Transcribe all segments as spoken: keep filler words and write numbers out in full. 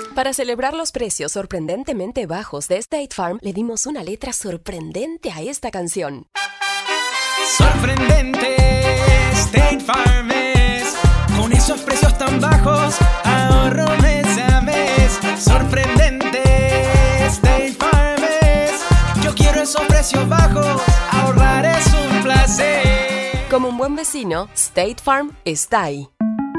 Para celebrar los precios sorprendentemente bajos de State Farm, le dimos una letra sorprendente a esta canción. Sorprendente, State Farm es. Con esos precios tan bajos, ahorro mes a mes. Sorprendente, State Farm es. Yo quiero esos precios bajos, ahorrar es un placer. Como un buen vecino, State Farm está ahí.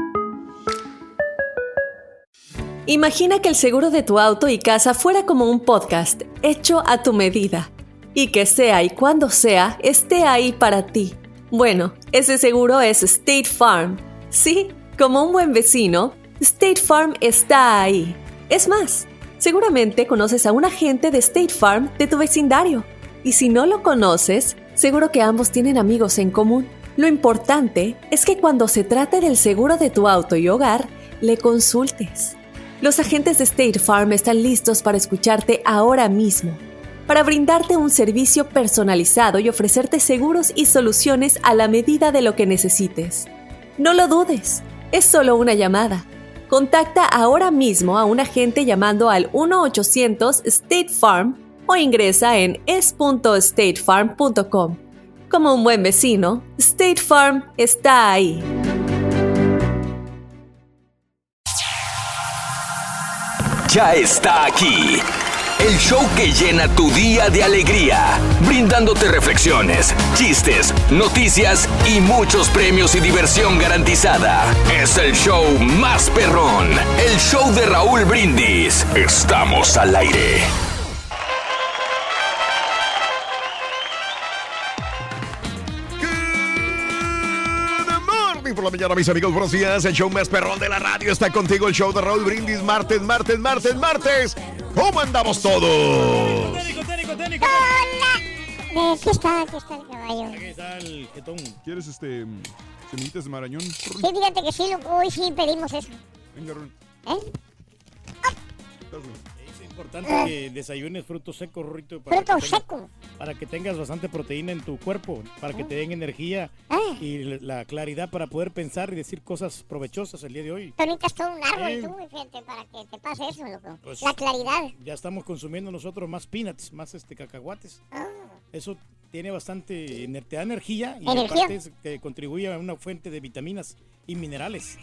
Imagina que el seguro de tu auto y casa fuera como un podcast, hecho a tu medida. Y que sea y cuando sea, esté ahí para ti. Bueno, ese seguro es State Farm. Sí, como un buen vecino, State Farm está ahí. Es más, seguramente conoces a un agente de State Farm de tu vecindario. Y si no lo conoces, seguro que ambos tienen amigos en común. Lo importante es que cuando se trate del seguro de tu auto y hogar, le consultes. Los agentes de State Farm están listos para escucharte ahora mismo, para brindarte un servicio personalizado y ofrecerte seguros y soluciones a la medida de lo que necesites. No lo dudes, es solo una llamada. Contacta ahora mismo a un agente llamando al uno ochocientos State Farm o ingresa en es punto state farm punto com. Como un buen vecino, State Farm está ahí. Ya está aquí, el show que llena tu día de alegría, brindándote reflexiones, chistes, noticias y muchos premios y diversión garantizada. Es el show más perrón, el show de Raúl Brindis. Estamos al aire. Por la mañana, mis amigos, buenos días. El show más perrón de la radio está contigo. El show de Raúl Brindis. Martes, martes, martes, martes. ¿Cómo andamos todos? Técnico, técnico, técco. Hola. Aquí está, aquí está el caballo. Aquí está el jetón. ¿Quieres este semillitas de marañón? Sí, fíjate que sí, loco, hoy sí pedimos eso. Venga, Ron. ¿Eh? Es importante que desayunes frutos secos, Rorrito. Fruto seco. Para que tengas bastante proteína en tu cuerpo, para que te den energía Ah. y la claridad para poder pensar y decir cosas provechosas el día de hoy. Tú necesitas todo un árbol, Eh. tú, fíjate, para que te pase eso, loco. Pues, la claridad. Ya estamos consumiendo nosotros más peanuts, más este cacahuates. Ah. Eso tiene bastante, ener- te da energía y Energía. aparte es que contribuye a una fuente de vitaminas y minerales.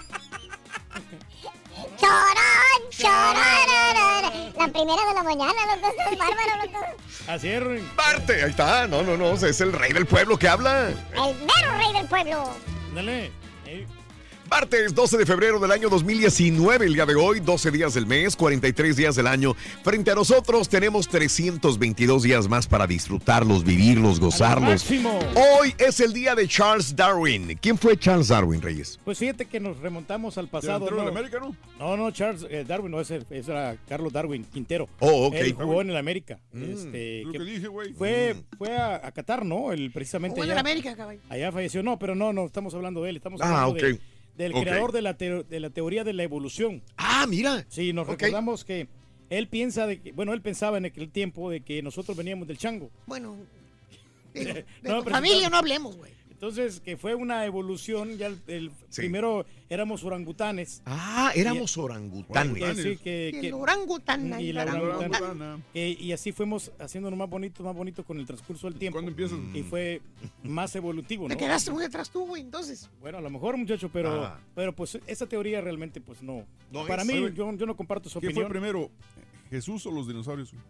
¡Chorón! ¡Chorón! La primera de la mañana, loco, esto es bárbaro, loco. Así es, Ruin. Marte, ahí está. No, no, no. Es el rey del pueblo que habla. El mero rey del pueblo. Dale. Eh. Martes doce de febrero del año dos mil diecinueve, el día de hoy, doce días del mes, cuarenta y tres días del año. Frente a nosotros tenemos trescientos veintidós días más para disfrutarlos, vivirlos, gozarlos. máximo. Hoy es el día de Charles Darwin. ¿Quién fue Charles Darwin, Reyes? Pues fíjate que nos remontamos al pasado. ¿Delantero ¿no? del América, no? No, no, Charles eh, Darwin, no, ese, ese era Carlos Darwin Quintero. Oh, ok. Él jugó en el América. Mm. Este, Lo que que dije, güey. fue fue a, a Qatar, ¿no? Él precisamente Jugó en allá, el América, caballo. allá falleció. No, pero no, no, estamos hablando de él. Estamos Ah, hablando ok. de- del Ok. creador de la, teo- de la teoría de la evolución. Ah, mira. Sí, nos Ok. recordamos que él piensa de que, bueno, él pensaba en aquel tiempo de que nosotros veníamos del chango. Bueno, digo, de No, tu pero familia está- no hablemos, güey. Entonces, que fue una evolución, ya el, el- Sí. primero éramos orangutanes. Ah, éramos orangutanes. Que sí, que- Y que- el orangután. y la el orangutana. orangután. Eh, y así fuimos haciéndonos más bonitos, más bonitos con el transcurso del tiempo. ¿Cuándo empiezas? Y fue más evolutivo, Te ¿no? quedaste muy detrás tú, güey, entonces. Bueno, a lo mejor, muchacho, pero, Ah. pero pues esa teoría realmente, pues no. No Para es. mí, Oye, yo, yo no comparto su ¿Qué opinión. fue primero? ¿Jesús o los dinosaurios? güey?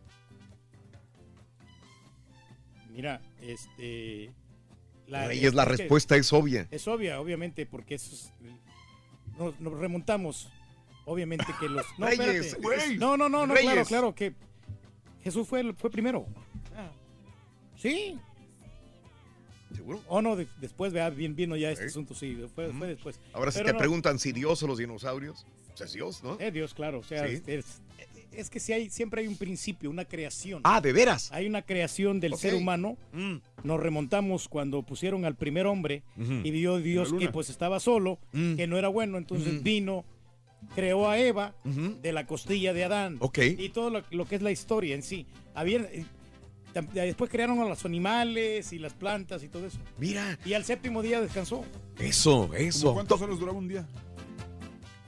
Mira, este. la- Reyes, la es que respuesta es obvia. Es obvia, obviamente, porque eso es- nos, nos remontamos. Obviamente que los. No, Reyes, espérate. güey. no, no, no, no, Reyes. claro, claro, que Jesús fue, el- fue primero. Ah. Sí. ¿Seguro? O no, de- después, vea, bien, bien, ya este Ok. asunto, sí, fue, fue después. Ahora, si Pero te no, preguntan si Dios o los dinosaurios, pues es Dios, ¿no? Es Dios, claro, o sea, Sí. es, es que si hay, siempre hay un principio, una creación. Ah, ¿de veras? Hay una creación del Ok. ser humano. Mm. Nos remontamos cuando pusieron al primer hombre Ujú. y vio Dios luna. que pues estaba solo, Mm. que no era bueno, entonces Ujú. vino, creó a Eva Ujú. de la costilla de Adán. Ok. Y todo lo, lo que es la historia en sí. Había, eh, tam- después crearon a los animales y las plantas y todo eso. Mira, Y al séptimo día descansó. eso, ¿Cómo eso. ¿Cuántas horas duraba un día?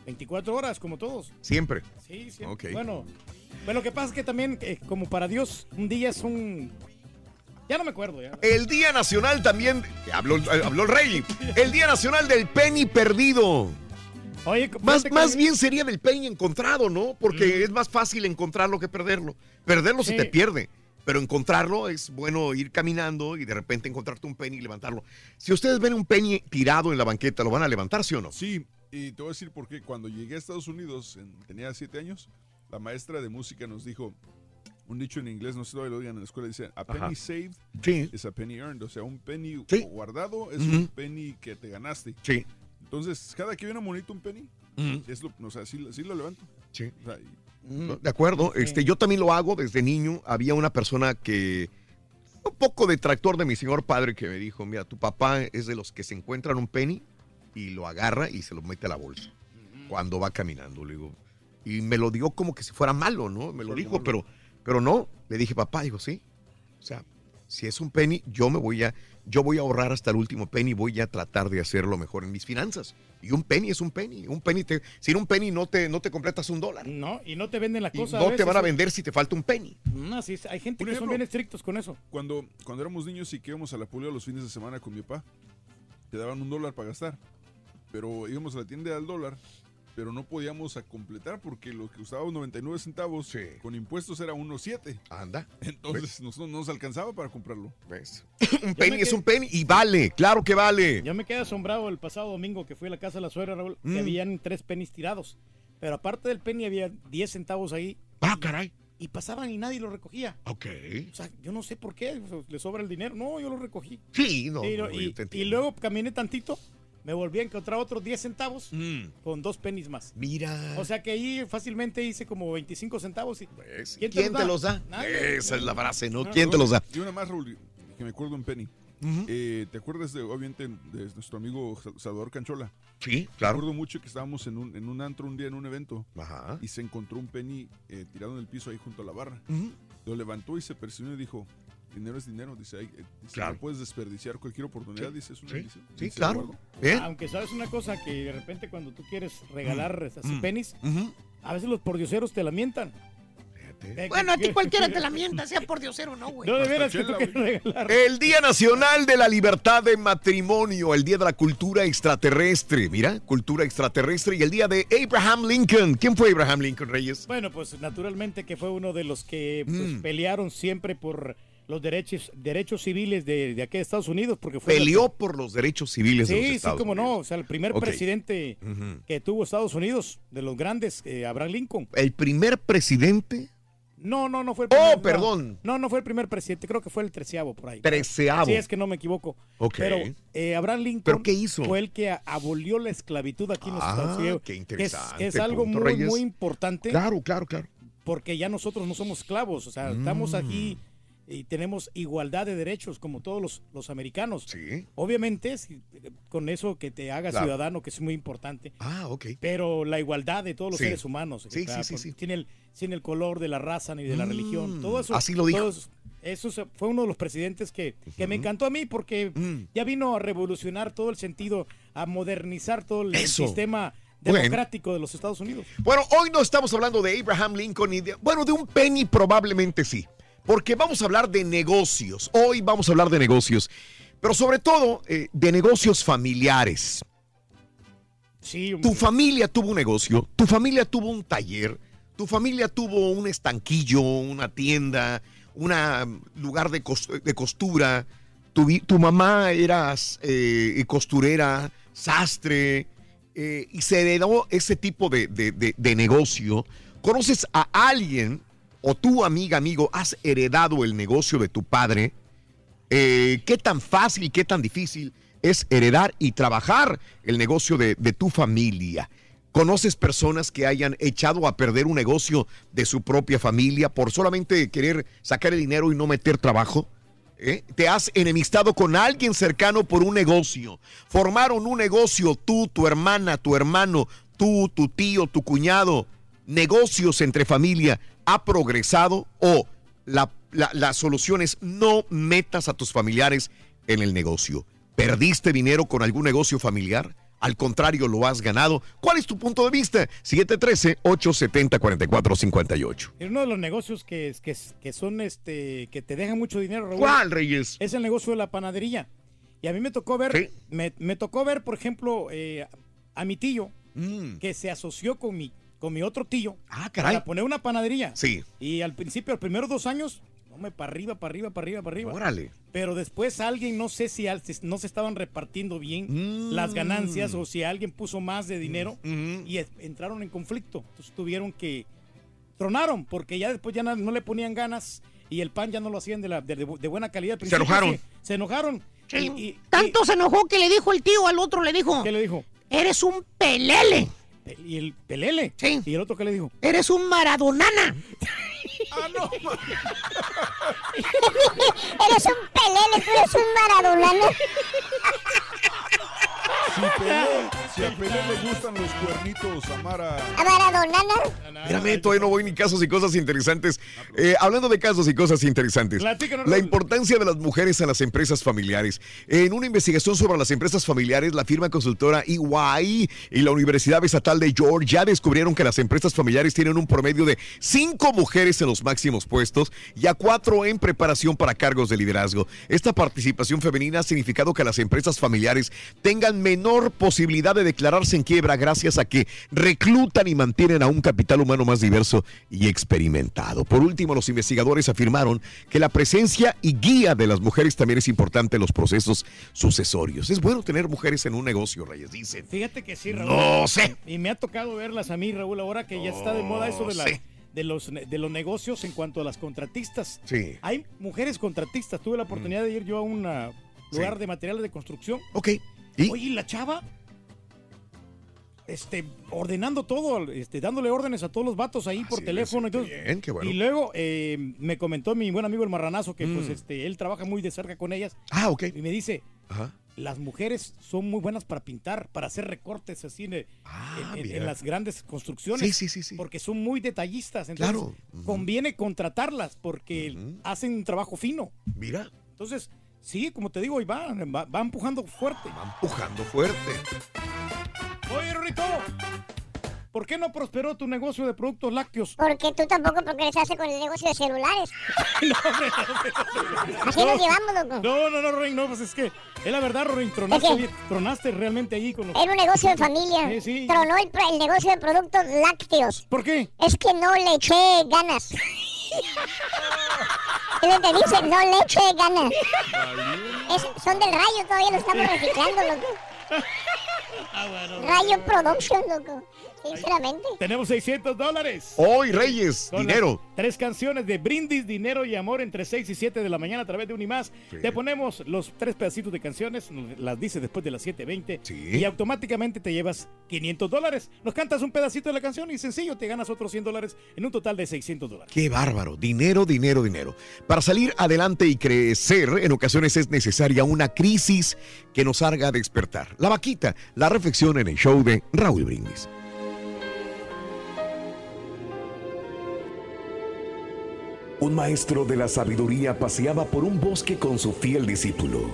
veinticuatro horas, como todos. Siempre. Sí, siempre. Ok. Bueno, pues lo que pasa es que también, eh, como para Dios, un día es un... Ya no me acuerdo, ya. El Día Nacional también, habló, habló el rey, el Día Nacional del penny perdido. Oye, Más, fíjate más que- bien sería del penny encontrado, ¿no? Porque es más fácil encontrarlo que perderlo. Perderlo se Sí. te pierde, pero encontrarlo es bueno ir caminando y de repente encontrarte un penny y levantarlo. Si ustedes ven un penny tirado en la banqueta, ¿lo van a levantar, sí o no? Sí, y te voy a decir por qué. Cuando llegué a Estados Unidos, en- tenía siete años, la maestra de música nos dijo un dicho en inglés, no sé si todavía lo digan en la escuela, dice, a penny Ajá. saved Sí. is a penny earned. O sea, un penny Sí. guardado es Ujú. un penny que te ganaste. Sí. Entonces, cada que viene monito un penny, Ujú. es lo, o sea, sí, sí lo levanto. Sí. O sea, y- De acuerdo, Sí. este, yo también lo hago desde niño. Había una persona que, un poco detractor de mi señor padre, que me dijo, mira, tu papá es de los que se encuentran un penny y lo agarra y se lo mete a la bolsa cuando va caminando. Le digo, y me lo dio como que si fuera malo, ¿no? Me lo Sí, dijo, malo. pero, pero no. Le dije, papá, digo, sí. O sea, si es un penny, yo me voy a, yo voy a ahorrar hasta el último penny, voy a tratar de hacerlo mejor en mis finanzas. Y un penny es un penny. Un penny te, sin un penny no te, no te completas un dólar. No, y no te venden la Y cosa. no te van a vender si te falta un penny. No, sí, hay gente Por que son ejemplo, bien estrictos con eso. Cuando, cuando éramos niños y que íbamos a la Pulio los fines de semana con mi papá, te daban un dólar para gastar. Pero íbamos a la tienda al dólar, pero no podíamos a completar porque lo que costaba noventa y nueve centavos Sí. con impuestos era uno siete. Anda. Entonces nos- no nos alcanzaba para comprarlo. ¿Ves? Un penny me es quedé- un penny y vale, claro que vale. Yo me quedé asombrado el pasado domingo que fui a la casa de la suegra, Raúl, Mm. que habían tres pennies tirados. Pero aparte del penny había diez centavos ahí Ah, caray. y pasaban y nadie lo recogía. Ok. O sea, yo no sé por qué, o sea, le sobra el dinero. No, yo lo recogí. Sí, no, y, no, y- yo te y entiendo. luego caminé tantito, me volví a encontrar otros diez centavos Mm, con dos pennies más. mira. O sea que ahí fácilmente hice como veinticinco centavos. Y, ¿ves? ¿quién ¿Quién, te te los los da? da? Nadie. Esa es la frase, ¿no? No. ¿Quién te los da? Y una más, Raúl, que me acuerdo en Penny. Ujú. Eh, ¿Te acuerdas de, obviamente, de nuestro amigo Sal- Salvador Canchola? Sí, Me claro. acuerdo mucho que estábamos en un, en un antro un día en un evento Ajá. y se encontró un penny eh, tirado en el piso ahí junto a la barra. Ujú. Lo levantó y se persiguió y dijo, dinero es dinero. Dice, "Ay, eh, dice, Claro. no puedes desperdiciar cualquier oportunidad. Sí, Dice, es una sí, bendición". sí, Y se claro. lo guardó. Bien. Aunque sabes una cosa, que de repente cuando tú quieres regalar así Mm. pennies, Ujú. a veces los pordioseros te lamentan. Fíjate. Eh, Bueno, a que- ti cualquiera te la mienta, sea por diosero o no, güey. No, de Hasta veras que chela, tú güey. quieres regalar. El Día Nacional de la Libertad de Matrimonio, el Día de la Cultura Extraterrestre, mira, cultura extraterrestre, y el Día de Abraham Lincoln. ¿Quién fue Abraham Lincoln, Reyes? Bueno, pues naturalmente que fue uno de los que pues, Mm. pelearon siempre por los derechos derechos civiles de, de aquí de Estados Unidos, porque fue Peleó por los derechos civiles de los Sí, sí, Estados cómo no, o Unidos. sea, el primer Ok. presidente Ujú. que tuvo Estados Unidos, de los grandes, eh, Abraham Lincoln. El primer presidente No, no, no fue el Oh, primer. no. perdón. No, no fue el primer presidente, creo que fue el treceavo por ahí. treceavo. Sí, es que no me equivoco. Ok. Pero eh, Abraham Lincoln ¿Pero qué hizo? fue el que a- abolió la esclavitud aquí en los Ah, Estados Unidos. qué que es- interesante Es, algo punto, muy, Reyes. muy importante Claro, claro, claro. porque ya nosotros no somos esclavos. O sea, estamos Mm. aquí y tenemos igualdad de derechos como todos los, los americanos. Sí. Obviamente, si- con eso que te haga Claro. ciudadano, que es muy importante. Ah, ok. Pero la igualdad de todos los Sí. seres humanos. Sí, o sea, sí, sí, con- sí. Sin el, sin el color de la raza ni de la Mm, religión. Todo eso. así lo dijo. todo eso, eso se- fue uno de los presidentes que, que me encantó a mí porque Mm. ya vino a revolucionar todo el sentido, a modernizar todo el Eso. sistema Bueno. democrático de los Estados Unidos. Bueno, hoy no estamos hablando de Abraham Lincoln y de, bueno, de un penny probablemente sí, porque vamos a hablar de negocios. Hoy vamos a hablar de negocios, pero sobre todo eh, de negocios familiares. Sí, Tu familia tuvo un negocio, tu familia tuvo un taller, tu familia tuvo un estanquillo, una tienda, un lugar de, cos- de costura, tu, vi- tu mamá era eh, costurera, sastre, eh, y se heredó ese tipo de, de- de- de negocio. ¿Conoces a alguien o tu amiga, amigo, has heredado el negocio de tu padre? Eh, ¿Qué tan fácil, qué tan difícil es heredar y trabajar el negocio de, de tu familia? ¿Conoces personas que hayan echado a perder un negocio de su propia familia por solamente querer sacar el dinero y no meter trabajo? ¿Eh? ¿Te has enemistado con alguien cercano por un negocio? Formaron un negocio tú, tu hermana, tu hermano, tú, tu tío, tu cuñado. Negocios entre familia. ¿Ha progresado o la, la, la solución es no metas a tus familiares en el negocio? ¿Perdiste dinero con algún negocio familiar? Al contrario, lo has ganado. ¿Cuál es tu punto de vista? siete uno tres, ocho siete cero, cuatro cuatro cinco ocho. Es uno de los negocios que, que, que son, este, que te dejan mucho dinero, Raúl. ¿Cuál, Reyes? Es el negocio de la panadería. Y a mí me tocó ver, ¿Sí? me, me tocó ver, por ejemplo, eh, a mi tío, Mm. que se asoció con mi, con mi otro tío Ah, caray. para poner una panadería. Sí. Y al principio, los primeros dos años, no, para arriba, para arriba, para arriba, para arriba. Órale. Pero después alguien, no sé si al- si no se estaban repartiendo bien Mm. las ganancias o si alguien puso más de dinero Mm. y es- entraron en conflicto. Entonces tuvieron que, tronaron, porque ya después ya no, no le ponían ganas y el pan ya no lo hacían de, la, de, de- de buena calidad. Al principio, enojaron. sí, se enojaron. Sí. Y- y- Tanto se enojó que le dijo el tío al otro, le dijo, y- ¿Qué le dijo? eres un pelele, Pe- ¿Y el pelele? Sí. ¿Y el otro qué le dijo? eres un maradonana. Ah, no. Eres un pelele, tú eres un maradonano. Si, Pelé, si a Pelé le gustan los cuernitos, Amara. A maradonana. Espérame, todavía no voy ni casos y cosas interesantes. Eh, hablando de casos y cosas interesantes, Platícanos, la Raúl. importancia de las mujeres en las empresas familiares. En una investigación sobre las empresas familiares, la firma consultora E Y y la Universidad Estatal de Georgia descubrieron que las empresas familiares tienen un promedio de cinco mujeres en los máximos puestos y a cuatro en preparación para cargos de liderazgo. Esta participación femenina ha significado que las empresas familiares tengan menor posibilidad de declararse en quiebra gracias a que reclutan y mantienen a un capital humano más diverso y experimentado. Por último, los investigadores afirmaron que la presencia y guía de las mujeres también es importante en los procesos sucesorios. Es bueno tener mujeres en un negocio, Reyes, dicen. Fíjate que sí, Raúl. No sé. Y me ha tocado verlas a mí, Raúl, ahora que ya está de moda eso de, la, sé. de, los, de los negocios en cuanto a las contratistas. Sí. Hay mujeres contratistas. Tuve la oportunidad de ir yo a un ah, lugar Sí. de materiales de construcción. Ok. ¿Y? Oye, y la chava, este, ordenando todo, este, dándole órdenes a todos los vatos ahí por sí, teléfono. sí, qué Entonces, bien, qué bueno. Y luego eh, me comentó mi buen amigo el Marranazo que Mm. pues este, él trabaja muy de cerca con ellas. Ah, ok. Y me dice, Ajá. las mujeres son muy buenas para pintar, para hacer recortes así en, Ah, en- en- mira. en las grandes construcciones. Sí, sí, sí, sí. Porque son muy detallistas. Entonces, Claro. Ujú. conviene contratarlas porque Ujú. hacen un trabajo fino. Mira, Entonces, sí, como te digo, ahí va, va, va empujando fuerte. va empujando fuerte. Oye, Rorito, ¿por qué no prosperó tu negocio de productos lácteos? Porque tú tampoco progresaste con el negocio de celulares. Así nos llevamos, loco. No, no, no, Rorin, no, pues es que es la verdad, Rorin, tronaste, ¿De qué? bien- tronaste realmente ahí con los... Era un negocio de familia. Sí, sí. Tronó el, pro- el negocio de productos lácteos. ¿Por qué? Es que no le eché ganas. ¿Qué le entendiste? No le eché ganas. Es- son del Rayo, todavía lo estamos reciclando, loco. Rayo Production, loco. Sinceramente. Tenemos seiscientos dólares. Hoy, Reyes, Con dinero. las tres canciones de Brindis, Dinero y Amor entre seis y siete de la mañana a través de Unimás. Sí. Te ponemos los tres pedacitos de canciones, nos las dices después de las siete veinte Sí. y automáticamente te llevas quinientos dólares. Nos cantas un pedacito de la canción y sencillo, te ganas otros cien dólares en un total de seiscientos dólares. Qué bárbaro. Dinero, dinero, dinero. Para salir adelante y crecer, en ocasiones es necesaria una crisis que nos haga despertar. La vaquita, la reflexión en el show de Raúl Brindis. Un maestro de la sabiduría paseaba por un bosque con su fiel discípulo,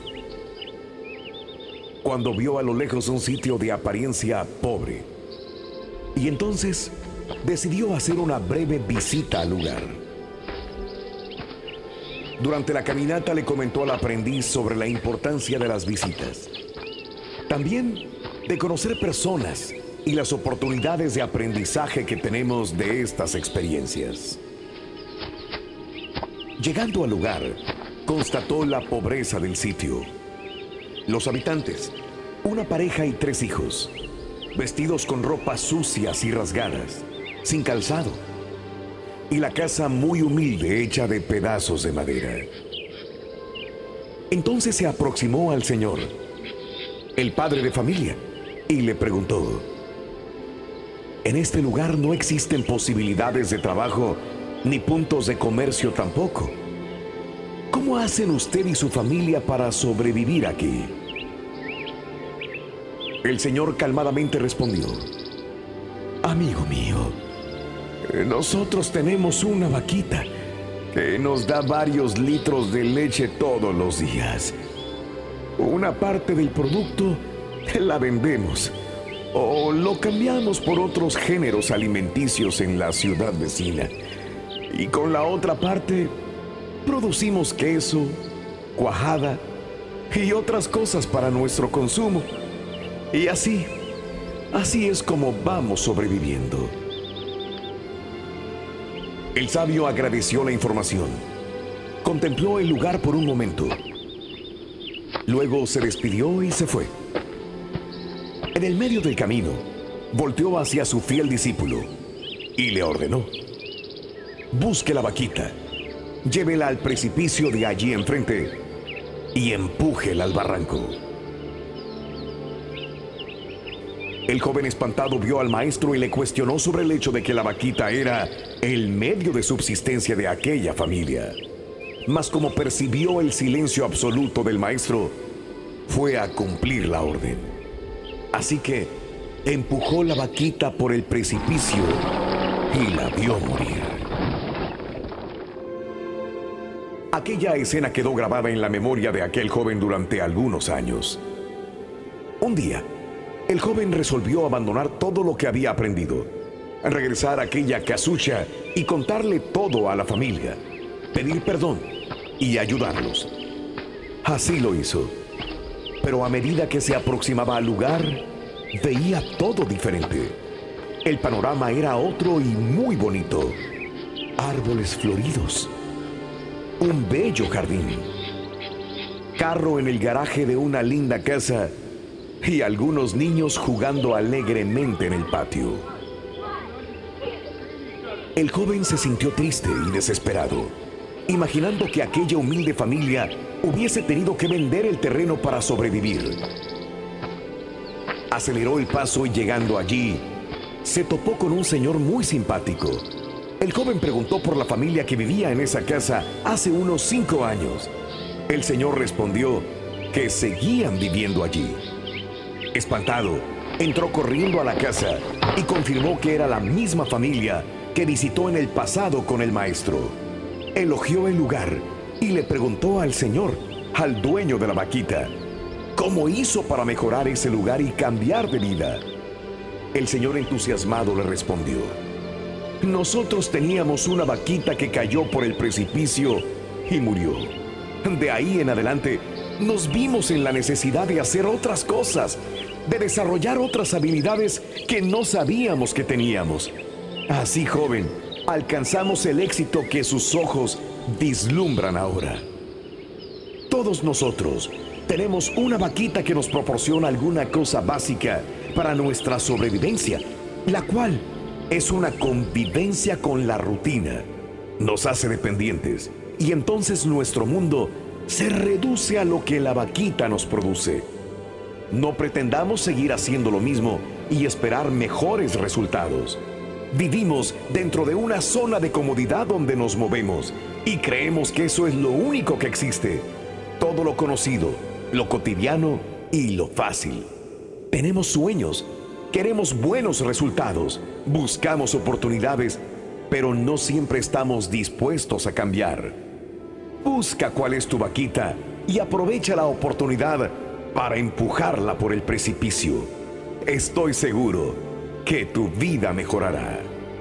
cuando vio a lo lejos un sitio de apariencia pobre. Y entonces decidió hacer una breve visita al lugar. Durante la caminata le comentó al aprendiz sobre la importancia de las visitas. También de conocer personas y las oportunidades de aprendizaje que tenemos de estas experiencias. Llegando al lugar, constató la pobreza del sitio. Los habitantes, una pareja y tres hijos, vestidos con ropas sucias y rasgadas, sin calzado, y la casa muy humilde hecha de pedazos de madera. Entonces se aproximó al señor, el padre de familia, y le preguntó: ¿en este lugar no existen posibilidades de trabajo ni puntos de comercio tampoco? ¿Cómo hacen usted y su familia para sobrevivir aquí? El señor calmadamente respondió: amigo mío, eh, nosotros tenemos una vaquita que nos da varios litros de leche todos los días. Una parte del producto la vendemos o lo cambiamos por otros géneros alimenticios en la ciudad vecina. Y con la otra parte, producimos queso, cuajada y otras cosas para nuestro consumo. Y así, así es como vamos sobreviviendo. El sabio agradeció la información. Contempló el lugar por un momento. Luego se despidió y se fue. En el medio del camino, volteó hacia su fiel discípulo y le ordenó: busque la vaquita, llévela al precipicio de allí enfrente y empújela al barranco. El joven espantado vio al maestro y le cuestionó sobre el hecho de que la vaquita era el medio de subsistencia de aquella familia. Mas como percibió el silencio absoluto del maestro, fue a cumplir la orden. Así que empujó la vaquita por el precipicio y la vio morir. Aquella escena quedó grabada en la memoria de aquel joven durante algunos años. Un día, el joven resolvió abandonar todo lo que había aprendido, regresar a aquella casucha y contarle todo a la familia, pedir perdón y ayudarlos. Así lo hizo. Pero a medida que se aproximaba al lugar, veía todo diferente. El panorama era otro y muy bonito. Árboles floridos, un bello jardín, carro en el garaje de una linda casa y algunos niños jugando alegremente en el patio. El joven se sintió triste y desesperado, imaginando que aquella humilde familia hubiese tenido que vender el terreno para sobrevivir. Aceleró el paso y llegando allí, se topó con un señor muy simpático. El joven preguntó por la familia que vivía en esa casa hace unos cinco años. El señor respondió que seguían viviendo allí. Espantado, entró corriendo a la casa y confirmó que era la misma familia que visitó en el pasado con el maestro. Elogió el lugar y le preguntó al señor, al dueño de la vaquita, cómo hizo para mejorar ese lugar y cambiar de vida. El señor entusiasmado le respondió: nosotros teníamos una vaquita que cayó por el precipicio y murió. De ahí en adelante nos vimos en la necesidad de hacer otras cosas, de desarrollar otras habilidades que no sabíamos que teníamos. Así, joven, alcanzamos el éxito que sus ojos vislumbran ahora. Todos nosotros tenemos una vaquita que nos proporciona alguna cosa básica para nuestra sobrevivencia, la cual es una convivencia con la rutina. Nos hace dependientes y entonces nuestro mundo se reduce a lo que la vaquita nos produce. No pretendamos seguir haciendo lo mismo y esperar mejores resultados. Vivimos dentro de una zona de comodidad donde nos movemos y creemos que eso es lo único que existe. Todo lo conocido, lo cotidiano y lo fácil. Tenemos sueños, queremos buenos resultados, buscamos oportunidades, pero no siempre estamos dispuestos a cambiar. Busca cuál es tu vaquita y aprovecha la oportunidad para empujarla por el precipicio. Estoy seguro que tu vida mejorará.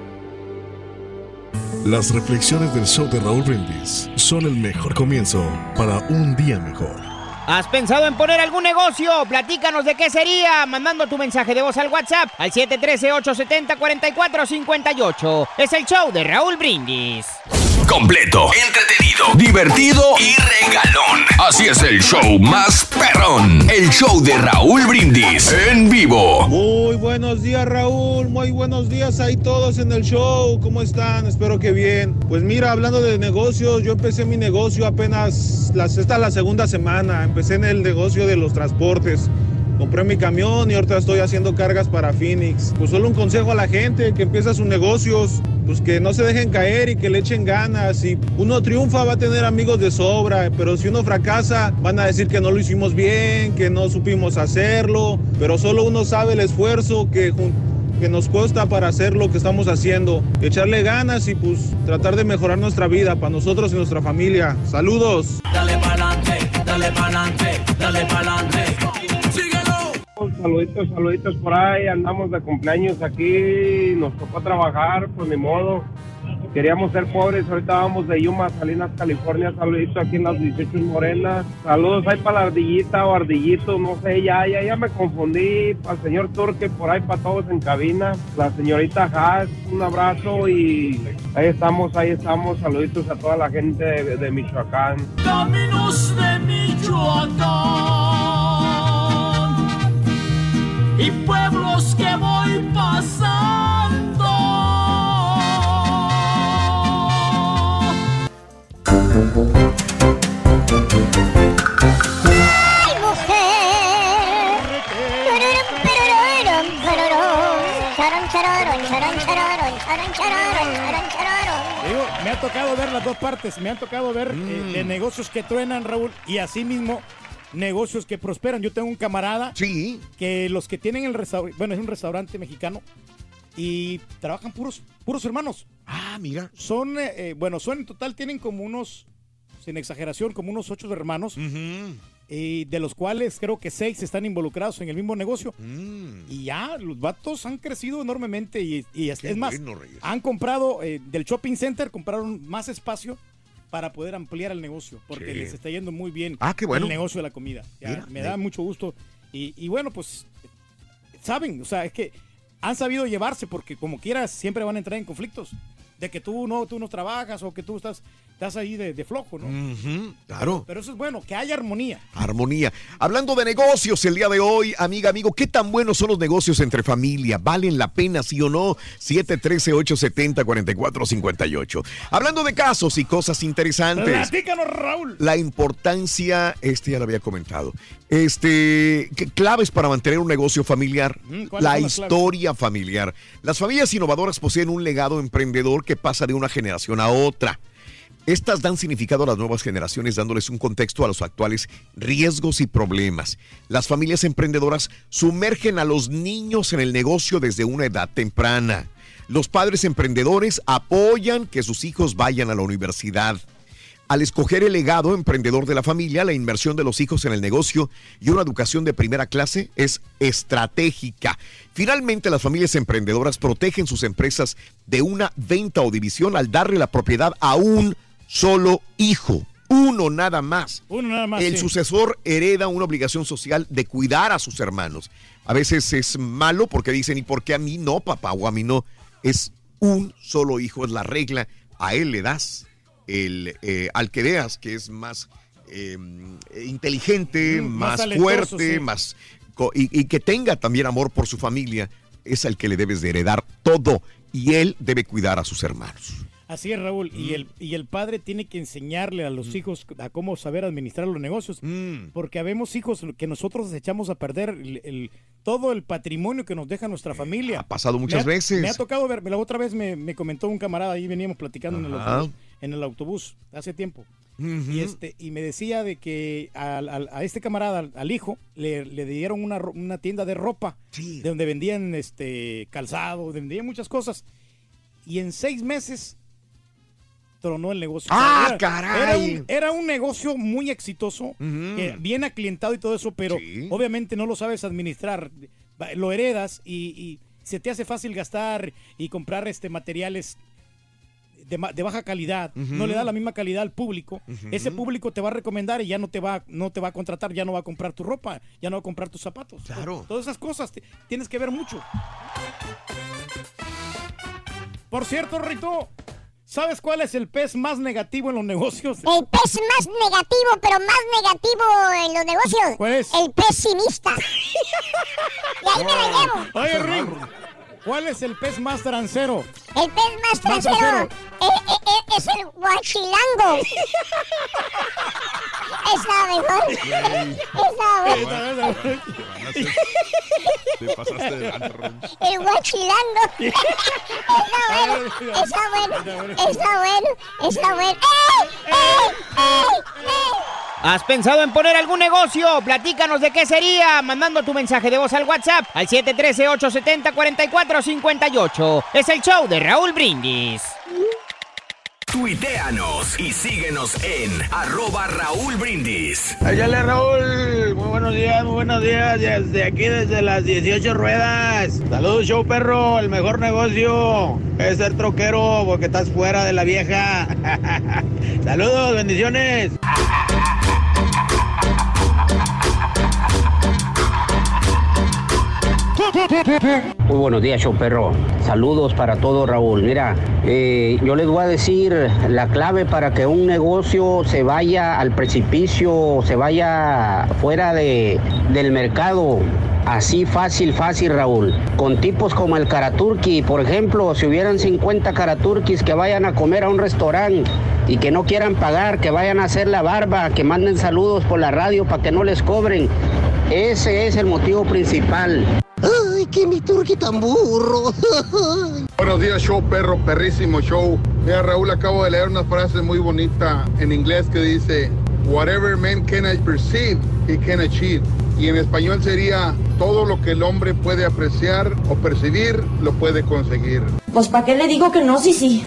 Las reflexiones del show de Raúl Brindis son el mejor comienzo para un día mejor. ¿Has pensado en poner algún negocio? Platícanos de qué sería, mandando tu mensaje de voz al WhatsApp al siete uno tres, ocho siete cero, cuatro cuatro cinco ocho. Es el show de Raúl Brindis. Completo, entretenido, divertido y regalón. Así es el show más perrón. El show de Raúl Brindis en vivo. Muy buenos días, Raúl. Muy buenos días ahí todos en el show. ¿Cómo están? Espero que bien. Pues mira, hablando de negocios, yo empecé mi negocio apenas, las, esta es la segunda semana. Empecé en el negocio de los transportes. Compré mi camión y ahorita estoy haciendo cargas para Phoenix. Pues solo un consejo a la gente que empieza sus negocios, pues que no se dejen caer y que le echen ganas. Si uno triunfa va a tener amigos de sobra, pero si uno fracasa van a decir que no lo hicimos bien, que no supimos hacerlo, pero solo uno sabe el esfuerzo que, que nos cuesta para hacer lo que estamos haciendo. Echarle ganas y pues tratar de mejorar nuestra vida para nosotros y nuestra familia. ¡Saludos! Dale pa'lante, dale pa'lante, dale pa'lante. saluditos, saluditos por ahí. Andamos de cumpleaños aquí, nos tocó trabajar, pues ni modo. Queríamos ser pobres, ahorita vamos de Yuma, Salinas, California. Saludito aquí en las dieciocho Morenas. Saludos ahí para la ardillita o ardillito, no sé, ya, ya, ya me confundí. Para el señor Turque, por ahí para todos en cabina. La señorita Haas, un abrazo y ahí estamos, ahí estamos. Saluditos a toda la gente de, de Michoacán. Caminos de Michoacán y pueblos que voy pasando. ¡Ay, mujer! Tururum, perurum, perurum. Charon, chararon, charon, chararon, charon, chararon, charon, chararon. Digo, me ha tocado ver las dos partes. Me han tocado ver mm. eh, de negocios que truenan, Raúl, y asimismo negocios que prosperan. Yo tengo un camarada sí. que los que tienen el restaurante, bueno, es un restaurante mexicano y trabajan puros, puros hermanos. Ah, mira. Son, eh, bueno, son en total tienen como unos, sin exageración, como unos ocho hermanos. Uh-huh. Y de los cuales creo que seis están involucrados en el mismo negocio. Mm. Y ya, los vatos han crecido enormemente. Y, y es, es más, bueno, han comprado eh, del shopping center, compraron más espacio para poder ampliar el negocio. Porque sí. les está yendo muy bien ah, qué bueno. el negocio de la comida. Ya, Mira, me da mucho gusto. Y, y bueno, pues, saben, o sea, es que han sabido llevarse porque como quieras siempre van a entrar en conflictos. De que tú no, tú no trabajas o que tú estás, estás ahí de, de flojo, ¿no? Uh-huh, claro. Pero eso es bueno, que haya armonía. Armonía. Hablando de negocios el día de hoy, amiga, amigo, ¿qué tan buenos son los negocios entre familia? ¿Valen la pena, sí o no? siete uno tres, ocho siete cero, cuatro cuatro cinco ocho. Hablando de casos y cosas interesantes. Platícanos, Raúl. La importancia, este ya lo había comentado, este, ¿qué claves para mantener un negocio familiar? La historia familiar. Las familias innovadoras poseen un legado emprendedor que pasa de una generación a otra. Estas dan significado a las nuevas generaciones, dándoles un contexto a los actuales riesgos y problemas. Las familias emprendedoras sumergen a los niños en el negocio desde una edad temprana. Los padres emprendedores apoyan que sus hijos vayan a la universidad. Al escoger el legado emprendedor de la familia, la inversión de los hijos en el negocio y una educación de primera clase es estratégica. Finalmente, las familias emprendedoras protegen sus empresas de una venta o división al darle la propiedad a un solo hijo. Uno nada más. Uno nada más. El sí. sucesor hereda una obligación social de cuidar a sus hermanos. A veces es malo porque dicen, ¿y por qué a mí no, papá? O a mí no. Es un solo hijo, es la regla. A él le das. El, eh, al que veas que es más eh, inteligente, mm, más, más fuerte, sí. más y, y que tenga también amor por su familia, es al que le debes de heredar todo y él debe cuidar a sus hermanos. Así es, Raúl, mm. y, el, y el padre tiene que enseñarle a los mm. hijos a cómo saber administrar los negocios, mm. porque habemos hijos que nosotros echamos a perder el, el, todo el patrimonio que nos deja nuestra familia. Ha pasado muchas me ha, veces. Me ha tocado ver, la otra vez me, me comentó un camarada, ahí veníamos platicando en el, autobús, en el autobús hace tiempo, uh-huh. y este y me decía de que a, a, a este camarada, al, al hijo, le, le dieron una, una tienda de ropa, sí. de donde vendían este calzado, vendían muchas cosas, y en seis meses tronó el negocio. ¡Ah, era, caray! Era un, era un negocio muy exitoso, uh-huh. eh, bien aclientado y todo eso, pero sí. obviamente no lo sabes administrar. Lo heredas y, y se te hace fácil gastar y comprar este materiales de, de baja calidad. Uh-huh. No le da la misma calidad al público. Uh-huh. Ese público te va a recomendar y ya no te va, no te va a contratar, ya no va a comprar tu ropa, ya no va a comprar tus zapatos. Claro. Todas esas cosas te, tienes que ver mucho. Por cierto, Rito, ¿sabes cuál es el pez más negativo en los negocios? El pez más negativo, pero más negativo en los negocios. ¿Cuál es? El pesimista. Y ahí me la llevo. Oye, Rick, ¿cuál es el pez más transero? El pez más transero, más transero. Eh, eh, eh, es el guachilango. Está mejor. Está bueno. Te pasaste de el guachilango. Está bueno, está bueno, está bueno, está bueno. ¡Eh, eh, eh, eh! ¿Has pensado en poner algún negocio? Platícanos de qué sería, mandando tu mensaje de voz al WhatsApp al siete uno tres, ocho siete cero, cuatro cuatro cinco ocho. Es el show de Raúl Brindis. Tuiteanos y síguenos en arroba Raúl Brindis. Échale, Raúl. Muy buenos días, muy buenos días. Desde aquí, desde las dieciocho ruedas. Saludos, show perro. El mejor negocio es ser troquero porque estás fuera de la vieja. Saludos, bendiciones. Muy buenos días, show perro. Saludos para todos, Raúl. Mira, eh, yo les voy a decir la clave para que un negocio se vaya al precipicio, se vaya fuera de, del mercado. Así fácil, fácil, Raúl. Con tipos como el Karaturki, por ejemplo, si hubieran cincuenta Karaturkis que vayan a comer a un restaurante y que no quieran pagar, que vayan a hacer la barba, que manden saludos por la radio para que no les cobren. Ese es el motivo principal. Ay, que mi turqui tan burro. Buenos días, show perro, perrísimo show. Mira, Raúl, acabo de leer una frase muy bonita en inglés que dice: whatever man cannot perceive, he can achieve. Y en español sería: todo lo que el hombre puede apreciar o percibir, lo puede conseguir. Pues ¿para qué le digo que no? Sí, sí.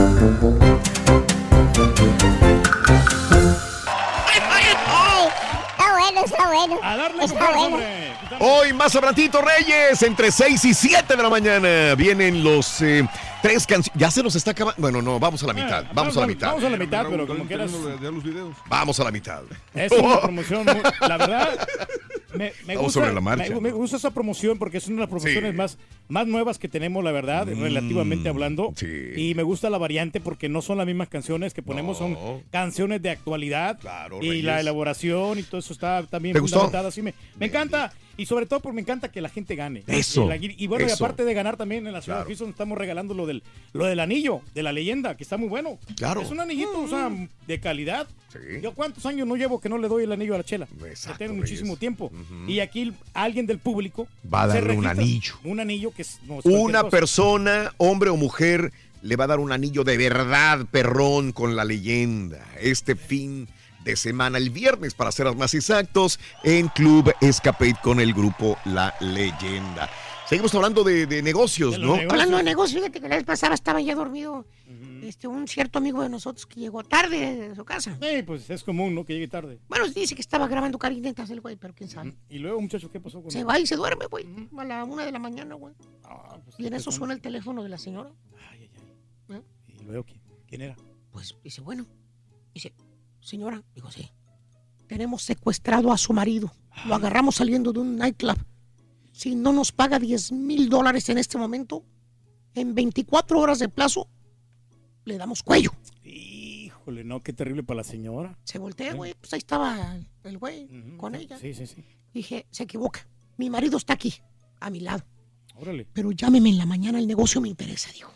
Está bueno. A darle está bueno. Hoy más abrantito, Reyes, entre seis y siete de la mañana vienen los eh, tres canciones. Ya se nos está acabando. Bueno, no, vamos a la mitad. Vamos, vamos a la mitad. Vamos a la mitad, pero como quieras. Vamos a la mitad. Es una promoción, muy, la verdad. Me, me, vamos gusta, sobre la marcha. Me, me gusta esa promoción porque es una de las promociones sí. más, más nuevas que tenemos, la verdad, mm, relativamente hablando. Sí. Y me gusta la variante porque no son las mismas canciones que ponemos, no. son canciones de actualidad. Claro, y Reyes. La elaboración y todo eso está también ¿Te gustó? fundamentada. Sí, me, me encanta. Y sobre todo porque me encanta que la gente gane. Eso. Y, la, y bueno, eso. y aparte de ganar también en la ciudad claro. de Houston estamos regalando lo del, lo del anillo, de la leyenda, que está muy bueno. Claro. Es un anillito, mm. o sea, de calidad. Sí. Yo cuántos años no llevo que no le doy el anillo a la Chela. Exacto, que tengo muchísimo Reyes. tiempo. Uh-huh. Y aquí alguien del público va a darle un anillo. Un anillo que es, no, es una cosa. persona, hombre o mujer, le va a dar un anillo de verdad, perrón, con la leyenda. Este fin de semana, el viernes, para ser más exactos, en Club Escapade con el grupo La Leyenda. Seguimos hablando de, de negocios, de ¿no? Negocios. Hablando de negocios, fíjate que la vez pasada estaba ya dormido uh-huh. este, un cierto amigo de nosotros que llegó tarde de su casa. Sí, pues es común, ¿no? Que llegue tarde. Bueno, dice que estaba grabando carinetas el güey, pero quién sabe. Uh-huh. Y luego, muchacho, ¿qué pasó con Se él? va y se duerme, güey, uh-huh. a la una de la mañana, güey. Ah, pues, y en eso suena el teléfono de la señora. Ay, ay, ay. ¿Eh? ¿Y luego quién? ¿Quién era? Pues dice, bueno, dice, señora, digo, sí. Tenemos secuestrado a su marido. Lo agarramos saliendo de un nightclub. Si no nos paga diez mil dólares en este momento, en veinticuatro horas de plazo, le damos cuello. Híjole, no, qué terrible para la señora. Se voltea, güey, pues ahí estaba el güey uh-huh. con ella. Sí, sí, sí. Dije, se equivoca. Mi marido está aquí, a mi lado. Órale. Pero llámeme en la mañana, el negocio me interesa, dijo.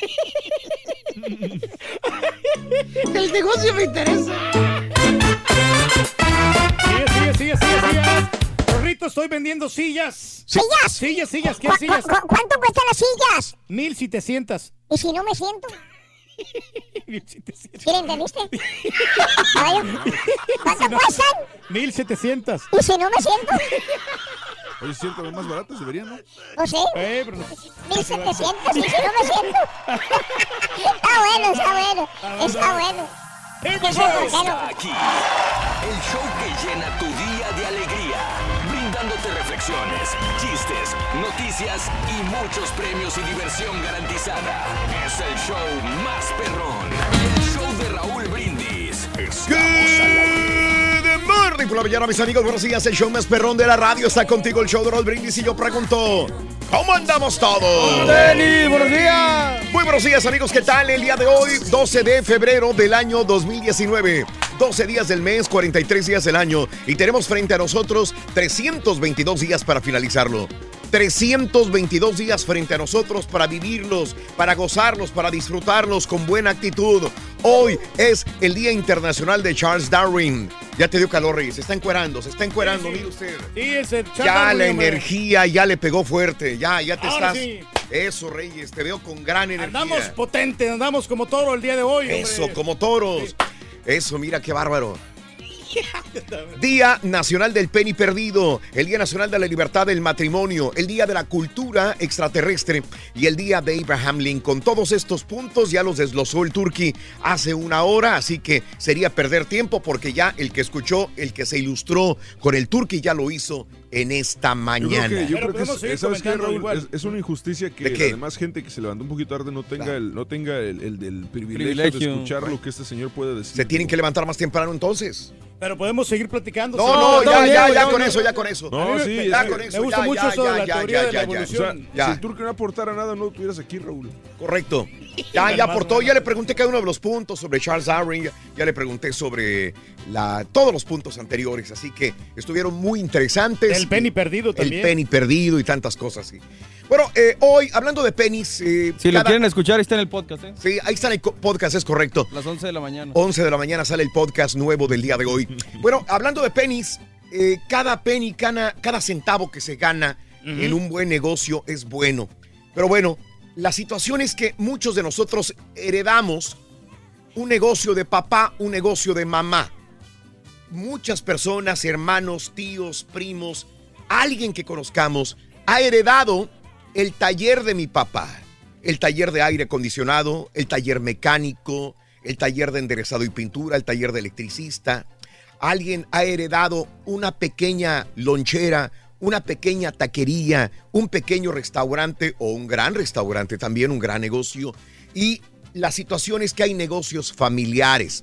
El negocio me interesa. Sigue, sigue, sigue, sigue, sigue. Rorrito, estoy vendiendo sillas. ¿Sillas? Sillas, sillas, ¿qué sillas? ¿Cu- cu- ¿Cuánto cuestan las sillas? Mil setecientas. ¿Y si no me siento? Mil setecientas. ¿Sí le entendiste? Caballo, ¿cuánto si no, cuestan? Mil setecientas. ¿Y si no me siento? Oye, si siento más baratas deberían, ¿no? No sé. Eh, pero no. Mil setecientos, ¿y si no me siento? Está bueno, está bueno, está bueno. Está aquí el show que llena tu día de alegría, brindándote reflexiones, chistes, noticias y muchos premios y diversión garantizada. Es el show más perrón, el show de Raúl Brindis. Estamos al aire. Good morning por la mañana, mis amigos. Buenos días, el show más perrón de la radio. Está contigo el show de Raúl Brindis y yo pregunto, ¿cómo andamos todos? ¡Denis, buenos días! Muy buenos días, amigos. ¿Qué tal? El día de hoy, doce de febrero del año dos mil diecinueve. doce días del mes, cuarenta y tres días del año. Y tenemos frente a nosotros trescientos veintidós días para finalizarlo. trescientos veintidós días frente a nosotros para vivirlos, para gozarlos, para disfrutarlos con buena actitud. Hoy es el Día Internacional de Charles Darwin. Ya te dio calor, Reyes. Se está encuerando, se está encuerando, sí, sí. Mire usted. Sí, es el Charles ya Darwin, la hombre. energía ya le pegó fuerte. Ya, ya te Ahora estás... sí. Eso, Reyes, te veo con gran energía. Andamos potentes, andamos como toro el día de hoy. Eso, hombre. como toros. Sí. Eso, mira qué bárbaro. Día Nacional del Penny Perdido, el Día Nacional de la Libertad del Matrimonio, el Día de la Cultura Extraterrestre y el Día de Abraham Lincoln. Todos estos puntos ya los desglosó el Turqui hace una hora, así que sería perder tiempo porque ya el que escuchó, el que se ilustró con el Turqui ya lo hizo en esta mañana. Yo creo que, yo creo que es, ¿sabes qué, Raúl? Es, es una injusticia que la demás gente que se levantó un poquito tarde no tenga claro. el, no tenga el, el, el privilegio, privilegio de escuchar bueno. lo que este señor puede decir. Se tienen que levantar más temprano entonces. Pero podemos seguir platicando. No, no, no, ya, ya, ya con eso, ya con eso. No, sí, ya es con que eso. Me gusta ya, mucho ya, eso ya, de la ya, teoría ya, de la ya, evolución. O sea, si el Turqui no aportara nada, no estuvieras aquí, Raúl. Correcto. Ya, ya aportó, ya le pregunté cada uno de los puntos sobre Charles Darwin, ya, ya le pregunté sobre la, todos los puntos anteriores, así que estuvieron muy interesantes. El penny perdido también. El penny perdido y tantas cosas, sí. Bueno, eh, hoy, hablando de pennies... Eh, si cada... lo quieren escuchar, está en el podcast, ¿eh? Sí, ahí está en el podcast, es correcto. Las once de la mañana. once de la mañana sale el podcast nuevo del día de hoy. Bueno, hablando de pennies, eh, cada penny, cada, cada centavo que se gana uh-huh. en un buen negocio es bueno. Pero bueno, la situación es que muchos de nosotros heredamos un negocio de papá, un negocio de mamá. Muchas personas, hermanos, tíos, primos, alguien que conozcamos, ha heredado el taller de mi papá, el taller de aire acondicionado, el taller mecánico, el taller de enderezado y pintura, el taller de electricista. Alguien ha heredado una pequeña lonchera, una pequeña taquería, un pequeño restaurante o un gran restaurante, también un gran negocio. Y la situación es que hay negocios familiares.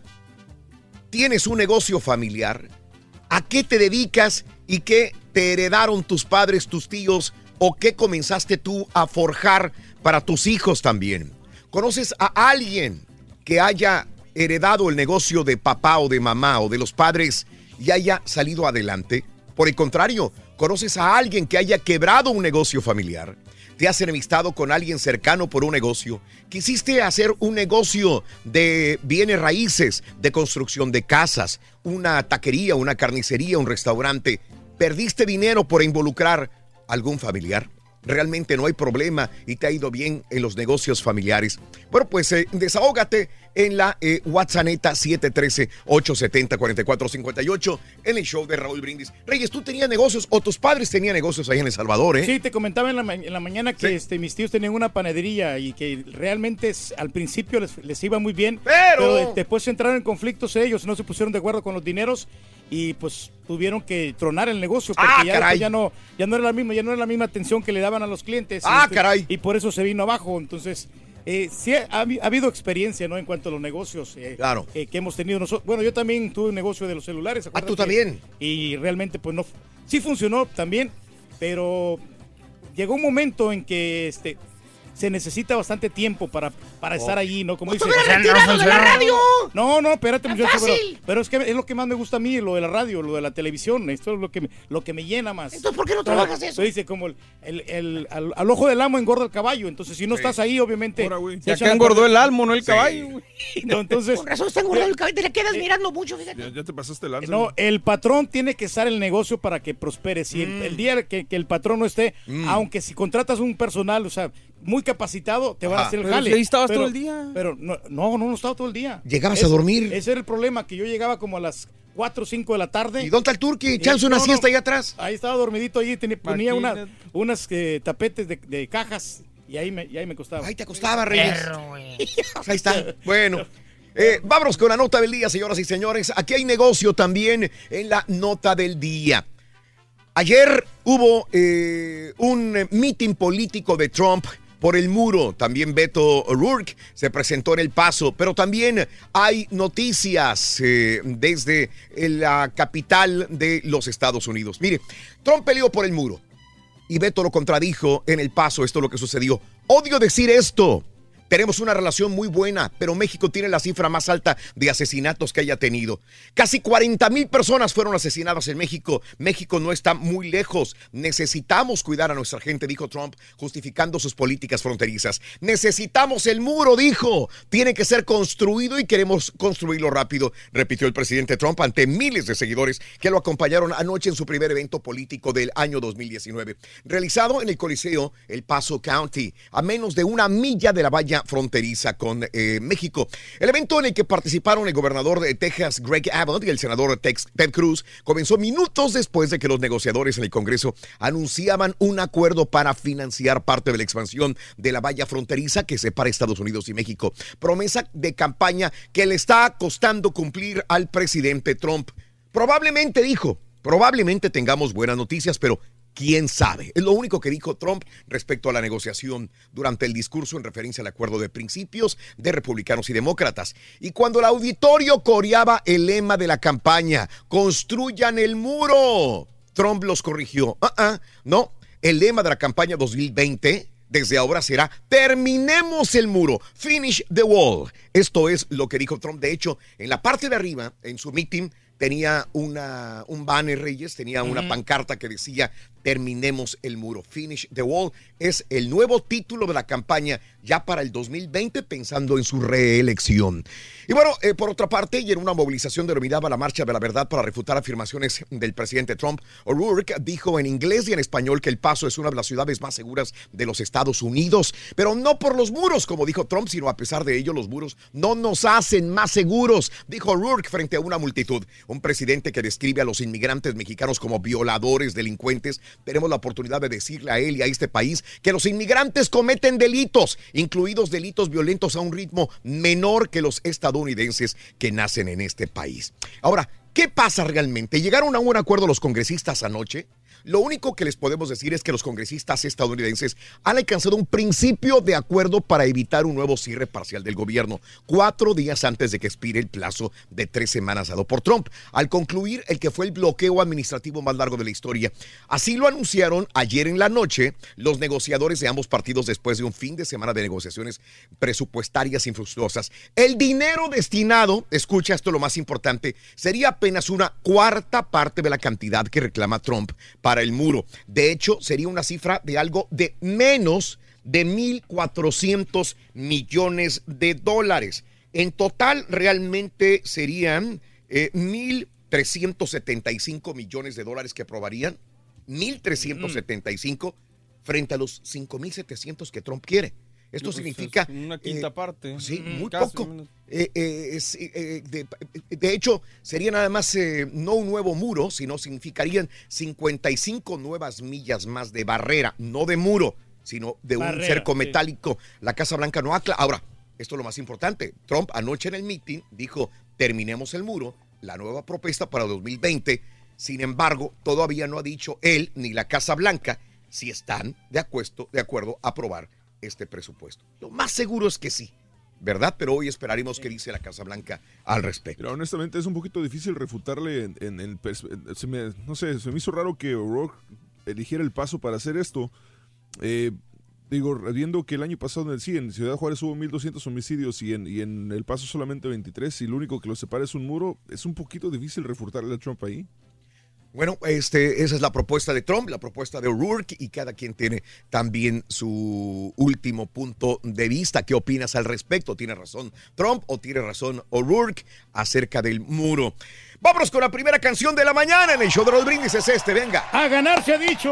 ¿Tienes un negocio familiar? ¿A qué te dedicas y qué te heredaron tus padres, tus tíos? ¿O qué comenzaste tú a forjar para tus hijos también? ¿Conoces a alguien que haya heredado el negocio de papá o de mamá o de los padres y haya salido adelante? Por el contrario, ¿conoces a alguien que haya quebrado un negocio familiar? ¿Te has enemistado con alguien cercano por un negocio? ¿Quisiste hacer un negocio de bienes raíces, de construcción de casas, una taquería, una carnicería, un restaurante? ¿Perdiste dinero por involucrar algún familiar? Realmente no hay problema y te ha ido bien en los negocios familiares. Bueno, pues eh, desahógate en la eh, WhatsApp siete uno tres, ocho siete cero, cuatro cuatro cinco ocho en el show de Raúl Brindis. Reyes, ¿tú tenías negocios o tus padres tenían negocios ahí en El Salvador, eh? Sí, te comentaba en la, ma- en la mañana que Sí. este, mis tíos tenían una panadería y que realmente es- al principio les, les iba muy bien, Pero- eh, después entraron en conflictos ellos, no se pusieron de acuerdo con los dineros y pues tuvieron que tronar el negocio porque Ah, ya, caray. después ya no ya no era la misma ya no era la misma atención que le daban a los clientes. Ah, y, caray. Y por eso se vino abajo. Entonces eh, sí ha, ha habido experiencia, ¿no? En cuanto a los negocios eh, Claro. eh, que hemos tenido nosotros. Bueno, yo también tuve un negocio de los celulares. Ah, ¿tú acuérdate, también? Y realmente pues no sí funcionó también, pero llegó un momento en que este se necesita bastante tiempo para, para estar allí, ¿no? Como ¡Pues dice, te hubieras retirado de la radio! No, no, espérate, ¡Tan muchacho, pero, fácil! pero es que es lo que más me gusta a mí, lo de la radio, lo de la televisión, esto es lo que me, lo que me llena más. Entonces, ¿por qué no trabajas eso? Se dice como el, el, el- al, al ojo del amo engorda el caballo, entonces si no Sí. estás ahí, obviamente... Ahora, güey. se Ya echan que a engordó perder. el almo, no el Sí. caballo, güey. No, entonces, Con razón está engordado el cabello, te le quedas mirando mucho, fíjate. Ya, ya te pasaste lanza. no, el patrón tiene que estar en el negocio para que prospere. Si el, el día que, que el patrón no esté, Mm. aunque si contratas un personal, o sea, muy capacitado, te van a Ajá. hacer el Pero jale. si ahí estabas Pero- todo el día. Pero no, no, no, no estaba todo el día. ¿Llegabas Es- a dormir? Ese era el problema, que yo llegaba como a las cuatro o cinco de la tarde. ¿Y dónde está el Turqui? Eh, ¿Echándose una no, no. siesta ahí atrás? Ahí estaba dormidito, ahí tenía- ponía una, Imagínate. unas eh, tapetes de, de cajas y ahí me, y ahí me costaba. Ahí te acostaba, Reyes. Pues ahí está. Bueno. Eh, vámonos con la nota del día, señoras y señores. Aquí hay negocio también en la nota del día. Ayer hubo eh, un eh, meeting político de Trump por el muro. También Beto O'Rourke se presentó en El Paso, pero también hay noticias eh, desde la capital de los Estados Unidos. Mire, Trump peleó por el muro y Beto lo contradijo en El Paso. Esto es lo que sucedió. Odio decir esto. Tenemos una relación muy buena, pero México tiene la cifra más alta de asesinatos que haya tenido. Casi cuarenta mil personas fueron asesinadas en México. México no está muy lejos. Necesitamos cuidar a nuestra gente, dijo Trump, justificando sus políticas fronterizas. Necesitamos el muro, dijo. Tiene que ser construido y queremos construirlo rápido, repitió el presidente Trump ante miles de seguidores que lo acompañaron anoche en su primer evento político del año dos mil diecinueve, realizado en el Coliseo El Paso County, a menos de una milla de la valla valla fronteriza con eh, México. El evento en el que participaron el gobernador de Texas, Greg Abbott, y el senador Tex, Ted Cruz, comenzó minutos después de que los negociadores en el Congreso anunciaban un acuerdo para financiar parte de la expansión de la valla fronteriza que separa Estados Unidos y México. Promesa de campaña que le está costando cumplir al presidente Trump. Probablemente dijo, probablemente tengamos buenas noticias, pero ¿quién sabe? Es lo único que dijo Trump respecto a la negociación durante el discurso en referencia al acuerdo de principios de republicanos y demócratas. Y cuando el auditorio coreaba el lema de la campaña, construyan el muro, Trump los corrigió. Uh-uh, no, el lema de la campaña dos mil veinte desde ahora será terminemos el muro, finish the wall. Esto es lo que dijo Trump. De hecho, en la parte de arriba, en su meeting, tenía una, un banner, Reyes, tenía una uh-huh. pancarta que decía terminemos el muro, finish the wall. Es el nuevo título de la campaña ya para el dos mil veinte, pensando en su reelección. Y bueno, eh, por otra parte, y en una movilización denominada la Marcha de la Verdad para refutar afirmaciones del presidente Trump, O'Rourke dijo en inglés y en español que El Paso es una de las ciudades más seguras de los Estados Unidos, pero no por los muros, como dijo Trump, sino a pesar de ello, los muros no nos hacen más seguros, dijo O'Rourke frente a una multitud. Un presidente que describe a los inmigrantes mexicanos como violadores, delincuentes. Tenemos la oportunidad de decirle a él y a este país que los inmigrantes cometen delitos, incluidos delitos violentos a un ritmo menor que los estadounidenses que nacen en este país. Ahora, ¿qué pasa realmente? ¿Llegaron a un acuerdo los congresistas anoche? Lo único que les podemos decir es que los congresistas estadounidenses han alcanzado un principio de acuerdo para evitar un nuevo cierre parcial del gobierno, cuatro días antes de que expire el plazo de tres semanas dado por Trump, al concluir el que fue el bloqueo administrativo más largo de la historia. Así lo anunciaron ayer en la noche los negociadores de ambos partidos después de un fin de semana de negociaciones presupuestarias infructuosas. El dinero destinado, escucha esto lo más importante, sería apenas una cuarta parte de la cantidad que reclama Trump para el muro. De hecho, sería una cifra de algo de menos de mil cuatrocientos millones de dólares. En total, realmente serían eh, mil trescientos setenta y cinco millones de dólares que aprobarían. mil trescientos setenta y cinco frente a los cinco mil setecientos que Trump quiere. Esto pues significa... Una quinta eh, parte. Sí, mm, muy casi, poco. Eh, eh, es, eh, de, de hecho, sería nada más eh, no un nuevo muro, sino significarían cincuenta y cinco nuevas millas más de barrera, no de muro, sino de barrera, un cerco sí. metálico. La Casa Blanca no aclara. Ahora, esto es lo más importante. Trump anoche en el meeting dijo, terminemos el muro, la nueva propuesta para dos mil veinte. Sin embargo, todavía no ha dicho él ni la Casa Blanca si están de acuerdo, de acuerdo a aprobar este presupuesto. Lo más seguro es que sí, ¿verdad? Pero hoy esperaremos qué dice la Casa Blanca al respecto. Pero honestamente es un poquito difícil refutarle en, en el... Se me, no sé, se me hizo raro que O'Rourke eligiera El Paso para hacer esto. Eh, digo, viendo que el año pasado en, sí, en Ciudad Juárez hubo mil doscientos homicidios y en, y en El Paso solamente veintitrés, y lo único que los separa es un muro, es un poquito difícil refutarle a Trump ahí. Bueno, este, esa es la propuesta de Trump, la propuesta de O'Rourke, y cada quien tiene también su último punto de vista. ¿Qué opinas al respecto? ¿Tiene razón Trump o tiene razón O'Rourke acerca del muro? Vámonos con la primera canción de la mañana en el show de Raúl Brindis. Es este, venga. ¡A ganar se ha dicho!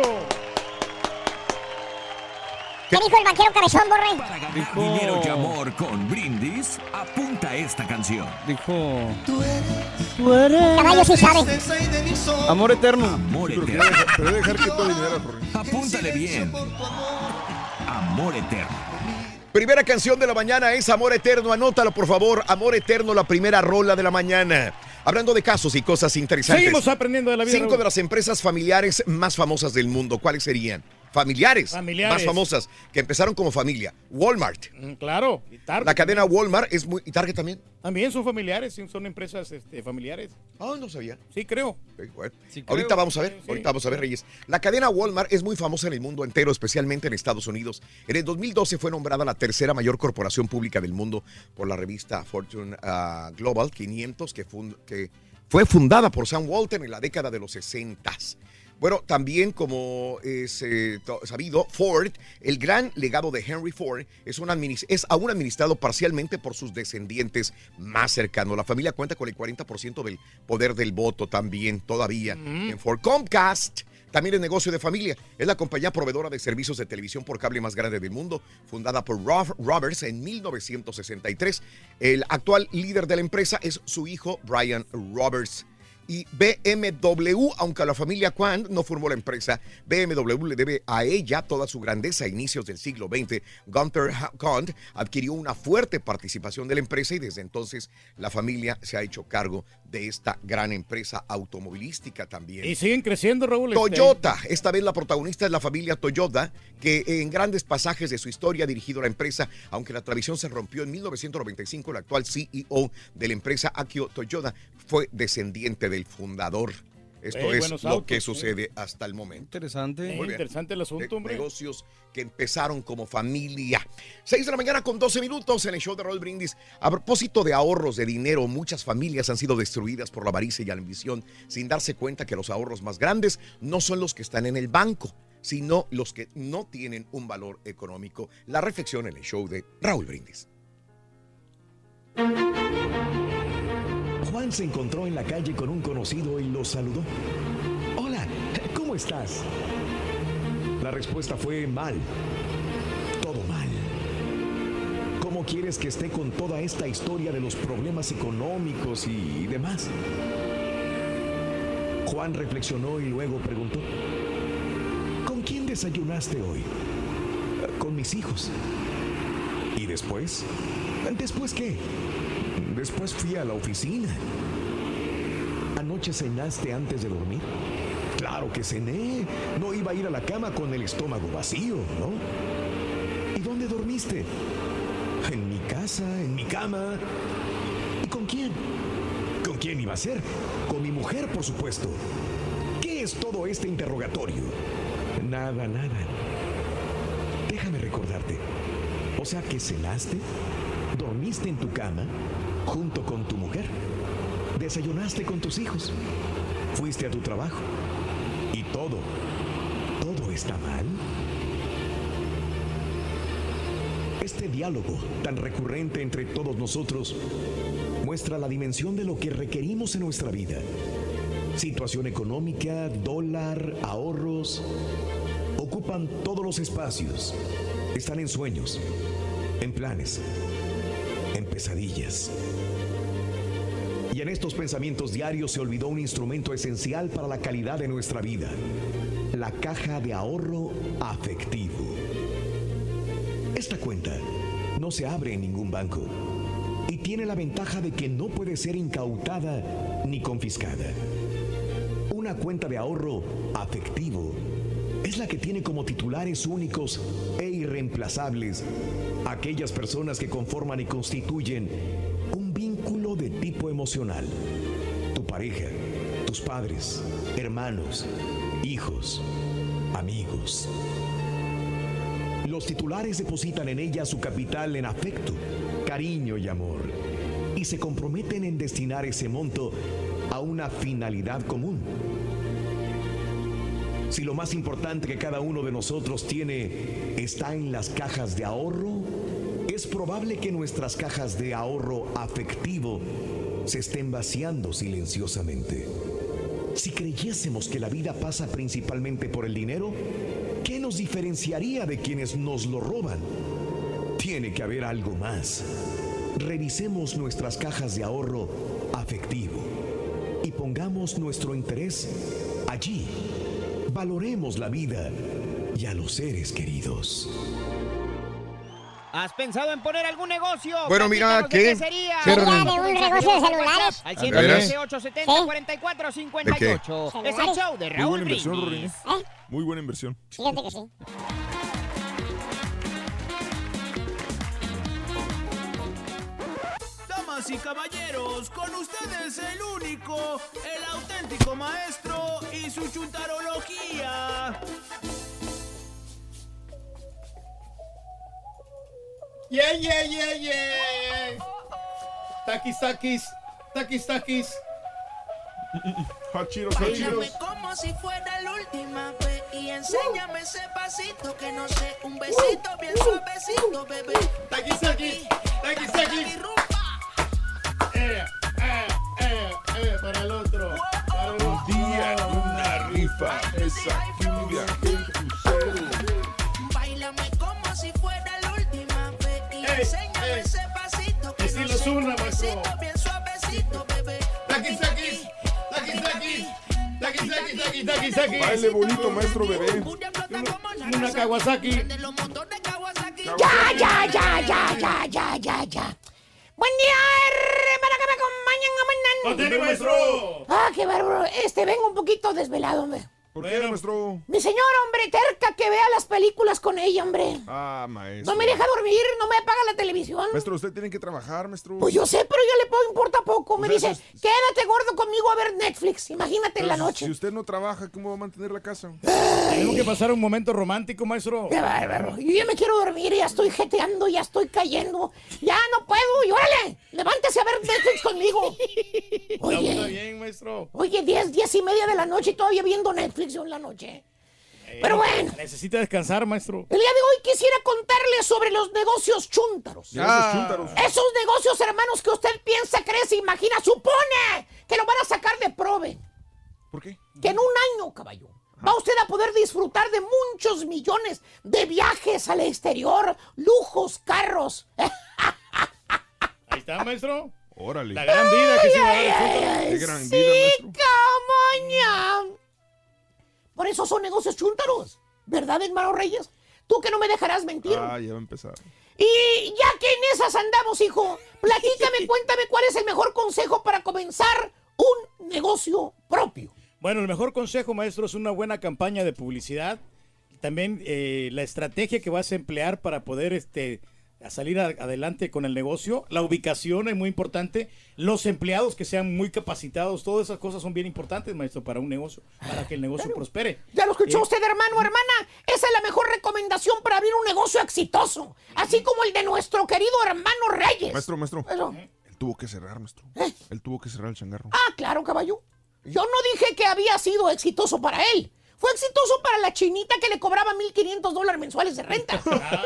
¿Qué dijo el banquero cabezón, Borre? Para ganar Dijo... dinero y amor con Brindis, apunta esta canción. Dijo... Tú eres... Caballo sí sabe. Amor eterno. Amor Pero eterno. Pero dejar que todo dinero, Apúntale bien. Amor eterno. Primera canción de la mañana es Amor Eterno. Anótalo, por favor. Amor Eterno, la primera rola de la mañana. Hablando de casos y cosas interesantes. Seguimos aprendiendo de la vida. Cinco Raúl. de las empresas familiares más famosas del mundo. ¿Cuáles serían? Familiares, familiares, más famosas, que empezaron como familia. Walmart. Mm, claro. Y Target. La cadena Walmart es muy... ¿Y Target también? También son familiares, son empresas este, familiares. Ah, oh, no sabía. Sí, creo. Okay, bueno. sí, ahorita creo. vamos a ver, sí. ahorita vamos a ver, Reyes. La cadena Walmart es muy famosa en el mundo entero, especialmente en Estados Unidos. En el dos mil doce fue nombrada la tercera mayor corporación pública del mundo por la revista Fortune uh, Global quinientos, que, fund, que fue fundada por Sam Walton en la década de los sesentas. Bueno, también como es eh, sabido, Ford, el gran legado de Henry Ford, es, un administ- es aún administrado parcialmente por sus descendientes más cercanos. La familia cuenta con el cuarenta por ciento del poder del voto también todavía mm. en Ford. Comcast También es negocio de familia. Es la compañía proveedora de servicios de televisión por cable más grande del mundo, fundada por Rob Roberts en mil novecientos sesenta y tres. El actual líder de la empresa es su hijo, Brian Roberts. Y B M W, aunque la familia Quandt no formó la empresa, B M W le debe a ella toda su grandeza. A inicios del siglo veinte, Gunther Quandt adquirió una fuerte participación de la empresa y desde entonces la familia se ha hecho cargo de esta gran empresa automovilística también. Y siguen creciendo, Raúl. Toyota, esta vez la protagonista es la familia Toyota, que en grandes pasajes de su historia ha dirigido la empresa, aunque la tradición se rompió en mil novecientos noventa y cinco, el actual C E O de la empresa, Akio Toyoda, fue descendiente del fundador. Esto Eh, es buenos lo autos, que eh. sucede hasta el momento. Interesante. Muy bien. Interesante el asunto, De- hombre. Negocios que empezaron como familia. seis de la mañana con doce minutos en el show de Raúl Brindis. A propósito de ahorros de dinero, muchas familias han sido destruidas por la avaricia y la ambición sin darse cuenta que los ahorros más grandes no son los que están en el banco, sino los que no tienen un valor económico. La reflexión en el show de Raúl Brindis. Juan se encontró en la calle con un conocido y lo saludó. Hola, ¿cómo estás? La respuesta fue mal. Todo mal. ¿Cómo quieres que esté con toda esta historia de los problemas económicos y demás? Juan reflexionó y luego preguntó: ¿con quién desayunaste hoy? Con mis hijos. ¿Y después? ¿Después qué? Después fui a la oficina. ¿Anoche cenaste antes de dormir? Claro que cené. No iba a ir a la cama con el estómago vacío, ¿no? ¿Y dónde dormiste? En mi casa, en mi cama. ¿Y con quién? ¿Con quién iba a ser? Con mi mujer, por supuesto. ¿Qué es todo este interrogatorio? Nada, nada. Déjame recordarte. O sea que cenaste, dormiste en tu cama, junto con tu mujer, desayunaste con tus hijos, fuiste a tu trabajo y todo, todo está mal. Este diálogo tan recurrente entre todos nosotros muestra la dimensión de lo que requerimos en nuestra vida. Situación económica, dólar, ahorros, ocupan todos los espacios, están en sueños, en planes, en pesadillas. Y en estos pensamientos diarios se olvidó un instrumento esencial para la calidad de nuestra vida: la caja de ahorro afectivo. Esta cuenta no se abre en ningún banco y tiene la ventaja de que no puede ser incautada ni confiscada. Una cuenta de ahorro afectivo es la que tiene como titulares únicos e irreemplazables aquellas personas que conforman y constituyen un vínculo de tipo emocional: tu pareja, tus padres, hermanos, hijos, amigos. Los titulares depositan en ella su capital en afecto, cariño y amor, y se comprometen en destinar ese monto a una finalidad común. Si lo más importante que cada uno de nosotros tiene está en las cajas de ahorro, es probable que nuestras cajas de ahorro afectivo se estén vaciando silenciosamente. Si creyésemos que la vida pasa principalmente por el dinero, ¿qué nos diferenciaría de quienes nos lo roban? Tiene que haber algo más. Revisemos nuestras cajas de ahorro afectivo y pongamos nuestro interés allí. Valoremos la vida y a los seres queridos. ¿Has pensado en poner algún negocio? Bueno, mira, Platícanos ¿qué? de ¿Qué sería? ¿Qué, René? Sería de un negocio de celulares. Al ¿De siete uno veras? tres, ocho siete cero, cuatro cuatro cinco ocho. ¿De qué? Es el show de Muy Raúl buena inversión, Brindis. Rory. Muy buena inversión. Fíjate que sí. Damas y caballeros, con ustedes el único, el auténtico maestro y su chuntarología. Yeah, yeah, yeah, yeah. Takis, takis, takis, takis. Hot Cheetos, Hot Báilame Cheetos. como si fuera la última vez y enséñame ese pasito que no sé, un besito bien suavecito, bebé. Takis, takis, takis, takis. Eh, eh, eh, eh, para el otro. Para el Un día, una rifa. Esa. Despacito, bien suavecito, bebé. Taqui, taqui, taqui, taqui. Taqui, taqui, taqui, taqui, taqui. Baile bonito, maestro bebé. Una Kawasaki. Ya, ya, ya, ya, ya, ya, ya, ya. Buen día, hermana, que me acompañan a mañana. ¡Continúe, maestro! Ah, qué bárbaro. Este, vengo un poquito desvelado, hombre. ¿Por qué, maestro? Mi señora, hombre, terca que vea las películas con ella, hombre. Ah, maestro. No me deja dormir, no me apaga la televisión. Maestro, usted tiene que trabajar, maestro. Pues yo sé, pero yo le puedo, importa poco. Me O sea, dice, si- quédate gordo conmigo a ver Netflix. Imagínate en la Pero noche. Si usted no trabaja, ¿cómo va a mantener la casa? Tenemos que pasar un momento romántico, maestro. Qué bárbaro. Yo ya me quiero dormir, ya estoy jeteando, ya estoy cayendo. Ya no puedo, y órale, levántese a ver Netflix conmigo. Oye. Está Oye, bien, maestro. oye, diez, diez y media de la noche y todavía viendo Netflix yo en la noche. Pero bueno. Necesita descansar, maestro. El día de hoy quisiera contarles sobre los negocios chúntaros. Negocios chúntaros. Esos negocios, hermanos, que usted piensa, cree, se imagina, supone que lo van a sacar de prove. ¿Por qué? Que en un año, caballo, va usted a poder disfrutar de muchos millones de viajes al exterior, lujos, carros. Ahí está, maestro. Órale. La gran vida que se va a dar el Ay, chúntaro. ay, Qué gran sí, vida, maestro. camaña. Por eso son negocios chúntaros, ¿verdad, hermano Reyes? Tú que no me dejarás mentir. Ah, ya va a empezar. Y ya que en esas andamos, hijo, platícame, cuéntame cuál es el mejor consejo para comenzar un negocio propio. Bueno, el mejor consejo, maestro, es una buena campaña de publicidad. También eh, la estrategia que vas a emplear para poder este, a salir a- adelante con el negocio. La ubicación es muy importante. Los empleados que sean muy capacitados. Todas esas cosas son bien importantes, maestro, para un negocio, para que el negocio prospere. Ya lo escuchó Eh, usted, hermano, hermana. Esa es la mejor recomendación para abrir un negocio exitoso. Así como el de nuestro querido hermano Reyes. Maestro, maestro. Eso. Él tuvo que cerrar, maestro. Él tuvo que cerrar el changarro. Ah, claro, caballo. Yo no dije que había sido exitoso para él. Fue exitoso para la chinita que le cobraba mil quinientos dólares mensuales de renta.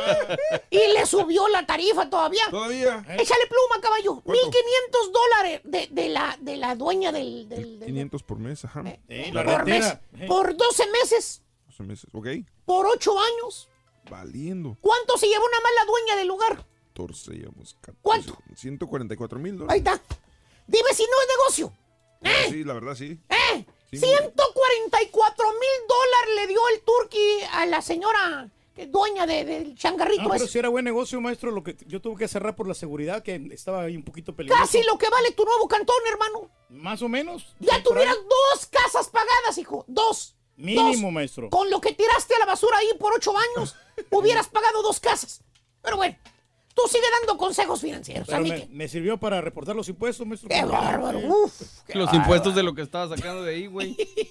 Y le subió la tarifa todavía. ¿Todavía? Échale pluma, caballo. ¿Cuánto? mil quinientos dólares de, de, la, de la dueña del... del- del- quinientos por mes, ajá. Eh, la por, mes, rentera. Eh. por doce meses, doce meses, ok. por ocho años. Valiendo. ¿Cuánto se llevó una mala dueña del lugar? catorce, digamos. catorce, ¿Cuánto? ciento cuarenta y cuatro mil Ahí dólares. está. Dime si no es negocio. Sí, la verdad, sí. ¿Eh? Sí, ciento cuarenta y cuatro mil dólares le dio el turqui a la señora que dueña de- del changarrito No, pero ese. si era buen negocio, maestro, lo que yo tuve que cerrar por la seguridad, que estaba ahí un poquito peligroso. Casi lo que vale tu nuevo cantón, hermano. Más o menos. Ya Sí, por ahí. tuvieras dos casas pagadas, hijo. Dos. Mínimo, Dos. maestro. Con lo que tiraste a la basura ahí por ocho años, hubieras pagado dos casas. Pero bueno, tú sigue dando consejos financieros. Pero a mí me, que- me sirvió para reportar los impuestos, maestro. ¡Qué bárbaro! Uf, qué Los bárbaro. impuestos de lo que estaba sacando de ahí, güey.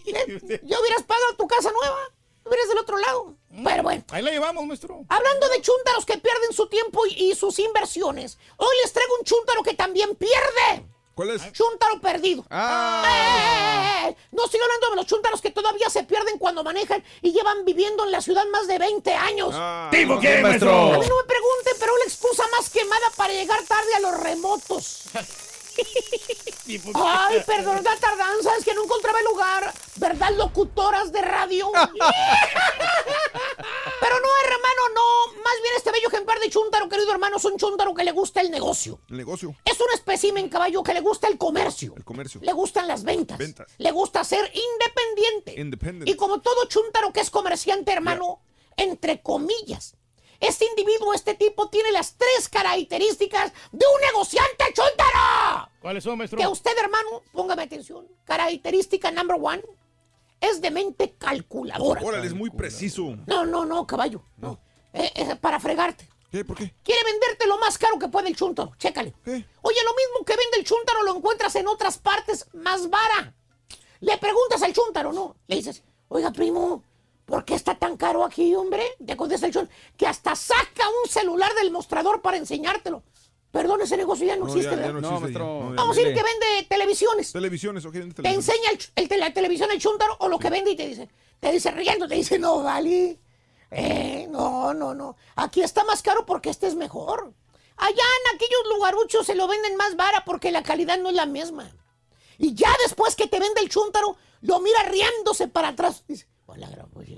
Ya hubieras pagado tu casa nueva. Hubieras del otro lado. Pero bueno. Ahí la llevamos, maestro. Hablando de chúntaros que pierden su tiempo y, y sus inversiones, hoy les traigo un chúntaro que también pierde. ¿Cuál es? Chúntaro perdido. Ah. ¡Eh! No estoy hablando de los chúntaros que todavía se pierden cuando manejan y llevan viviendo en la ciudad más de veinte años. Ah, ¿Tipo no, qué, no, maestro? A mí no me pregunten, pero la excusa más quemada para llegar tarde a los remotos. Ay, perdón la tardanza, es que no encontraba el lugar. ¿Verdad, locutoras de radio? Pero no, hermano, no. Más bien este bello ejemplar de chúntaro, querido hermano, es un chúntaro que le gusta el negocio. El negocio, Es un espécimen, caballo, que le gusta el comercio. el comercio. Le gustan las ventas. Ventas. Le gusta ser independiente. Independent. Y como todo chúntaro que es comerciante, hermano, entre comillas, este individuo, este tipo, tiene las tres características de un negociante chúntaro. ¿Cuáles son, maestro? Que usted, hermano, póngame atención. Característica number one, es de mente calculadora. Órale, es muy preciso. No, no, no, caballo. No. Eh, eh, para fregarte. ¿Qué? ¿Por qué? Quiere venderte lo más caro que puede el chúntaro. Chécale. ¿Qué? Oye, lo mismo que vende el chúntaro lo encuentras en otras partes más vara. Le preguntas al chúntaro, ¿no? Le dices, oiga, primo, ¿por qué está tan caro aquí, hombre? Te contesta el chúntaro, que hasta saca un celular del mostrador para enseñártelo. Perdón, ese negocio ya no, No, existe. ya, ya ¿verdad? no No, existe. ya. maestro. No, ya Vamos no. a decir que vende televisiones. Televisiones, ¿o qué? Te Televisiones. enseña el, ch- el te- la televisión el chúntaro o lo que vende y te dice, te dice riendo, te dice, no, vale. Eh, no, no, no. Aquí está más caro porque este es mejor. Allá en aquellos lugaruchos se lo venden más vara porque la calidad no es la misma. Y ya después que te vende el chúntaro, lo mira riéndose para atrás. Dice, hola, gran, pues,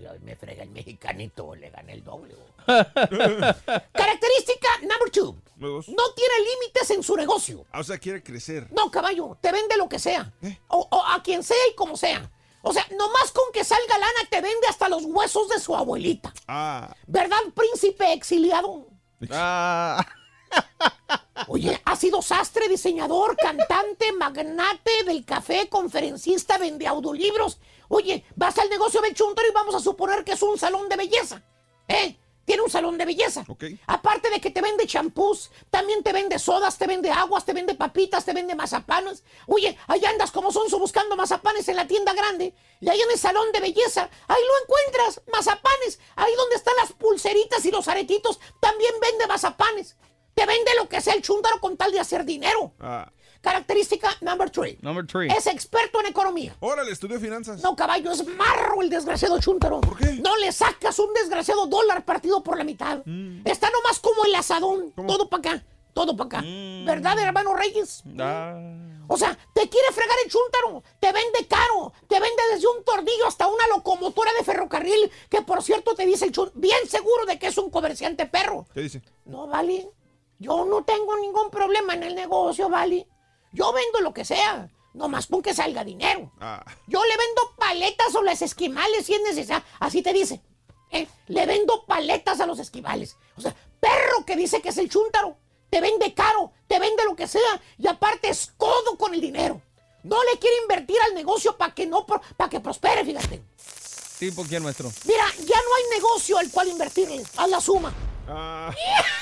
me frega el mexicanito, le gané el doble. Característica number two. No tiene límites en su negocio. Ah, o sea, quiere crecer. No, caballo, te vende lo que sea. ¿Eh? O, o a quien sea y como sea. O sea, nomás con que salga lana te vende hasta los huesos de su abuelita. Ah. ¿Verdad, príncipe exiliado? Ah. Oye, ha sido sastre, diseñador, cantante, magnate del café, conferencista, vende audiolibros. Oye, vas al negocio del Chuntaro y vamos a suponer que es un salón de belleza. ¿Eh? Tiene un salón de belleza. Okay. Aparte de que te vende champús, también te vende sodas, te vende aguas, te vende papitas, te vende mazapanes. Oye, allá andas como sonso buscando mazapanes en la tienda grande. Y ahí en el salón de belleza, ahí lo encuentras, mazapanes. Ahí donde están las pulseritas y los aretitos, también vende mazapanes. Te vende lo que sea el Chuntaro con tal de hacer dinero. Ah. Característica number three. Number three. Es experto en economía. Órale, estudió finanzas. No, caballo, es marro el desgraciado Chuntaro. ¿Por qué? No le sacas un desgraciado dólar partido por la mitad. Mm. Está nomás como el asadón. ¿Cómo? Todo para acá, todo para acá. Mm. ¿Verdad, hermano Reyes? Ah. O sea, te quiere fregar el Chuntaro. Te vende caro. Te vende desde un tornillo hasta una locomotora de ferrocarril. Que por cierto te dice el Chuntaro, bien seguro de que es un comerciante perro. ¿Qué dice? No, vale. Yo no tengo ningún problema en el negocio, vale. Yo vendo lo que sea, nomás con que salga dinero. Ah. Yo le vendo paletas o las esquimales si es necesario. Así te dice. ¿Eh? Le vendo paletas a los esquimales. O sea, perro que dice que es el Chuntaro. Te vende caro, te vende lo que sea. Y aparte es codo con el dinero. No le quiere invertir al negocio para que, no, para que prospere, fíjate. ¿Tipo quién, maestro? Mira, ya no hay negocio al cual invertirle. Haz la suma. Ah,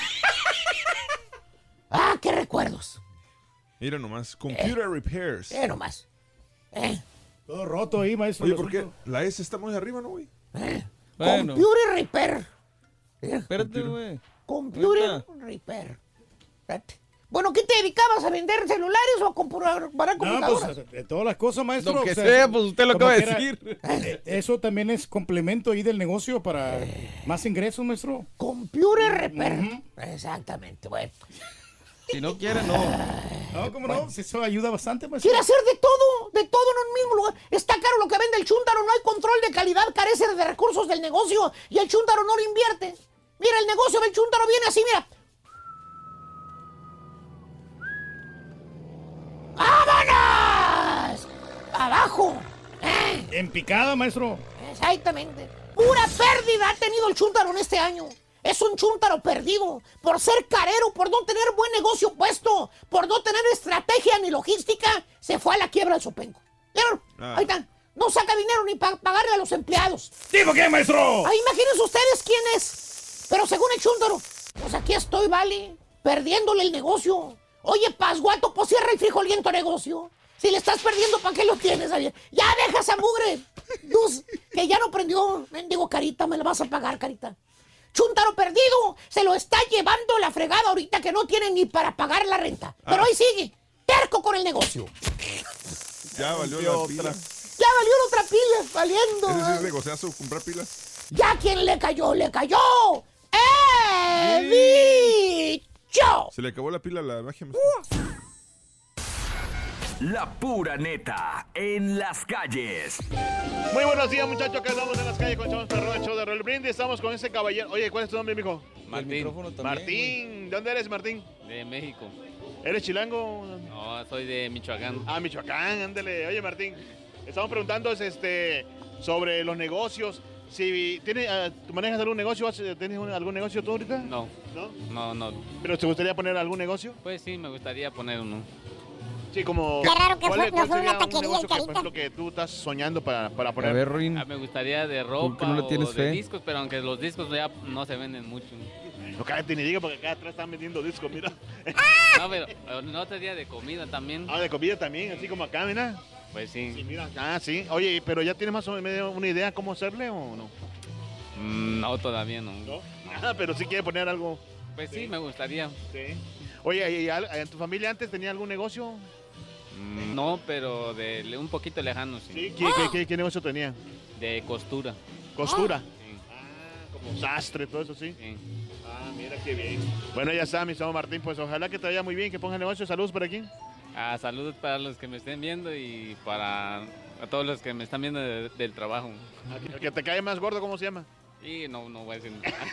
ah qué recuerdos. Mira nomás, Computer eh, Repairs. Mira nomás. Eh. Todo roto ahí, maestro. Oye, ¿por qué? La S está muy arriba, ¿no, güey? Eh. Bueno. Computer Repair. Espérate, güey. Computer Repair. Espérate. Bueno, ¿qué te dedicabas? ¿A vender celulares o a comprar computadoras? No, pues, de todas las cosas, maestro. Lo que o sea, sea, pues usted lo acaba de decir. Eh, eso también es complemento ahí del negocio para eh. más ingresos, maestro. Computer Repair. Uh-huh. Exactamente, bueno. Si no quiere, no. No, ¿cómo bueno. no? Eso ayuda bastante, maestro. Quiere hacer de todo, de todo en un mismo lugar. Está caro lo que vende el Chuntaro, no hay control de calidad, carece de recursos del negocio y el Chuntaro no lo invierte. Mira, el negocio del Chuntaro viene así, mira. ¡Vámonos! ¡Abajo! ¿Eh? En picada, maestro. Exactamente. Pura pérdida ha tenido el Chuntaro en este año. Es un Chuntaro perdido por ser carero, por no tener buen negocio puesto, por no tener estrategia ni logística. Se fue a la quiebra el Sopenco. ¿Vieron? Ah. Ahí está. No saca dinero ni para pagarle a los empleados. ¿Tipo qué, maestro? Ahí imagínense ustedes quién es. Pero según el Chuntaro, pues aquí estoy, vale, perdiéndole el negocio. Oye, Pasguato, pues cierra el frijoliento negocio. Si le estás perdiendo, ¿para qué lo tienes? Ya deja esa mugre luz que ya no prendió. Digo, Carita, me la vas a pagar, Carita. Chuntaro perdido, se lo está llevando la fregada ahorita que no tiene ni para pagar la renta. Pero ah. ahí sigue, terco con el negocio. Ya valió la otra. Pila. Ya valió la otra pila, valiendo. ¿Ese es negociazo, comprar pilas? Ya quien le cayó, le cayó. ¡Eh, bicho! Se le acabó la pila a la magia. Uh. La pura neta en las calles. Muy buenos días, muchachos. Acá estamos en las calles con Chavos Perro, el show de Raúl Brindis. Estamos con ese caballero. Oye, ¿cuál es tu nombre, mijo? Martín. También, Martín. ¿De dónde eres, Martín? De México. ¿Eres chilango? No, soy de Michoacán. Ah, Michoacán, ándale. Oye, Martín, estamos preguntando este, sobre los negocios. Si tienes, uh, ¿tú manejas algún negocio? ¿Tienes un, algún negocio tú ahorita? No. ¿No? No, no. ¿Pero te gustaría poner algún negocio? Pues sí, me gustaría poner uno. Sí, como... Qué raro que ¿cuál, fue, cuál no fue una taquería, un negocio que, Carita? por ejemplo, que tú estás soñando para, para poner? A ver, Ruin. Ah, me gustaría de ropa no le tienes o fe? de discos, pero aunque los discos ya no se venden mucho. No, cállate ni diga porque acá atrás están vendiendo discos, mira. No, pero no sería de comida también. Ah, de comida también, así como acá, mira. Pues sí. Sí, mira. Ah, sí. Oye, pero ¿ya tienes más o menos una idea cómo hacerle o no? Mm, no, todavía no. ¿No? Ah, pero sí quiere poner algo. Pues sí, sí me gustaría. Sí. Oye, ¿y en tu familia antes tenía algún negocio? Mm, no, pero de un poquito lejano, sí. ¿Sí? ¿Qué, ¡ah! qué, qué, qué negocio tenía? De costura. ¿Costura? Sí. Ah, como sastre, todo eso, ¿sí? Sí. Ah, mira qué bien. Bueno, ya está, mi señor Martín, pues ojalá que te vaya muy bien, que pongas negocio. Saludos por aquí. Ah, saludos para los que me estén viendo y para a todos los que me están viendo de- del trabajo. El que te cae más gordo, ¿cómo se llama? Y no, no voy a decir.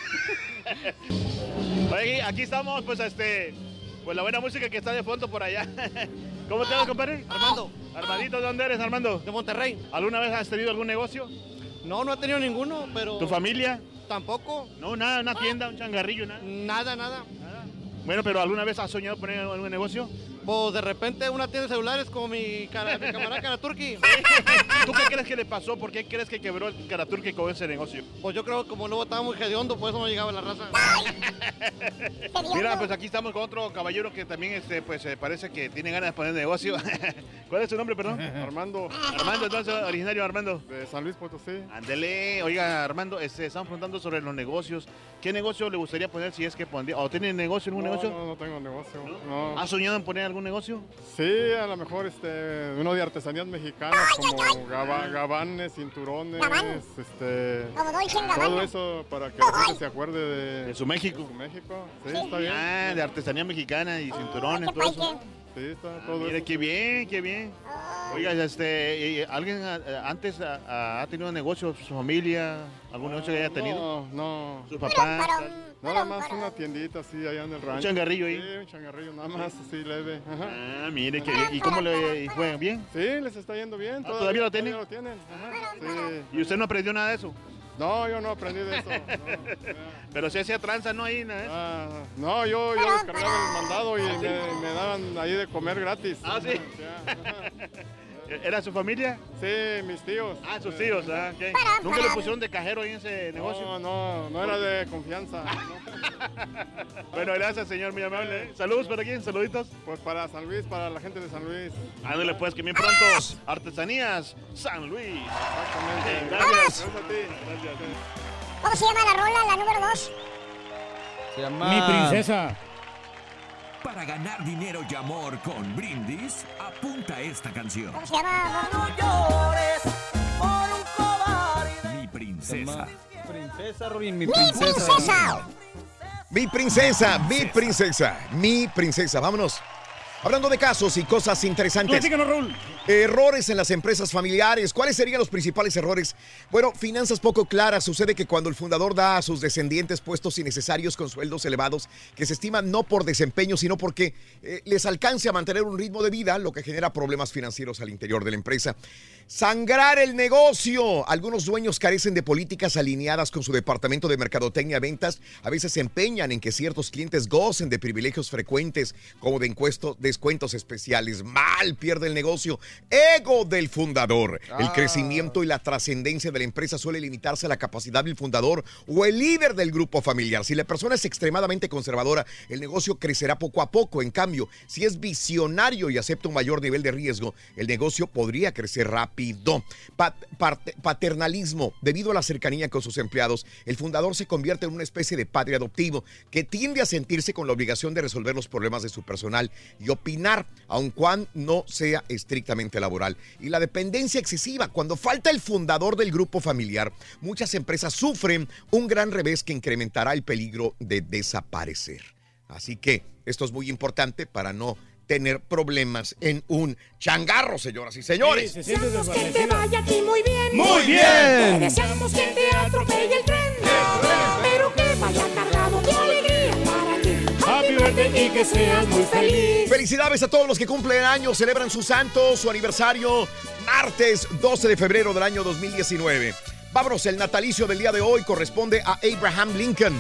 Oye, aquí estamos, pues, este, pues la buena música que está de fondo por allá. ¿Cómo te llamas, compadre? Armando. Armandito, ¿de dónde eres, Armando? De Monterrey. ¿Alguna vez has tenido algún negocio? No, no he tenido ninguno, pero... ¿Tu familia? Tampoco. No, nada, una tienda, un changarrillo, nada. Nada, nada. Bueno, pero ¿alguna vez has soñado poner algún negocio? Pues de repente una tienda de celulares como mi, cara, mi camarada Karaturki. ¿Tú qué crees que le pasó? ¿Por qué crees que quebró el Karaturki con ese negocio? Pues yo creo que como luego estaba muy hediondo, por eso no llegaba la raza. Mira, pues aquí estamos con otro caballero que también este, pues, eh, parece que tiene ganas de poner negocio. ¿Cuál es su nombre, perdón? Armando. Armando, entonces, originario Armando. De San Luis Potosí. Ándele, oiga, Armando, este, estamos preguntando sobre los negocios. ¿Qué negocio le gustaría poner si es que pondría? ¿O tiene negocio en un No, negocio? no, no tengo negocio. No. ¿Has soñado en poner algún negocio? Sí, a lo mejor este, uno de artesanías mexicanas como gaba- gabanes, cinturones, este, Como Dolce and todo Gabbana. eso para que la gente se acuerde de, De su México. de su México. Sí, está bien. Ah, de artesanía mexicana y cinturones, todo eso. Sí, está todo Mire, eso. qué bien, qué bien. Oiga, este, eh, ¿alguien ah, antes ah, ah, ha tenido negocio, su familia, algún negocio que haya tenido? No, no. ¿Su papá? Nada más una tiendita así allá en el rancho. changarrillo ahí. Sí, un changarrillo, nada más así leve. Ajá. Ah, mire, qué bien. ¿Y cómo le fue? ¿Bien? Sí, les está yendo bien. Ah, ¿todavía lo tienen? Todavía lo tienen. Ajá. Sí. ¿Y usted no aprendió nada de eso? No, yo no aprendí de eso. Pero se hacía tranza, ¿no? Ahí, ¿no? Ah, no, yo, yo descargaba el mandado y me, me daban ahí de comer gratis. Ah, sí. ¿Era su familia? Sí, mis tíos. Ah, sus tíos, ah, ok. ¿Nunca le pusieron de cajero ahí en ese negocio? No, no, no era de confianza. Bueno, gracias, señor, muy amable. ¿eh? Saludos para quién, saluditos. Pues para San Luis, para la gente de San Luis. Ándale, pues, que bien pronto. Artesanías San Luis. Exactamente. Gracias. Gracias a ti. Gracias. ¿Cómo se llama la rola, la número dos? Se llama... Mi princesa. Para ganar dinero y amor con Brindis, apunta esta canción. ¿Cómo se llama? No llores por un cobarde. Mi princesa. Princesa, Robin, mi ¡Mi princesa. princesa! Mi princesa, mi princesa, mi princesa. Vámonos. Hablando de casos y cosas interesantes. Platícanos, Raúl. Errores en las empresas familiares. ¿Cuáles serían los principales errores? Bueno, finanzas poco claras. Sucede que cuando el fundador da a sus descendientes puestos innecesarios con sueldos elevados que se estiman no por desempeño, sino porque eh, les alcance a mantener un ritmo de vida, lo que genera problemas financieros al interior de la empresa. Sangrar el negocio. Algunos dueños carecen de políticas alineadas con su departamento de mercadotecnia y ventas. A veces se empeñan en que ciertos clientes gocen de privilegios frecuentes, como de encuestos, descuentos especiales. Mal pierde el negocio. Ego del fundador. El crecimiento y la trascendencia de la empresa suele limitarse a la capacidad del fundador o el líder del grupo familiar. Si la persona es extremadamente conservadora, el negocio crecerá poco a poco. En cambio, si es visionario y acepta un mayor nivel de riesgo, el negocio podría crecer rápido. Pa- parte- paternalismo. Debido a la cercanía con sus empleados, el fundador se convierte en una especie de padre adoptivo que tiende a sentirse con la obligación de resolver los problemas de su personal y opinar, aun cuando no sea estrictamente laboral. Y la dependencia excesiva. Cuando falta el fundador del grupo familiar, muchas empresas sufren un gran revés que incrementará el peligro de desaparecer. Así que esto es muy importante para no tener problemas en un changarro, señoras y señores. Sí, se siente Deseamos que te desvanecida. vaya aquí muy bien. Muy bien. Te deseamos que te atropelle el tren. Pero que vaya cargado de alegría para ti. Happy birthday y que seas muy feliz. Felicidades a todos los que cumplen años, celebran su santo, su aniversario, martes doce de febrero del año dos mil diecinueve. Vámonos, el natalicio del día de hoy corresponde a Abraham Lincoln.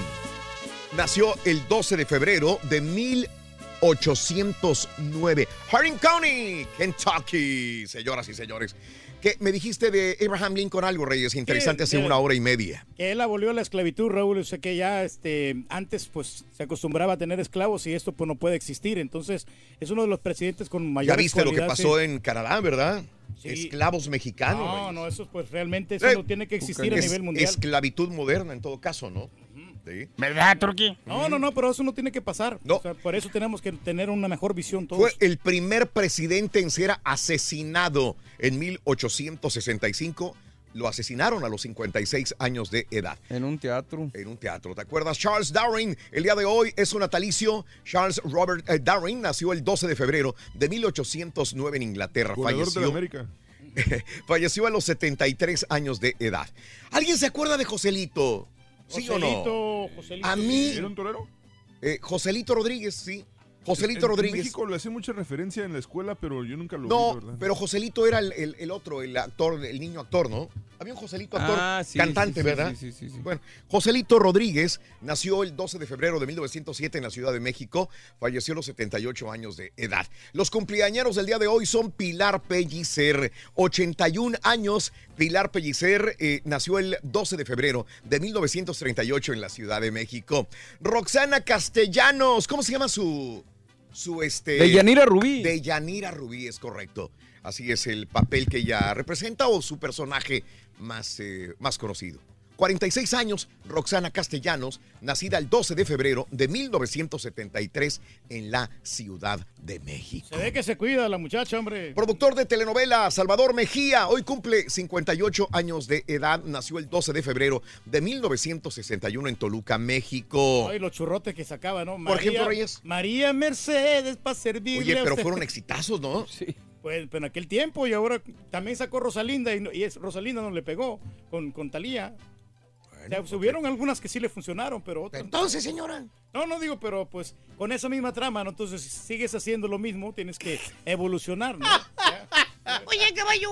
Nació el doce de febrero de mil ochocientos nueve. Harding County, Kentucky, señoras y señores. ¿Qué me dijiste de Abraham Lincoln algo, Reyes? Interesante, hace una hora y media. Que él abolió la esclavitud, Raúl. O sea que ya este, antes pues se acostumbraba a tener esclavos y esto pues no puede existir. Entonces es uno de los presidentes con mayor. Ya viste lo que pasó en Canadá, ¿verdad? Sí. Esclavos mexicanos. No, Reyes. no, eso pues realmente eso Eh, no tiene que existir a es nivel mundial. Esclavitud moderna en todo caso, ¿no? Sí. ¿Verdad, Turquí? No, no, no, pero eso no tiene que pasar. O sea, por eso tenemos que tener una mejor visión todos. Fue el primer presidente en ser asesinado en mil ochocientos sesenta y cinco. Lo asesinaron a los cincuenta y seis años de edad. En un teatro. En un teatro. ¿Te acuerdas? Charles Darwin, el día de hoy es su natalicio. Charles Robert eh, Darwin nació el doce de febrero de mil ochocientos nueve en Inglaterra. Goleador Falleció. de la América. Falleció a los setenta y tres años de edad. ¿Alguien se acuerda de Joselito? ¿Sí Joselito, o no? Joselito. A mí... ¿Era un torero? Eh, Joselito Rodríguez, sí. Joselito en, Rodríguez. En México le hacía mucha referencia en la escuela, pero yo nunca lo No, vi, ¿verdad? pero Joselito era el, el- el otro, el actor, el niño actor, ¿no? Había un Joselito actor, Ah, sí, cantante, sí, sí, ¿verdad? sí, sí, sí, sí. Bueno, Joselito Rodríguez nació el doce de febrero de mil novecientos siete en la Ciudad de México. Falleció a los setenta y ocho años de edad. Los cumpleañeros del día de hoy son Pilar Pellicer, ochenta y un años. Pilar Pellicer eh, nació el doce de febrero de mil novecientos treinta y ocho en la Ciudad de México. Roxana Castellanos, ¿cómo se llama su... Su este, Deyanira Rubí. Deyanira Rubí, es correcto. Así es el papel que ella representa o su personaje más, eh, más conocido. cuarenta y seis años, Roxana Castellanos, nacida el doce de febrero de mil novecientos setenta y tres en la Ciudad de México. Se ve que se cuida la muchacha, hombre. Productor de telenovela, Salvador Mejía, hoy cumple cincuenta y ocho años de edad, nació el doce de febrero de mil novecientos sesenta y uno en Toluca, México. Ay, los churrotes que sacaba, ¿no? Por ejemplo, Reyes. María Mercedes, para servirle Oye, a pero usted. fueron exitazos, ¿no? Sí. Pues, pero en aquel tiempo, y ahora también sacó Rosalinda, y, no- y es, Rosalinda no le pegó con, con Talía. O sea, subieron algunas que sí le funcionaron, pero otras... Entonces, señora. No, no digo, pero pues con esa misma trama, ¿no? Entonces, si sigues haciendo lo mismo, tienes que evolucionar, ¿no? Oye, caballo.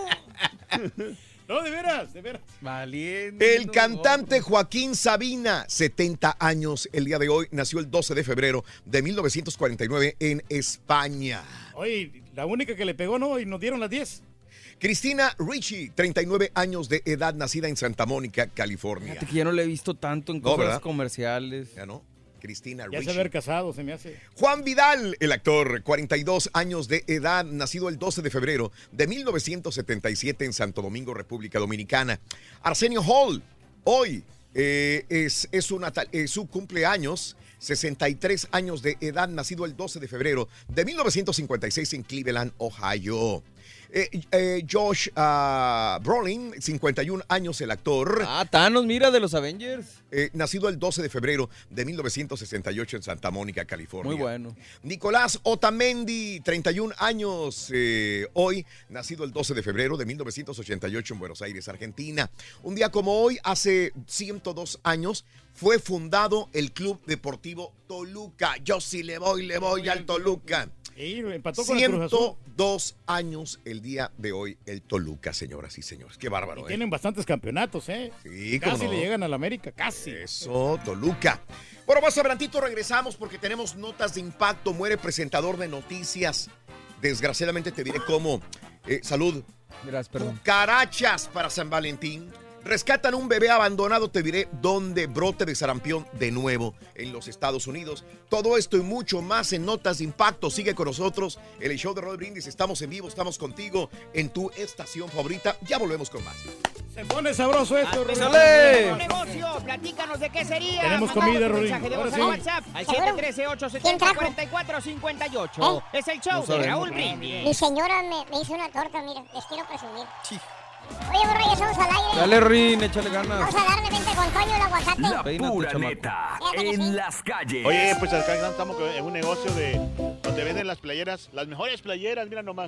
No, de veras, de veras. Valiente. El cantante Joaquín Sabina, setenta años el día de hoy, nació el doce de febrero de mil novecientos cuarenta y nueve en España. Oye, la única que le pegó, ¿no? Y nos dieron las diez. Cristina Ricci, treinta y nueve años de edad, nacida en Santa Mónica, California. Fíjate que ya no le he visto tanto en No, cosas ¿verdad? comerciales. Ya no. Cristina Ya se Ricci. haber casado, se me hace. Juan Vidal, el actor, cuarenta y dos años de edad, nacido el doce de febrero de mil novecientos setenta y siete en Santo Domingo, República Dominicana. Arsenio Hall, hoy eh, es, es, su natal- eh, su cumpleaños, sesenta y tres años de edad, nacido el doce de febrero de mil novecientos cincuenta y seis en Cleveland, Ohio. Eh, eh, Josh ah, Brolin, cincuenta y un años, el actor. Ah, Thanos, mira, de los Avengers. Eh, nacido el doce de febrero de mil novecientos sesenta y ocho en Santa Mónica, California. Muy bueno. Nicolás Otamendi, treinta y un años, eh, hoy, nacido el doce de febrero de mil novecientos ochenta y ocho en Buenos Aires, Argentina. Un día como hoy, hace ciento dos años, fue fundado el Club Deportivo Toluca. Yo sí le voy, le voy al Toluca. Y empató con el Cruz Azul. ciento dos años el día de hoy el Toluca, señoras y señores. Qué bárbaro, Y ¿eh? tienen bastantes campeonatos, ¿eh? Sí, cómo Casi no. le llegan a la América, casi. Eso, Toluca. Bueno, más adelantito regresamos porque tenemos notas de impacto. Muere presentador de noticias. Desgraciadamente te diré cómo. Eh, salud. Gracias, perdón. Cucarachas para San Valentín. Rescatan un bebé abandonado, te diré dónde. Brote de sarampión de nuevo en los Estados Unidos. Todo esto y mucho más en Notas de Impacto. Sigue con nosotros el show de Raúl Brindis. Estamos en vivo, estamos contigo en tu estación favorita. Ya volvemos con más. Se pone sabroso esto, Rorrito. Un negocio, platícanos de qué sería. Tenemos Mándanos comida, tu Rorrito. mensaje de Ahora voz sí. al WhatsApp al siete uno tres, ocho siete cero, cuatro cuatro cinco ocho. Es el show No de sabemos. Raúl Brindis. Mi señora me, me hizo una torta, mira, les quiero presumir. Oye, borra, ya estamos al aire. Dale, Rin, échale ganas. Vamos a darle vente con Toño el aguacate. La Peínate, pura chamaco. neta Fíjate que sí. en las calles. Oye, pues acá estamos en un negocio de donde venden las playeras, las mejores playeras, mira nomás.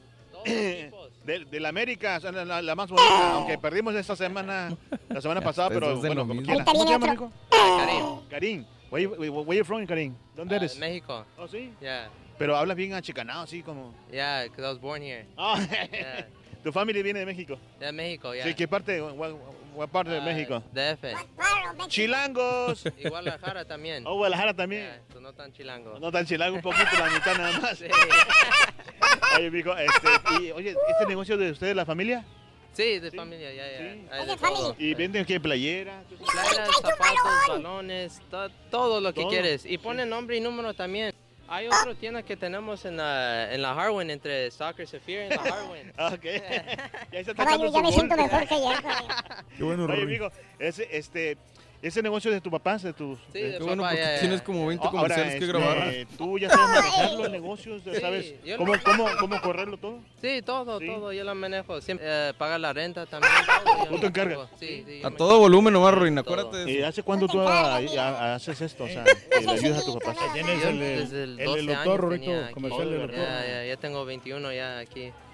De, de la América, o sea, la, la- la más bonita, aunque perdimos esta semana, la semana pasada, pues, pero es de bueno, lo como mismo. quiera. Ahorita ¿Cómo te viene llamas, otro. Nico? Karim. Karim. Where, you- where you from, Karim? ¿Dónde eres? Uh, Mexico. Oh, sí. Yeah. Pero hablas bien achicanado, así como... Yeah, because I was born here. Ah, Yeah. tu familia viene de México. Yeah, Mexico, yeah. Sí, ¿qué parte, what, what parte de Uh, México? D F. Chilangos. Y Guadalajara también. Oh, Guadalajara también. Yeah, so no tan chilango. No tan chilango, un poquito, la mitad nada más. Sí. Oye, mijo, este, y, oye, ¿este negocio de ustedes, la familia? Sí, de familia, ya, ya. Sí. Hay de todo. ¿Y venden qué? ¿Playera? Playeras, zapatos, balones, to- todo lo que Todo. quieres. Y ponen nombre y número también. Hay otra tienda que tenemos en la, en la Harwin, entre Soccer Sephir y la Harwin. Ah, ok. Ya está Caballo, atacando ya su me gol. siento mejor que ayer, caballo. Qué bueno, Oye, Rory. amigo, ese, este, ese negocio de tu papá, de tus... Sí, de- de Qué bueno, papá, porque ya, ya. tienes como veinte Ah, ahora, comerciales que este, grabar. ¿tú ya sabes manejar los negocios? Sí, ¿Sabes yo cómo, lo- cómo, cómo correrlo todo? Sí, todo, Sí. todo, yo lo manejo. Siempre eh, pagar la renta también. todo, yo ¿Tú te lo encargas? hago. Sí, sí, yo A me todo volumen nomás, Rin, Todo. acuérdate de ¿Y eso. hace cuánto tú ah, ah, haces esto? O sea, que le ayudas a tu papá. Tienes Yo el, desde el el, el doce doctor, años Rorrito, tenía aquí. comercial del doctor. Ya, ya, ya tengo veintiuno ya aquí.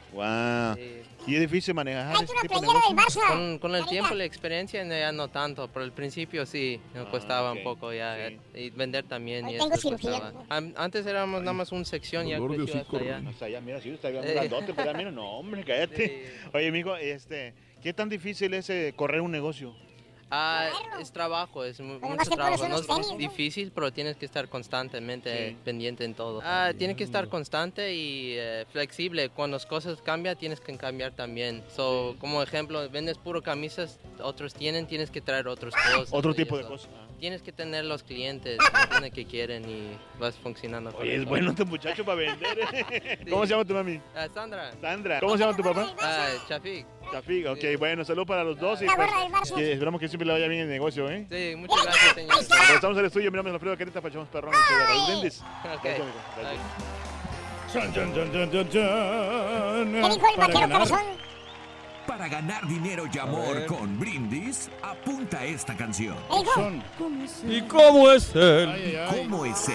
Wow. Sí. Y es difícil manejar Hay ese una tipo de playera del negocio. Barça. Con, con el tiempo, la experiencia, no, ya no tanto, pero al principio sí, me Ah, costaba ok. un poco ya, Sí. y vender también. Hoy Y tengo esto cirugía. costaba. Am- Antes éramos nada más una sección, ya Dolor de creció hocico, hasta allá. O sea, ya, mira, sí, está bien Eh. grandote, pero mira, no, hombre, cállate. Oye, amigo, este, ¿qué tan difícil es eh, correr un negocio? Ah, es trabajo, es mu- Pero mucho más que trabajo. pones No unos es tenis, ¿no? difícil, pero tienes que estar constantemente Sí. pendiente en todo. Ah, tienes que estar constante y eh, flexible. Cuando las cosas cambian, tienes que cambiar también. So, como ejemplo, vendes puro camisas, otros tienen, tienes que traer otras cosas. Otro y tipo de eso. cosas. Ah. Tienes que tener los clientes, ¿entiendes? Que quieren y vas funcionando. con Oye, es eso. bueno este muchacho para vender. ¿eh? ¿Cómo se llama tu mami? Ah, Sandra. Sandra. ¿Cómo se llama tu papá? Ah, Chafik. Chafik, ok, bueno, salud para los dos y La pues, gorra del Barça. que esperamos que siempre le vaya bien el negocio, ¿eh? Sí, muchas gracias, señor. Regresamos al estudio, mi nombre es Alfredo Carita, Pachamos Perrón, el show de Raúl Brindis. Ok. Gracias, amigo. Gracias. Chan, chan, chan, chan, chan, chan. ¿Qué dijo el Para vaquero ganar. cabezón? Para ganar dinero y amor ver. con Brindis, apunta esta canción. ¿Qué dijo? Son. ¿Y cómo es él? Ay, ay, ay. ¿Cómo es él?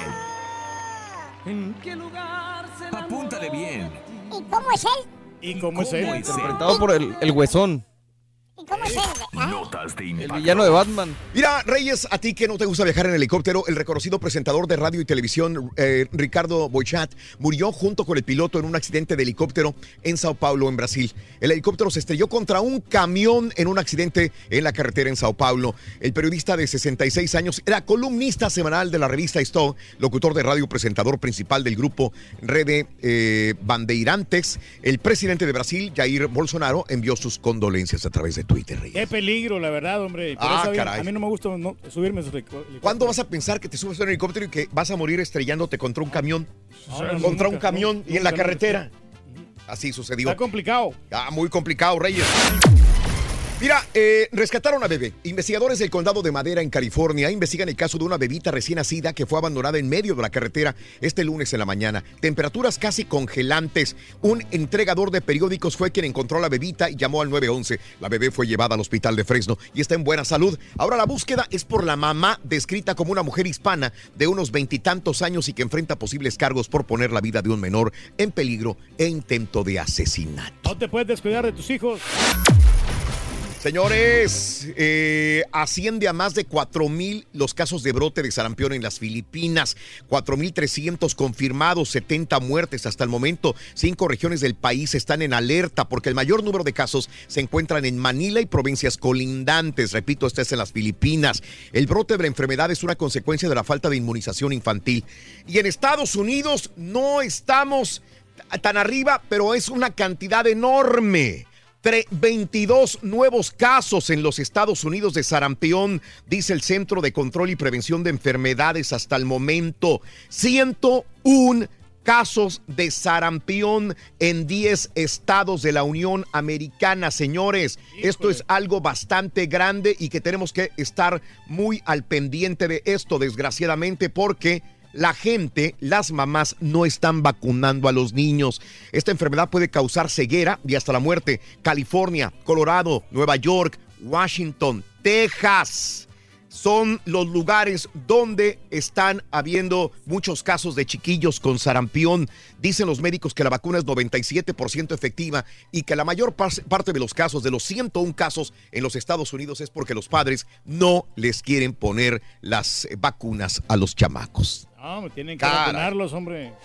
¿En qué lugar se enamoró Apúntale bien. ¿Y cómo es él? ¿Y cómo es él? ¿Cómo es él? Interpretado por el, el Huesón, ¿Y cómo es él? ¿Ah? Notas de el impacto. villano de Batman. Mira, Reyes, a ti que no te gusta viajar en helicóptero, el reconocido presentador de radio y televisión eh, Ricardo Boichat murió junto con el piloto en un accidente de helicóptero en Sao Paulo, en Brasil. El helicóptero se estrelló contra un camión en un accidente en la carretera en Sao Paulo. El periodista de sesenta y seis años era columnista semanal de la revista Isto, locutor de radio, presentador principal del grupo Rede eh, Bandeirantes. El presidente de Brasil, Jair Bolsonaro, envió sus condolencias a través de Twitter, Reyes. Qué peligro, la verdad, hombre. Por Ah, eso a mí- caray. a mí no me gusta no, subirme a esos helicópteros. ¿Cuándo vas a pensar que te subes a un helicóptero y que vas a morir estrellándote contra un camión? No, no, contra nunca, un camión nunca, y en la nunca, carretera. Así sucedió. Está complicado. Ah, muy complicado, Reyes. Mira, eh, rescataron a bebé. Investigadores del condado de Madera, en California, investigan el caso de una bebita recién nacida que fue abandonada en medio de la carretera este lunes en la mañana. Temperaturas casi congelantes. Un entregador de periódicos fue quien encontró a la bebita y llamó al nueve once. La bebé fue llevada al hospital de Fresno y está en buena salud. Ahora la búsqueda es por la mamá, descrita como una mujer hispana de unos veintitantos años y que enfrenta posibles cargos por poner la vida de un menor en peligro e intento de asesinato. No te puedes descuidar de tus hijos. Señores, eh, asciende a más de cuatro mil los casos de brote de sarampión en las Filipinas. cuatro mil trescientos confirmados, setenta muertes hasta el momento. Cinco regiones del país están en alerta porque el mayor número de casos se encuentran en Manila y provincias colindantes. Repito, esta es en las Filipinas. El brote de la enfermedad es una consecuencia de la falta de inmunización infantil. Y en Estados Unidos no estamos tan arriba, pero es una cantidad enorme. veintidós nuevos casos en los Estados Unidos de sarampión, dice el Centro de Control y Prevención de Enfermedades hasta el momento. ciento uno casos de sarampión en diez estados de la Unión Americana, señores. Híjole. Esto es algo bastante grande y que tenemos que estar muy al pendiente de esto, desgraciadamente, porque la gente, las mamás, no están vacunando a los niños. Esta enfermedad puede causar ceguera y hasta la muerte. California, Colorado, Nueva York, Washington, Texas son los lugares donde están habiendo muchos casos de chiquillos con sarampión. Dicen los médicos que la vacuna es noventa y siete por ciento efectiva y que la mayor parte de los casos, de los ciento uno casos en los Estados Unidos, es porque los padres no les quieren poner las vacunas a los chamacos. No, tienen que Caray. vacunarlos, hombre.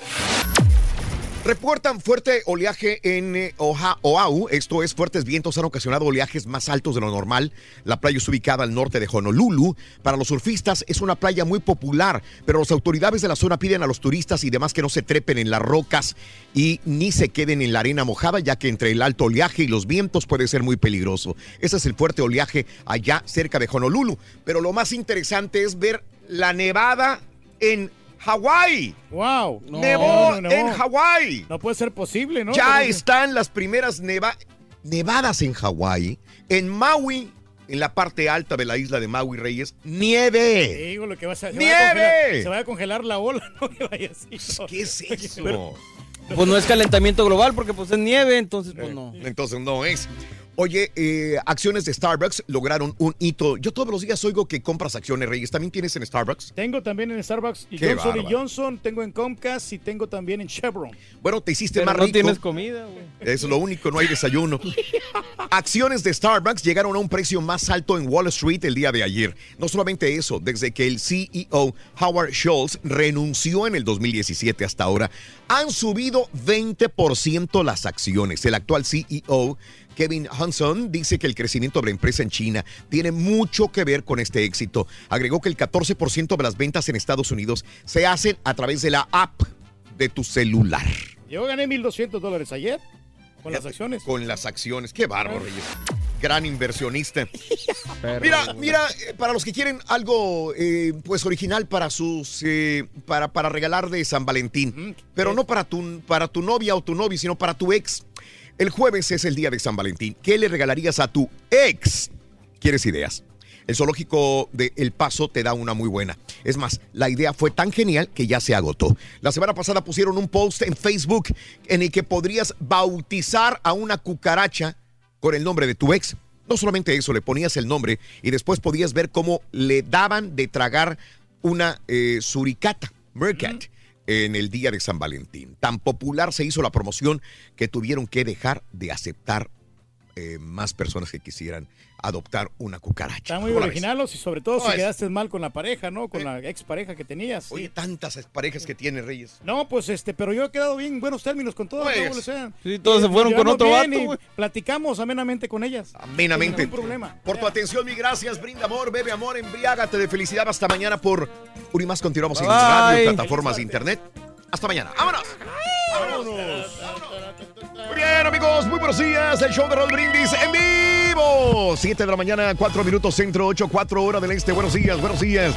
Reportan fuerte oleaje en eh, Oha- Oahu, esto es, fuertes vientos han ocasionado oleajes más altos de lo normal. La playa es ubicada al norte de Honolulu. Para los surfistas es una playa muy popular, pero las autoridades de la zona piden a los turistas y demás que no se trepen en las rocas y ni se queden en la arena mojada, ya que entre el alto oleaje y los vientos puede ser muy peligroso. Ese es el fuerte oleaje allá cerca de Honolulu. Pero lo más interesante es ver la nevada en Hawái. Wow. No, Nevó no, no, en Hawái. No puede ser posible, ¿no? Ya Pero... están las primeras neva nevadas en Hawái. En Maui, en la parte alta de la isla de Maui, Reyes, nieve. Sí, digo, lo que vas a, se ¡Nieve! Va a congelar, se va a congelar la ola, no que vaya así. No. ¿Qué es eso? Pero, pues no es calentamiento global porque pues es nieve, entonces pues no. Entonces no es. Oye, eh, acciones de Starbucks lograron un hito. Yo todos los días oigo que compras acciones, Reyes. ¿También tienes en Starbucks? Tengo también en Starbucks y Qué Johnson y bárbaro. Johnson, tengo en Comcast y tengo también en Chevron. Bueno, te hiciste Pero más no rico. tienes comida, güey. Es lo único, no hay desayuno. Acciones de Starbucks llegaron a un precio más alto en Wall Street el día de ayer. No solamente eso, desde que el C E O Howard Schultz renunció en el dos mil diecisiete hasta ahora, han subido veinte por ciento las acciones. El actual C E O, Kevin Hanson, dice que el crecimiento de la empresa en China tiene mucho que ver con este éxito. Agregó que el catorce por ciento de las ventas en Estados Unidos se hacen a través de la app de tu celular. Yo gané mil doscientos dólares ayer con las acciones. Con las acciones. Qué bárbaro, Reyes. Gran inversionista. Mira, mira, eh, para los que quieren algo eh, pues original para sus eh, para, para regalar de San Valentín, pero no para tu, para tu novia o tu novio, sino para tu ex. El jueves es el día de San Valentín. ¿Qué le regalarías a tu ex? ¿Quieres ideas? El zoológico de El Paso te da una muy buena. Es más, la idea fue tan genial que ya se agotó. La semana pasada pusieron un post en Facebook en el que podrías bautizar a una cucaracha con el nombre de tu ex. No solamente eso, le ponías el nombre y después podías ver cómo le daban de tragar una eh, suricata, meerkat, en el día de San Valentín. Tan popular se hizo la promoción que tuvieron que dejar de aceptar eh, más personas que quisieran adoptar una cucaracha. Está muy ¿Cómo la ves? original, y sobre todo No, si es- quedaste mal con la pareja, ¿no? Con la expareja que tenías. sí. Oye, tantas parejas que tiene, Reyes. No, pues este, pero yo he quedado bien en buenos términos con todas. Pues, Raúl, o sea, sí, todos eh, se fueron nos con otro llevamos bien vato, y güey. platicamos amenamente con ellas. Amenamente. Sin ningún problema. Por tu atención, mi gracias. Brinda amor, bebe amor, embriágate de felicidad. Hasta mañana por Unimás. Continuamos en Bye. radio, plataformas de internet. Hasta mañana. ¡Vámonos! Muy bien, amigos, muy buenos días. El show de Raúl Brindis en vivo. siete de la mañana, cuatro minutos centro, ocho, cuatro hora del este. Buenos días, buenos días.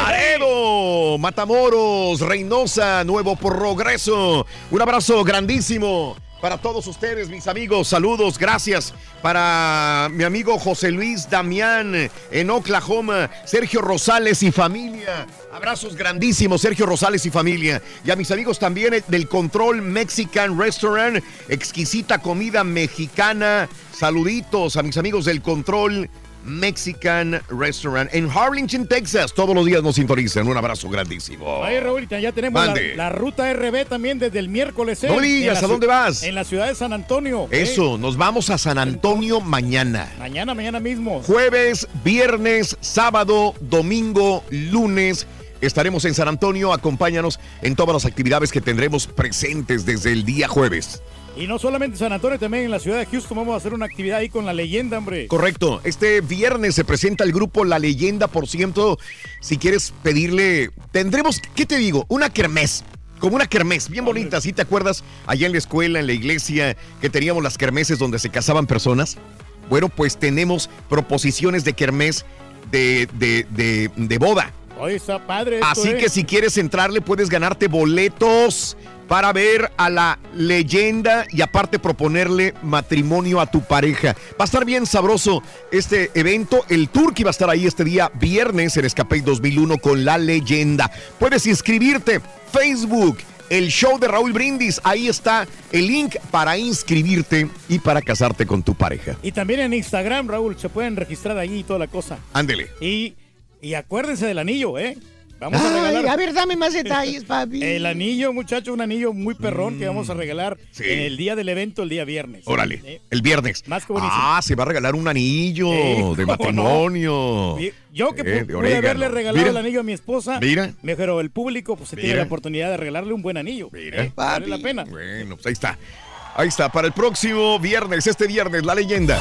Laredo, Matamoros, Reynosa, Nuevo Progreso. Un abrazo grandísimo para todos ustedes, mis amigos. Saludos, gracias. Para mi amigo José Luis Damián en Oklahoma, Sergio Rosales y familia. Abrazos grandísimos, Sergio Rosales y familia. Y a mis amigos también del Control Mexican Restaurant, exquisita comida mexicana. Saluditos a mis amigos del Control Mexican Restaurant en Harlingen, Texas. Todos los días nos sintonizan. Un abrazo grandísimo. Ahí, Raúlita, ya tenemos la, Mande. la ruta R B también desde el miércoles. ¿eh? No digas, En la ¿a dónde ciu- vas? En la ciudad de San Antonio. ¿eh? Eso, nos vamos a San Antonio mañana. Mañana, mañana mismo. Jueves, viernes, sábado, domingo, lunes. Estaremos en San Antonio. Acompáñanos en todas las actividades que tendremos presentes desde el día jueves. Y no solamente en San Antonio, también en la ciudad de Houston vamos a hacer una actividad ahí con la leyenda, hombre. Correcto. Este viernes se presenta el grupo La Leyenda, por cierto. Si quieres pedirle, tendremos, ¿qué te digo? Una kermés. Como una kermés, bien bonita. ¿Sí te acuerdas allá en la escuela, en la iglesia, que teníamos las kermeses donde se casaban personas? Bueno, pues tenemos proposiciones de kermés de, de, de, de boda. Oye, está padre esto, Así ¿eh? que si quieres entrarle, puedes ganarte boletos para ver a la leyenda y aparte proponerle matrimonio a tu pareja. Va a estar bien sabroso este evento. El Turqui va a estar ahí este día viernes en Escape dos mil uno con la leyenda. Puedes inscribirte. Facebook, el show de Raúl Brindis. Ahí está el link para inscribirte y para casarte con tu pareja. Y también en Instagram, Raúl, se pueden registrar ahí y toda la cosa. Ándele. Y, y acuérdense del anillo, ¿eh? Vamos a Ay, regalar. a ver, dame más detalles, papi. El anillo, muchacho, un anillo muy perrón que vamos a regalar sí. en el día del evento, el día viernes. Órale, ¿Eh? el viernes. Más que buenísimo. Ah, se va a regalar un anillo Sí, de ¿cómo matrimonio. Y Yo que Eh, de pude orégano. haberle regalado Mira. el anillo a mi esposa, Mira. pero el público pues se tiene Mira. la oportunidad de regalarle un buen anillo. Mira. ¿Eh? Vale la pena. Bueno, pues ahí está. Ahí está, para el próximo viernes, este viernes, la leyenda.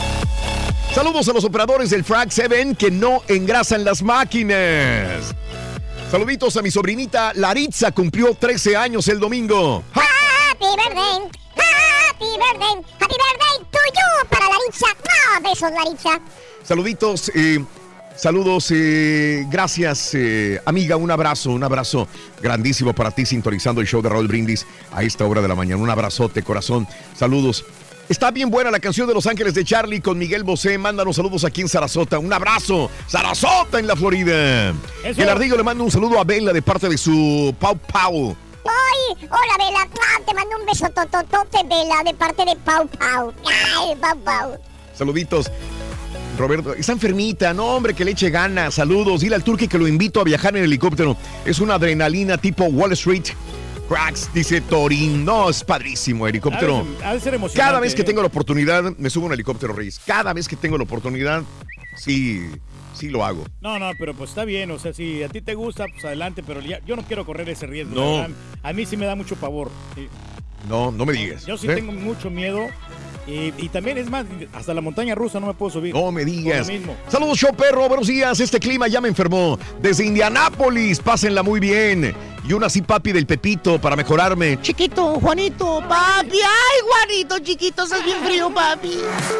Saludos a los operadores del Frag siete que no engrasan las máquinas. Saluditos a mi sobrinita Laritza, cumplió trece años el domingo. Happy birthday, happy birthday, happy birthday to you para Laritza. Ah, besos, Laritza. Saluditos, eh, saludos, eh, gracias, eh, amiga, un abrazo, un abrazo grandísimo para ti sintonizando el show de Raúl Brindis a esta hora de la mañana. Un abrazote, corazón, saludos. Está bien buena la canción de Los Ángeles de Charlie con Miguel Bosé. Mándanos saludos aquí en Sarasota. Un abrazo, Sarasota en la Florida. Eso. El Ardillo le manda un saludo a Bella de parte de su Pau Pau. Ay, hola, Bela. Ah, te mando un beso tototote, Bela, de parte de Pau Pau. Ay, Pau Pau. Saluditos. Roberto, está enfermita, no hombre, que le eche ganas, saludos, dile al Turqui que lo invito a viajar en helicóptero, es una adrenalina tipo Wall Street, cracks, dice Torín, no, es padrísimo helicóptero, Ha de, ha de ser emocionante, cada vez que ¿eh? tengo la oportunidad me subo a un helicóptero, Reyes, cada vez que tengo la oportunidad, sí, sí lo hago. No, no, pero pues está bien, o sea, si a ti te gusta, pues adelante, pero ya, yo no quiero correr ese riesgo. No. la verdad. A mí sí me da mucho pavor. Sí. No, no me digas. Yo sí ¿eh? tengo mucho miedo. Y, y también es más, hasta la montaña rusa no me puedo subir. No me digas. Por lo mismo. Saludos, show perro, buenos días. Este clima ya me enfermó. Desde Indianápolis, pásenla muy bien. Y una así, papi, del Pepito para mejorarme. Chiquito, Juanito, papi. Ay, Juanito, chiquito, estás bien frío, papi.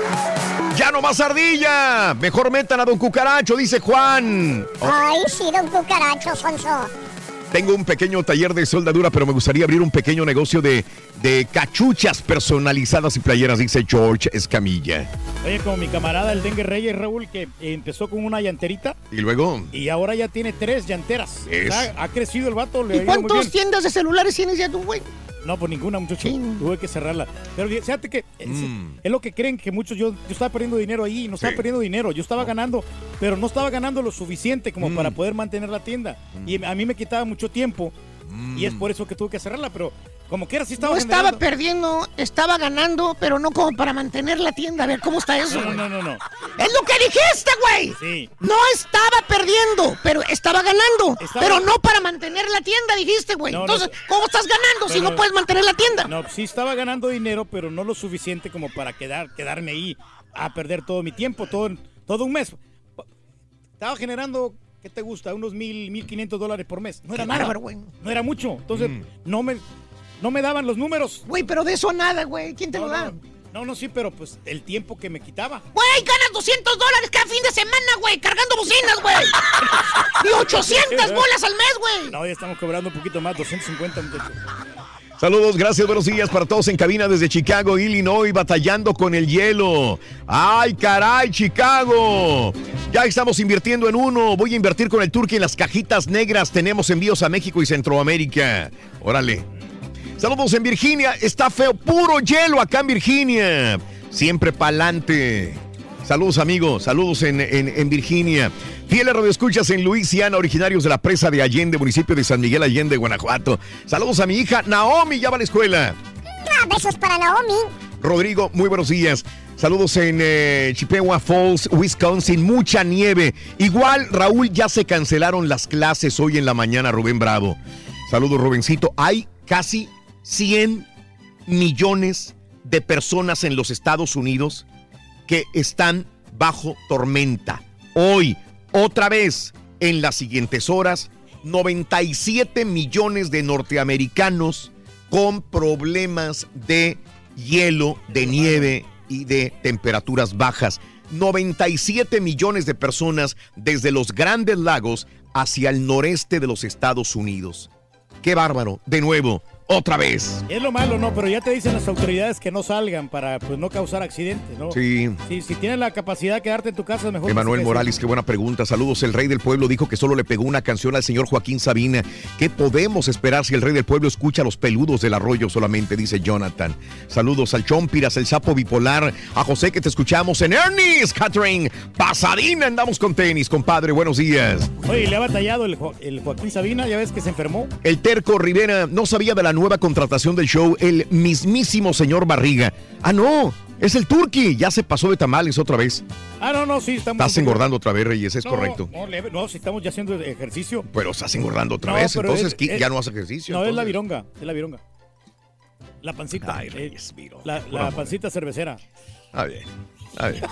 ¡Ya no más ardilla! Mejor metan a Don Cucaracho, dice Juan. Oh, Ay, sí, don Cucaracho, Sonso. tengo un pequeño taller de soldadura, pero me gustaría abrir un pequeño negocio de, de cachuchas personalizadas y playeras, dice George Escamilla. Oye, como mi camarada el Dengue Reyes, Raúl, que empezó con una llanterita Y luego, y ahora ya tiene tres llanteras. Es. O sea, ha crecido el vato. Le ha ¿Y ido muy cuántas bien. tiendas de celulares tienes ya tú, güey? No, pues ninguna, muchacho. Tuve que cerrarla. Pero fíjate que es, Mm. es lo que creen que muchos. Yo, yo estaba perdiendo dinero ahí y no estaba Sí. perdiendo dinero. Yo estaba ganando, pero no estaba ganando lo suficiente como Mm. para poder mantener la tienda. Y a mí me quitaba mucho tiempo y es por eso que tuve que cerrarla. Pero como quiera, sí estaba No estaba generando- perdiendo, estaba ganando, pero no como para mantener la tienda. A ver, ¿cómo está eso? No, no, no, no. Es lo que dijiste, güey. Sí. No estaba perdiendo, pero estaba ganando. Estaba- Pero no para mantener la tienda, dijiste, güey. No, no, Entonces, ¿cómo estás ganando si Pero- no puedes mantener la tienda? No, sí estaba ganando dinero, pero no lo suficiente como para quedar, quedarme ahí a perder todo mi tiempo, todo, todo un mes. Estaba generando, ¿qué te gusta? Unos mil, mil quinientos dólares por mes. No era Qué nada. bárbaro, güey. No era mucho. Entonces, Mm. no me no me daban los números. Güey, pero de eso nada, güey. ¿Quién te No, lo da? no, no, no, sí, pero pues el tiempo que me quitaba. Güey, ganas doscientos dólares cada fin de semana, güey, cargando bocinas, güey. Y ochocientas bolas al mes, güey. No, ya estamos cobrando un poquito más, doscientos cincuenta, muchachos. saludos, gracias, buenos días para todos en cabina desde Chicago, Illinois, batallando con el hielo. ¡Ay, caray, Chicago! Ya estamos invirtiendo en uno. Voy a invertir con el Turqui en las cajitas negras. Tenemos envíos a México y Centroamérica. Órale. Saludos en Virginia. Está feo, puro hielo acá en Virginia. Siempre pa'lante. Saludos, amigos. Saludos en, en, en Virginia. Fieles radioescuchas en Luisiana, originarios de la presa de Allende, municipio de San Miguel Allende, Guanajuato. Saludos a mi hija Naomi, ya va a la escuela. Ah, besos para Naomi. Rodrigo, muy buenos días. Saludos en eh, Chippewa Falls, Wisconsin, mucha nieve. Igual, Raúl, ya se cancelaron las clases hoy en la mañana, Rubén Bravo. Saludos, Rubencito. Hay casi cien millones de personas en los Estados Unidos que están bajo tormenta. Hoy, otra vez, en las siguientes horas, noventa y siete millones de norteamericanos con problemas de hielo, de nieve y de temperaturas bajas. noventa y siete millones de personas desde los Grandes Lagos hacia el noreste de los Estados Unidos. ¡Qué bárbaro! De nuevo, otra vez. Es lo malo, ¿no? Pero ya te dicen las autoridades que no salgan para pues no causar accidentes, ¿no? Sí. Si, si tienes la capacidad de quedarte en tu casa, es mejor. Emanuel que- Morales, qué buena pregunta. Saludos. El rey del pueblo dijo que solo le pegó una canción al señor Joaquín Sabina. ¿Qué podemos esperar si el rey del pueblo escucha a los peludos del arroyo solamente? Dice Jonathan. Saludos al Chompiras, el sapo bipolar, a José que te escuchamos en Ernest, Catherine, Pasadena. Andamos con tenis, compadre. Buenos días. Oye, le ha batallado el, Jo- el Joaquín Sabina, ya ves que se enfermó. El terco Rivera no sabía de la nueva contratación del show, el mismísimo señor Barriga. Ah, no, es el Turqui. Ya se pasó de tamales otra vez. Ah, no, no, sí, estamos. Estás engordando otra vez, Reyes, es No, correcto. No, leve, no, si estamos ya haciendo ejercicio. Pero estás engordando otra No, vez, pero entonces es- ¿qué? es- ya no haces ejercicio. No, es la entonces. vironga, es la vironga. La pancita. Ay, eh, Reyes, vironga, La, por la amor. pancita cervecera. A ver, a ver.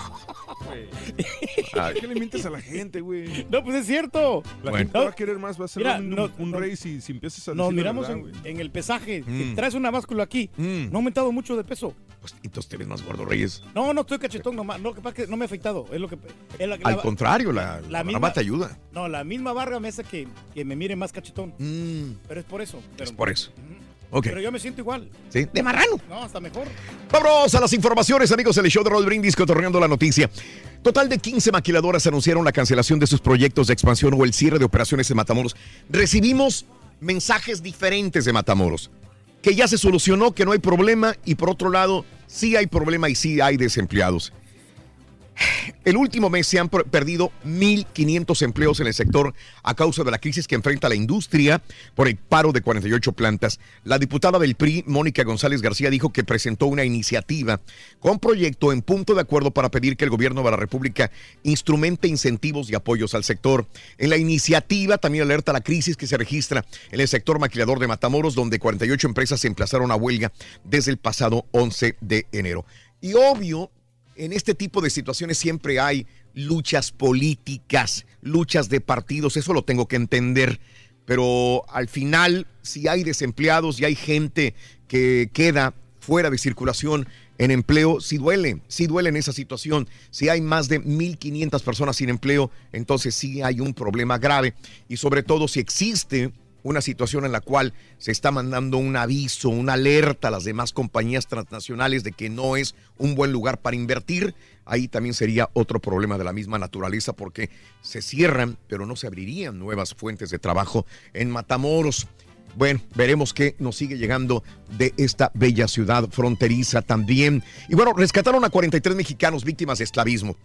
¿Por qué le mientes a la gente, güey? No, pues es cierto. La Bueno. gente va a querer más, va a ser Mira, un, no- un no- rey si, si empiezas a decir Nos la miramos verdad, en, güey. en el pesaje. Si Mm. traes una báscula aquí. Mm. No ha aumentado mucho de peso. Pues, entonces te ves más gordo, Reyes. No, no estoy cachetón nomás. No, que pasa que no me he afeitado. Es lo que. Es la, Al la- contrario, la, la, la barba misma- te ayuda. No, la misma barba me hace que, que me mire más cachetón. Mm, Pero es por eso. Pero, es por eso. Ok. Pero yo me siento igual. ¿Sí? De marrano. No, hasta mejor. Vamos a las informaciones, amigos del show de Raúl Brindis, cotorreando la noticia. Total de quince maquiladoras anunciaron la cancelación de sus proyectos de expansión o el cierre de operaciones en Matamoros. Recibimos mensajes diferentes de Matamoros. Que ya se solucionó, que no hay problema, y por otro lado, sí hay problema y sí hay desempleados. El último mes se han perdido mil quinientos empleos en el sector a causa de la crisis que enfrenta la industria por el paro de cuarenta y ocho plantas. La diputada del P R I, Mónica González García, dijo que presentó una iniciativa con proyecto en punto de acuerdo para pedir que el gobierno de la República instrumente incentivos y apoyos al sector. En la iniciativa también alerta la crisis que se registra en el sector maquilador de Matamoros, donde cuarenta y ocho empresas se emplazaron a huelga desde el pasado once de enero. Y obvio, en este tipo de situaciones siempre hay luchas políticas, luchas de partidos, eso lo tengo que entender, pero al final, si hay desempleados y hay gente que queda fuera de circulación en empleo, sí duele, sí duele en esa situación. Si hay más de mil quinientas personas sin empleo, entonces sí hay un problema grave, y sobre todo si existe una situación en la cual se está mandando un aviso, una alerta a las demás compañías transnacionales de que no es un buen lugar para invertir, ahí también sería otro problema de la misma naturaleza, porque se cierran, pero no se abrirían nuevas fuentes de trabajo en Matamoros. Bueno, veremos qué nos sigue llegando de esta bella ciudad fronteriza también. Y bueno, rescataron a cuarenta y tres mexicanos víctimas de esclavismo.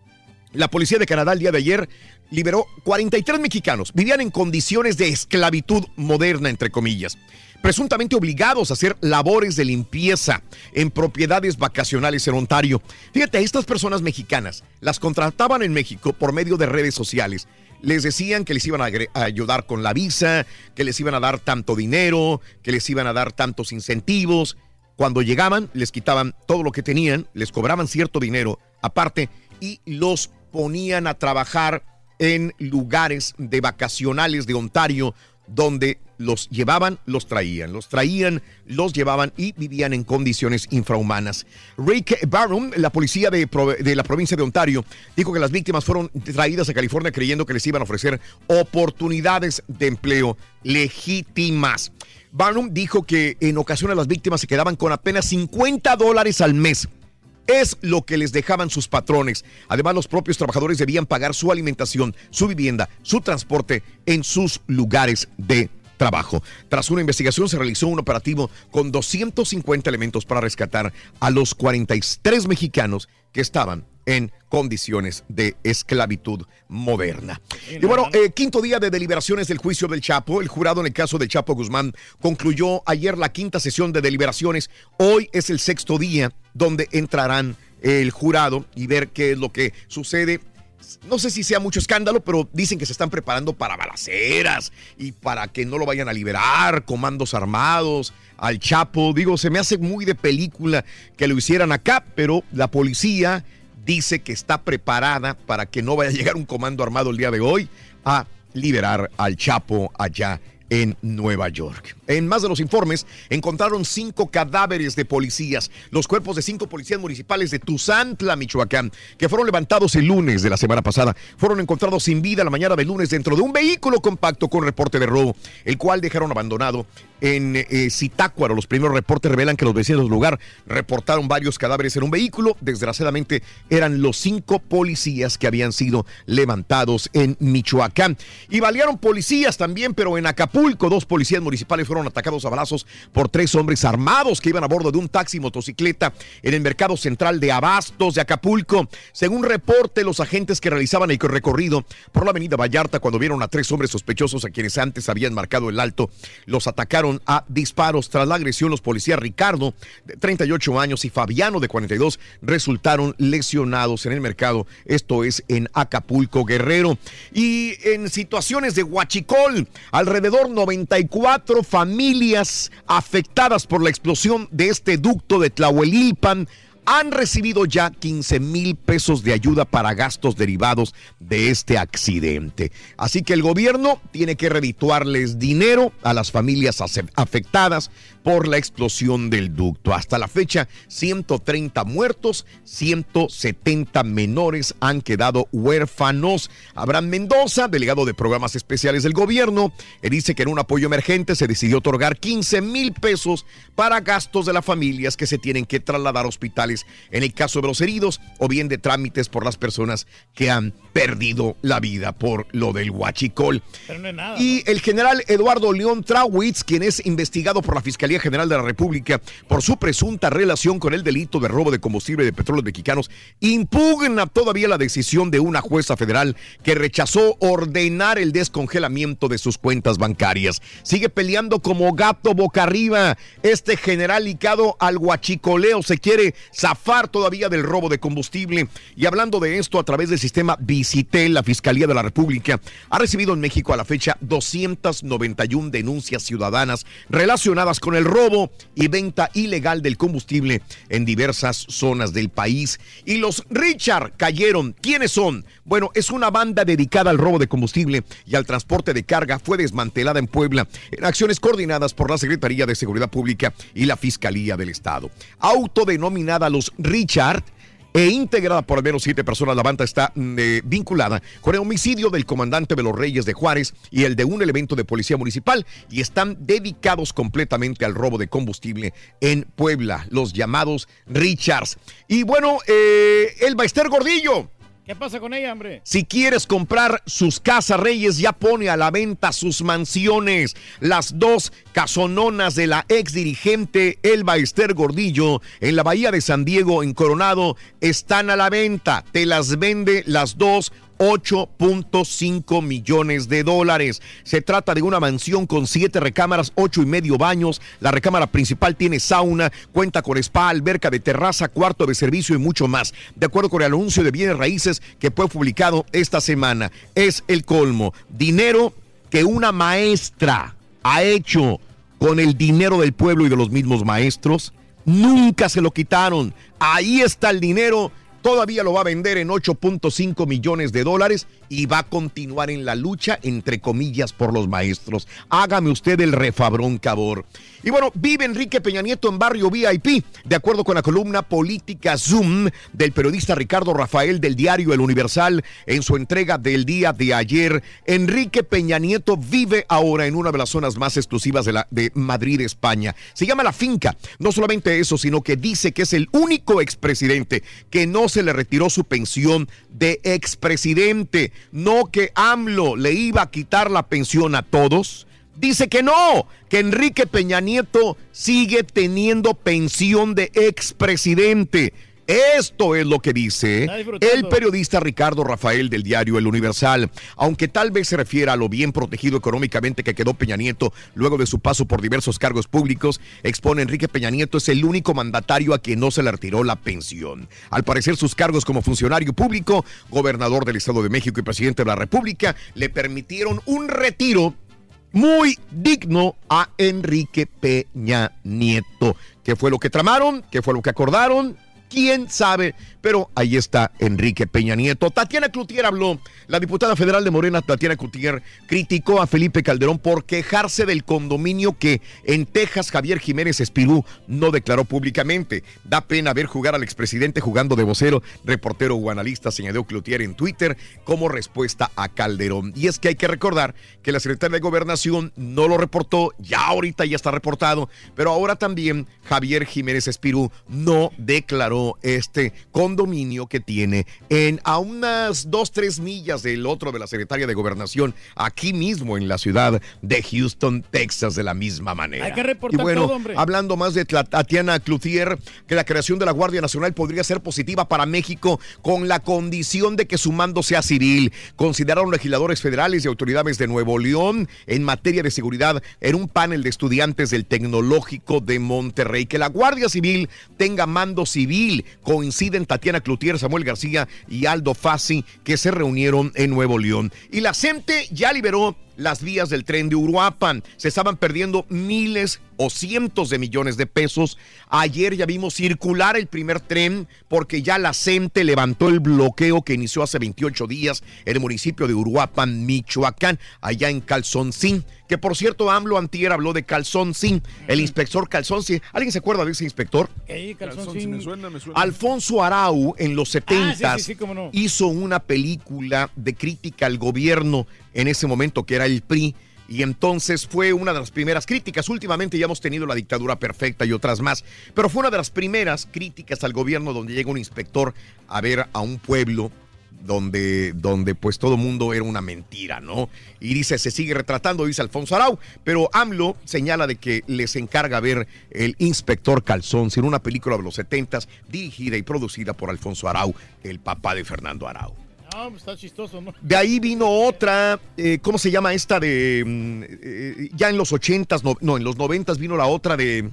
La policía de Canadá el día de ayer liberó cuarenta y tres mexicanos. Vivían en condiciones de esclavitud moderna, entre comillas, presuntamente obligados a hacer labores de limpieza en propiedades vacacionales en Ontario. Fíjate, a estas personas mexicanas las contrataban en México por medio de redes sociales. Les decían que les iban a, a ayudar con la visa, que les iban a dar tanto dinero, que les iban a dar tantos incentivos. Cuando llegaban, les quitaban todo lo que tenían, les cobraban cierto dinero aparte y los ponían a trabajar en lugares de vacacionales de Ontario, donde los llevaban, los traían, los traían, los llevaban y vivían en condiciones infrahumanas. Rick Barnum, la policía de, de la provincia de Ontario, dijo que las víctimas fueron traídas a California creyendo que les iban a ofrecer oportunidades de empleo legítimas. Barnum dijo que en ocasiones las víctimas se quedaban con apenas cincuenta dólares al mes. Es lo que les dejaban sus patrones. Además, los propios trabajadores debían pagar su alimentación, su vivienda, su transporte en sus lugares de trabajo. Tras una investigación, se realizó un operativo con doscientos cincuenta elementos para rescatar a los cuarenta y tres mexicanos que estaban en condiciones de esclavitud moderna. Y bueno, eh, quinto día de deliberaciones del juicio del Chapo. El jurado en el caso del Chapo Guzmán concluyó ayer la quinta sesión de deliberaciones. Hoy es el sexto día donde entrarán el jurado y ver qué es lo que sucede. No sé si sea mucho escándalo, pero dicen que se están preparando para balaceras y para que no lo vayan a liberar, comandos armados al Chapo. Digo, se me hace muy de película que lo hicieran acá, pero la policía dice que está preparada para que no vaya a llegar un comando armado el día de hoy a liberar al Chapo allá en Nueva York. En más de los informes, encontraron cinco cadáveres de policías, los cuerpos de cinco policías municipales de Tuzantla, Michoacán, que fueron levantados el lunes de la semana pasada. Fueron encontrados sin vida la mañana del lunes dentro de un vehículo compacto con reporte de robo, el cual dejaron abandonado en eh, Zitácuaro. Los primeros reportes revelan que los vecinos del lugar reportaron varios cadáveres en un vehículo. Desgraciadamente, eran los cinco policías que habían sido levantados en Michoacán. Y balearon policías también, pero en Acapulco, dos policías municipales fueron atacados a balazos por tres hombres armados que iban a bordo de un taxi motocicleta en el mercado central de Abastos de Acapulco. Según reporte, los agentes que realizaban el recorrido por la avenida Vallarta, cuando vieron a tres hombres sospechosos a quienes antes habían marcado el alto, los atacaron a disparos. Tras la agresión, los policías Ricardo, de treinta y ocho años, y Fabiano, de cuarenta y dos, resultaron lesionados en el mercado. Esto es en Acapulco, Guerrero. Y en situaciones de huachicol, alrededor noventa y cuatro familias afectadas por la explosión de este ducto de Tlahuelilpan han recibido ya quince mil pesos de ayuda para gastos derivados de este accidente. Así que el gobierno tiene que redituarles dinero a las familias afectadas por la explosión del ducto. Hasta la fecha, ciento treinta muertos, ciento setenta menores han quedado huérfanos. Abraham Mendoza, delegado de programas especiales del gobierno, dice que en un apoyo emergente se decidió otorgar quince mil pesos para gastos de las familias que se tienen que trasladar a hospitales en el caso de los heridos o bien de trámites por las personas que han perdido la vida por lo del huachicol. Pero no es nada, y ¿no? el general Eduardo León Trawitz, quien es investigado por la Fiscalía Fiscalía General de la República, por su presunta relación con el delito de robo de combustible de petróleos mexicanos, impugna todavía la decisión de una jueza federal que rechazó ordenar el descongelamiento de sus cuentas bancarias. Sigue peleando como gato boca arriba. Este general ligado al huachicoleo se quiere zafar todavía del robo de combustible. Y hablando de esto, a través del sistema Visitel, la Fiscalía de la República ha recibido en México a la fecha doscientas noventa y una denuncias ciudadanas relacionadas con el robo y venta ilegal del combustible en diversas zonas del país. Y los Richard cayeron. ¿Quiénes son? Bueno, es una banda dedicada al robo de combustible y al transporte de carga. Fue desmantelada en Puebla en acciones coordinadas por la Secretaría de Seguridad Pública y la Fiscalía del Estado. Autodenominada Los Richard e integrada por al menos siete personas, la banda está eh, vinculada con el homicidio del comandante de los Reyes de Juárez y el de un elemento de policía municipal, y están dedicados completamente al robo de combustible en Puebla, los llamados Richards. Y bueno, eh, el Baester Gordillo. ¿Qué pasa con ella, hombre? Si quieres comprar sus casas Reyes, ya pone a la venta sus mansiones. Las dos casononas de la ex dirigente Elba Ester Gordillo en la Bahía de San Diego, en Coronado, están a la venta. Te las vende las dos, ocho punto cinco millones de dólares. Se trata de una mansión con siete recámaras, ocho y medio baños. La recámara principal tiene sauna, cuenta con spa, alberca de terraza, cuarto de servicio y mucho más. De acuerdo con el anuncio de bienes raíces que fue publicado esta semana, es el colmo. Dinero que una maestra ha hecho con el dinero del pueblo y de los mismos maestros. Nunca se lo quitaron. Ahí está el dinero. Todavía lo va a vender en ocho punto cinco millones de dólares y va a continuar en la lucha, entre comillas, por los maestros. Hágame usted el refabrón, cabor. Y bueno, vive Enrique Peña Nieto en barrio V I P. De acuerdo con la columna Política Zoom del periodista Ricardo Rafael del diario El Universal, en su entrega del día de ayer, Enrique Peña Nieto vive ahora en una de las zonas más exclusivas de, la, de Madrid, España. Se llama La Finca. No solamente eso, sino que dice que es el único expresidente que no se le retiró su pensión de expresidente. No que AMLO le iba a quitar la pensión a todos. Dice que no, que Enrique Peña Nieto sigue teniendo pensión de expresidente. Esto es lo que dice el periodista Ricardo Rafael del diario El Universal. Aunque tal vez se refiera a lo bien protegido económicamente que quedó Peña Nieto luego de su paso por diversos cargos públicos, expone Enrique Peña Nieto es el único mandatario a quien no se le retiró la pensión. Al parecer, sus cargos como funcionario público, gobernador del Estado de México y presidente de la República le permitieron un retiro muy digno a Enrique Peña Nieto. ¿Qué fue lo que tramaron? ¿Qué fue lo que acordaron? ¿Quién sabe? Pero ahí está Enrique Peña Nieto. Tatiana Cloutier habló. La diputada federal de Morena, Tatiana Cloutier, criticó a Felipe Calderón por quejarse del condominio que en Texas Javier Jiménez Espirú no declaró públicamente. Da pena ver jugar al expresidente jugando de vocero, reportero o analista, señaló Cloutier en Twitter como respuesta a Calderón. Y es que hay que recordar que la secretaria de Gobernación no lo reportó, ya ahorita ya está reportado, pero ahora también Javier Jiménez Espirú no declaró este condominio que tiene en a unas dos, tres millas del otro de la secretaria de Gobernación, aquí mismo en la ciudad de Houston, Texas, de la misma manera. Hay que reportar y bueno, todo, hombre. Hablando más de Tatiana Cloutier, que la creación de la Guardia Nacional podría ser positiva para México con la condición de que su mando sea civil. Consideraron legisladores federales y autoridades de Nuevo León en materia de seguridad en un panel de estudiantes del Tecnológico de Monterrey. Que la Guardia Civil tenga mando civil. Coinciden Tatiana Cloutier, Samuel García y Aldo Fassi, que se reunieron en Nuevo León. Y la CENTE ya liberó las vías del tren de Uruapan. Se estaban perdiendo miles o cientos de millones de pesos. Ayer ya vimos circular el primer tren porque ya la CENTE levantó el bloqueo que inició hace veintiocho días en el municipio de Uruapan, Michoacán, allá en Calzoncín. Que por cierto, AMLO antier habló de Calzoncín, el inspector Calzoncín. ¿Alguien se acuerda de ese inspector? Hey, Calzoncín, me suena, me suena. Alfonso Arau en los setentas ah, sí, sí, sí, cómo no. hizo una película de crítica al gobierno en ese momento que era el P R I, y entonces fue una de las primeras críticas. Últimamente ya hemos tenido la dictadura perfecta y otras más, pero fue una de las primeras críticas al gobierno donde llega un inspector a ver a un pueblo donde, donde pues todo mundo era una mentira, ¿no? Y dice, se sigue retratando, dice Alfonso Arau, pero AMLO señala de que les encarga ver El Inspector Calzón, sin una película de los setentas, dirigida y producida por Alfonso Arau, el papá de Fernando Arau. Ah, pues está chistoso, ¿no? De ahí vino otra, eh, ¿cómo se llama esta de, eh, ya en los ochentas, no, no, en los noventas vino la otra de,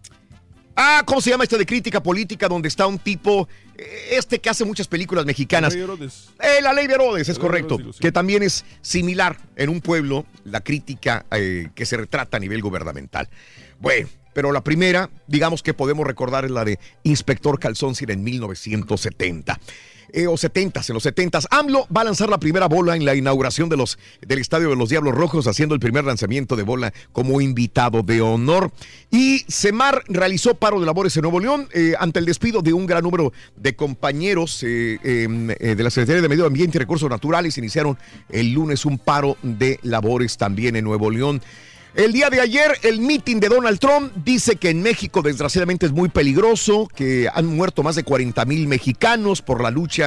ah, ¿cómo se llama esta de crítica política, donde está un tipo, eh, este que hace muchas películas mexicanas? La Ley Herodes. Eh, la Ley de Herodes, es La correcto, Herodes, digo, sí. que también es similar en un pueblo, la crítica eh, que se retrata a nivel gubernamental. Bueno, pero la primera, digamos que podemos recordar, es la de Inspector Calzón en mil novecientos setenta. Eh, o setentas, en los setentas. AMLO va a lanzar la primera bola en la inauguración de los, del Estadio de los Diablos Rojos, haciendo el primer lanzamiento de bola como invitado de honor. Y Semar realizó paro de labores en Nuevo León eh, ante el despido de un gran número de compañeros eh, eh, de la Secretaría de Medio Ambiente y Recursos Naturales. Iniciaron el lunes un paro de labores también en Nuevo León. El día de ayer, el mitin de Donald Trump dice que en México desgraciadamente es muy peligroso, que han muerto más de cuarenta mil mexicanos por la lucha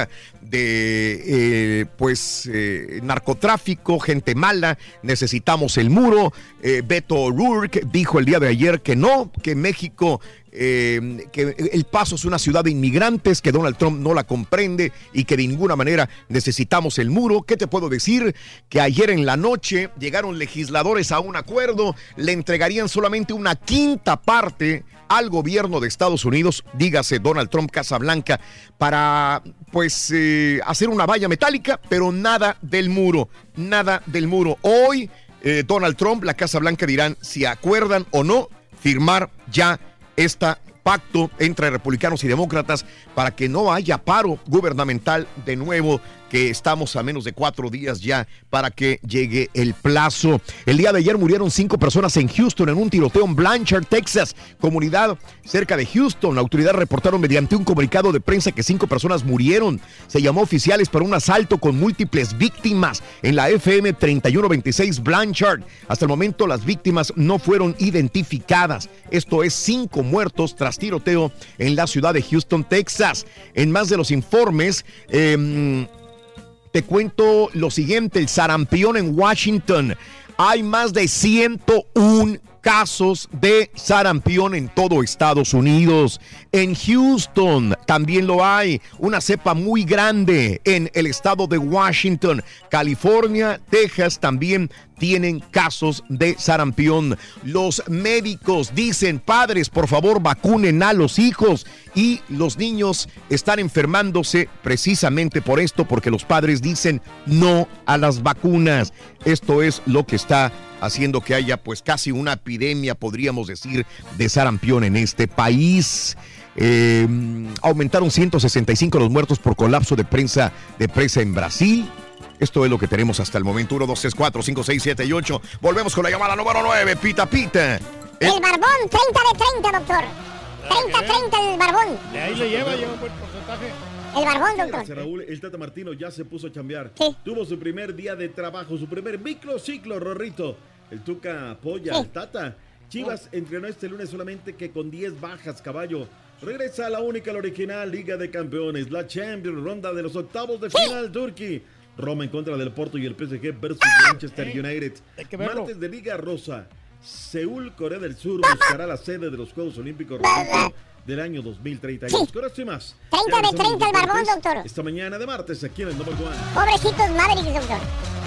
de eh, pues eh, narcotráfico, gente mala, necesitamos el muro. Eh, Beto O'Rourke dijo el día de ayer que no, que México... Eh, que El Paso es una ciudad de inmigrantes, que Donald Trump no la comprende y que de ninguna manera necesitamos el muro. ¿Qué te puedo decir? Que ayer en la noche llegaron legisladores a un acuerdo, le entregarían solamente una quinta parte al gobierno de Estados Unidos, dígase Donald Trump, Casa Blanca, para pues eh, hacer una valla metálica, pero nada del muro, nada del muro. Hoy eh, Donald Trump, la Casa Blanca dirán si acuerdan o no firmar ya este pacto entre republicanos y demócratas para que no haya paro gubernamental de nuevo, que estamos a menos de cuatro días ya para que llegue el plazo. El día de ayer murieron cinco personas en Houston en un tiroteo en Blanchard, Texas, comunidad cerca de Houston. La autoridad reportaron mediante un comunicado de prensa que cinco personas murieron. Se llamó a oficiales para un asalto con múltiples víctimas en la F M treinta y uno veintiséis Blanchard. Hasta el momento las víctimas no fueron identificadas. Esto es cinco muertos tras tiroteo en la ciudad de Houston, Texas. En más de los informes, eh, te cuento lo siguiente: el sarampión en Washington. Hay más de ciento uno casos de sarampión en todo Estados Unidos. En Houston también lo hay, una cepa muy grande en el estado de Washington. California, Texas también tienen casos de sarampión. Los médicos dicen, padres, por favor, vacunen a los hijos, y los niños están enfermándose precisamente por esto, porque los padres dicen no a las vacunas. Esto es lo que está haciendo que haya pues casi una epidemia, podríamos decir, de sarampión en este país. Eh, aumentaron ciento sesenta y cinco los muertos por colapso de prensa de presa en Brasil. Esto es lo que tenemos hasta el momento. uno, dos, tres, cuatro, cinco, seis, siete y ocho. Volvemos con la llamada número nueve. Pita, pita. El, el barbón, treinta de treinta, doctor. treinta treinta el barbón. De ahí le lleva, lleva un buen porcentaje. El barbón, doctor. Gracias, Raúl. El Tata Martino ya se puso a chambear. Sí. Tuvo su primer día de trabajo, su primer microciclo, Rorrito. El Tuca apoya Sí. al Tata. Chivas entrenó este lunes solamente que con diez bajas, caballo. Regresa a la única, la original Liga de Campeones, la Champions, ronda de los octavos de final, Turquía. Roma en contra del Porto y el P S G versus Manchester United. Martes de Liga Rosa. Seúl, Corea del Sur, buscará la sede de los Juegos Olímpicos del año dos mil treinta y dos. Con esto y más. treinta de treinta el barbón, doctor. Esta mañana de martes aquí en el Number One. Pobrecitos Mavericks, doctor.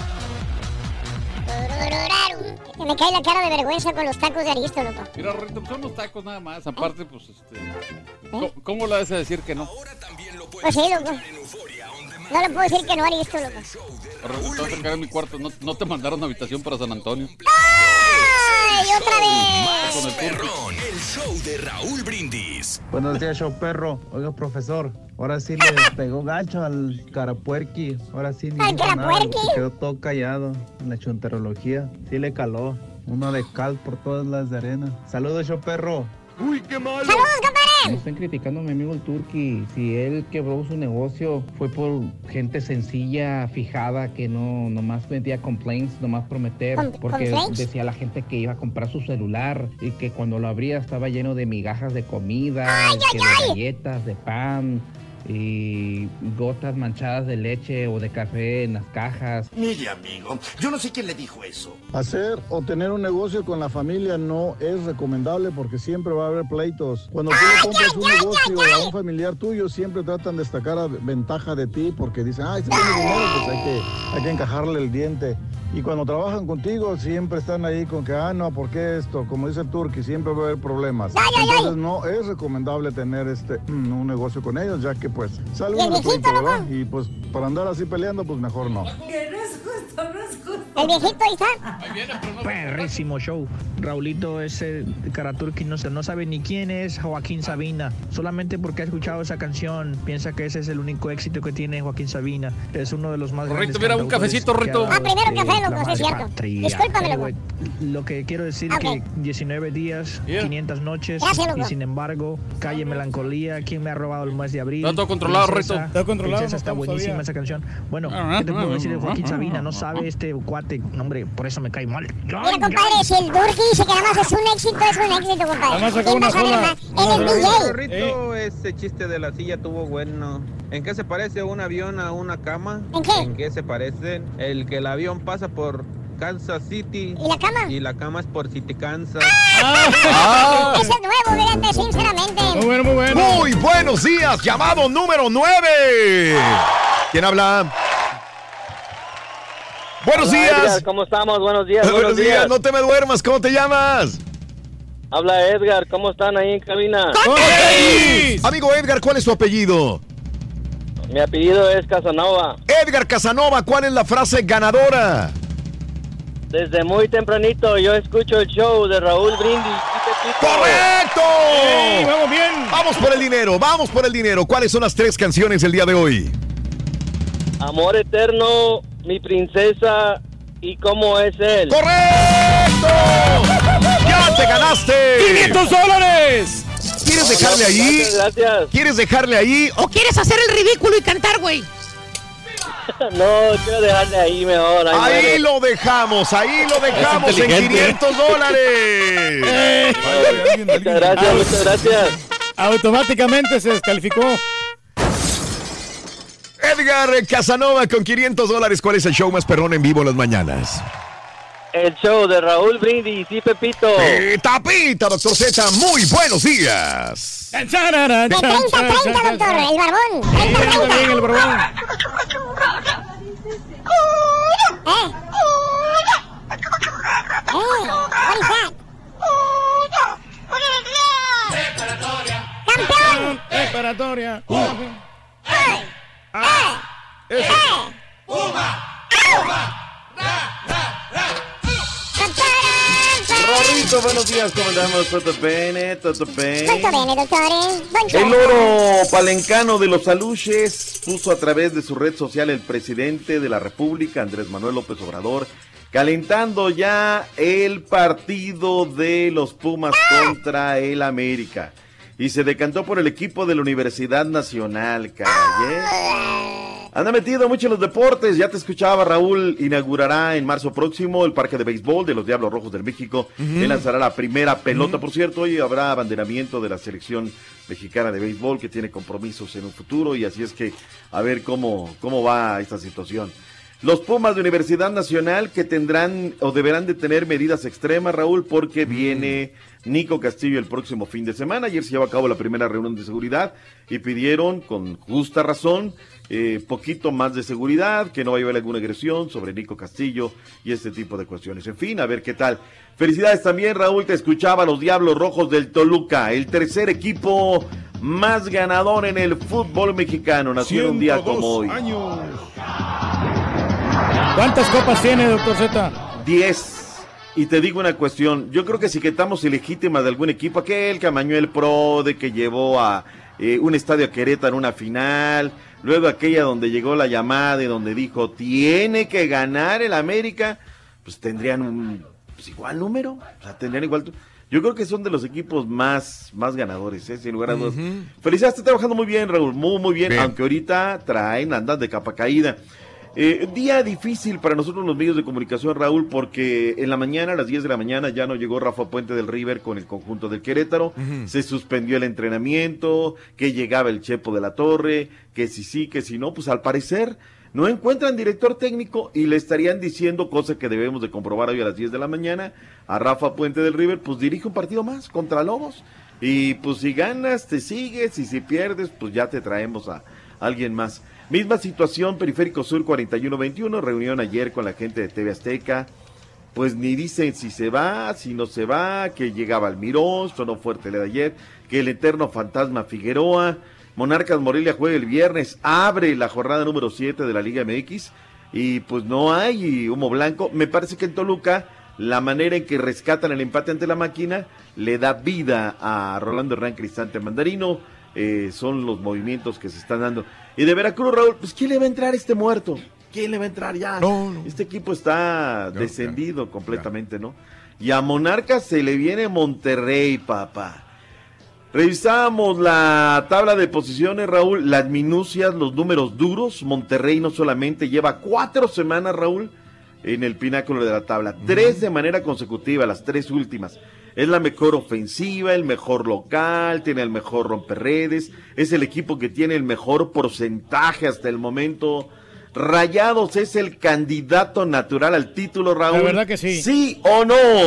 Se me cae la cara de vergüenza con los tacos de Aristo, loco. Mira, Rorrito, son los tacos nada más. Aparte, pues, este... ¿Cómo, cómo le vas a decir que no? Pues sí, loco. No le puedo decir que no, Aristo, loco. Rorrito, te vas a sacar en mi cuarto. No, no te mandaron habitación para San Antonio. ¡Ay, otra vez! Con el Perrón, el show de Raúl Brindis. Buenos días, show perro. Oiga, profesor, ahora sí le pegó gancho al carapuerqui. Ahora sí ni ¿Al dijo nada, carapuerqui? se quedó todo callado en la chunterología. Sí le caló. Uno de cal por todas las de arena. Saludos, show perro. ¡Uy, qué malo! ¡Saludos, compadre! Me están criticando a mi amigo el Turqui. Si él quebró su negocio fue por gente sencilla, fijada, que no nomás vendía complaints, nomás prometer. ¿Com- porque complaints? decía la gente que iba a comprar su celular y que cuando lo abría estaba lleno de migajas de comida, ¡Ay, que ay, ay! de galletas, de pan. y gotas manchadas de leche o de café en las cajas. Mire, amigo, yo no sé quién le dijo eso. Hacer o tener un negocio con la familia no es recomendable porque siempre va a haber pleitos. Cuando tú le compras un negocio a un familiar tuyo, siempre tratan de sacar a ventaja de ti porque dicen, ah, este tiene dinero, pues hay que, hay que encajarle el diente. Y cuando trabajan contigo, siempre están ahí con que, ah, no, ¿por qué esto? Como dice el Turqui, siempre va a haber problemas. Entonces no es recomendable tener este un negocio con ellos, ya que pues sale uno de pleito, ¿verdad? Y pues para andar así peleando, pues mejor no. Que no es justo, no es justo. El viejito ahí está. Perrísimo show. Raulito, ese Karaturki no, no sabe ni quién es Joaquín Sabina. Solamente porque ha escuchado esa canción, piensa que ese es el único éxito que tiene Joaquín Sabina. Es uno de los más Rito, grandes. mira, un cafecito, Rito. Ah, primero un café, loco, sí es cierto. Discúlpame, loco. Anyway, lo que quiero decir es Okay. que diecinueve días, Yeah. quinientas noches, Gracias, loco. y sin embargo, Calle Melancolía, ¿quién me ha robado el mes de abril? Está todo controlado, Princesa, Rito. Está controlado, Princesa no está estamos buenísima todavía. esa canción. Bueno, Ah, ¿qué te puedo ah, decir de Joaquín ah, Sabina? No ah, sabe este cuate, no, hombre, por eso me cae mal. Mira, compadre, si el Durki dice que nada más es un éxito, es un éxito, compadre. Nada más sacó ¿Quién va una a saber sola. más? Él es D J. Rito, ese chiste de la silla tuvo bueno. ¿En qué se parece un avión a una cama? ¿En qué? ¿En qué se parecen? El que el avión pasa por Kansas City. ¿Y la cama? Y la cama es por City, Kansas. ¡Ah! Ese es nuevo, fíjate, sinceramente. Muy bueno, muy bueno. Muy buenos días, llamado número nueve. ¿Quién habla? Buenos Hola, días. Edgar, ¿cómo estamos? Buenos días. Buenos, buenos días. días. No te me duermas. ¿Cómo te llamas? Habla Edgar, ¿cómo están ahí en cabina? Amigo Edgar, ¿cuál es tu apellido? Mi apellido es Casanova. Edgar Casanova, ¿cuál es la frase ganadora? Desde muy tempranito yo escucho el show de Raúl Brindis. ¡Correcto! ¡Ey, vamos bien! Vamos por el dinero, vamos por el dinero. ¿Cuáles son las tres canciones del día de hoy? Amor eterno, mi princesa y cómo es él. ¡Correcto! ¡Ya te ganaste! ¡quinientos dólares! ¿Quieres dejarle ahí? Gracias, gracias. ¿Quieres dejarle ahí? ¿O quieres hacer el ridículo y cantar, güey? No, quiero dejarle ahí mejor. Ahí, Ahí muere. lo dejamos, ahí lo dejamos en inteligente. quinientos dólares. Muchas gracias, muchas gracias. Automáticamente se descalificó. Edgar Casanova con quinientos dólares. ¿Cuál es el show más perrón en vivo en las mañanas? El show de Raúl Brindis y Pepito. Eh, tapita, doctor Z, muy buenos días. De treinta a treinta, doctor, el barbón. treinta a treinta. Bien, el barbón. Eh. Eh, what is that? ¡Campeón! Preparatoria. Rorrito, buenos días, ¿cómo andamos? Toto Bene, Toto Bene. Tutto bene, dottore. Buongiorno. El oro palencano de los aluches puso a través de su red social el presidente de la República, Andrés Manuel López Obrador, calentando ya el partido de los Pumas contra el América. Y se decantó por el equipo de la Universidad Nacional, caray, ¿eh? Anda metido mucho en los deportes, ya te escuchaba, Raúl. Inaugurará en marzo próximo el parque de béisbol de los Diablos Rojos del México. Uh-huh. Él lanzará la primera pelota, Uh-huh. por cierto, y habrá abanderamiento de la selección mexicana de béisbol que tiene compromisos en un futuro, y así es que a ver cómo, cómo va esta situación. Los Pumas de Universidad Nacional que tendrán o deberán de tener medidas extremas, Raúl, porque viene Nico Castillo el próximo fin de semana. Ayer se llevó a cabo la primera reunión de seguridad y pidieron, con justa razón, eh, poquito más de seguridad, que no vaya a haber alguna agresión sobre Nico Castillo y este tipo de cuestiones. En fin, a ver qué tal. Felicidades también, Raúl, te escuchaba, los Diablos Rojos del Toluca, el tercer equipo más ganador en el fútbol mexicano. Nació un día como hoy. Años. ¿Cuántas copas tiene, doctor Z? diez. Y te digo una cuestión, yo creo que si quitamos ilegítima de algún equipo, aquel que amañó el Pro, de que llevó a eh, un estadio a Querétaro en una final, luego aquella donde llegó la llamada y donde dijo, tiene que ganar el América, pues tendrían un pues igual número, o sea, tendrían igual... Yo creo que son de los equipos más, más ganadores, ¿eh? Sin lugar a dudas. Ujú. Felicidades, está trabajando muy bien, Raúl, muy, muy bien, Bien. aunque ahorita traen, andan de capa caída. Eh, día difícil para nosotros los medios de comunicación, Raúl, porque en la mañana, a las diez de la mañana, ya no llegó Rafa Puente del River con el conjunto del Querétaro, uh-huh. Se suspendió el entrenamiento, que llegaba el Chepo de la Torre, que si sí, que si no, pues al parecer no encuentran director técnico y le estarían diciendo, cosa que debemos de comprobar hoy a las diez de la mañana, a Rafa Puente del River, pues dirige un partido más contra Lobos, y pues si ganas te sigues, y si pierdes, pues ya te traemos a alguien más. Misma situación, Periférico Sur cuarenta y uno veintiuno, reunión ayer con la gente de T V Azteca, pues ni dicen si se va, si no se va, que llegaba Almirón, sonó fuerte la de ayer, que el eterno fantasma Figueroa, Monarcas Morelia juega el viernes, abre la jornada número siete de la Liga M X, y pues no hay humo blanco. Me parece que en Toluca, la manera en que rescatan el empate ante la máquina, le da vida a Rolando Hernán Cristante Mandarino, eh, son los movimientos que se están dando. Y de Veracruz, Raúl, pues ¿quién le va a entrar a este muerto? ¿Quién le va a entrar ya? No, no. Este equipo está no, descendido ya, completamente, ya. ¿no? Y a Monarcas se le viene Monterrey, papá. Revisamos la tabla de posiciones, Raúl, las minucias, los números duros. Monterrey no solamente lleva cuatro semanas, Raúl, en el pináculo de la tabla, uh-huh. tres de manera consecutiva, las tres últimas. Es la mejor ofensiva, el mejor local, tiene el mejor romperredes, es el equipo que tiene el mejor porcentaje hasta el momento. Rayados es el candidato natural al título, Raúl. La verdad que sí. ¿Sí o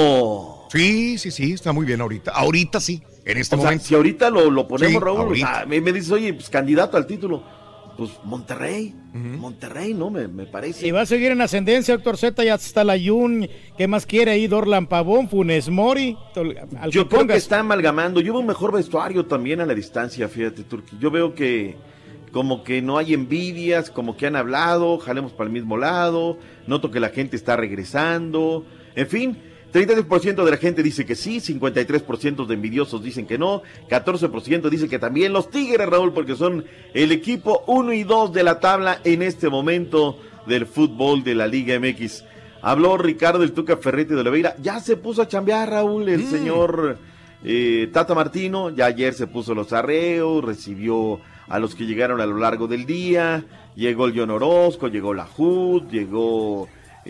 no? Sí, sí, sí, está muy bien ahorita. Ahorita sí, en este o momento. Sea, si ahorita lo, lo ponemos, sí, Raúl, o sea, me, me dices, oye, pues candidato al título. Pues Monterrey, uh-huh. Monterrey, ¿no? Me, me parece. Y va a seguir en ascendencia, doctor Z, ya está la Jun, ¿qué más quiere ahí? Dorlan Pavón, Funes Mori. Al yo que creo pongas. que está amalgamando. Yo veo un mejor vestuario también a la distancia, fíjate, Turki. Yo veo que como que no hay envidias, como que han hablado, jalemos para el mismo lado, noto que la gente está regresando, en fin. treinta y tres por ciento de la gente dice que sí, cincuenta y tres por ciento de envidiosos dicen que no, catorce por ciento dice que también los Tigres, Raúl, porque son el equipo uno y dos de la tabla en este momento del fútbol de la Liga M X. Habló Ricardo el Tuca Ferretti de Oliveira, ya se puso a chambear, Raúl, el mm. señor eh, Tata Martino, ya ayer se puso los arreos, recibió a los que llegaron a lo largo del día, llegó el John Orozco, llegó la J U D, llegó...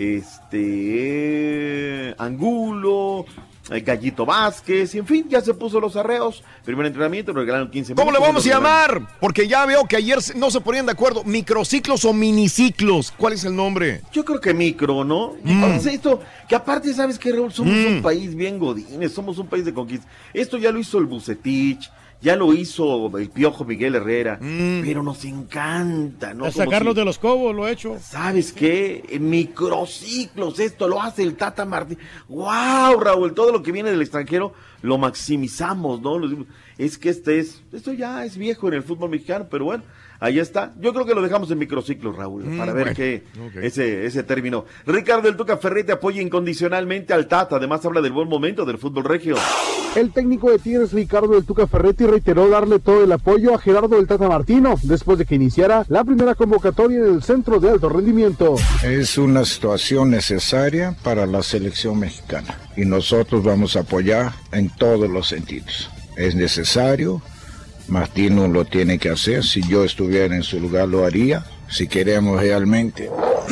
este Angulo, Gallito Vázquez, y en fin, ya se puso los arreos. Primer entrenamiento, nos regalaron quince minutos. ¿Cómo le vamos a llamar? Porque ya veo que ayer no se ponían de acuerdo. ¿Microciclos o miniciclos? ¿Cuál es el nombre? Yo creo que micro, ¿no? Mm. Entonces, esto, que aparte, ¿sabes qué, Raúl? Somos mm. un país bien godines, somos un país de conquista. Esto ya lo hizo el Bucetich, ya lo hizo el Piojo Miguel Herrera, mm. pero nos encanta, ¿no? A sacarlos si, de los cobos, lo he hecho. ¿Sabes qué? En microciclos, esto lo hace el Tata Martín. ¡Wow, Raúl! Todo lo que viene del extranjero lo maximizamos, ¿no? Es que este es, esto ya es viejo en el fútbol mexicano, pero bueno, ahí está. Yo creo que lo dejamos en microciclos, Raúl, mm, para ver bueno, qué, okay. ese, ese término. Ricardo el Tuca Ferretti apoya incondicionalmente al Tata, además habla del buen momento del fútbol regio. El técnico de Tigres, Ricardo del Tuca Ferretti, reiteró darle todo el apoyo a Gerardo del Tata Martino, después de que iniciara la primera convocatoria en el centro de alto rendimiento. Es una situación necesaria para la selección mexicana y nosotros vamos a apoyar en todos los sentidos. Es necesario, Martino lo tiene que hacer, si yo estuviera en su lugar lo haría, si queremos realmente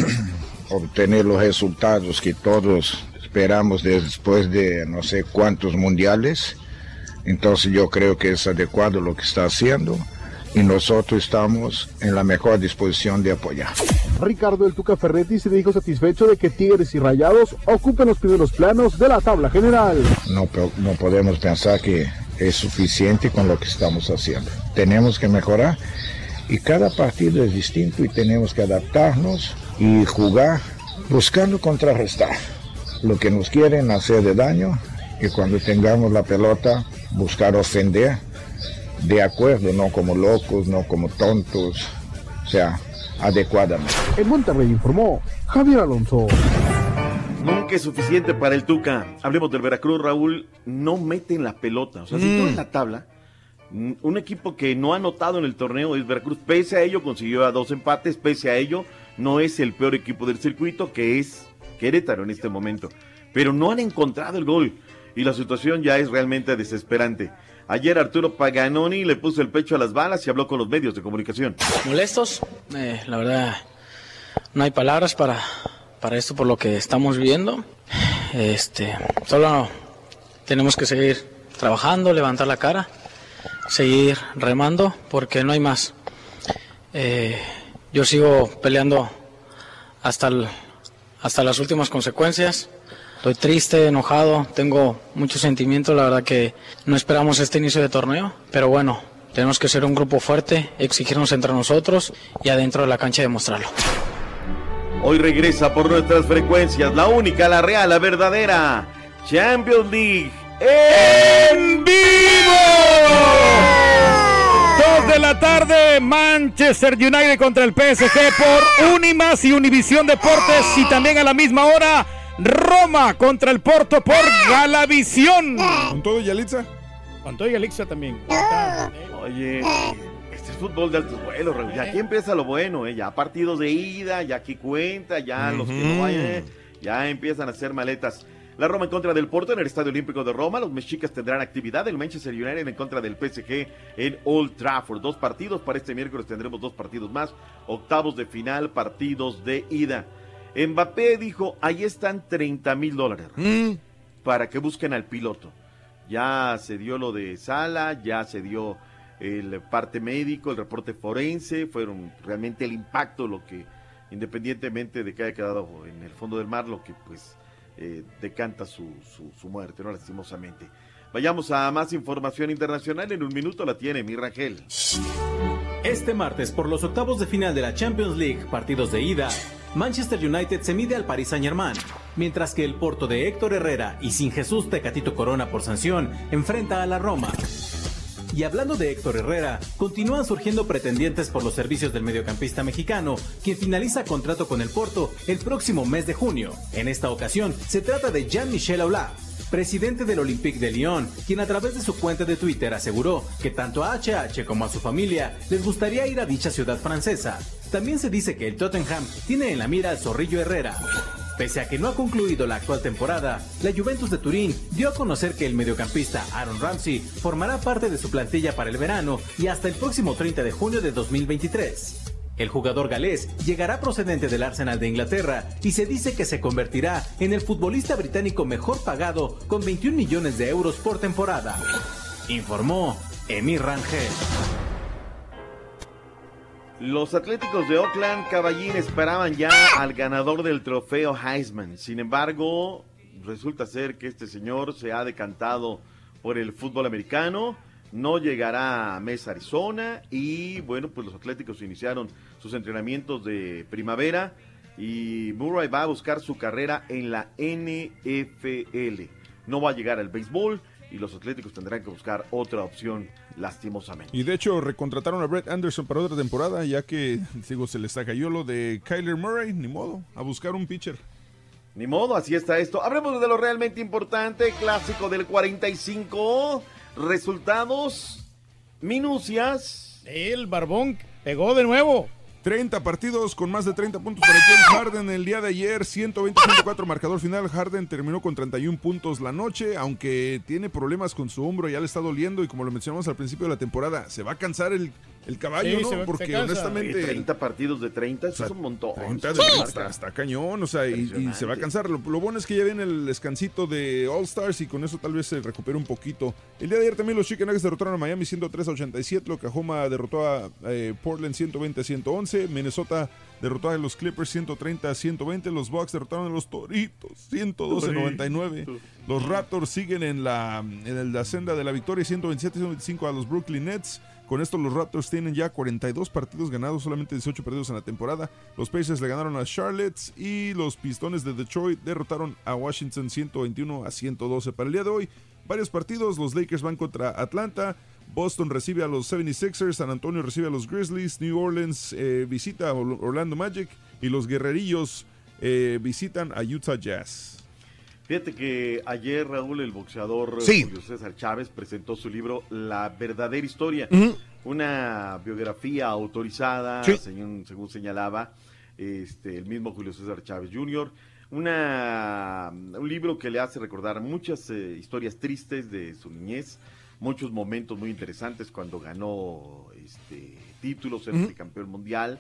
obtener los resultados que todos esperamos después de no sé cuántos mundiales, entonces yo creo que es adecuado lo que está haciendo y nosotros estamos en la mejor disposición de apoyar. Ricardo el Tuca Ferretti se dijo satisfecho de que Tigres y Rayados ocupen los primeros planos de la tabla general. No, no podemos pensar que es suficiente con lo que estamos haciendo. Tenemos que mejorar y cada partido es distinto y tenemos que adaptarnos y jugar buscando contrarrestar lo que nos quieren hacer de daño y cuando tengamos la pelota buscar ofender de acuerdo, no como locos, no como tontos, o sea, adecuadamente. En Monterrey informó Javier Alonso. Nunca es suficiente para el Tuca. Hablemos del Veracruz, Raúl, no meten la pelota. O sea, mm. si tú ves la tabla, un equipo que no ha anotado en el torneo es Veracruz. Pese a ello, consiguió a dos empates. Pese a ello, no es el peor equipo del circuito, que es Querétaro en este momento. Pero no han encontrado el gol. Y la situación ya es realmente desesperante. Ayer Arturo Paganoni le puso el pecho a las balas y habló con los medios de comunicación. ¿Molestos? Eh, la verdad, no hay palabras para, para esto, por lo que estamos viviendo. Este, solo tenemos que seguir trabajando, levantar la cara, seguir remando, porque no hay más. Eh, yo sigo peleando hasta, el, hasta las últimas consecuencias. Estoy triste, enojado, tengo muchos sentimientos. La verdad que no esperamos este inicio de torneo, pero bueno, tenemos que ser un grupo fuerte, exigirnos entre nosotros y adentro de la cancha demostrarlo. Hoy regresa por nuestras frecuencias, la única, la real, la verdadera Champions League en vivo. Dos de la tarde, Manchester United contra el P S G por Unimas y Univisión Deportes, y también a la misma hora Roma contra el Porto por Galavisión. ¿Con todo y Yalitza? Con todo y Yalitza también. Oye, este es fútbol de altos vuelos, Raúl. Ya aquí empieza lo bueno, ¿eh? Ya partidos de ida, ya aquí cuenta, ya uh-huh. los que no vayan, ¿eh? ya empiezan a hacer maletas. La Roma en contra del Porto en el Estadio Olímpico de Roma. Los mexicas tendrán actividad. El Manchester United en contra del P S G en Old Trafford. Dos partidos. Para este miércoles tendremos dos partidos más. Octavos de final, partidos de ida. Mbappé dijo, ahí están treinta mil dólares mm. para que busquen al piloto. Ya se dio lo de Sala, ya se dio el parte médico, el reporte forense. Fueron realmente el impacto, lo que, independientemente de que haya quedado en el fondo del mar, lo que pues... Eh, decanta su, su, su muerte, ¿no? Lastimosamente. Vayamos a más información internacional. En un minuto la tiene mi Rangel. Este martes, por los octavos de final de la Champions League, partidos de ida, Manchester United se mide al Paris Saint-Germain, mientras que el Porto de Héctor Herrera y sin Jesús Tecatito Corona por sanción enfrenta a la Roma. Y hablando de Héctor Herrera, continúan surgiendo pretendientes por los servicios del mediocampista mexicano, quien finaliza contrato con el Porto el próximo mes de junio. En esta ocasión, se trata de Jean-Michel Aulas, presidente del Olympique de Lyon, quien a través de su cuenta de Twitter aseguró que tanto a H H como a su familia les gustaría ir a dicha ciudad francesa. También se dice que el Tottenham tiene en la mira al Zorrillo Herrera. Pese a que no ha concluido la actual temporada, la Juventus de Turín dio a conocer que el mediocampista Aaron Ramsey formará parte de su plantilla para el verano y hasta el próximo treinta de junio de dos mil veintitrés. El jugador galés llegará procedente del Arsenal de Inglaterra y se dice que se convertirá en el futbolista británico mejor pagado con veintiún millones de euros por temporada. Informó Emir Rangel. Los Atléticos de Oakland, Caballín, esperaban ya al ganador del trofeo Heisman. Sin embargo, resulta ser que este señor se ha decantado por el fútbol americano. No llegará a Mesa, Arizona. Y bueno, pues los Atléticos iniciaron sus entrenamientos de primavera. Y Murray va a buscar su carrera en la N F L. No va a llegar al béisbol. Y los Atléticos tendrán que buscar otra opción, lastimosamente. Y de hecho recontrataron a Brett Anderson para otra temporada, ya que digo, se les cayó lo de Kyler Murray, ni modo, a buscar un pitcher. Ni modo, así está esto. Hablemos de lo realmente importante, clásico del cuarenta y cinco, resultados, minucias. El Barbón pegó de nuevo. treinta partidos con más de treinta puntos para James Harden el día de ayer, ciento veinte a ciento cuatro marcador final. Harden terminó con treinta y un puntos la noche, aunque tiene problemas con su hombro, ya le está doliendo y como lo mencionamos al principio de la temporada, se va a cansar el, el caballo, sí, ¿no? Se, Porque se honestamente... Sí, treinta partidos de treinta, eso o sea, es un montón. treinta de treinta, está, está cañón, o sea, y, y se va a cansar. Lo, lo bueno es que ya viene el descansito de All Stars y con eso tal vez se recupere un poquito. El día de ayer también los Chicken Nuggets derrotaron a Miami ciento tres a ochenta y siete, Oklahoma derrotó a eh, Portland ciento veinte a ciento once, Minnesota derrotó a los Clippers ciento treinta a ciento veinte, los Bucks derrotaron a los Toritos ciento doce a noventa y nueve, los Raptors siguen en la, en la senda de la victoria ciento veintisiete a ciento veinticinco a los Brooklyn Nets. Con esto los Raptors tienen ya cuarenta y dos partidos ganados, solamente dieciocho perdidos en la temporada. Los Pacers le ganaron a Charlotte y los Pistones de Detroit derrotaron a Washington ciento veintiuno a ciento doce. Para el día de hoy, varios partidos, los Lakers van contra Atlanta, Boston recibe a los setenta y seis ers, San Antonio recibe a los Grizzlies, New Orleans eh, visita a Orlando Magic y los Guerrerillos eh, visitan a Utah Jazz. Fíjate que ayer, Raúl, el boxeador sí. Julio César Chávez presentó su libro La verdadera historia, uh-huh. una biografía autorizada, sí. según, según señalaba este, el mismo Julio César Chávez junior Una, un libro que le hace recordar muchas eh, historias tristes de su niñez, muchos momentos muy interesantes cuando ganó este, títulos, era uh-huh. campeón mundial.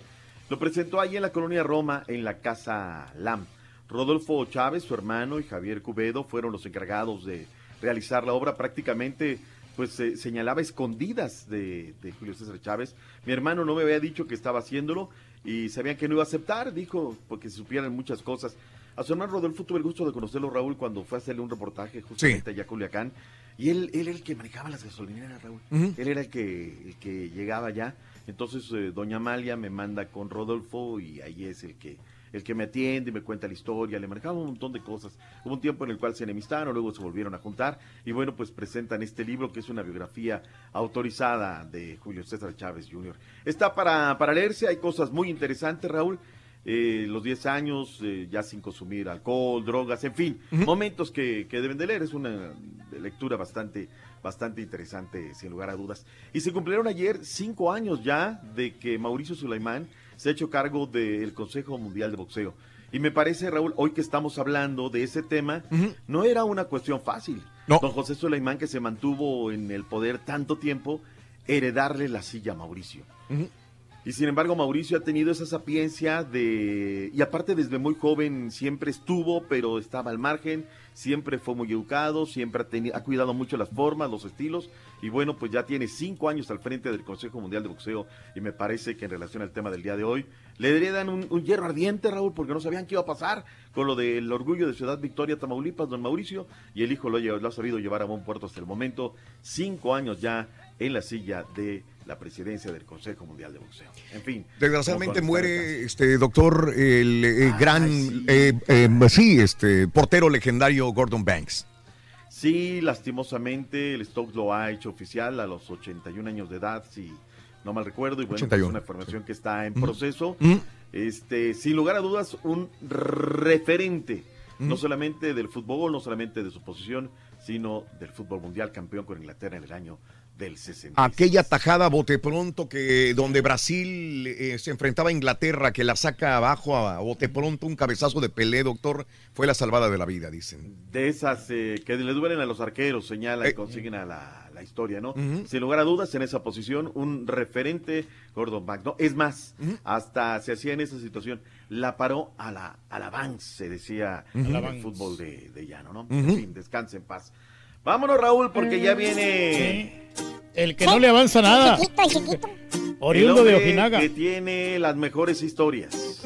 Lo presentó allí en la colonia Roma, en la Casa Lam. Rodolfo Chávez, su hermano, y Javier Cubedo fueron los encargados de realizar la obra. Prácticamente, pues, eh, señalaba escondidas de, de Julio César Chávez. Mi hermano no me había dicho que estaba haciéndolo y sabían que no iba a aceptar, dijo, porque se supieran muchas cosas. A su hermano Rodolfo tuve el gusto de conocerlo, Raúl, cuando fue a hacerle un reportaje justamente sí. allá a Culiacán. Y él, él era el que manejaba las gasolineras, Raúl. Uh-huh. Él era el que, el que llegaba allá. Entonces, eh, doña Amalia me manda con Rodolfo y ahí es el que el que me atiende y me cuenta la historia, le manejaba un montón de cosas. Hubo un tiempo en el cual se enemistaron, luego se volvieron a juntar y bueno, pues presentan este libro que es una biografía autorizada de Julio César Chávez junior Está para, para leerse, hay cosas muy interesantes, Raúl. Eh, los diez años, eh, ya sin consumir alcohol, drogas, en fin, uh-huh. momentos que, que deben de leer. Es una lectura bastante, bastante interesante, sin lugar a dudas. Y se cumplieron ayer cinco años ya de que Mauricio Sulaimán se ha hecho cargo del Consejo Mundial de Boxeo. Y me parece, Raúl, hoy que estamos hablando de ese tema, uh-huh. no era una cuestión fácil. No. Don José Sulaimán, que se mantuvo en el poder tanto tiempo, heredarle la silla a Mauricio. Uh-huh. Y sin embargo, Mauricio ha tenido esa sapiencia de... Y aparte, desde muy joven siempre estuvo, pero estaba al margen, siempre fue muy educado, siempre ha, tenido, ha cuidado mucho las formas, los estilos, y bueno, pues ya tiene cinco años al frente del Consejo Mundial de Boxeo, y me parece que en relación al tema del día de hoy, le heredan un, un hierro ardiente, Raúl, porque no sabían qué iba a pasar con lo del orgullo de Ciudad Victoria, Tamaulipas, don Mauricio, y el hijo lo, lo ha sabido llevar a buen puerto hasta el momento, cinco años ya en la silla de la presidencia del Consejo Mundial de Boxeo. En fin. Desgraciadamente muere, este doctor, el eh, gran, sí. Eh, eh, sí, este portero legendario Gordon Banks. Sí, lastimosamente el Stokes lo ha hecho oficial a los ochenta y un años de edad, si no mal recuerdo, y bueno, ochenta y uno. Es una información sí. que está en mm. proceso. Mm. Este, sin lugar a dudas, un referente, mm. no solamente del fútbol, no solamente de su posición, sino del fútbol mundial, campeón con Inglaterra en el año del sesenta. Aquella tajada bote pronto que donde Brasil eh, se enfrentaba a Inglaterra, que la saca abajo a, a bote pronto, un cabezazo de Pelé, doctor, fue la salvada de la vida, dicen. De esas eh, que le duelen a los arqueros, señala eh, y consiguen a la, la historia, ¿no? Uh-huh. Sin lugar a dudas, en esa posición, un referente, Gordon Banks, ¿no? Es más, uh-huh. hasta se hacía en esa situación, la paró a la, a la Banks, se decía uh-huh. en el fútbol de, de llano, ¿no? Uh-huh. En fin, descanse en paz. Vámonos, Raúl, porque ya viene... Sí. El que no le avanza nada. Chiquito, chiquito. Oriundo de Ojinaga. Que tiene las mejores historias.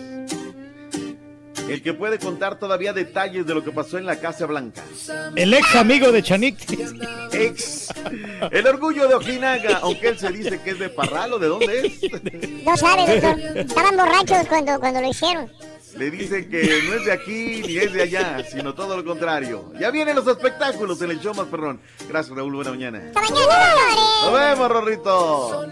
El que puede contar todavía detalles de lo que pasó en la Casa Blanca. El ex amigo de Chanik. Ex. El orgullo de Ojinaga, aunque él se dice que es de Parral, ¿o de dónde es? No sabe, doctor. Estaban borrachos cuando, cuando lo hicieron. Le dicen que no es de aquí ni es de allá, sino todo lo contrario. Ya vienen los espectáculos en el show más perrón. Gracias, Raúl, buena mañana. ¡Hasta mañana! ¡Nos vemos, Rorrito!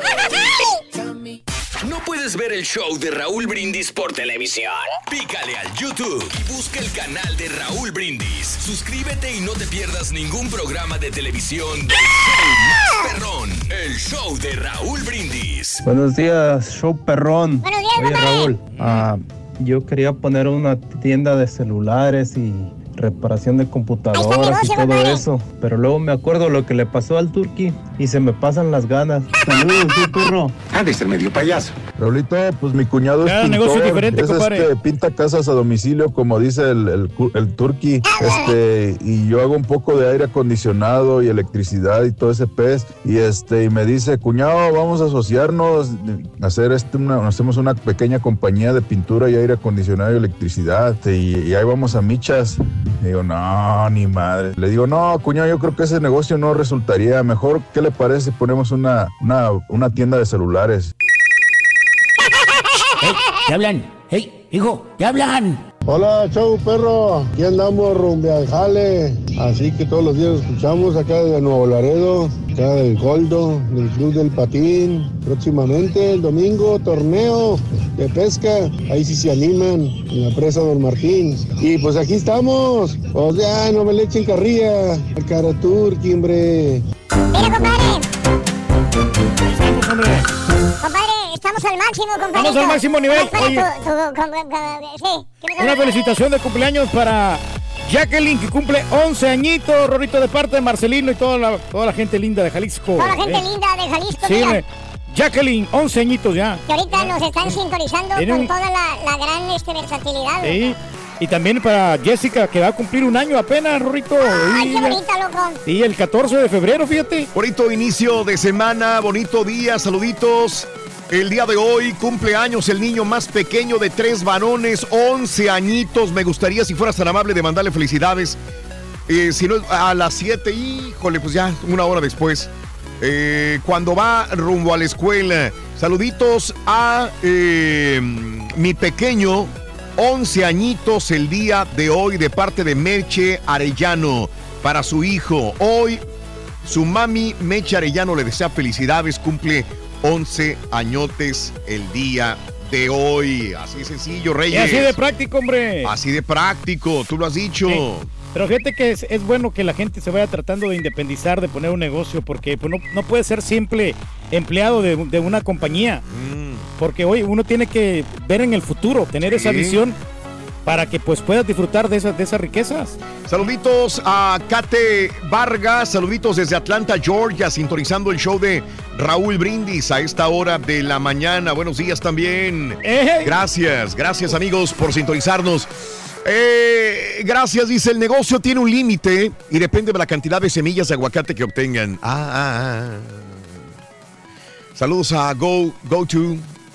¿No puedes ver el show de Raúl Brindis por televisión? Pícale al YouTube y busca el canal de Raúl Brindis. Suscríbete y no te pierdas ningún programa de televisión del show más perrón. El show de Raúl Brindis. Buenos días, show perrón. Buenos días, Oye, Raúl, ah, yo quería poner una tienda de celulares y reparación de computadoras y todo compadre. Eso, pero luego me acuerdo lo que le pasó al Turqui y se me pasan las ganas. Saludos, sí, perro. Ha de ser medio payaso. Raulito, pues mi cuñado es pintor, negocio diferente, es este, pinta casas a domicilio, como dice el, el, el Turqui, este, y yo hago un poco de aire acondicionado y electricidad y todo ese pez, y este, y me dice, cuñado, vamos a asociarnos, a hacer este, una, hacemos una pequeña compañía de pintura y aire acondicionado y electricidad, y, y ahí vamos a michas. Le digo, no, ni madre. Le digo, no, cuñado, yo creo que ese negocio no resultaría. Mejor, ¿qué le parece si ponemos una, una, una tienda de celulares? Hey, ¿qué hablan? Hey, hijo, ¿qué hablan? Hola, chau, perro. Aquí andamos rumbe al jale. Así que todos los días escuchamos acá de Nuevo Laredo, acá del Goldo, del Club del Patín. Próximamente, el domingo, torneo de pesca. Ahí sí se animan, en la presa Don Martín. Y pues aquí estamos. O sea, no me le echen carrilla. El cara Turqui, hombre. Mira, compadre. Estamos, hombre. Compadre. Estamos al máximo, compadre. Estamos al máximo nivel. Oye, tu, tu, com, com, sí, una felicitación de cumpleaños para Jacqueline, que cumple once añitos, Rorrito, de parte de Marcelino y toda la, toda la gente linda de Jalisco. Toda la gente eh. linda de Jalisco. Sí, me, Jacqueline, once añitos ya. Que ahorita nos están sintonizando Tiene con un- toda la, la gran este, versatilidad. Sí. Y también para Jessica, que va a cumplir un año apenas, Rorrito. Ay, Y- qué bonita, loco. Y el catorce de febrero, fíjate. Bonito inicio de semana, bonito día, saluditos. El día de hoy cumpleaños el niño más pequeño de tres varones, once añitos. Me gustaría, si fueras tan amable, de mandarle felicidades. Eh, si no, a las siete, híjole, pues ya una hora después. Eh, cuando va rumbo a la escuela. Saluditos a eh, mi pequeño, once añitos el día de hoy, de parte de Meche Arellano, para su hijo. Hoy su mami Meche Arellano le desea felicidades, cumple once añotes el día de hoy. Así sencillo, Y Reyes. así de práctico, hombre. Así de práctico, tú lo has dicho. Sí. Pero fíjate que es, es bueno que la gente se vaya tratando de independizar, de poner un negocio, porque pues, no, no puede ser simple empleado de, de una compañía. Mm. Porque hoy uno tiene que ver en el futuro, tener esa Sí. visión para que pues puedas disfrutar de esas, de esas riquezas. Saluditos a Kate Vargas, saluditos desde Atlanta, Georgia, sintonizando el show de Raúl Brindis a esta hora de la mañana. Buenos días también. ¡Ey! Gracias, gracias amigos por sintonizarnos. Eh, gracias, dice, el negocio tiene un límite y depende de la cantidad de semillas de aguacate que obtengan. Ah, ah, ah. Saludos a Go, Go To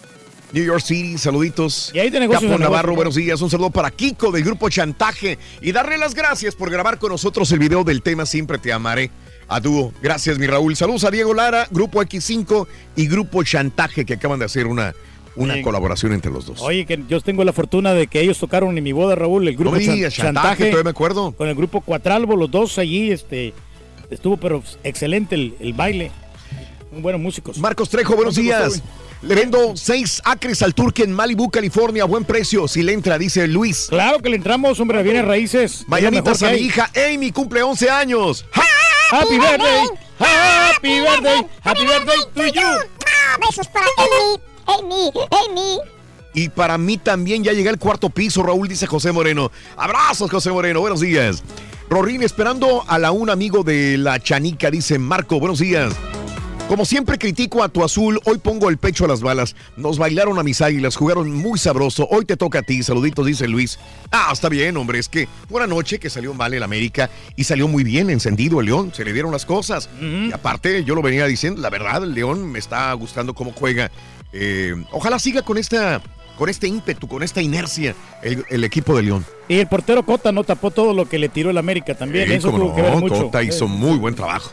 New York City, saluditos. Y ahí de negocios Capo de Navarro, negocios, buenos días. Un saludo para Kiko del grupo Chantaje y darle las gracias por grabar con nosotros el video del tema Siempre Te Amaré a dúo. Gracias, mi Raúl. Saludos a Diego Lara, grupo equis cinco y grupo Chantaje, que acaban de hacer una, una Sí. colaboración entre los dos. Oye, que yo tengo la fortuna de que ellos tocaron en mi boda, Raúl, el grupo No me Chan- digas, Chantaje, todavía me acuerdo. Con el grupo Cuatralbo, los dos allí, este, estuvo pero excelente el, el baile. Muy buenos músicos. Marcos Trejo, buenos ¿Cuánto días. costó, Le vendo seis acres al Turque en Malibu, California, a buen precio. Si le entra, dice Luis. Claro que le entramos, hombre, viene raíces. Mañanitas Es lo a mejor mi que hay. hija Amy, cumple once años. Happy birthday, happy birthday, happy birthday to you. Ah, besos para Amy, Amy, Amy. Y para mí también ya llegué al cuarto piso, Raúl, dice José Moreno. Abrazos, José Moreno, buenos días. Rorín, esperando a la un amigo de la Chanica, dice Marco, buenos días. Como siempre critico a tu azul, hoy pongo el pecho a las balas. Nos bailaron a mis águilas, jugaron muy sabroso. Hoy te toca a ti, saluditos, dice Luis. Ah, está bien, hombre, es que fue una noche que salió mal el América y salió muy bien encendido el León, se le dieron las cosas. Y aparte, yo lo venía diciendo, la verdad, el León me está gustando cómo juega. Eh, ojalá siga con esta, con este ímpetu, con esta inercia el, el equipo de León. Y el portero Cota no tapó todo lo que le tiró el América también. Eh, Eso cómo tuvo que ver no, mucho. Cota hizo Eh, muy buen trabajo.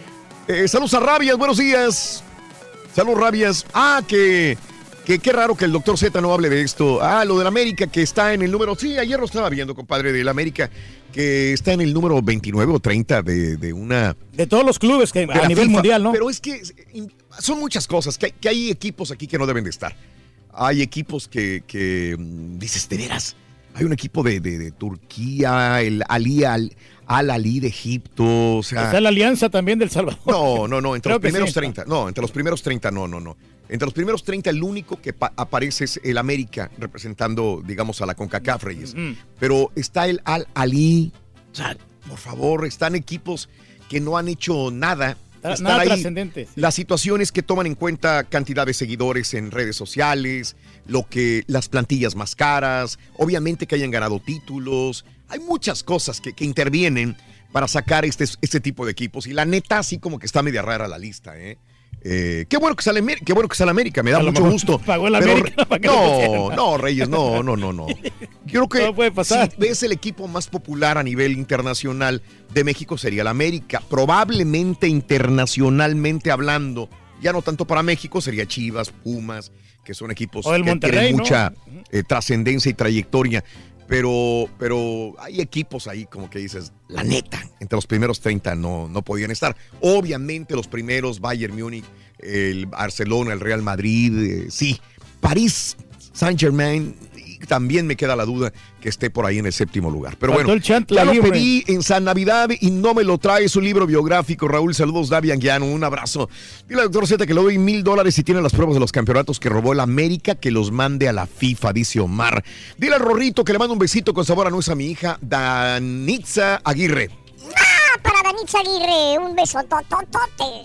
Eh, saludos a Rabias, buenos días. Saludos, Rabias. Ah, que, que qué raro que el doctor Z no hable de esto. Ah, lo del América que está en el número... Sí, ayer lo estaba viendo, compadre, del América, que está en el número veintinueve o treinta de, de una... De todos los clubes que de a la nivel FIFA. mundial, ¿no? Pero es que son muchas cosas, que, que hay equipos aquí que no deben de estar. Hay equipos que, que mm, dices, de veras, hay un equipo de, de, de Turquía, el Ali Al... Al Ali de Egipto, o sea... Está la alianza también del Salvador. No, no, no, entre Creo los que primeros sí. treinta, no, entre los primeros treinta, no, no, no. Entre los primeros treinta, el único que pa- aparece es el América, representando, digamos, a la CONCACAF, Reyes. Mm. Pero está el Al Ali, o sea, por favor, están equipos que no han hecho nada. Nada Están ahí. trascendente, sí. Las situaciones que toman en cuenta cantidad de seguidores en redes sociales, lo que las plantillas más caras, obviamente que hayan ganado títulos. Hay muchas cosas que, que intervienen para sacar este, este tipo de equipos. Y la neta, así como que está media rara la lista, ¿eh? Eh, qué bueno que sale Amer- qué bueno que sale América, me da A lo mucho mejor gusto. pagó el Pero- América para que lo no, pusieran. no, Reyes, no, no, no, no. Yo creo que No puede pasar. si ves el equipo más popular a nivel internacional de México sería el América. Probablemente internacionalmente hablando, ya no tanto para México, sería Chivas, Pumas, que son equipos O el que Monterrey, tienen ¿no? mucha eh, trascendencia y trayectoria. Pero, pero hay equipos ahí como que dices, la neta, entre los primeros treinta no, no podían estar. Obviamente los primeros, Bayern Múnich, el Barcelona, el Real Madrid, eh, sí. París Saint-Germain, también me queda la duda que esté por ahí en el séptimo lugar. Pero Faltó bueno, el Chantla ya lo libre. pedí en San Navidad y no me lo trae su libro biográfico. Raúl, saludos, David Anguiano, un abrazo. Dile al doctor Z que le doy mil dólares si tiene las pruebas de los campeonatos que robó el América, que los mande a la FIFA, dice Omar. Dile al Rorrito que le mando un besito con sabor a nuez a mi hija, Danitza Aguirre. Ah, para Danitza Aguirre, un beso tototote.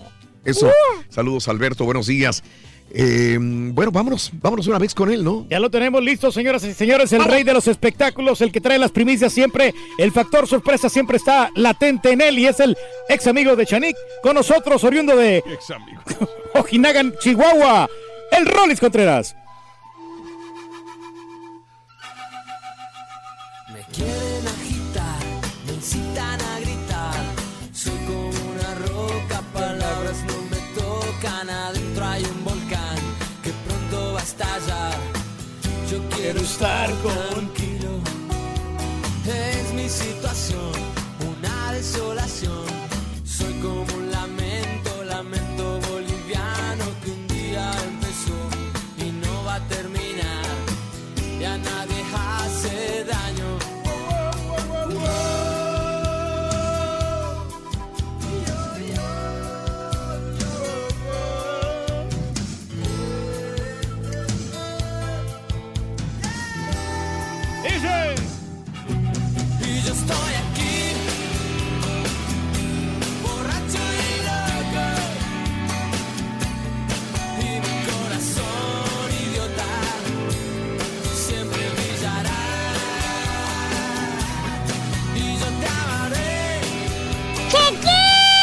Eso. Saludos, Alberto. Buenos días. Eh, bueno, vámonos, vámonos una vez con él, ¿no? Ya lo tenemos listo, señoras y señores, el rey de los espectáculos, el que trae las primicias siempre, el factor sorpresa siempre está latente en él y es el ex amigo de Chanik, con nosotros, oriundo de Ex amigo. Ojinaga, Chihuahua, el Rolis Contreras. Me quieren agitar, me incitan a gritar, soy como una roca, palabras no me tocan, adentro hay un volcán que pronto va a estallar, yo quiero estar tranquilo, es mi situación, una desolación, soy como un lamento, lamento boliviano que un día empezó y no va a terminar, y a nadie hace daño. Y yo estoy aquí, borracho y loco, y mi corazón idiota siempre brillará, y yo te amaré. ¡Chiquito!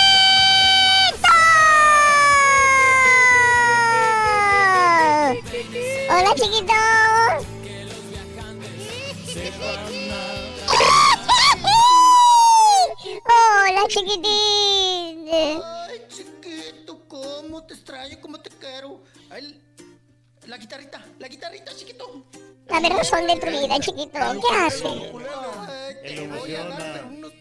Hola, chiquito. Hola, chiquitín. Ay, chiquito, cómo te extraño, cómo te quiero. Ay, la guitarrita, la guitarrita, chiquito. La razón de tu vida, chiquito. ¿Qué haces? Ay, te voy a dar unos...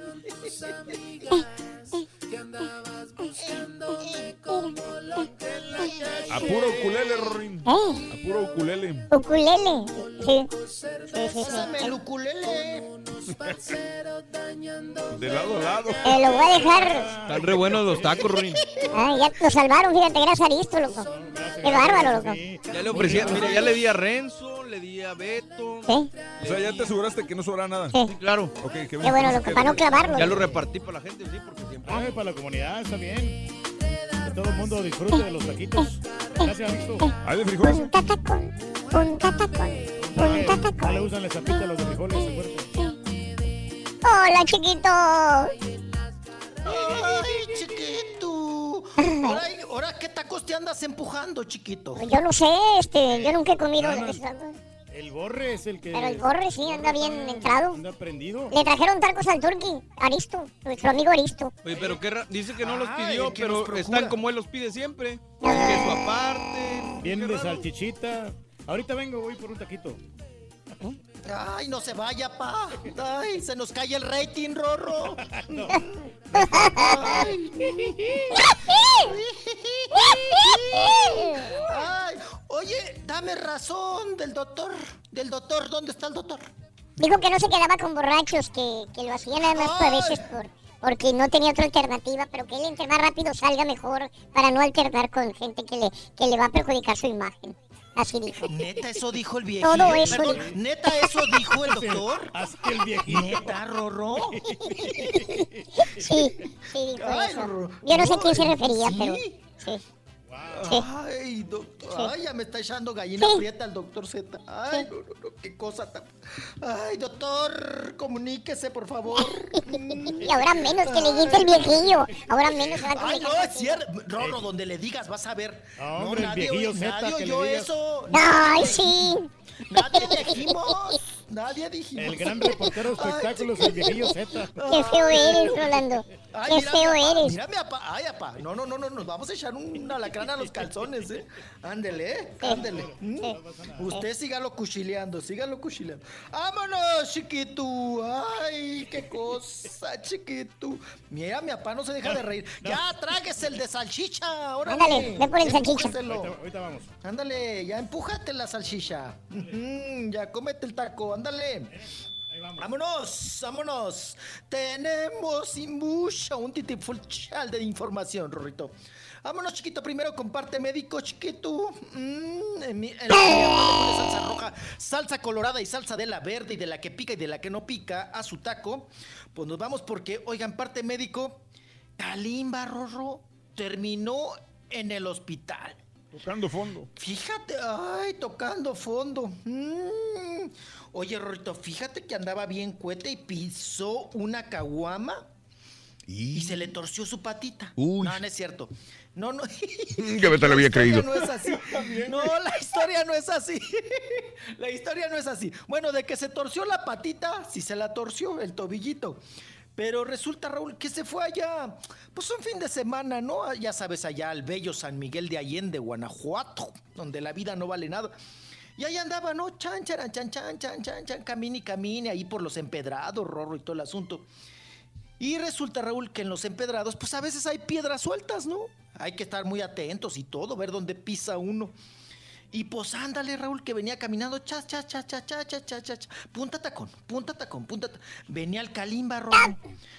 A puro ukulele, Rorín. ¿Eh? A puro ukulele. Ukulele. Sí. Sí, sí, sí. Pásame el ukulele. De lado a lado. Eh, lo voy a dejar. Están re buenos los tacos, Rorín. Ah, ya lo salvaron, fíjate, gracias a Aristo, loco. Qué bárbaro, loco. Ya le ofrecí, mira, ya le di a Renzo, le di a Beto. ¿Sí? O sea, ya te aseguraste que no sobra nada. Sí. Sí, claro. Ok, qué Qué bueno, loco, para no clavarlo. Ya lo repartí para la gente, sí, porque siempre. Ay, para la comunidad, está bien. Que todo el mundo disfrute de los taquitos. Gracias, Aristo. ¿Hay de frijoles? Un tatacón, un tatacón, un No le tatacón. usan la zapita a los de frijoles, ¿se acuerdan? Hola, chiquito. Ay, chiquito. Ahora, ahora, ¿qué tacos te andas empujando, chiquito? Yo no sé, este, yo nunca he comido Ah, no. de esos tacos. El Borre es el que... Pero el Borre sí anda bien entrado. Anda prendido. Le trajeron tacos al Turqui, Aristo, nuestro amigo Aristo. Oye, pero qué ra- dice que no los Ah, pidió, el que pero nos procura. están como él los pide siempre. Con queso aparte. Viene de salchichita. Ahorita vengo, voy por un taquito. Ay, no se vaya, pa. Ay, se nos cae el rating, Rorro. No. Ay. Ay, oye, dame razón del doctor. Del doctor, ¿dónde está el doctor? Dijo que no se quedaba con borrachos, que, que lo hacía nada más por a veces por, porque no tenía otra alternativa, pero que él entre más rápido salga mejor para no alternar con gente que le, que le va a perjudicar su imagen. Así dijo. Neta, eso dijo el viejito. Todo eso Perdón, dijo. Neta, eso dijo el doctor. Así el viejito. Neta, Rorro. Sí, sí dijo Ay, eso. Rorro. Yo no sé a quién se refería, ¿Sí? pero sí. Sí. Ay, doctor. Sí. Ay, ya me está echando gallina Sí. prieta el doctor Z. Ay, no, no, no, qué cosa tan. Ay, doctor, comuníquese, por favor. Y ahora menos que le quite el viejillo. Ahora menos se va a Ay, no, comunicar es cierto. Rorro, donde le digas, vas a ver. No, hombre, el nadie, viejillo nadie Zeta, que le oyó digas. eso. Ay, sí. Nadie dijimos. Nadie dijimos. El gran reportero de espectáculos, el viejillo Z. Qué feo eres, Rolando. Ay, Qué mira, feo mi apá, eres. Mira, mi apá. Ay, apá. No, no, no, no, nos vamos a echar una alacrán a los calzones, ¿eh? Ándele, ¿eh? Ándele. ¿Mm? Usted sígalo cuchileando, sígalo cuchileando. ¡Vámonos, chiquito! ¡Ay, qué cosa, chiquito! Mira, mi apá no se deja de reír. ¡Ya, tráguese el de salchicha! ¡Órale! Ándale, ve por el salchicha. Empújaselo. Ahorita, ahorita vamos. Ándale, ya empújate la salchicha. Ujú, ya cómete el taco, ándale. Vámonos, vámonos. Tenemos y mucha un titifuchal de información, Rorrito. Vámonos, chiquito, primero con parte médico, chiquito. Mm, en mi, en la que mi mamá le pone salsa roja, salsa colorada y salsa de la verde y de la que pica y de la que no pica a su taco. Pues nos vamos porque, oigan, parte médico, Kalimba, Rorro. terminó en el hospital. Tocando fondo. Fíjate, ay, tocando fondo. Mm. Oye, Rorrito, fíjate que andaba bien cuete y pisó una caguama y, y se le torció su patita. Uy. No, no es cierto. No, no. Ya me te lo había creído. No es así. No, la historia no es así. La historia no es así. Bueno, de que se torció la patita, sí se la torció el tobillito. Pero resulta, Raúl, que se fue allá, pues un fin de semana, ¿no? Ya sabes, allá al bello San Miguel de Allende, Guanajuato, donde la vida no vale nada. Y ahí andaba, ¿no? Chan, charan, chan, chan, chan, chan, chan, camine y camine, ahí por los empedrados, Rorro y todo el asunto. Y resulta, Raúl, que en los empedrados, pues a veces hay piedras sueltas, ¿no? Hay que estar muy atentos y todo, ver dónde pisa uno. Y pues ándale, Raúl, que venía caminando, cha, cha, cha, cha, cha, cha, cha, cha, punta tacón, punta tacón, punta tacón. Venía el calimba, Rorro.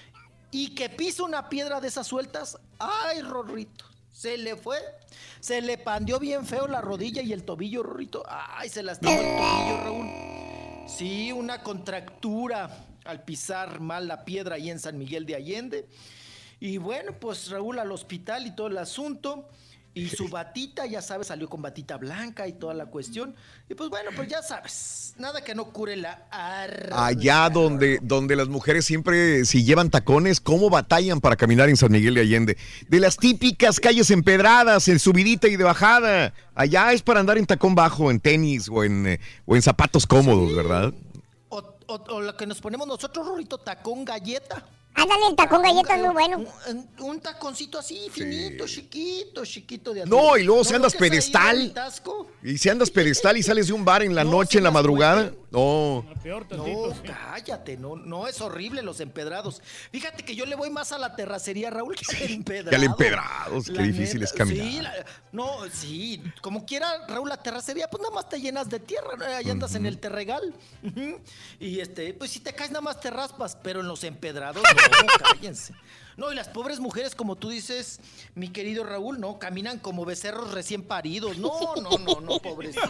Y que pisa una piedra de esas sueltas, ¡ay, Rorrito! Se le fue, se le pandeó bien feo la rodilla y el tobillo, Rorrito. ¡Ay, se lastimó el tobillo, Raúl! Sí, una contractura al pisar mal la piedra ahí en San Miguel de Allende. Y bueno, pues Raúl al hospital y todo el asunto. Y su batita, ya sabes, salió con batita blanca y toda la cuestión. Y pues bueno, pues ya sabes, nada que no cure la arra. Allá donde, donde las mujeres siempre, si llevan tacones, ¿cómo batallan para caminar en San Miguel de Allende? De las típicas calles empedradas, en subidita y de bajada. Allá es para andar en tacón bajo, en tenis o en, eh, o en zapatos cómodos, sí. ¿Verdad? O, o, o lo que nos ponemos nosotros, Rorrito, tacón galleta. Ándale, el tacón galleta es muy bueno. Un, un taconcito así, finito, sí. chiquito, chiquito de azul. No, y luego no, si andas pedestal. Y si andas pedestal y sales de un bar en la no, noche, si en la madrugada. Puede. No. Peor tantito, no, sí. cállate, no, no, es horrible los empedrados. Fíjate que yo le voy más a la terracería, Raúl, que al empedrado. Que al empedrados, qué difícil neta, es caminar. Sí, la, no, sí, como quiera, Raúl, la terracería, pues nada más te llenas de tierra, ¿no? Ahí andas uh-huh. en el terregal. Uh-huh. Y este, pues si te caes nada más te raspas, pero en los empedrados, no, cállense. No, y las pobres mujeres, como tú dices, mi querido Raúl, no, caminan como becerros recién paridos. No, no, no, no, pobrecitas.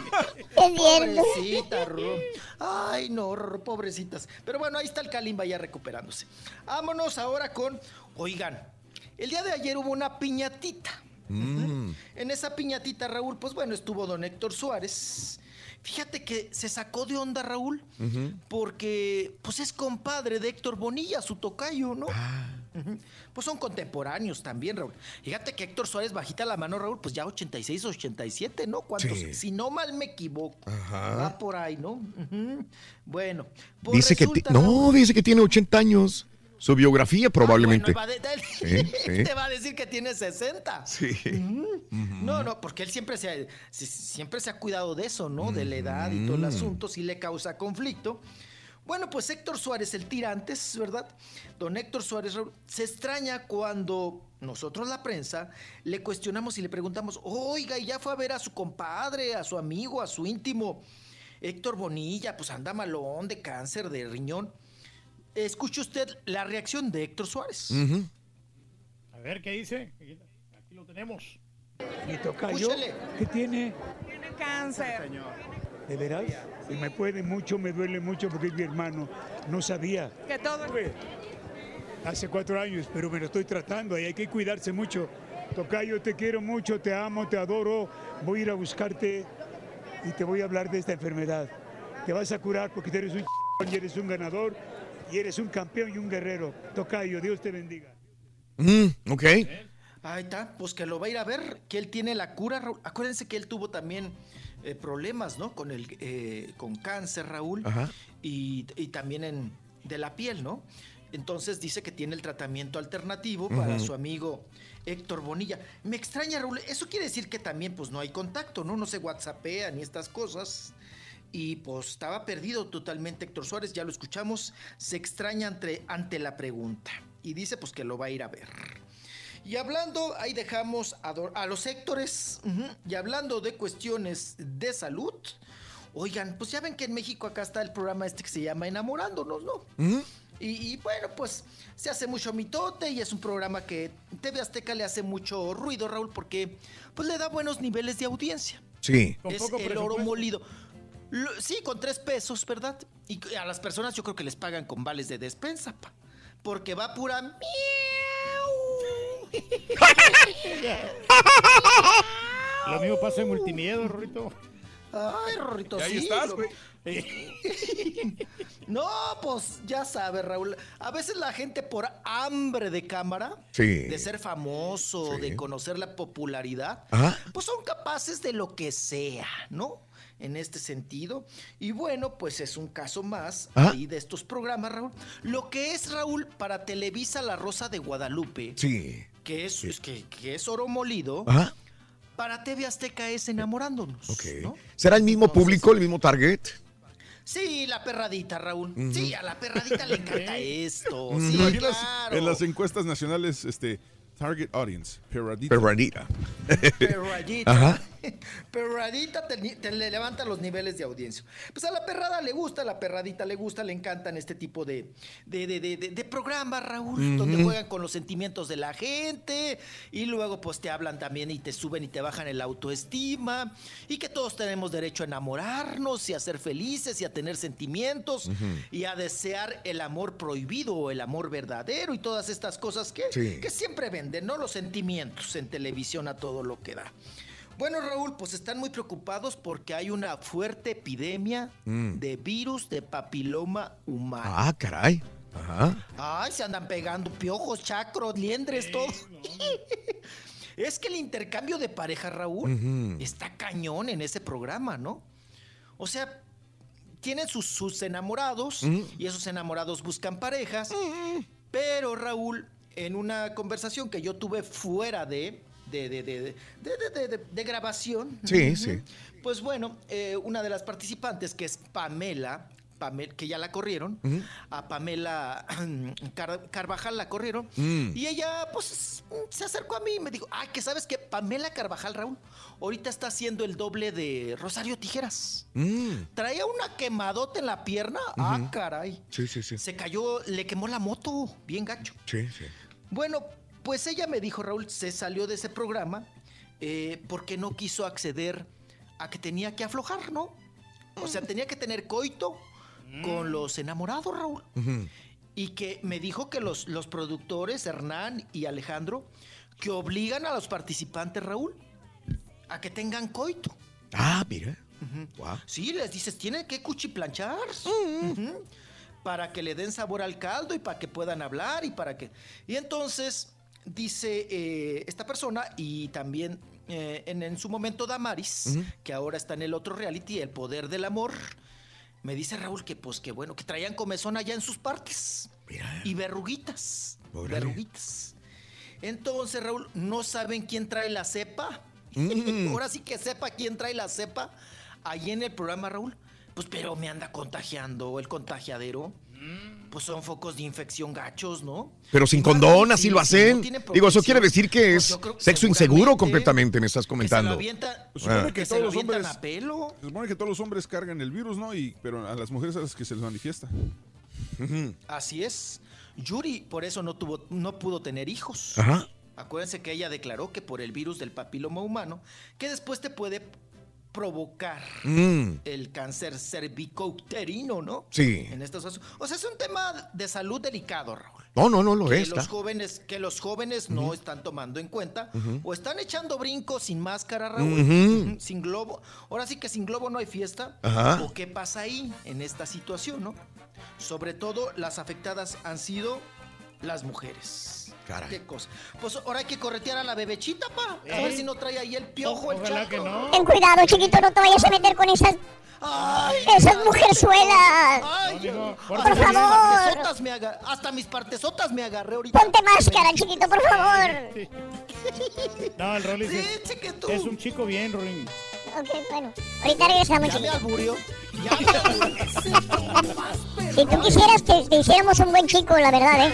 Pobrecitas, Ro. Ay, no, Ro, pobrecitas. Pero bueno, ahí está el Kalimba ya recuperándose. Vámonos ahora con, oigan, el día de ayer hubo una piñatita. Mm. En esa piñatita, Raúl, pues bueno, estuvo don Héctor Suárez. Fíjate que se sacó de onda, Raúl, uh-huh. porque pues es compadre de Héctor Bonilla, su tocayo, ¿no? Ah. Uh-huh. Pues son contemporáneos también, Raúl. Fíjate que Héctor Suárez, bajita la mano, Raúl, pues ya ochenta y seis, ochenta y siete, ¿no? ¿Cuántos? Sí. Si no mal me equivoco. Ajá. Va por ahí, ¿no? Uh-huh. Bueno. Pues dice resulta, que ti- no, dice que tiene ochenta años. Su biografía probablemente. Ah, bueno, de, de, sí, sí. Te va a decir que tiene sesenta. Sí. Uh-huh. Uh-huh. No, no, porque él siempre se ha, siempre se ha cuidado de eso, ¿no? Uh-huh. De la edad y todo el asunto, sí le causa conflicto. Bueno, pues Héctor Suárez, el tirantes, ¿verdad? Don Héctor Suárez se extraña cuando nosotros, la prensa, le cuestionamos y le preguntamos, oiga, ¿y ya fue a ver a su compadre, a su amigo, a su íntimo Héctor Bonilla? Pues anda malón de cáncer de riñón. Escuche usted la reacción de Héctor Suárez. Uh-huh. A ver, ¿qué dice? Aquí lo tenemos. Mi tocayo, ¿qué tiene? Tiene cáncer. ¿De veras? Y me puede mucho, me duele mucho porque es mi hermano. No sabía. Que todo... Hace cuatro años, pero me lo estoy tratando y hay que cuidarse mucho. Tocayo, te quiero mucho, te amo, te adoro. Voy a ir a buscarte y te voy a hablar de esta enfermedad. Te vas a curar porque eres un ch... y eres un ganador. Y eres un campeón y un guerrero. Tocayo, Dios te bendiga. Mm, ok. Ahí está, pues que lo va a ir a ver, que él tiene la cura, Raúl. Acuérdense que él tuvo también eh, problemas, ¿no? Con el eh, con cáncer, Raúl. Ajá. Y, y también en, de la piel, ¿no? Entonces dice que tiene el tratamiento alternativo uh-huh. para su amigo Héctor Bonilla. Me extraña, Raúl, eso quiere decir que también pues no hay contacto, ¿no? No se whatsappean ni estas cosas. Y pues estaba perdido totalmente Héctor Suárez, ya lo escuchamos, se extraña ante, ante la pregunta. Y dice pues que lo va a ir a ver. Y hablando, ahí dejamos a, do, a los Héctores, uh-huh, y hablando de cuestiones de salud, oigan, pues ya ven que en México acá está el programa este que se llama Enamorándonos, ¿no? Uh-huh. Y, y bueno, pues se hace mucho mitote y es un programa que T V Azteca le hace mucho ruido, Raúl, porque pues le da buenos niveles de audiencia. Sí. Es el oro molido. Sí, con tres pesos, ¿verdad? Y a las personas yo creo que les pagan con vales de despensa, pa, porque va pura miau, Lo mismo pasa en Multimiedo, Rorrito. Ay, Rorrito, Y ahí sí. estás, lo- güey. No, pues ya sabes, Raúl. A veces la gente por hambre de cámara, Sí. de ser famoso, de conocer la popularidad, Ajá. pues son capaces de lo que sea, ¿no? En este sentido. Y bueno, pues es un caso más Ajá. ahí de estos programas, Raúl. Lo que es, Raúl, para Televisa La Rosa de Guadalupe, Sí. que es, es que, que es oro molido, Ajá. para T V Azteca es Enamorándonos. Ok. ¿no? ¿Será el mismo público, el mismo target? Sí, la perradita, Raúl. Ujú. Sí, a la perradita le encanta esto. ¿Te Sí, imaginas claro. en las encuestas nacionales, este, Target Audience, Perradita? Perradita. Perradita. Ajá. Perradita te, te le levanta los niveles de audiencia. Pues a la perrada le gusta, a la perradita le gusta, le encantan este tipo de, de, de, de, de- de programas, Raúl, Ujú. donde juegan con los sentimientos de la gente y luego pues te hablan también y te suben y te bajan el autoestima y que todos tenemos derecho a enamorarnos y a ser felices y a tener sentimientos Ujú. y a desear el amor prohibido o el amor verdadero y todas estas cosas que, Sí. que siempre venden, ¿no? Los sentimientos en televisión a todo lo que da. Bueno, Raúl, pues están muy preocupados porque hay una fuerte epidemia Mm. de virus de papiloma humano. Ah, caray. Ajá. Ay, se andan pegando piojos, chacros, liendres, todo. Es que el intercambio de pareja, Raúl, Ujú. está cañón en ese programa, ¿no? O sea, tienen sus, sus enamorados Ujú. y esos enamorados buscan parejas, pero Raúl, en una conversación que yo tuve fuera de, de, de, de, de, de- de- de- de grabación, Sí, ujú, sí. pues bueno, eh, una de las participantes, que es Pamela, Pamel- que ya la corrieron, Ujú. a Pamela Car- Carvajal la corrieron, Mm. y ella pues se acercó a mí y me dijo, ay, que sabes que Pamela Carvajal, Raúl, ahorita está haciendo el doble de Rosario Tijeras. Mm. Traía una quemadota en la pierna, ah, Ujú. caray. Sí, sí, sí. Se cayó, le quemó la moto, bien gacho. Sí, sí. Bueno, pues ella me dijo, Raúl, se salió de ese programa eh, porque no quiso acceder a que tenía que aflojar, ¿no? O sea, tenía que tener coito con los enamorados, Raúl. Ujú. Y que me dijo que los, los productores, Hernán y Alejandro, que obligan a los participantes, Raúl, a que tengan coito. Ah, mira. Ujú. Guau. Sí, les dices, tienen que cuchiplanchar. Ujú. Para que le den sabor al caldo y para que puedan hablar y para que... Y entonces dice eh, esta persona y también eh, en, en su momento Damaris, Ujú. que ahora está en el otro reality, El Poder del Amor, me dice Raúl que pues que bueno, que traían comezón allá en sus partes. Mira. Y verruguitas. Órale. Verruguitas. Entonces, Raúl, ¿no saben quién trae la cepa? Mm. Ahora sí que sepa quién trae la cepa ahí en el programa, Raúl. Pues, pero me anda contagiando el contagiadero. Pues son focos de infección gachos, ¿no? Pero sin Y más condón, bien, así si- lo si hacen. no tienen Digo, eso quiere protección, decir que pues es yo creo que sexo inseguro seguramente completamente, me estás Que se lo comentando. avienta, Se supone Ah. que que se todos lo los avientan hombres, a pelo. se supone que todos los hombres cargan el virus, ¿no? Y, pero a las mujeres a las que se les manifiesta. Ujú. Así es. Yuri, por eso no tuvo, no pudo tener hijos. Ajá. Acuérdense que ella declaró que por el virus del papiloma humano, que después te puede provocar Mm. el cáncer cervicouterino, ¿no? Sí. En estos casos. O sea, es un tema de salud delicado, Raúl. No, no, no lo que es. los está. jóvenes, que los jóvenes no están tomando en cuenta Ujú. o están echando brincos sin máscara, Raúl, Ujú. Ujú, sin globo. Ahora sí que sin globo no hay fiesta. Ajá. ¿O qué pasa ahí en esta situación, no? Sobre todo las afectadas han sido las mujeres. Caray. Qué cosa. Pues ahora hay que corretear a la bebechita, pa. A Ey. ver si no trae ahí el piojo, el Ojalá chato. que no. Ten cuidado, chiquito, no te vayas a meter con esas, Ay, esas mujerzuelas. Ay, No, digo, hasta pórtate mis bien. partesotas me aga- hasta mis partesotas me agarré ahorita. Ponte máscara, chiquito, por favor. No, el Rolis Sí, es, chiquito. es un chico bien, Rolín. Ok, bueno. Ahorita regresamos, Ya me chiquito. alburió. Ya me alburió. Si tú quisieras que te hiciéramos un buen chico, la verdad, ¿eh?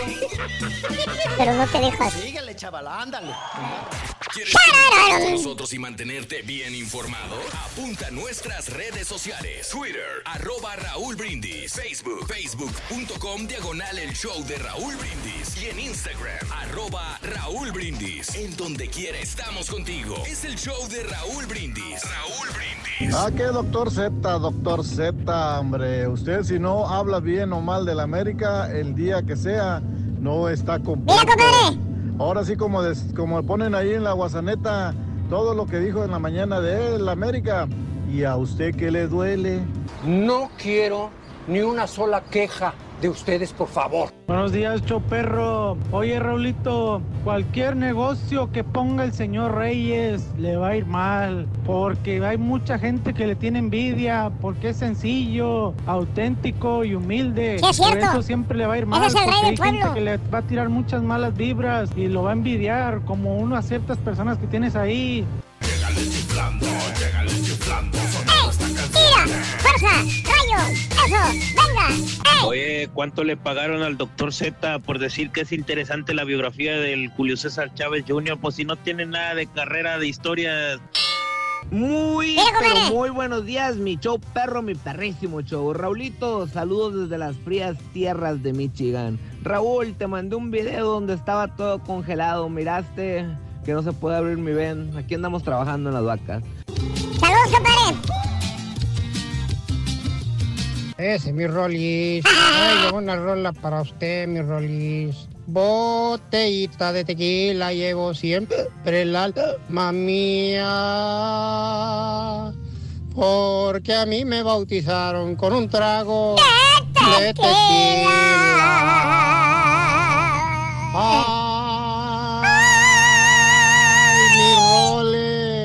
Pero no te dejas. Síguele, chaval, ándale. ¿Quieres conectarte con nosotros y mantenerte bien informado? Apunta a nuestras redes sociales. Twitter, arroba Raúl Brindis. Facebook, facebook.com diagonal el show de Raúl Brindis. Y en Instagram, arroba Raúl Brindis. En donde quiera estamos contigo. Es el show de Raúl Brindis. Raúl Brindis. Ah, que doctor Z, doctor Z, hombre. Usted si no habla bien o mal de la América, el día que sea, no está completo. Mira, compadre. Ahora sí, como, des, como ponen ahí en la guasaneta, todo lo que dijo en la mañana de él, América. ¿Y a usted qué le duele? No quiero ni una sola queja de ustedes, por favor. Buenos días, Choperro. Oye, Raulito, cualquier negocio que ponga el señor Reyes le va a ir mal, porque hay mucha gente que le tiene envidia, porque es sencillo, auténtico y humilde. Sí, es Por cierto. eso siempre le va a ir mal, Ese es el porque rey del hay gente pueblo. que le va a tirar muchas malas vibras y lo va a envidiar, como unas ciertas personas que tienes ahí. ¡Tira! ¡Fuerza! ¡Rayo! ¡Eso! ¡Venga! ¡Ey! Oye, ¿cuánto le pagaron al doctor Z por decir que es interesante la biografía del Julio César Chávez junior? Pues si no tiene nada de carrera de historia. Muy, Mira, pero compadre. muy buenos días, mi show perro, mi perrísimo show. Raulito, saludos desde las frías tierras de Michigan. Raúl, te mandé un video donde estaba todo congelado. Miraste que no se puede abrir mi ven. Aquí andamos trabajando en las vacas. ¡Saludos, compadre! Ese, mi Rolis. Ay, una rola para usted, mi Rolis. Botellita de tequila llevo siempre el alma mía. Porque a mí me bautizaron con un trago de tequila. Ay, mi Rolis.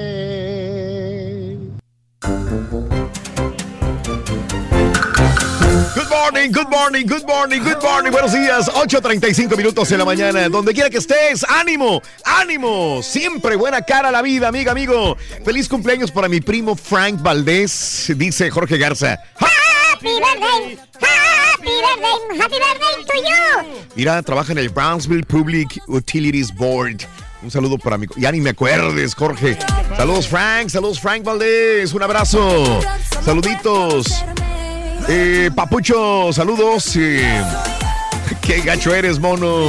Good morning, good morning, good morning, good morning. Buenos días, ocho treinta y cinco minutos en la mañana. Donde quiera que estés, ánimo, ánimo. Siempre buena cara a la vida, amiga, amigo. Feliz cumpleaños para mi primo Frank Valdés, dice Jorge Garza. ¡Happy birthday! ¡Happy birthday! ¡Happy birthday to you! Mira, trabaja en el Brownsville Public Utilities Board. Un saludo para mi... Ya ni me acuerdes, Jorge. Saludos, Frank. Saludos, Frank Valdés. Un abrazo. Saluditos. Eh, Papucho, saludos. Eh, qué gacho eres, mono.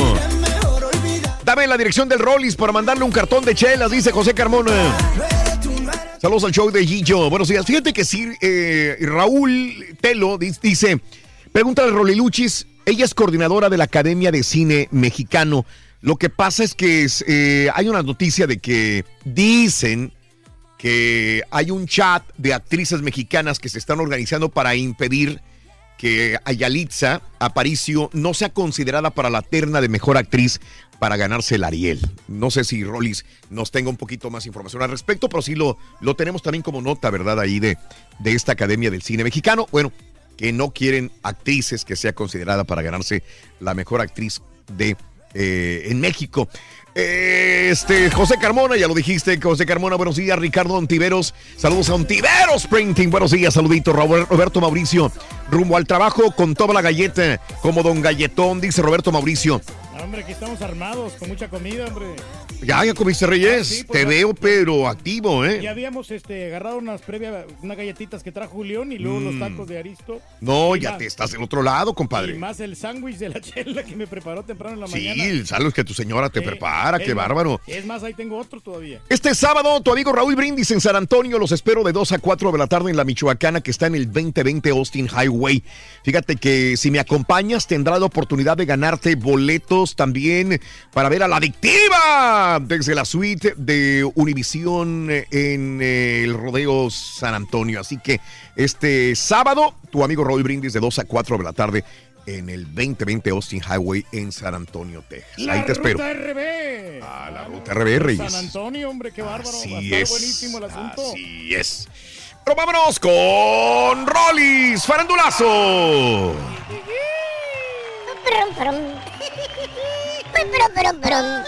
Dame la dirección del Rollis para mandarle un cartón de chelas, dice José Carmona. Saludos al show de Gillo. Buenos días. Fíjate que sí, eh, Raúl Telo dice, pregúntale a Roliluchis, ella es coordinadora de la Academia de Cine Mexicano. Lo que pasa es que es, eh, hay una noticia de que dicen que hay un chat de actrices mexicanas que se están organizando para impedir que Yalitza Aparicio no sea considerada para la terna de mejor actriz para ganarse el Ariel. No sé si Rollis nos tenga un poquito más información al respecto, pero sí lo, lo tenemos también como nota, ¿verdad? Ahí de, de esta Academia del Cine Mexicano. Bueno, que no quieren actrices que sea considerada para ganarse la mejor actriz de eh, en México. Este, José Carmona, ya lo dijiste, José Carmona, buenos días. Ricardo Ontiveros, saludos a Ontiveros Printing, buenos días, saludito. Roberto Mauricio, rumbo al trabajo con toda la galleta, como Don Galletón, dice Roberto Mauricio. Hombre, aquí estamos armados, con mucha comida, hombre. Ya, ya comiste, Reyes. Ah, sí, pues, te ya, veo, pero activo, ¿eh? Ya habíamos este, agarrado unas previas, unas galletitas que trajo Julián y luego Mm. los tacos de Aristo. No, Y ya más- te estás del otro lado, compadre. Y más el sándwich de la chela que me preparó temprano en la Sí, mañana. sabes que tu señora te Eh, prepara, es qué más- bárbaro. Es más, ahí tengo otro todavía. Este sábado, tu amigo Raúl Brindis en San Antonio, los espero de dos a cuatro de la tarde en la Michoacana, que está en el veinte veinte Austin Highway. Fíjate que si me acompañas, tendrás la oportunidad de ganarte boletos también para ver a La Adictiva desde la suite de Univisión en eh, el Rodeo San Antonio. Así que este sábado, tu amigo Raúl Brindis de dos a cuatro de la tarde en el veinte veinte Austin Highway en San Antonio, Texas. La Ahí te espero. Ruta R B. Ah, la Ruta R B, Reyes. San Antonio, hombre, qué bárbaro. Así Va a estar es, buenísimo el asunto. Así es. Pero vámonos con Rollis Farandulazo. Brum, brum. Brum, brum, brum, brum.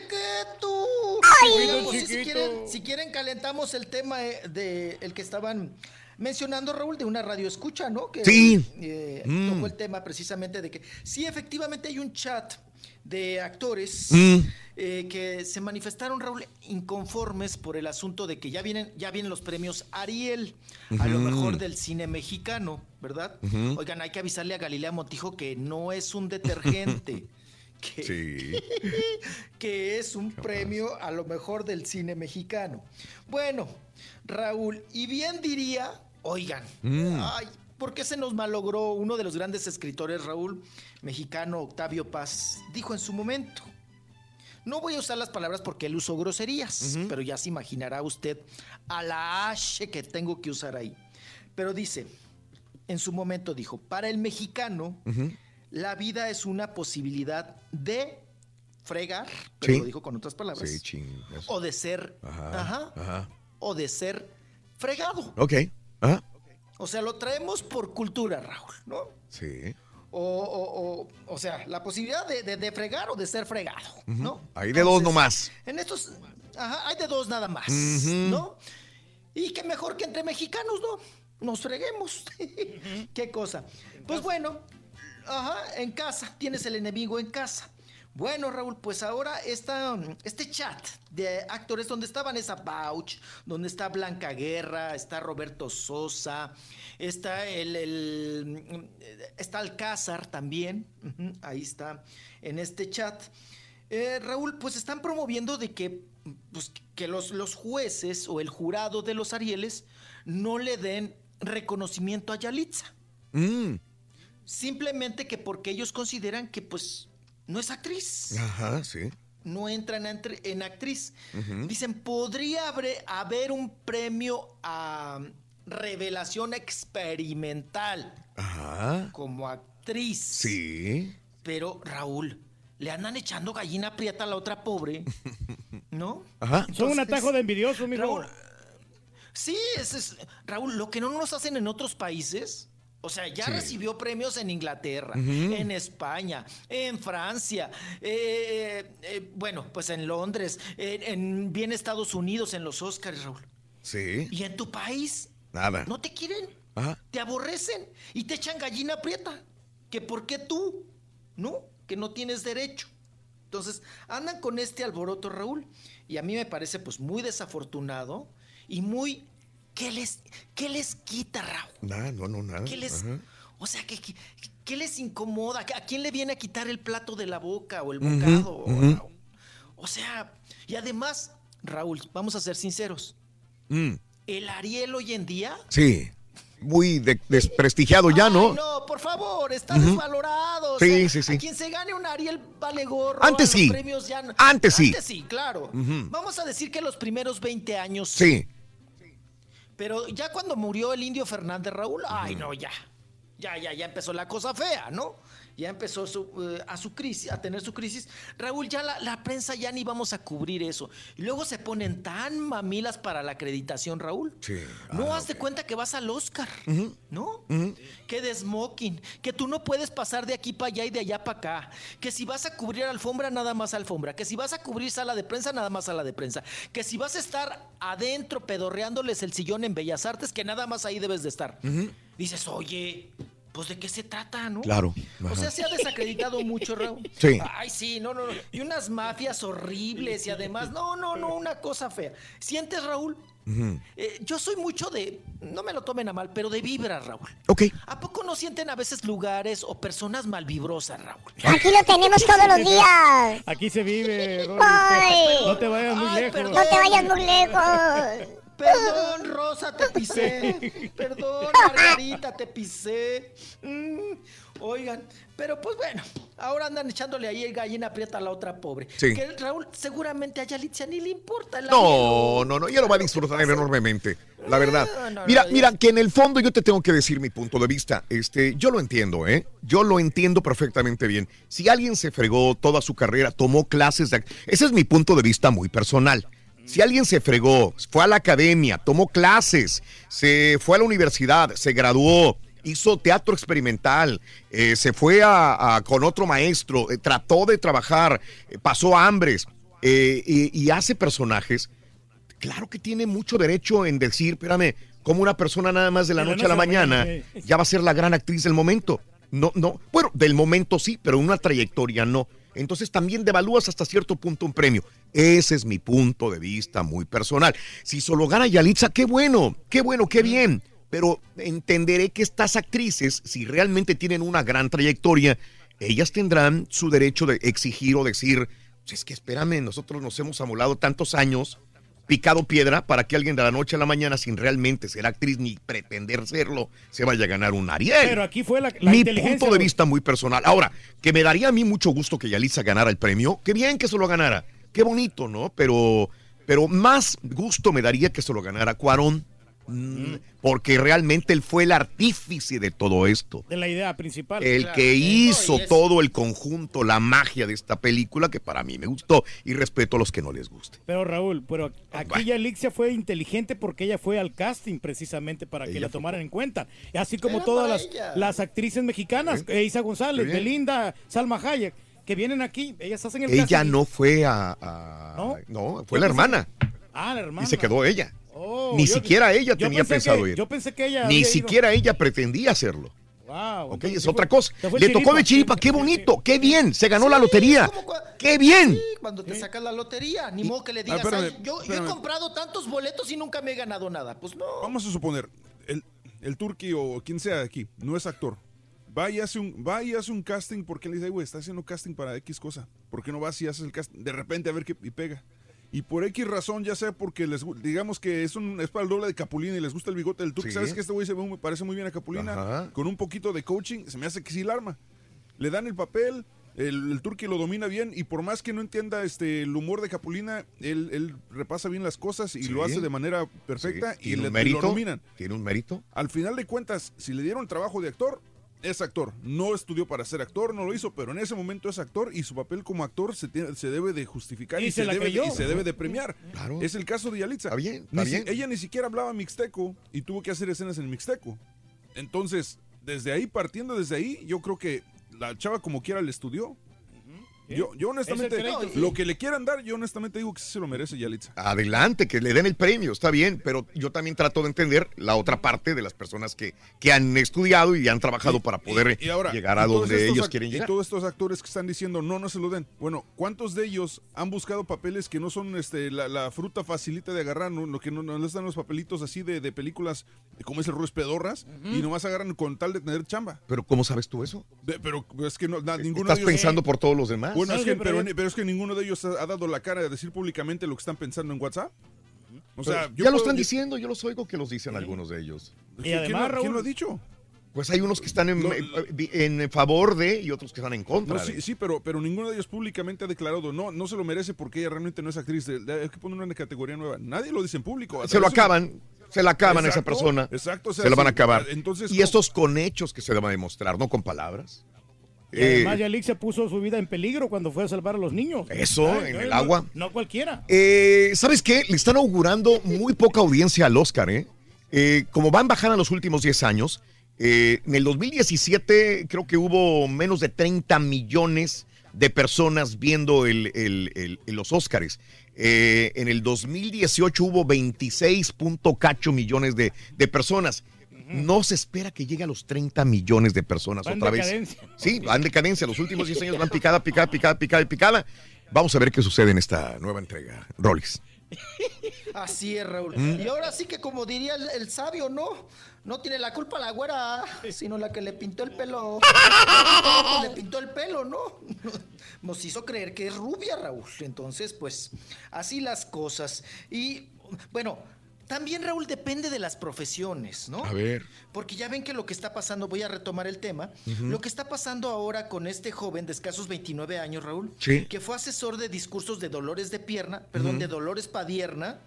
Oigan, pues, si, quieren, si quieren calentamos el tema eh, de el que estaban mencionando, Raúl, de una radio escucha, ¿no? Que Sí. eh, Mm. tocó el tema precisamente de que sí, efectivamente hay un chat de actores Mm. eh, que se manifestaron, Raúl, inconformes por el asunto de que ya vienen, ya vienen los premios Ariel, a lo Ujú. mejor del cine mexicano, ¿verdad? Ujú. Oigan, hay que avisarle a Galilea Montijo que no es un detergente. Que, Sí. que es un premio a lo mejor del cine mexicano. Bueno, Raúl, y bien diría, oigan, Mm. ay, ¿por qué se nos malogró uno de los grandes escritores, Raúl, mexicano, Octavio Paz? Dijo en su momento, No voy a usar las palabras porque él usó groserías, uh-huh. pero ya se imaginará usted a la H que tengo que usar ahí. Pero dice, en su momento dijo, para el mexicano, uh-huh. la vida es una posibilidad de fregar, pero sí. lo dijo con otras palabras, sí, chingas. o de ser, ajá, ajá, ajá. o de ser fregado. Ok, ajá. O sea, lo traemos por cultura, Raúl, ¿no? Sí. O, o, o, o sea, la posibilidad de, de, de fregar o de ser fregado, uh-huh. ¿no? Hay de Entonces, dos nomás. En estos, ajá, hay de dos nada más, uh-huh. ¿no? Y qué mejor que entre mexicanos, ¿no? Nos freguemos. Uh-huh. ¿Qué cosa? Pues bueno, ajá, en casa, tienes el enemigo en casa. Bueno, Raúl, pues ahora esta, este chat de actores donde está Vanessa Bauch, donde está Blanca Guerra, está Roberto Sosa, está el, el está Alcázar también, uh-huh, ahí está en este chat. Eh, Raúl, pues están promoviendo de que, pues, que los, los jueces o el jurado de los Arieles no le den reconocimiento a Yalitza. Mm. Simplemente que porque ellos consideran que pues no es actriz. Ajá, sí. No entra en, en actriz. Uh-huh. Dicen, podría haber, haber un premio a revelación experimental. Ajá. Como actriz. Sí. Pero, Raúl, le andan echando gallina prieta a la otra pobre. ¿No? Ajá. Son Entonces, un atajo de envidioso, amigo. Raúl, sí, es, es, Raúl, lo que no nos hacen en otros países... O sea, ya sí. recibió premios en Inglaterra, uh-huh. en España, en Francia, eh, eh, bueno, pues en Londres, en, en bien Estados Unidos, en los Oscars, Raúl. Sí. ¿Y en tu país? Nada. ¿No te quieren? Ajá. Te aborrecen y te echan gallina prieta. ¿Que por qué tú? ¿No? Que no tienes derecho. Entonces, andan con este alboroto, Raúl, y a mí me parece pues muy desafortunado y muy... ¿Qué les, ¿Qué les quita, Raúl? Nada, no, no, nada. ¿Qué les, Ajá. o sea, ¿qué, qué, ¿qué les incomoda? ¿A quién le viene a quitar el plato de la boca o el bocado? Uh-huh, uh-huh. Raúl? O sea, y además, Raúl, vamos a ser sinceros. Mm. ¿El Ariel hoy en día? Sí, muy de, desprestigiado ya, ¿no? Ay, no, por favor, está uh-huh. desvalorado. O sí, sea, sí, sí. A quien se gane un Ariel vale gorro. Antes sí. Los premios ya no... Antes sí. Antes sí, claro. Uh-huh. Vamos a decir que los primeros veinte años... Sí. Pero ya cuando murió el Indio Fernández, Raúl, ay, no, ya. Ya, ya, ya empezó la cosa fea, ¿no? Ya empezó su, uh, a su crisis, a tener su crisis. Raúl, ya la, la prensa ya ni vamos a cubrir eso. Y luego se ponen tan mamilas para la acreditación, Raúl. Sí. No ah, haz de okay. cuenta que vas al Oscar, uh-huh. ¿no? Uh-huh. Que de smoking, que tú no puedes pasar de aquí para allá y de allá para acá. Que si vas a cubrir alfombra, nada más alfombra. Que si vas a cubrir sala de prensa, nada más sala de prensa. Que si vas a estar adentro pedorreándoles el sillón en Bellas Artes, que nada más ahí debes de estar. Uh-huh. Dices, oye... Pues de qué se trata, ¿no? Claro. Ajá. O sea, se ha desacreditado mucho, Raúl. Sí. Ay, sí, no, no, no. Y unas mafias horribles y además, no, no, no, una cosa fea. ¿Sientes, Raúl? Uh-huh. Eh, yo soy mucho de, no me lo tomen a mal, pero de vibra, Raúl. Ok. ¿A poco no sienten a veces lugares o personas malvibrosas, Raúl? Aquí lo tenemos todos los días. Aquí se vive, Rolly. Ay. No te vayas muy Ay, lejos. perdón. No te vayas muy lejos. Perdón, Rosa, te pisé. Perdón, Margarita, te pisé. Mm, oigan, pero pues bueno, ahora andan echándole ahí el gallina aprieta a la otra pobre. Sí. Que Raúl seguramente a Yalitza ni le importa. No, no, no, ella lo va a disfrutar enormemente, la verdad. No, no, mira, no, mira, que en el fondo yo te tengo que decir mi punto de vista. Este, yo lo entiendo, ¿eh? Yo lo entiendo perfectamente bien. Si alguien se fregó toda su carrera, tomó clases de... Ese es mi punto de vista muy personal. Si alguien se fregó, fue a la academia, tomó clases, se fue a la universidad, se graduó, hizo teatro experimental, eh, se fue a, a, con otro maestro, eh, trató de trabajar, eh, pasó hambres eh, y, y hace personajes, claro que tiene mucho derecho en decir, espérame, como una persona nada más de la noche a la mañana ya va a ser la gran actriz del momento. No, no, bueno, del momento sí, pero una trayectoria no. Entonces también devalúas hasta cierto punto un premio. Ese es mi punto de vista muy personal. Si solo gana Yalitza, qué bueno, qué bueno, qué bien. Pero entenderé que estas actrices, si realmente tienen una gran trayectoria, ellas tendrán su derecho de exigir o decir, pues es que espérame, nosotros nos hemos amolado tantos años picado piedra para que alguien de la noche a la mañana, sin realmente ser actriz ni pretender serlo, se vaya a ganar un Ariel. Pero aquí fue la, la Mi inteligencia. punto de vista muy personal. Ahora, que me daría a mí mucho gusto que Yalitza ganara el premio. Qué bien que se lo ganara. Qué bonito, ¿no? Pero, pero más gusto me daría que se lo ganara Cuarón. Mm, porque realmente él fue el artífice de todo esto. De la idea principal. El Claro. que hizo No, y es- todo el conjunto, la magia de esta película, que para mí me gustó. Y respeto a los que no les guste. Pero Raúl, pero aquí Yalitza fue inteligente porque ella fue al casting precisamente para que Ella la fue- tomaran en cuenta. Así como Era todas para las, ella. las actrices mexicanas, eh, Isa González, Qué bien. Belinda, Salma Hayek, que vienen aquí, ellas hacen el casting. Ella no fue a... a- ¿No? no, fue Yo la pensé- hermana. Ah, la hermana. Y se quedó ella. Oh, Ni yo- siquiera ella yo tenía pensé pensado que- ir. Yo pensé que ella Ni había ido. siquiera ella pretendía hacerlo. Wow, Ok, entonces es sí otra fue- cosa. se fue Le el tocó de chiripa, qué bonito, qué bien. Se ganó la lotería. Qué bien. Sí, cuando te sacas la lotería, ni modo que le digas, Ah, espérame, "Ay, yo, yo he espérame. comprado tantos boletos y nunca me he ganado nada. Pues no. Vamos a suponer, el, el turqui o quien sea de aquí, no es actor. Va y hace un, va y hace un casting porque le dice, güey, está haciendo casting para X cosa. ¿Por qué no vas y haces el casting? De repente a ver qué y pega. Y por X razón, ya sea porque les gu- digamos que es un es para el doble de Capulina y les gusta el bigote del turqui. Sí. ¿Sabes que este güey se ve muy- parece muy bien a Capulina? Ajá. Con un poquito de coaching, se me hace que sí la arma. Le dan el papel, el, el turqui lo domina bien y por más que no entienda este el humor de Capulina, él, él repasa bien las cosas y Sí. lo hace de manera perfecta Sí, y, tiene le, un y mérito. lo nominan. Tiene un mérito. Al final de cuentas, si le dieron trabajo de actor, es actor. No estudió para ser actor, no lo hizo, pero en ese momento es actor y su papel como actor se, tiene- se debe de justificar Y y, se se, la debe, creyó. y se debe de premiar. Claro. Es el caso de Yalitza. Está bien, Ni está si- bien. ella ni siquiera hablaba mixteco y tuvo que hacer escenas en mixteco. Entonces, desde ahí, partiendo desde ahí, yo creo que la chava como quiera le estudió. Yo, yo honestamente, Es el crédito. lo que le quieran dar, yo honestamente digo que sí se lo merece Yalitza. Adelante, que le den el premio, está bien, pero yo también trato de entender la otra parte de las personas que, que han estudiado y han trabajado para poder Y ahora, llegar y a todos donde estos ellos act- quieren y llegar. todos estos actores que están diciendo no, no se lo den. Bueno, ¿cuántos de ellos han buscado papeles que no son este, la, la fruta facilita de agarrar, no, lo que no, no les dan los papelitos así de, de películas como es el Ruiz Pedorras y nomás agarran con tal de tener chamba? Pero ¿cómo sabes tú eso? De- pero es que no, na- ninguno Estás de ellos... pensando por todos los demás. Bueno, es No, que, sí, pero pero, ya- pero es que ninguno de ellos ha, ha dado la cara de decir públicamente lo que están pensando en WhatsApp. O Pero sea, ya yo lo puedo- están yo- diciendo, yo los oigo que los dicen algunos de ellos. Y ¿quién- además, quién, lo- Raúl- ¿quién lo ha dicho? Pues hay unos que están en, Lo- en- en favor de y otros que están en contra. No, sí, de. sí, pero, pero ninguno de ellos públicamente ha declarado, no, no se lo merece porque ella realmente no es actriz. de- de- Hay que poner una categoría nueva. Nadie lo dice en público. Se lo Hasta eso- acaban, se la acaban a esa Exacto, persona. exacto, o sea, se la van a sí, acabar. entonces, y ¿cómo? estos con hechos que se van a demostrar, no con palabras. Y además Eh, Yalitza puso su vida en peligro cuando fue a salvar a los niños. Eso, Ay, en no, el no, agua. No cualquiera. Eh, ¿Sabes qué? Le están augurando muy poca audiencia al Oscar, ¿eh? Eh, como van bajando los últimos diez años, eh, en el dos mil diecisiete creo que hubo menos de treinta millones de personas viendo el, el- el- el- los Óscares. Eh, en el dos mil dieciocho hubo veintiséis punto cacho millones de, de personas. No se espera que llegue a los treinta millones de personas Va en otra vez. decadencia. Sí, va en decadencia. Los últimos diez años van picada, picada, picada, picada y picada. Vamos a ver qué sucede en esta nueva entrega. Rolis. Así es, Raúl. ¿Mm? Y ahora sí que como diría el, el sabio, ¿no? No tiene la culpa la güera, sino la que le pintó el pelo. Le pintó el pelo, ¿no? Nos hizo creer que es rubia, Raúl. Entonces, pues, así las cosas. Y, bueno, también, Raúl, depende de las profesiones, ¿no? A ver. Porque ya ven que lo que está pasando, voy a retomar el tema, Ujú. lo que está pasando ahora con este joven de escasos veintinueve años, Raúl, Sí. que fue asesor de discursos de Dolores de Pierna, perdón, Ujú. de Dolores Padierna,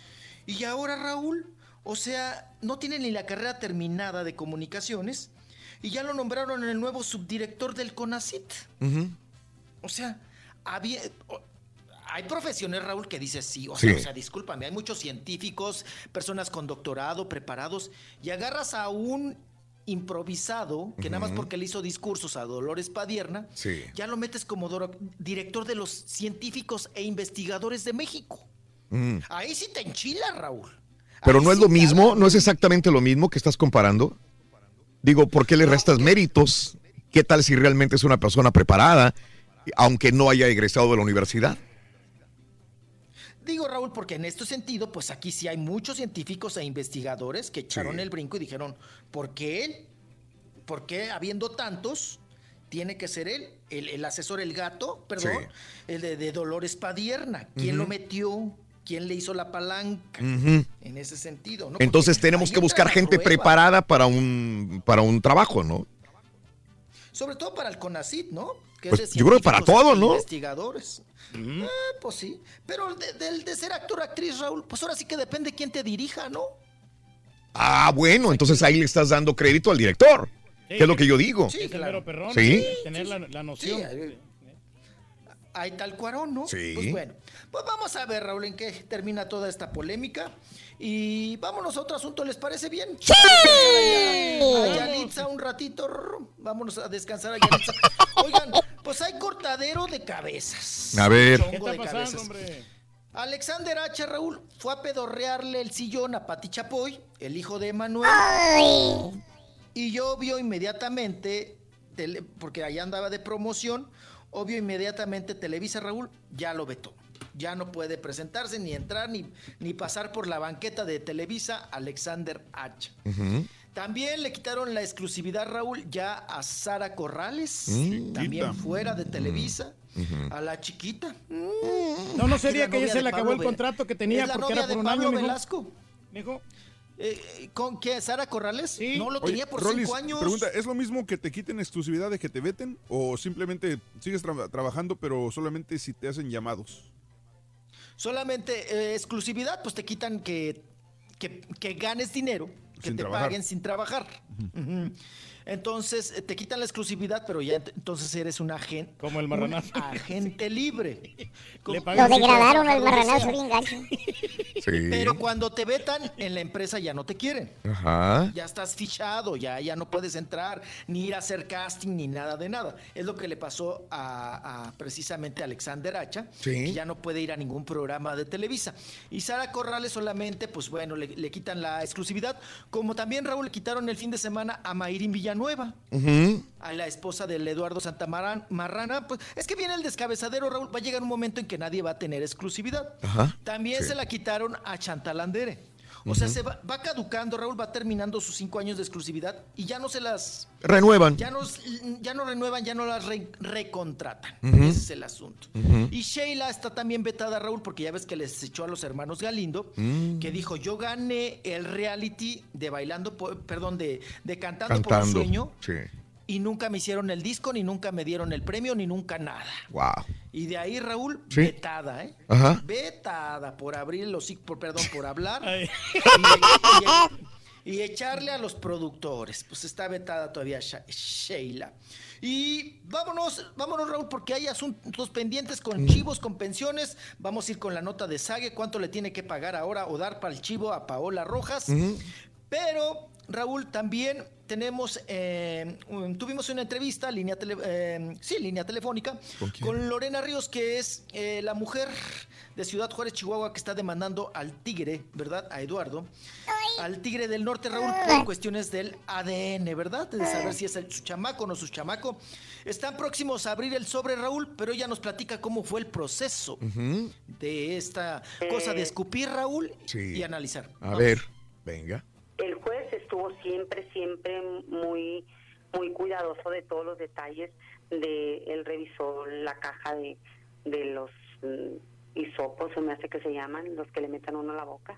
y ahora, Raúl, o sea, no tiene ni la carrera terminada de comunicaciones, y ya lo nombraron el nuevo subdirector del CONACYT. Ujú. O sea, había... o- hay profesiones, Raúl, que dices sí, o Sí. sea, o sea, discúlpame, hay muchos científicos, personas con doctorado, preparados, y agarras a un improvisado que nada más Ujú. porque le hizo discursos a Dolores Padierna, Sí. ya lo metes como doro- director de los científicos e investigadores de México. Mm. Ahí sí te enchila, Raúl. Pero Ahí no es sí lo te mismo, habla. no es exactamente lo mismo que estás comparando. Digo, ¿por qué le restas méritos? ¿Qué tal si realmente es una persona preparada, aunque no haya egresado de la universidad? Digo, Raúl, porque en este sentido, pues aquí sí hay muchos científicos e investigadores que echaron Sí. el brinco y dijeron, ¿por qué él? ¿Por qué habiendo tantos tiene que ser él? El, el asesor, el gato, perdón, Sí. el de, de Dolores Padierna. ¿Quién Ujú. lo metió? quién le hizo la palanca Uh-huh. en ese sentido, ¿no? Entonces Porque tenemos ahí que buscar entra la gente prueba. preparada para un, para un trabajo, ¿no? Sobre todo para el CONACYT, ¿no? Que Pues, es de yo creo que para científicos todo, e ¿no? Investigadores. Ah, pues sí. Pero de, de- de ser actor, actriz, Raúl, pues ahora sí que depende quién te dirija, ¿no? Ah, bueno, entonces ahí le estás dando crédito al director, Sí, que es lo que yo digo. Sí, es el mero perrón. Sí. Tener la, la noción. Sí, ahí- Ahí tal cuarón, ¿no? Sí. Pues bueno, pues vamos a ver, Raúl, en qué termina toda esta polémica. Y vámonos a otro asunto, ¿les parece bien? ¡Sí! A Yalitza un ratito. rrr, Vámonos a descansar a Yalitza. Oigan, pues hay cortadero de cabezas. A ver. Chongo ¿Qué está de pasando, cabezas. hombre? Alexander H. Raúl fue a pedorrearle el sillón a Pati Chapoy, el hijo de Manuel. Y yo vio inmediatamente, tele- porque allá andaba de promoción, obvio inmediatamente Televisa, Raúl, ya lo vetó. Ya no puede presentarse, ni entrar, ni, ni pasar por la banqueta de Televisa, Alexander H. Ujú. También le quitaron la exclusividad, Raúl, ya a Sara Corrales, Mm. también Chiquita. fuera de Televisa, Ujú. a la chiquita. No, no sería que ya se le acabó el contrato que tenía es la porque novia era por de un Pablo año, mijo. Velasco. Mijo. Eh, ¿Con qué? ¿Sara Corrales? No, lo Oye, tenía por Rolis, cinco años. Pregunta, ¿es lo mismo que te quiten exclusividad de que te veten o simplemente sigues tra- trabajando pero solamente si te hacen llamados? Solamente eh, exclusividad, pues te quitan que, que, que ganes dinero, que Sin te trabajar. paguen sin trabajar. Ujú. Entonces eh, te quitan la exclusividad, pero ya ent- entonces eres un agente. Como el marranazo. Un agente libre. Como- Lo degradaron al Lo que marranazo sea. bien gacho. Sí. Pero cuando te vetan, en la empresa ya no te quieren. Ajá. Ya estás fichado, ya, ya no puedes entrar, ni ir a hacer casting, ni nada de nada. Es lo que le pasó a, a precisamente a Alexander Hacha, Sí. que ya no puede ir a ningún programa de Televisa. Y Sara Corrales solamente, pues bueno, le, le quitan la exclusividad, como también, Raúl, le quitaron el fin de semana a Mayrin Villanueva, Ujú. a la esposa del Eduardo Santamarrana. Pues es que viene el descabezadero, Raúl, va a llegar un momento en que nadie va a tener exclusividad. Ajá. También Sí. se la quitaron a Chantal Andere. O sea, se va, va caducando, Raúl, va terminando sus cinco años de exclusividad y ya no se las... Renuevan. Ya no, ya no renuevan, ya no las re- recontratan. Ujú. Ese es el asunto. Ujú. Y Sheila está también vetada, Raúl, porque ya ves que les echó a los hermanos Galindo, Mm. que dijo, yo gané el reality de bailando, por- perdón, de, de cantando, por un Cantando. sueño Sí. y nunca me hicieron el disco, ni nunca me dieron el premio, ni nunca nada. Wow. Y de ahí, Raúl, Sí. vetada, ¿eh? Ajá. Vetada por abrir los hocic- por perdón, por hablar Ay. y, y- y echarle a los productores. Pues está vetada todavía Sha- Sheila. Y vámonos, vámonos, Raúl, porque hay asuntos pendientes con chivos, con pensiones. Vamos a ir con la nota de Sague, cuánto le tiene que pagar ahora o dar para el chivo a Paola Rojas. Ujú. Pero, Raúl, también tenemos, eh, un- tuvimos una entrevista, línea tele- eh, sí, línea telefónica, ¿Con quién? con Lorena Ríos, que es eh, la mujer de Ciudad Juárez, Chihuahua, que está demandando al tigre, ¿verdad? A Eduardo, al tigre del norte, Raúl, por cuestiones del A D N, ¿verdad? De saber si es el- su chamaco o no su chamaco. Están próximos a abrir el sobre, Raúl, pero ella nos platica cómo fue el proceso Ujú. de esta cosa de escupir, Raúl, Sí. y analizar. A Vamos. ver, venga. El juez estuvo siempre, siempre muy, muy cuidadoso de todos los detalles. De él revisó la caja de, de los mm, hisopos, se me hace que se llaman, los que le metan uno a la boca.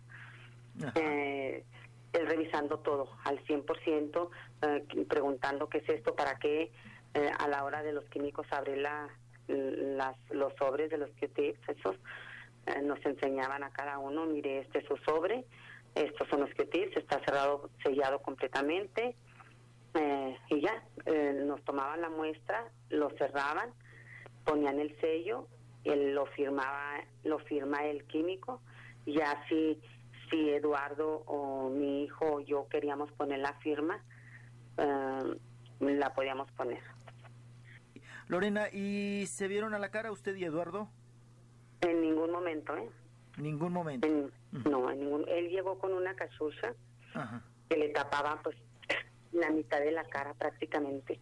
Eh, él revisando todo al cien por ciento, eh, preguntando qué es esto, para qué, eh, a la hora de los químicos abrir la, las, los sobres de los Q-tips, esos, eh, nos enseñaban a cada uno, mire, este es su sobre, estos son los Q-tips, está cerrado, sellado completamente, eh, y ya, eh, nos tomaban la muestra, lo cerraban, ponían el sello, él lo firmaba, lo firma el químico, y ya si, si Eduardo o mi hijo o yo queríamos poner la firma, eh, la podíamos poner. Lorena, ¿y se vieron a la cara usted y Eduardo? En ningún momento, ¿eh? Ningún momento. En- no, en ningún. Él llegó con una cachucha Ajá. que le tapaba, pues, la mitad de la cara prácticamente.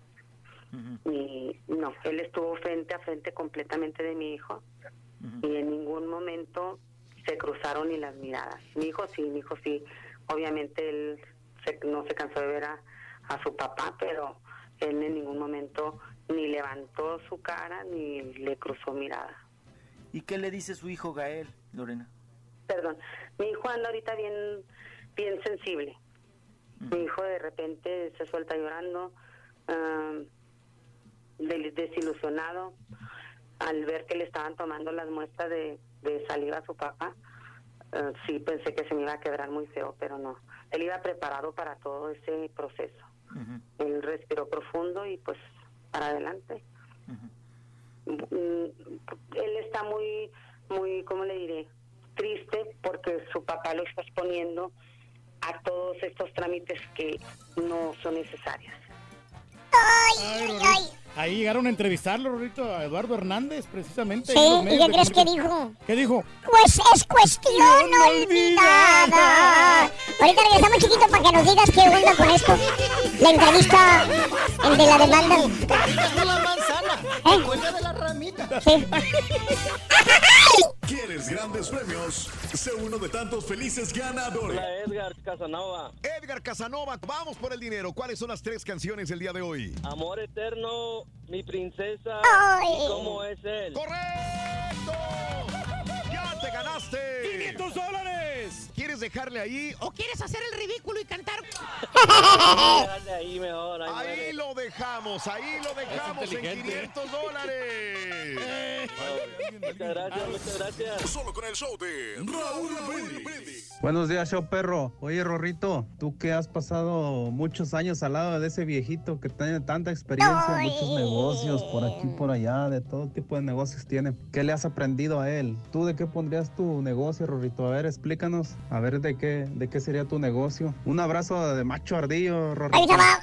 Y no, él estuvo frente a frente completamente de mi hijo y en ningún momento se cruzaron ni las miradas. Mi hijo sí, mi hijo sí. Obviamente él se- no se cansó de ver a, a su papá, pero él en ningún momento ni levantó su cara ni le cruzó mirada. ¿Y qué le dice su hijo Gael, Lorena? perdón, mi hijo anda ahorita bien, bien sensible. Mi hijo de repente se suelta llorando, uh, desilusionado, al ver que le estaban tomando las muestras de, de saliva a su papá. Uh, sí, pensé que se me iba a quebrar muy feo, pero no. Él iba preparado para todo ese proceso. Uh-huh. Él respiró profundo y pues para adelante. Uh-huh. Mm, él está muy, muy, ¿cómo le diré? Triste porque su papá lo está exponiendo a todos estos trámites que no son necesarios. Ay, ay. Ahí llegaron a entrevistarlo, Rorrito, a Eduardo Hernández, precisamente. Sí, ¿y qué crees que dijo? ¿Qué dijo? Pues es cuestión olvidada. Ahorita regresamos, chiquito, para que nos digas qué onda con esto. La entrevista, el de la demanda. de la manzana, ¿Eh? cuelga de la ramita. Sí. ¿Quieres grandes premios? Sé uno de tantos felices ganadores. Hola, Edgar Casanova. Edgar Casanova, vamos por el dinero. ¿Cuáles son las tres canciones del día de hoy? Amor eterno, Mi princesa, Ay. ¿Y cómo es él? ¡Correcto! ¡Ya te ganaste! ¡quinientos dólares! ¿Quieres dejarle ahí? ¿O quieres hacer el ridículo y cantar? Dale ahí mejor. Ahí, Ahí muere. lo dejamos, ahí lo dejamos en quinientos dólares. Muchas gracias, muchas gracias. Solo con el show de Raúl Brindis. Buenos días, show perro. Oye, Rorrito, tú que has pasado muchos años al lado de ese viejito que tiene tanta experiencia, Ay. muchos negocios por aquí, por allá, de todo tipo de negocios tiene. ¿Qué le has aprendido a él? ¿Tú de qué pondrías tu negocio, Rorrito? A ver, explícanos. A ver, ¿de qué, de qué sería tu negocio? Un abrazo de macho ardillo, Rorrito. Ahí te va.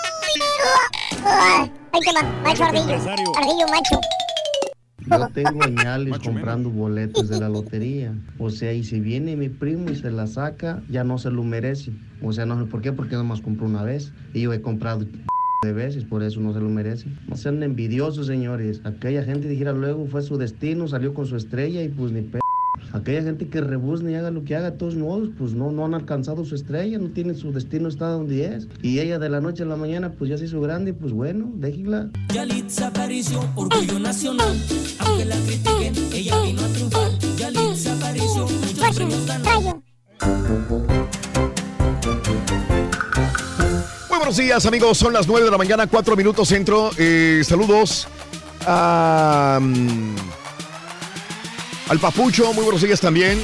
Ahí te va, macho ardillo. Ardillo macho. Yo tengo añales comprando boletos de la lotería. O sea, y si viene mi primo y se la saca, ya no se lo merece. O sea, no sé por qué, porque nomás compró una vez. Y yo he comprado de veces, por eso no se lo merece. No sean envidiosos, señores. Aquella gente dijera luego fue su destino, salió con su estrella y pues ni p***. Aquella gente que rebuzne y haga lo que haga, de todos modos, pues no, no han alcanzado su estrella, no tienen su destino, está donde es. Y ella de la noche a la mañana, pues ya se hizo grande, y pues bueno, déjenla. Yalitza Aparicio, orgullo nacional. Aunque la critiquen, ella vino a triunfar. Yalitza Aparicio, muchos premios ganó. Muy buenos días, amigos. Son las nueve de la mañana, cuatro minutos centro. Eh, saludos a... Um, al Papucho, muy buenos días también.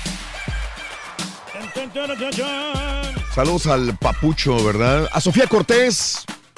Saludos al Papucho, ¿verdad? A Sofía Cortés.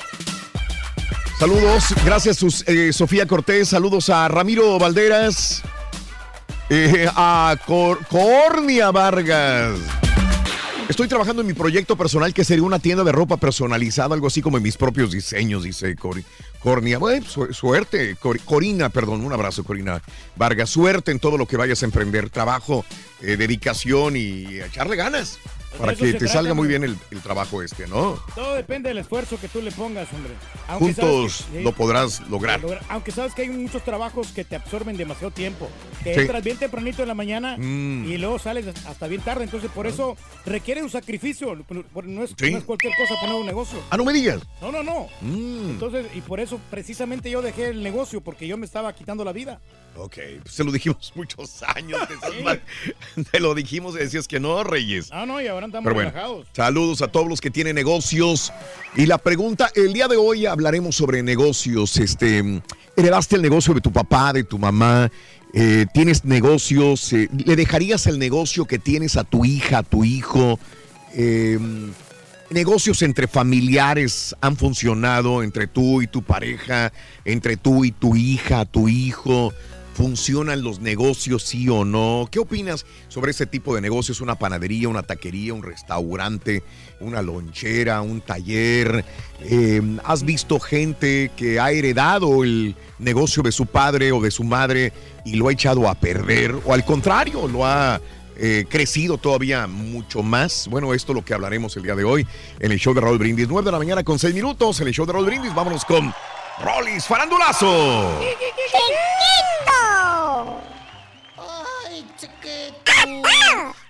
Saludos, gracias sus, eh, Sofía Cortés. Saludos a Ramiro Valderas. Eh, a Cor Cornia Vargas. Estoy trabajando en mi proyecto personal que sería una tienda de ropa personalizada, algo así como en mis propios diseños, dice Cor Cornia. Bueno, su suerte, Cor Corina, perdón, un abrazo, Corina Vargas. Suerte en todo lo que vayas a emprender, trabajo, eh, dedicación y echarle ganas para que te trata, salga muy bien el, el trabajo este, ¿no? Todo depende del esfuerzo que tú le pongas, hombre. Aunque Juntos que, lo podrás lograr. Aunque sabes que hay muchos trabajos que te absorben demasiado tiempo. Que sí. Entras bien tempranito en la mañana mm. y luego sales hasta bien tarde. Entonces, por eso requiere un sacrificio. No es, ¿sí? no es cualquier cosa poner un negocio. Ah, no me digas. No, no, no. Mm. Entonces, y por eso precisamente yo dejé el negocio, porque yo me estaba quitando la vida. Ok, pues se lo dijimos muchos años. Sí. Te lo dijimos y decías que no, Reyes. Ah, no, y ahora andamos bueno, relajados. Saludos a todos los que tienen negocios. Y la pregunta, el día de hoy hablaremos sobre negocios. Este, heredaste el negocio de tu papá, de tu mamá. Eh, tienes negocios. Eh, ¿Le dejarías el negocio que tienes a tu hija, a tu hijo? Eh, negocios entre familiares han funcionado, entre tú y tu pareja, entre tú y tu hija, tu hijo. ¿Funcionan los negocios, sí o no? ¿Qué opinas sobre ese tipo de negocios? Una panadería, una taquería, un restaurante, una lonchera, un taller. Eh, ¿Has visto gente que ha heredado el negocio de su padre o de su madre y lo ha echado a perder? ¿O al contrario, lo ha eh, crecido todavía mucho más? Bueno, esto es lo que hablaremos el día de hoy en el show de Raúl Brindis. nueve de la mañana con seis minutos en el show de Raúl Brindis. Vámonos con Rollis Farandulazo. ¡Chiquito! ¡Ay, chiquito!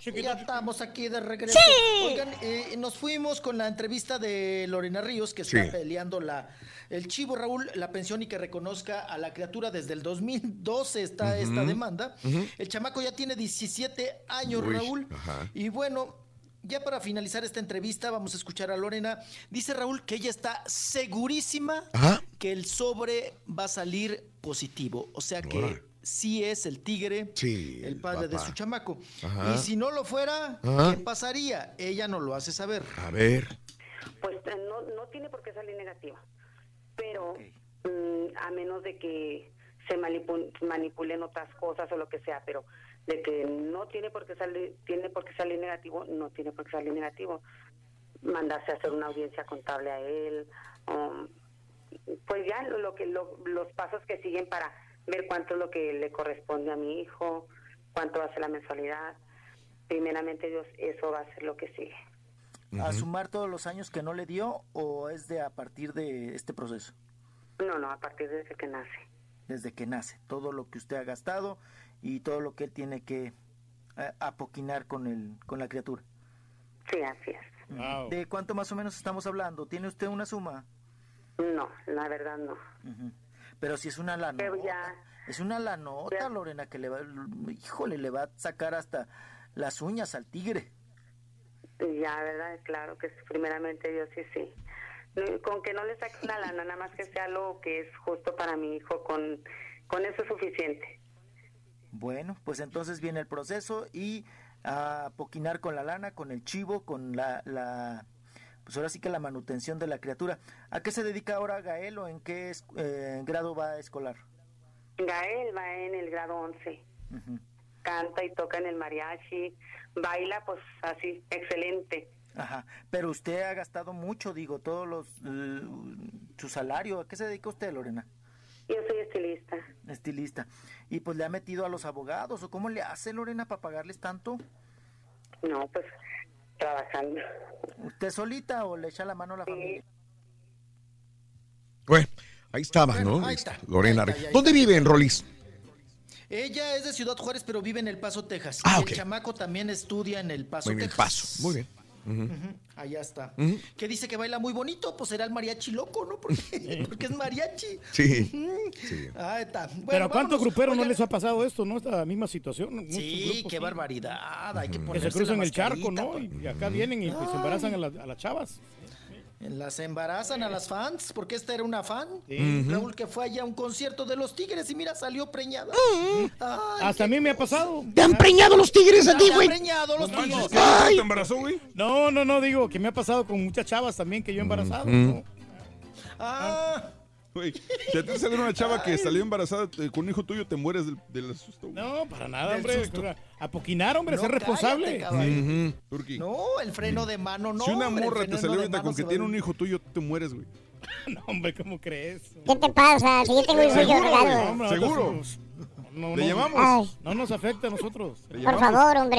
Ya estamos aquí de regreso. Sí. Oigan, eh, nos fuimos con la entrevista de Lorena Ríos, que está Sí. peleando la el chivo, Raúl, la pensión y que reconozca a la criatura. Desde el dos mil doce está Ujú. esta demanda. Ujú. El chamaco ya tiene diecisiete años, Uy, Raúl. ajá. Y bueno, ya para finalizar esta entrevista, vamos a escuchar a Lorena. Dice Raúl que ella está segurísima Ajá. que el sobre va a salir positivo. O sea que Órale. sí es el tigre, Sí, el padre de papá. su chamaco. Ajá. Y si no lo fuera, Ajá. ¿qué pasaría? Ella no lo hace saber. A ver. Pues eh, no, no tiene por qué salir negativa, pero mm, a menos de que se manipu- manipulen otras cosas o lo que sea, pero de que no tiene por qué salir, tiene por qué salir negativo, no tiene por qué salir negativo. Mandarse a hacer una audiencia contable a él, um, pues ya lo, lo que lo- los pasos que siguen para ver cuánto es lo que le corresponde a mi hijo, cuánto va a ser la mensualidad. Primeramente Dios, eso va a ser lo que sigue. ¿A sumar todos los años que no le dio o es de a partir de este proceso? No, no, a partir de desde que nace. Desde que nace, todo lo que usted ha gastado y todo lo que él tiene que eh, apoquinar con el con la criatura. Sí, así es. Wow. ¿De cuánto más o menos estamos hablando? ¿Tiene usted una suma? No, la verdad no. Ujú. Pero si es una lanota, Pero ya- es una lanota, ya- Lorena, que le va, híjole, le va a sacar hasta las uñas al tigre. Ya, ¿verdad? Claro que sí, primeramente Dios sí, sí. No, con que no le saque una lana, nada más que sea lo que es justo para mi hijo, con, con eso es suficiente. Bueno, pues entonces viene el proceso y a poquinar con la lana, con el chivo, con la, la pues ahora sí que la manutención de la criatura. ¿A qué se dedica ahora Gael o en qué es- eh, grado va escolar? Gael va en el grado once. Ujú. Canta y toca en el mariachi, baila pues así, excelente. Ajá, pero usted ha gastado mucho, digo, todos los, eh, su salario. ¿A qué se dedica usted, Lorena? Yo soy estilista. Estilista. Y pues le ha metido a los abogados, ¿o cómo le hace, Lorena, para pagarles tanto? No, pues trabajando. ¿Usted solita o le echa la mano a la familia? Bueno, ahí estaba, Bueno, ¿no? ahí Este, está. Lorena. Ahí está, ahí ¿Dónde está. viven, Rolis? Ella es de Ciudad Juárez, pero vive en El Paso, Texas. Ah, y ok. el chamaco también estudia en El Paso, En El Texas. Paso. Muy bien. Ujú. Ujú, allá está. Ujú. Que dice que baila muy bonito, pues será el mariachi loco, ¿no? Porque, porque es mariachi. Sí. Ujú. Sí. Ah, está. Bueno, Pero ¿a cuántos vámonos. gruperos no Oigan, les ha pasado esto, no? Esta misma situación. Muchos Sí, grupos, qué barbaridad. Hay que Que ponerse se cruzan la el charco, mascarita, ¿no? pa- Y, y acá vienen y pues, se embarazan a, la- a las chavas. Las embarazan a las fans, porque esta era una fan. Sí. Ujú. Raúl, que fue allá a un concierto de los Tigres y mira, salió preñada. Ay, Hasta a mí me ha pasado. ¿Te han preñado los tigres a ti, te han güey? preñado los No, Tigres. no, ¿Qué? Ay. ¿Te embarazó, güey? No, no, no, digo que me ha pasado con muchas chavas también que yo he embarazado. Ujú. ¿no? Ah, Güey, si a ti te salió una chava que salió embarazada eh, con un hijo tuyo, te mueres del, del susto. güey. No, para nada, Del hombre. susto. Apoquinar, hombre, No, ser responsable. cállate, caballo. Ujú. Turqui. no, el freno de mano no. si una hombre, el morra te freno salió de ahorita mano con que se va tiene a- un hijo tuyo, tú te mueres, güey. No, hombre, ¿cómo crees? ¿Qué te pasa? Si yo tengo hijos yo Seguro, regalo. güey. Hombre, ¿Seguro? nosotros- No, ¿Le no, llamamos? Ay, no nos afecta a nosotros. ¿Le por llamamos? favor, hombre.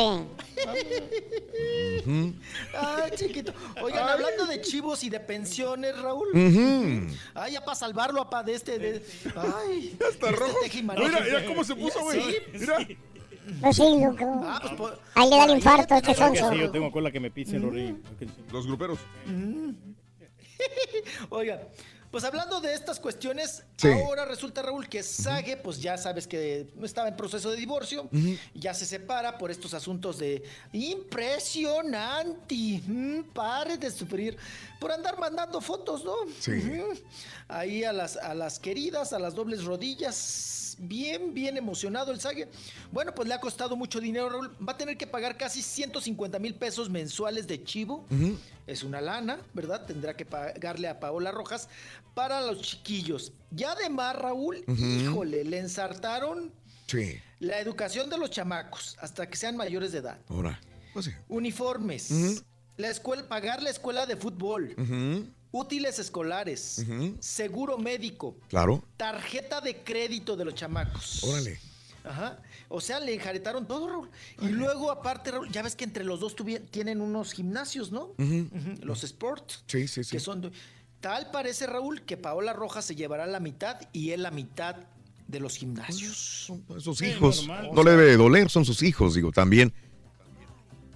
Ujú. Ay, chiquito. Oigan, hablando de chivos y de pensiones, Raúl. Ujú. Ay, ya para salvarlo, apa, de este. De... Ay, Está rojo. Este tejimaneje. Mira, mira cómo se puso, güey. Sí. Mira. No sí, loco. Ah, pues, por- Ahí le da el por ahí infarto a ya te- este Claro que sonso. sí, yo tengo cola que me pisen, Rory. Los gruperos. Oiga, pues hablando de estas cuestiones, Sí. ahora resulta, Raúl, que Sage, pues ya sabes que estaba en proceso de divorcio, ya se separa por estos asuntos de impresionante, mm, pare de sufrir, por andar mandando fotos, ¿no? Sí. Ujú. Ahí a las, a las queridas, a las dobles rodillas. Bien, bien emocionado el Sage. Bueno, pues le ha costado mucho dinero, Raúl. Va a tener que pagar casi ciento cincuenta mil pesos mensuales de chivo. Ujú. Es una lana, ¿verdad? Tendrá que pagarle a Paola Rojas para los chiquillos. Y además, Raúl, Ujú. híjole, le ensartaron Sí. la educación de los chamacos hasta que sean mayores de edad. Ahora. Pues sí. Uniformes, Ujú. la escuela, pagar la escuela de fútbol, Ujú. útiles escolares, Ujú. seguro médico, Claro. tarjeta de crédito de los chamacos. Órale. Ajá. O sea, le enjaretaron todo, Raúl. Y luego, aparte, Raúl, ya ves que entre los dos tuvi- tienen unos gimnasios, ¿no? Ujú. Ujú, los sports. Sí, sí, sí. Que son. Tal parece, Raúl, que Paola Rojas se llevará la mitad y él la mitad de los gimnasios. Son sus Sí, hijos. normal. No le debe de doler, son sus hijos, digo, también.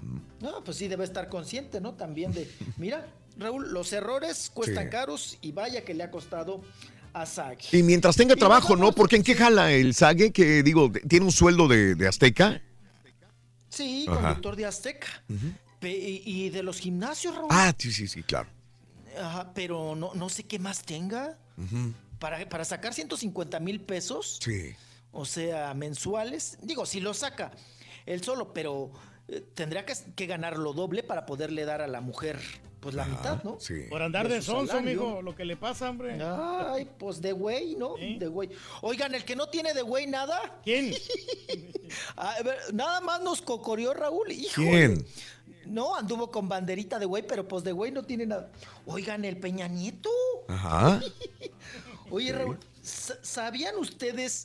No, pues sí, debe estar consciente, ¿no? También de, mira, Raúl, los errores cuestan Sí. caros y vaya que le ha costado a Sague. Y mientras tenga Y trabajo, nos ¿no? Porque ¿en qué jala el Sague? Que digo, tiene un sueldo de, de Azteca. Sí, Ajá. conductor de Azteca. Pe- y, y de los gimnasios, Raúl. Ah, sí, sí, sí, claro. Ajá, pero no, no sé qué más tenga. Ujú. Para, para sacar ciento cincuenta mil pesos, Sí. o sea, mensuales. Digo, si lo saca él solo, pero eh, tendría que, que ganar lo doble para poderle dar a la mujer, pues la mitad, ¿no? Sí. Por andar de, su sonso, salario. mijo, lo que le pasa, hombre. Ay, pues de güey, ¿no? De güey. Oigan, el que no tiene de güey nada. ¿Quién? A ver, nada más nos cocoreó Raúl. Híjole. ¿Quién? No, anduvo con banderita de güey, pero pues de güey no tiene nada. Oigan, el Peña Nieto. Ajá. Oye, Raúl, ¿sa- ¿sabían ustedes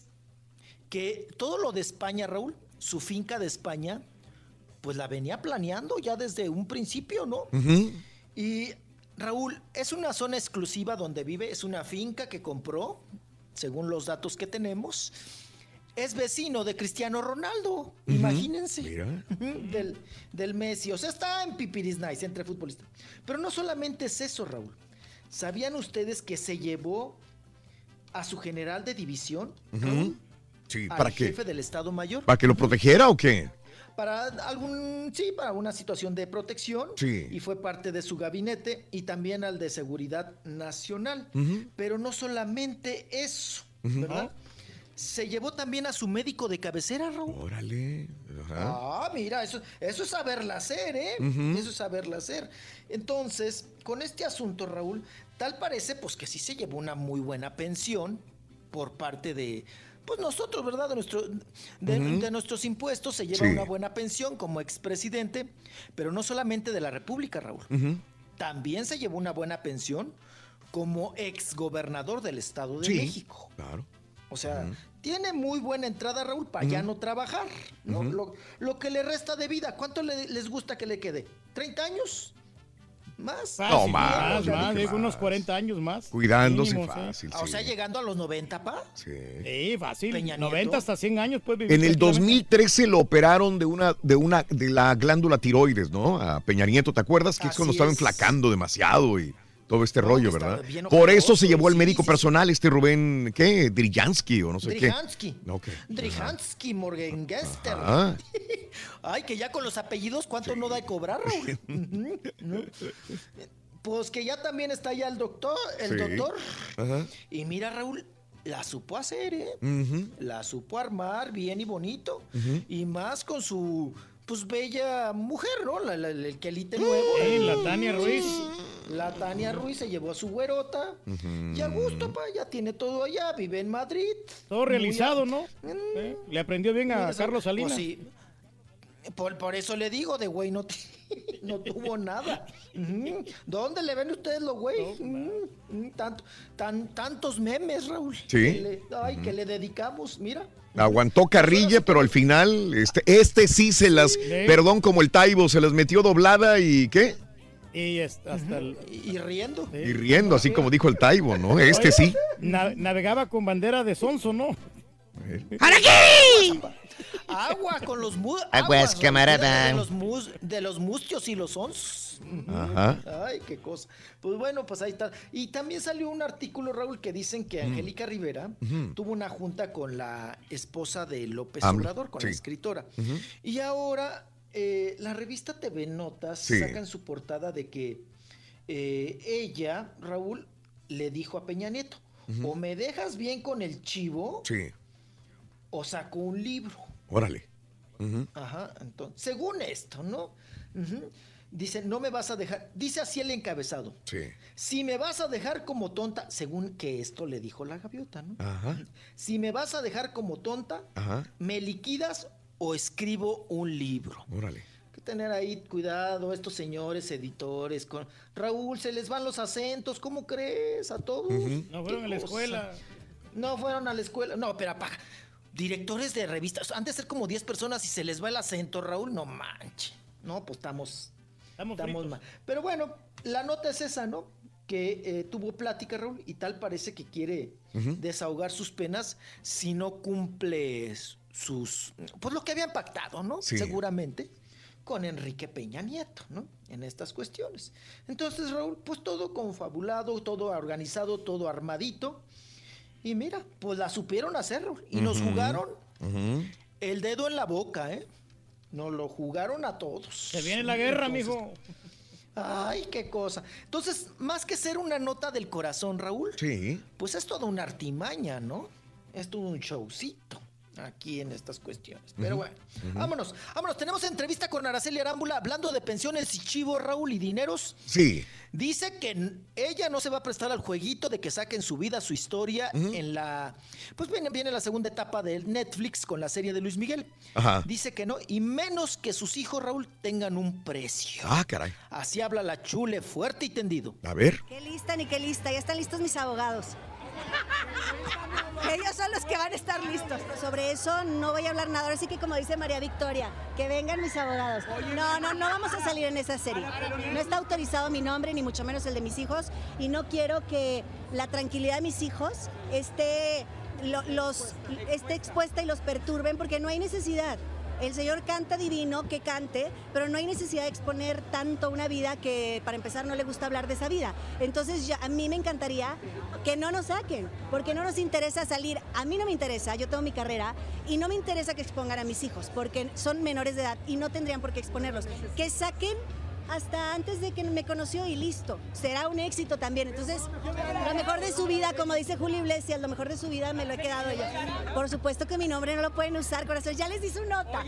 que todo lo de España, Raúl, su finca de España, pues la venía planeando ya desde un principio, ¿no? Ujú. Y Raúl, es una zona exclusiva donde vive, es una finca que compró, según los datos que tenemos. Es vecino de Cristiano Ronaldo, imagínense. Mira. Ujú, Del, del Messi. O sea, está en Pipiris Nice entre futbolistas. Pero no solamente es eso, Raúl. ¿Sabían ustedes que se llevó a su general de división, Ujú. Sí, al ¿para qué? jefe del Estado Mayor? ¿Para que lo protegiera o qué? Para algún, sí, para una situación de protección. Sí. Y fue parte de su gabinete y también al de seguridad nacional. Ujú. Pero no solamente eso, Ujú. ¿verdad? Se llevó también a su médico de cabecera, Raúl. Órale. Ajá. Ah, mira, eso, eso es saberla hacer, ¿eh? Ujú. Eso es saberla hacer. Entonces, con este asunto, Raúl, tal parece pues que sí se llevó una muy buena pensión por parte de, pues nosotros, ¿verdad? De, nuestro, de, Ujú. de nuestros impuestos se lleva Sí. una buena pensión como expresidente, pero no solamente de la República, Raúl. Ujú. También se llevó una buena pensión como exgobernador del Estado de Sí. México. Claro. O sea, Ujú. tiene muy buena entrada, Raúl, para ya Ujú. no trabajar, ¿no? Ujú. lo, lo que le resta de vida, ¿cuánto le- les gusta que le quede? ¿treinta años? ¿Más? Fácil, más, más, yo más, dije digo, unos más. cuarenta años más. Cuidándose Mínimo, sí. fácil, Ah, O sí. sea, llegando a los noventa, pa. Sí. Sí, fácil. Peña Nieto. noventa hasta cien años puedes vivir. En el tranquilamente. dos mil trece lo operaron de una, de una, de la glándula tiroides, ¿no? A Peña Nieto, ¿te acuerdas? Que es Así cuando estaba es. enflacando demasiado y todo este No, rollo, que estaba ¿verdad? bien Por eso ojeroso, se llevó el sí, médico sí. personal, este Rubén, ¿qué? Drijansky o no sé Drijansky. qué. Ok. Drijansky, Morgengester. Ajá. Ay, que ya con los apellidos, ¿cuánto no da de cobrar, Raúl? Ujú, ¿no? Pues que ya también está ya el doctor, el Sí. doctor. Ajá. Y mira, Raúl, la supo hacer, ¿eh? Ujú. La supo armar bien y bonito. Ujú. Y más con su, pues, bella mujer, ¿no? La, la- el quelite nuevo. Sí, la Tania Ruiz. La Tania Ruiz se llevó a su güerota. Ujú. Y a gusto, pa, ya tiene todo allá. Vive en Madrid. Todo Muy realizado, a- ¿no? Mm, Sí, le aprendió bien a mira, Carlos Salinas. pues sí. Por, por eso le digo, de güey no, te- no tuvo nada. Ujú. ¿Dónde le ven ustedes los güey? Ujú, ujú, tanto, tan, tantos memes, Raúl. Sí. Que le- ay, que le dedicamos, mira. Aguantó carrilla, pero al final, este, este sí se las, perdón, como el Taibo, se las metió doblada y ¿qué? Y es- hasta el- Y, y riendo. Y riendo, así como dijo el Taibo, ¿no? Este sí. na- navegaba con bandera de sonso, ¿no? Agua con los mu Aguas, Raúl, camarada. De los, mus- de los mustios y los ons. Ujú. Ajá. Ay, qué cosa. Pues bueno, pues ahí está. Y también salió un artículo, Raúl, que dicen que Mm. Angélica Rivera Ujú. tuvo una junta con la esposa de López AMLO, Obrador, con la sí. escritora. Ujú. Y ahora eh, la revista T V Notas Sí. saca en su portada de que eh, ella, Raúl, le dijo a Peña Nieto, Ujú. o me dejas bien con el chivo, Sí. o saco un libro. Órale. Ujú. Ajá, entonces, según esto, ¿no? Ujú. Dice, no me vas a dejar, dice así el encabezado, Sí. si me vas a dejar como tonta, según que esto le dijo la gaviota, ¿no? Ajá. Si me vas a dejar como tonta, Ajá. me liquidas o escribo un libro. Órale. Hay que tener ahí cuidado, estos señores editores, con Raúl, se les van los acentos, ¿cómo crees? A todos. Ujú. No fueron ¿Qué a la cosa? escuela. No fueron a la escuela. No, pero apaga. Directores de revistas. Han de ser como diez personas y se les va el acento, Raúl. No manche. No, pues estamos. Estamos, Estamos fritos. mal. Pero bueno, la nota es esa, ¿no? Que eh, tuvo plática, Raúl, y tal parece que quiere Ujú. desahogar sus penas si no cumple sus. Pues lo que habían pactado, ¿no? Sí. Seguramente. con Enrique Peña Nieto, ¿no? En estas cuestiones. Entonces, Raúl, pues todo confabulado, todo organizado, todo armadito. Y mira, pues la supieron hacer, Raúl. Y nos Ujú. jugaron Ujú. el dedo en la boca, ¿eh? Nos lo jugaron a todos. Se viene la guerra, Entonces, mijo. Ay, qué cosa. Entonces, más que ser una nota del corazón, Raúl, Sí. pues es toda una artimaña, ¿no? Es todo un showcito aquí en estas cuestiones. Pero Ujú, bueno, ujú. vámonos, vámonos. Tenemos entrevista con Araceli Arámbula hablando de pensiones y chivos, Raúl, y dineros. Sí. Dice que n- ella no se va a prestar al jueguito de que saquen su vida, su historia en la... Pues viene, viene la segunda etapa de Netflix con la serie de Luis Miguel. Ajá. Dice que no, y menos que sus hijos, Raúl, tengan un precio. Ah, caray. Así habla la chule, fuerte y tendido. A ver. Qué lista ni qué lista, ya están listos mis abogados. Ellos son los que van a estar listos. Sobre eso no voy a hablar nada. Ahora sí que como dice María Victoria, que vengan mis abogados. No, no, no vamos a salir en esa serie. No está autorizado mi nombre, ni mucho menos el de mis hijos. Y no quiero que la tranquilidad de mis hijos esté, lo- los, esté expuesta y los perturben, porque no hay necesidad. El Señor canta divino, que cante, pero no hay necesidad de exponer tanto una vida que para empezar no le gusta hablar de esa vida. Entonces ya, a mí me encantaría que no nos saquen, porque no nos interesa salir. A mí no me interesa, yo tengo mi carrera y no me interesa que expongan a mis hijos, porque son menores de edad y no tendrían por qué exponerlos. Que saquen hasta antes de que me conoció y listo. Será un éxito también. Entonces, lo mejor de su vida, como dice Julio Iglesias, lo mejor de su vida me lo he quedado yo. Por supuesto que mi nombre no lo pueden usar, corazón. Ya les di su nota.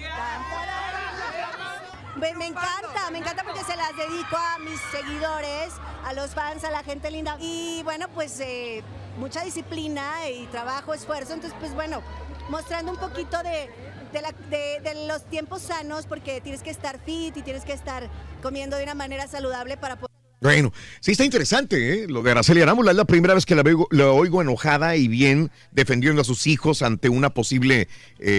Me, me encanta, me encanta porque se las dedico a mis seguidores, a los fans, a la gente linda. Y bueno, pues eh, mucha disciplina y trabajo, esfuerzo. Entonces, pues bueno, mostrando un poquito de, de, la- de- de los tiempos sanos, porque tienes que estar fit y tienes que estar comiendo de una manera saludable para poder... Bueno, sí está interesante, ¿eh? Lo de Araceli Arámbula es la primera vez que la, veo, la oigo enojada y bien defendiendo a sus hijos ante una posible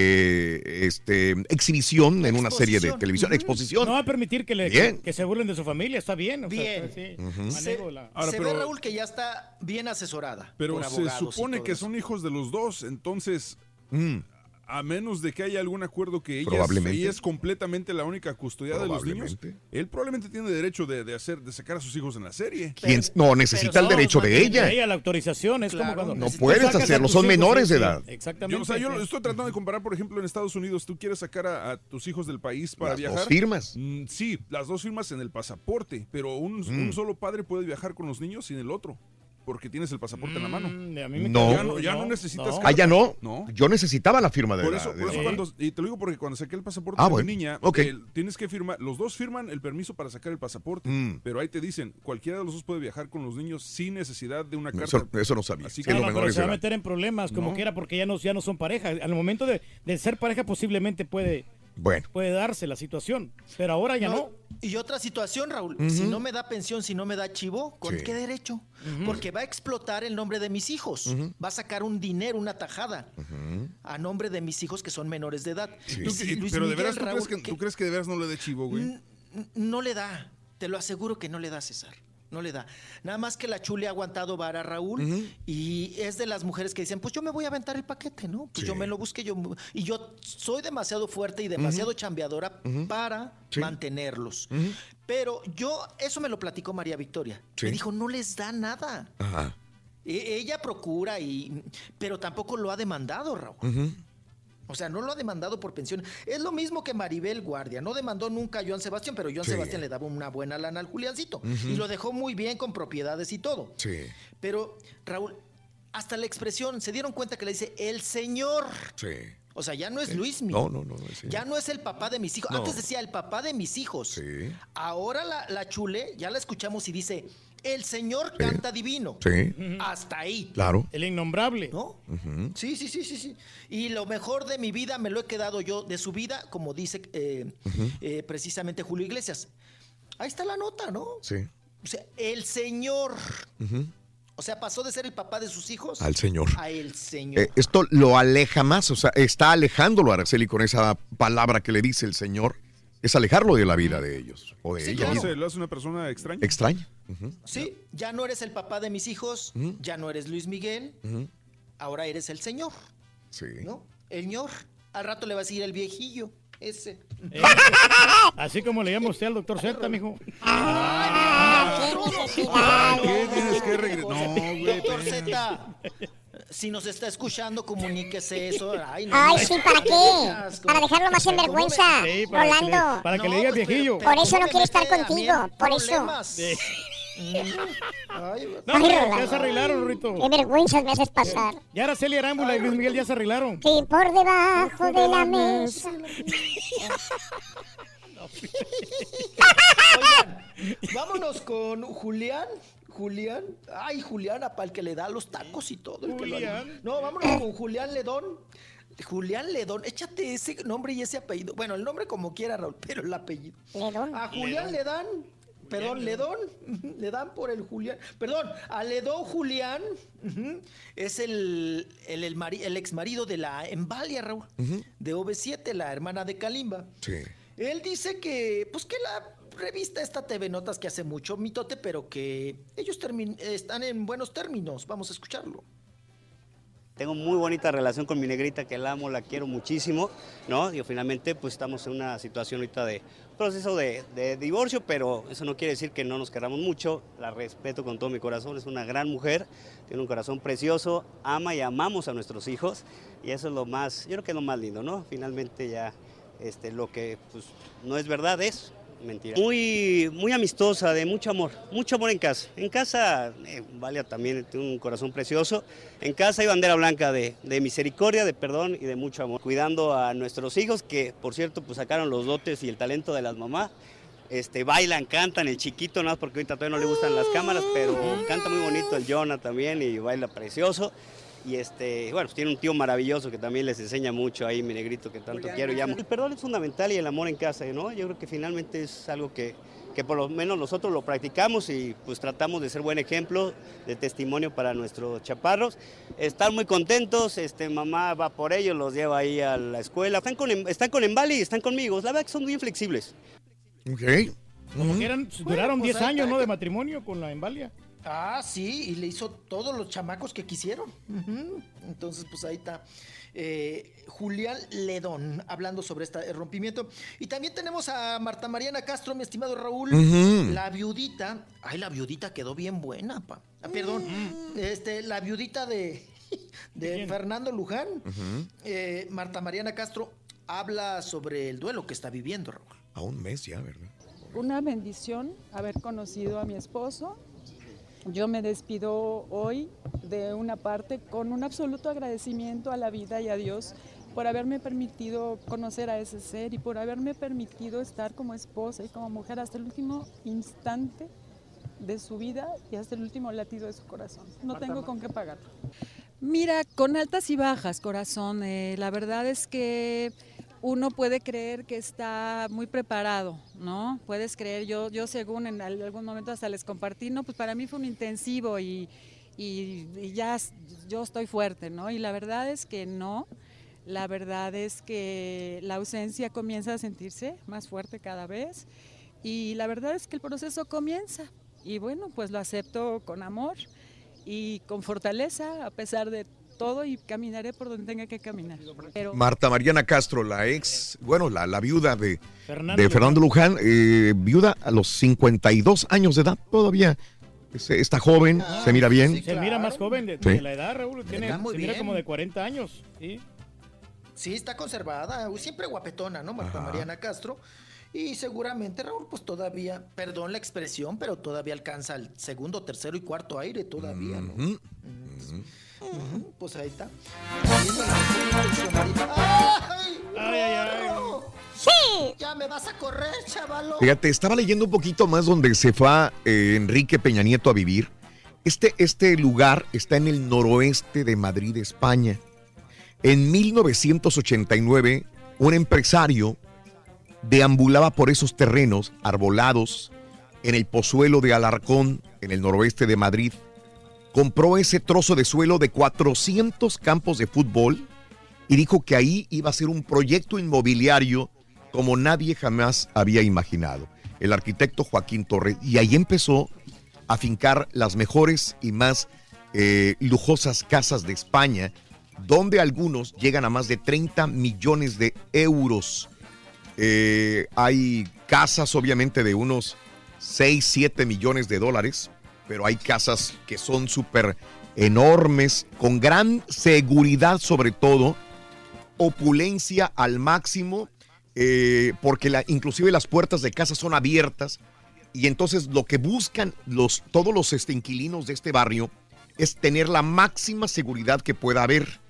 eh, este, exhibición en una serie de televisión, exposición. No va a permitir que, le, Bien. que, que se burlen de su familia, está bien. o sea, Bien. sí, Ujú. manejo la- Ahora, se pero- ve, Raúl, que ya está bien asesorada. Pero por se abogados y supone todo que eso. son hijos de los dos, entonces, Mm. a menos de que haya algún acuerdo que ella, es, Probablemente. ella es completamente la única custodiada de los niños, Probablemente. él probablemente tiene derecho de, de hacer, de sacar a sus hijos en la serie. ¿Quién- no, necesita el derecho de ella. Ella, la autorización, es Claro. como cuando... No tú puedes sacas a hacerlo, tus son hijos, menores sí, de sí, edad. Exactamente. Yo, o sea, yo sí. lo estoy tratando de comparar, por ejemplo, en Estados Unidos, tú quieres sacar a, a tus hijos del país para Las dos viajar. firmas. Mm, sí, las dos firmas en el pasaporte, pero un, Mm. un solo padre puede viajar con los niños sin el otro, porque tienes el pasaporte en la mano. Mm, a mí me No. Ya no, ya no necesitas. Ah, ya no. No. Yo necesitaba la firma de Por la- eso, de por la- eso cuando, y te lo digo porque cuando saqué el pasaporte Ah, de bueno. mi niña, Ok. el- tienes que firmar, los dos firman el permiso para sacar el pasaporte, Mm. pero ahí te dicen, cualquiera de los dos puede viajar con los niños sin necesidad de una carta. Eso, eso no sabía. Así que que los No, no, pero menores se de va a edad. meter en problemas como No. quiera porque ya no, ya no son pareja. Al momento de, de ser pareja posiblemente puede, Bueno, puede darse la situación, pero ahora ya no. Y otra situación, Raúl, Ujú. si no me da pensión, si no me da chivo, ¿con Sí. qué derecho? Ujú. Porque va a explotar el nombre de mis hijos. Ujú. Va a sacar un dinero, una tajada, ujú. a nombre de mis hijos que son menores de edad. Sí. Tú- Si y- Luis pero de Miguel, veras, ¿tú, Raúl, crees que, que- tú crees que de veras no le dé chivo, güey? N- n- No le da, te lo aseguro que no le da, César. No le da. Nada más que la chule ha aguantado vara, Raúl, Ujú. y es de las mujeres que dicen, pues yo me voy a aventar el paquete, ¿no? Pues Sí. yo me lo busqué, yo me- y yo soy demasiado fuerte y demasiado chambeadora Ujú. para Sí. mantenerlos. Ujú. Pero yo, eso me lo platicó María Victoria. Sí. Me dijo, no les da nada. Ajá. E- ella procura, y, pero tampoco lo ha demandado, Raúl. Ujú. O sea, no lo ha demandado por pensión. Es lo mismo que Maribel Guardia. No demandó nunca a Joan Sebastián, pero Joan Sí. Sebastián le daba una buena lana al Juliancito. Ujú. Y lo dejó muy bien con propiedades y todo. Sí, Pero, Raúl, hasta la expresión, se dieron cuenta que le dice el señor. sí. O sea, ya no es Sí. Luismi. No, no, no. no, sí. Ya no es el papá de mis hijos. No. Antes decía el papá de mis hijos. Sí. Ahora la, la chule, ya la escuchamos y dice, el señor Sí. canta divino. Sí, Hasta ahí. claro. El innombrable. ¿No? Ujú. Sí, sí, sí, sí, sí. Y lo mejor de mi vida me lo he quedado yo, de su vida, como dice eh, Ujú. eh, precisamente Julio Iglesias. Ahí está la nota, ¿no? Sí. O sea, el señor. Ujú. O sea, pasó de ser el papá de sus hijos Al señor. a el señor. Eh, esto lo aleja más, o sea, está alejándolo a Araceli con esa palabra que le dice el Señor. Es alejarlo de la vida de ellos o de Sí, ella. Lo claro. misma. hace, lo hace una persona extraña. Extraña. Ujú. Sí, ya no eres el papá de mis hijos, Ujú. ya no eres Luis Miguel, Ujú. ahora eres el señor, Sí. ¿no? El ñor. Al rato le va a decir el viejillo. ese. Eh, así como le llama usted al doctor Z, mijo. ¿Qué tienes que regresar? No, güey. Doctor Z, si nos está escuchando, comuníquese eso. Ay, no, Ay no, sí, ¿para qué? Para dejarlo más en ¿Cómo me- vergüenza, Sí, para que le- Rolando. para que le digas viejillo. Por eso ¿cómo no me quiere estar mete a mí contigo, en por eso. problemas? Sí. Ay, No, Ay, hombre, ya Rolando. se arreglaron, Rito. Qué vergüenzas me haces pasar. Ya Araceli Arámbula y Luis Miguel ya se arreglaron. Sí, por debajo de la mesa. Oigan, vámonos con Julián. Julián. Ay, Juliana, para el que le da los tacos y todo. el que lo Julián. anima. No, vámonos con Julián Ledón. Julián Ledón, échate ese nombre y ese apellido. Bueno, el nombre como quiera, Raúl, pero el apellido. Ledón. A Julián le dan, perdón, Ledón, le dan por el Julián. Perdón, a Ledón Julián ujú, es el, el, el, mari- el ex marido de la Embalia, Raúl, de O V siete, la hermana de Kalimba. Sí. Él dice que, pues que la revista esta T V Notas que hace mucho mitote, pero que ellos termin- están en buenos términos. Vamos a escucharlo. Tengo muy bonita relación con mi negrita, que la amo, la quiero muchísimo, ¿no? Y finalmente pues estamos en una situación ahorita de proceso de, de divorcio, pero eso no quiere decir que no nos queramos mucho, la respeto con todo mi corazón, es una gran mujer, tiene un corazón precioso, ama y amamos a nuestros hijos y eso es lo más, yo creo que es lo más lindo, ¿no? Finalmente ya este, lo que pues, no es verdad es mentira. Muy, muy amistosa, de mucho amor, mucho amor en casa. En casa, eh, Valia también tiene un corazón precioso. En casa hay bandera blanca de, de misericordia, de perdón y de mucho amor. Cuidando a nuestros hijos, que por cierto, pues sacaron los dotes y el talento de las mamás. Este, bailan, cantan, el chiquito, nada más porque ahorita todavía no le gustan las cámaras, pero canta muy bonito el Jonah también y baila precioso. Y este, bueno, pues tiene un tío maravilloso que también les enseña mucho ahí, mi negrito que tanto quiero y amo. El perdón es fundamental y el amor en casa, ¿no? Yo creo que finalmente es algo que, que por lo menos nosotros lo practicamos y pues tratamos de ser buen ejemplo de testimonio para nuestros chaparros. Están muy contentos, este, mamá va por ellos, los lleva ahí a la escuela. Están con, están con Embali y están conmigo, la verdad que son bien flexibles. Ok. Como que eran, duraron pues diez ahí años, está. ¿no? De matrimonio con la Embalia. Ah, sí, y le hizo todos los chamacos que quisieron. Ujú. Entonces, pues ahí está. Eh, Julián Ledón, hablando sobre este rompimiento. Y también tenemos a Marta Mariana Castro, mi estimado Raúl. Ujú. La viudita. Ay, la viudita quedó bien buena, pa. Ah, perdón. Este, la viudita de, de Fernando Luján. Ujú. Eh, Marta Mariana Castro habla sobre el duelo que está viviendo, Raúl. A un mes ya, ¿verdad? Una bendición haber conocido a mi esposo. Yo me despido hoy de una parte con un absoluto agradecimiento a la vida y a Dios por haberme permitido conocer a ese ser y por haberme permitido estar como esposa y como mujer hasta el último instante de su vida y hasta el último latido de su corazón. No tengo con qué pagarlo. Mira, con altas y bajas, corazón. Eh, la verdad es que uno puede creer que está muy preparado, ¿no? Puedes creer, yo, yo según en algún momento hasta les compartí, no, pues para mí fue un intensivo y, y, y ya yo estoy fuerte, ¿no? Y la verdad es que no, la verdad es que la ausencia comienza a sentirse más fuerte cada vez y la verdad es que el proceso comienza y bueno, pues lo acepto con amor y con fortaleza a pesar de todo y caminaré por donde tenga que caminar. Pero... Marta Mariana Castro, la ex, bueno, la, la viuda de Fernando, de Fernando Luján, eh, viuda a los cincuenta y dos años de edad, todavía es- está joven, Ah, se mira bien. Se mira más joven de, Sí. de la edad, Raúl. Tiene, Está muy se mira bien. como de cuarenta años. ¿sí? Sí, está conservada, siempre guapetona, ¿no? Marta Ajá. Mariana Castro. Y seguramente, Raúl, pues todavía, perdón la expresión, pero todavía alcanza el segundo, tercero y cuarto aire, todavía, ¿no? Ujú. Ujú, pues ahí está. Viendo la pensionadita. ¡Ay! Ay, ay, ay. no! Sí. Ya me vas a correr, chavalo. Fíjate, estaba leyendo un poquito más donde se fue eh, Enrique Peña Nieto a vivir. Este, este lugar está en el noroeste de Madrid, España. En mil novecientos ochenta y nueve, un empresario deambulaba por esos terrenos arbolados en el Pozuelo de Alarcón, en el noroeste de Madrid. Compró ese trozo de suelo de cuatrocientos campos de fútbol y dijo que ahí iba a ser un proyecto inmobiliario como nadie jamás había imaginado. El arquitecto Joaquín Torres, y ahí empezó a fincar las mejores y más eh, lujosas casas de España, donde algunos llegan a más de treinta millones de euros. Eh, hay casas, obviamente, de unos seis, siete millones de dólares, pero hay casas que son súper enormes, con gran seguridad sobre todo, opulencia al máximo, eh, porque la, inclusive las puertas de casa son abiertas, y entonces lo que buscan los, todos los este, inquilinos de este barrio es tener la máxima seguridad que pueda haber.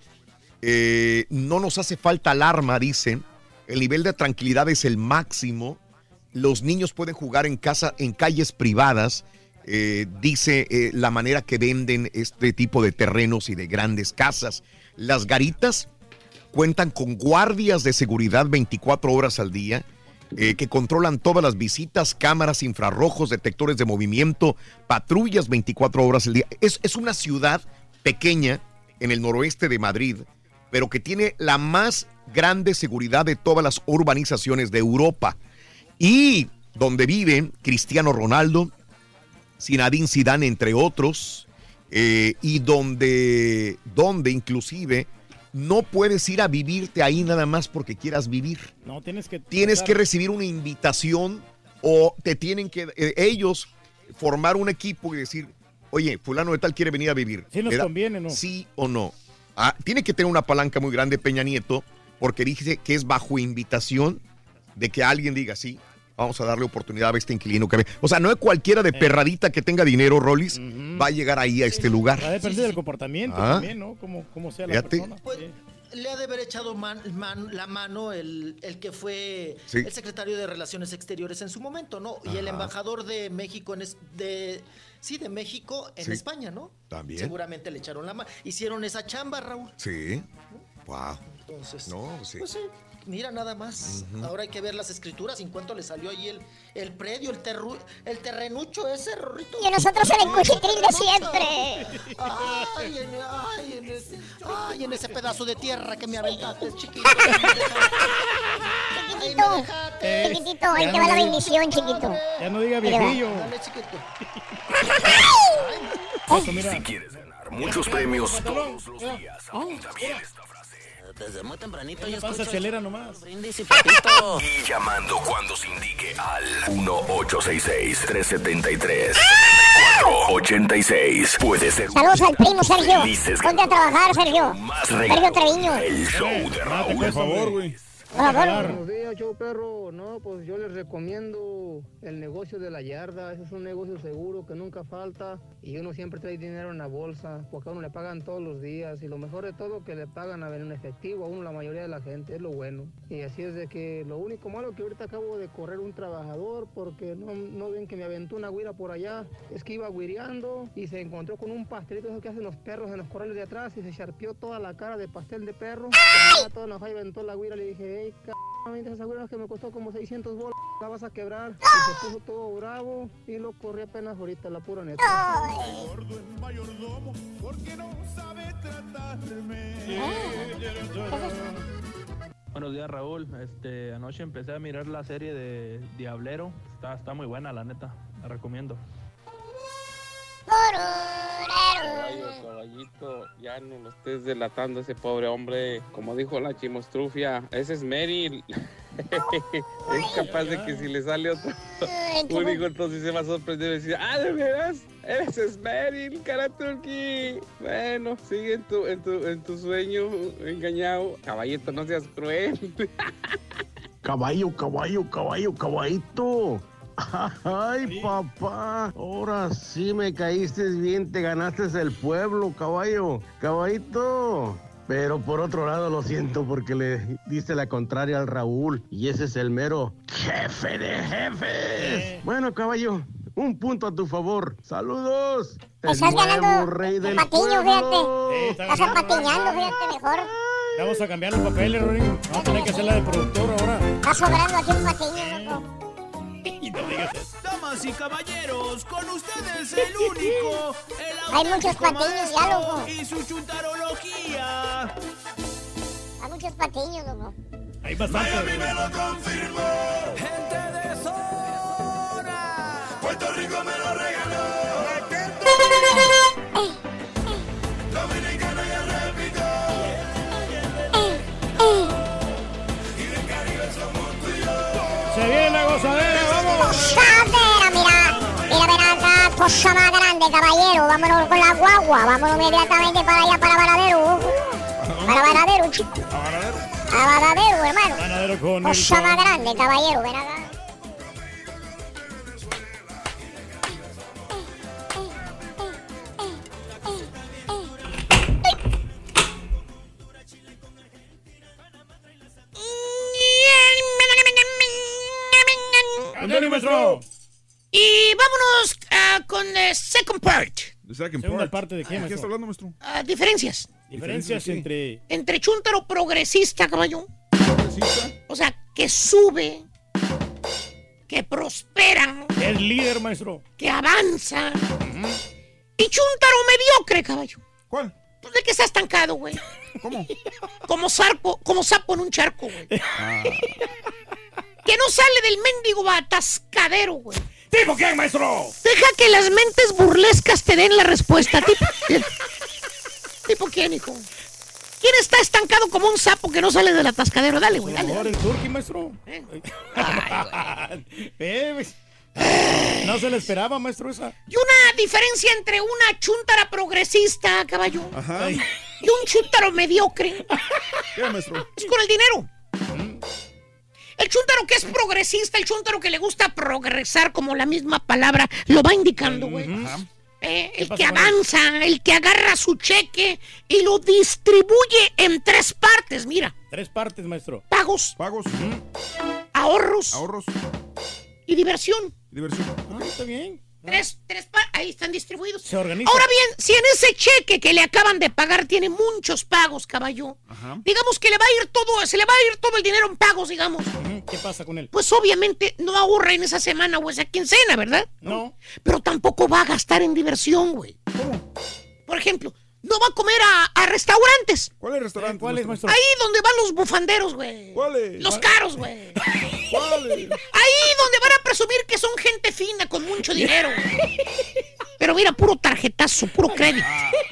Eh, no nos hace falta alarma, dicen. El nivel de tranquilidad es el máximo. Los niños pueden jugar en casa, en calles privadas. Eh, dice eh, la manera que venden este tipo de terrenos y de grandes casas. Las garitas cuentan con guardias de seguridad veinticuatro horas al día, eh, que controlan todas las visitas, cámaras infrarrojos, detectores de movimiento, patrullas veinticuatro horas al día. Es, es una ciudad pequeña en el noroeste de Madrid, pero que tiene la más grande seguridad de todas las urbanizaciones de Europa. Y donde viven Cristiano Ronaldo, Zinedine Zidane, entre otros, eh, y donde, donde inclusive no puedes ir a vivirte ahí nada más porque quieras vivir. No, tienes que... Tienes que recibir una invitación o te tienen que eh, ellos formar un equipo y decir, oye, fulano de tal quiere venir a vivir. ¿Sí nos conviene, no? Sí o no. Ah, tiene que tener una palanca muy grande Peña Nieto, porque dice que es bajo invitación de que alguien diga, sí, vamos a darle oportunidad a este inquilino que ve. O sea, no es cualquiera de perradita que tenga dinero, Rollis, uh-huh. va a llegar ahí a este lugar. Va a depender sí, sí, del comportamiento ah. también, ¿no? Como, como sea la Fíjate. persona. Pues, le ha de haber echado man, man, la mano el, el que fue sí. el secretario de Relaciones Exteriores en su momento, ¿no? Ajá. Y el embajador de México en es, de sí, de México en sí. España, ¿no? También. Seguramente le echaron la mano. Hicieron esa chamba, Raúl. Sí. Wow. Entonces, no, sí. Pues sí. Mira, nada más. Uh-huh. Ahora hay que ver las escrituras. ¿En cuánto le salió ahí el, el predio, el, terru, el terrenucho ese, Rorrito? Y a nosotros el cuchitril de siempre. Ay en, ay, en ese, ay, en ese pedazo de tierra que me aventaste, chiquito. Chiquitito, eh, chiquitito, ahí te va la bendición, chiquito. Ya no diga viejillo. Dale, chiquito. Eso, mira. Si quieres ganar muchos premios todos los días, apunta bien esta frase. Desde muy tempranito ya escucho acelera nomás. Brindis y patito. Y llamando cuando se indique al uno ocho seis seis, tres siete tres, cuatro ocho seis. Puede ser. Saludos al primo Sergio. Ponte a trabajar, Sergio. Sergio Treviño. El show de Raúl. Por favor, güey. Buenos días, show perro. No, pues yo les recomiendo el negocio de la yarda. Ese es un negocio seguro que nunca falta y uno siempre trae dinero en la bolsa porque a uno le pagan todos los días y lo mejor de todo que le pagan en efectivo a uno la mayoría de la gente, es lo bueno. Y así es de que lo único malo que ahorita acabo de correr un trabajador porque no, no ven que me aventó una güira por allá, es que iba güireando y se encontró con un pastelito eso que hacen los perros en los corrales de atrás y se charpió toda la cara de pastel de perro. Cuando toda enojada y aventó la güira, le dije, hey, c***, esa güira que me costó como seiscientos bolas, la vas a quebrar. Y se puso todo bravo y lo corrí apenas ahorita, la pura neta. Buenos días, Raúl. Este, anoche empecé a mirar la serie de Diablero. Está, está muy buena, la neta. La recomiendo. Caballo, caballito, ya no lo estés delatando a ese pobre hombre. Como dijo la chimostrufia, ese es Meryl. Es capaz de que si le sale otro un hijo, entonces se va a sorprender y decir, ah, ¿de veras? Eres Esmeril, Karaturki. Bueno, sigue en tu, en tu, en tu sueño engañado. Caballito, no seas cruel. Caballo, caballo, caballo, caballito. Ay, papá, ahora sí me caíste bien, te ganaste el pueblo, caballo, caballito. Pero por otro lado lo siento porque le diste la contraria al Raúl y ese es el mero jefe de jefes. Eh. Bueno, caballo, un punto a tu favor. Saludos. Estás ganando rey del patiño, fíjate. Sí, estás apatiñando, fíjate, mejor. Vamos a cambiar los papeles, Rory. Vamos a tener que hacer la de productor ahora. Está sobrando aquí un patiño, loco. No digas eso. Damas y caballeros, con ustedes el único, el hay muchos patiños ya, loco. Y su chuntarología. Hay muchos patiños, loco. Hay bastante. Miami me lo confirmó. Gente de zona. Puerto Rico me lo regaló. Eh, eh. Dominicana ya repito. Eh, eh. Y del Caribe somos tú y yo. posadera, vamos. Posadera, mira. Mira, ven acá, cosa más grande, caballero. Vámonos con la guagua. Vámonos inmediatamente para allá, para Varadero. Para Varadero, chico. A Varadero, hermano. Varadero con cosa más grande, caballero. Ven acá. Y vámonos uh, con the second part. The second Segunda part. parte de qué, ¿De qué maestro? está hablando, maestro? Uh, diferencias. Diferencias entre... Entre chúntaro progresista, caballo. ¿Progresista? O sea, que sube, que prospera, Es líder, maestro. que avanza. Y chúntaro mediocre, caballo. ¿Cuál? Pues de que está estancado, güey. ¿Cómo? Como sapo, como sapo en un charco, güey. Ah. Que no sale del mendigo atascadero, güey. ¿Tipo quién, maestro? Deja que las mentes burlescas te den la respuesta. ¿Tipo, ¿Tipo quién, hijo? ¿Quién está estancado como un sapo que no sale del atascadero? Dale, güey, dale. Ahora el Turqui, maestro. ¿Eh? Eh, pues, no se le esperaba, maestro, esa. Y una diferencia entre una chúntara progresista, caballo, Ajá. y un chúntaro mediocre. ¿Qué, maestro? Es con el dinero. El chúntaro que es progresista, el chúntaro que le gusta progresar, como la misma palabra lo va indicando, güey. Eh, el que avanza, el que agarra su cheque y lo distribuye en tres partes, mira. Tres partes, maestro. Pagos, Pagos. ahorros Ahorros. y diversión. Diversión. Ah, está bien. Tres, tres partes, ahí están distribuidos. Se organiza. Ahora bien, si en ese cheque que le acaban de pagar tiene muchos pagos, caballo, Ajá. digamos que le va a ir todo, se le va a ir todo el dinero en pagos, digamos. Ujú, ¿Qué pasa con él? Pues obviamente no ahorra en esa semana o esa quincena, ¿verdad? No. Pero tampoco va a gastar en diversión, güey. ¿Cómo? Por ejemplo, no va a comer a, a restaurantes. ¿Cuál es el restaurante? ¿Cuál es, maestro? Ahí donde van los bufanderos, güey. ¿Cuál es? Los caros, güey. ¿Cuál es? Ahí donde van a presumir que son gente fina con mucho dinero, güey. Pero mira, puro tarjetazo, puro crédito.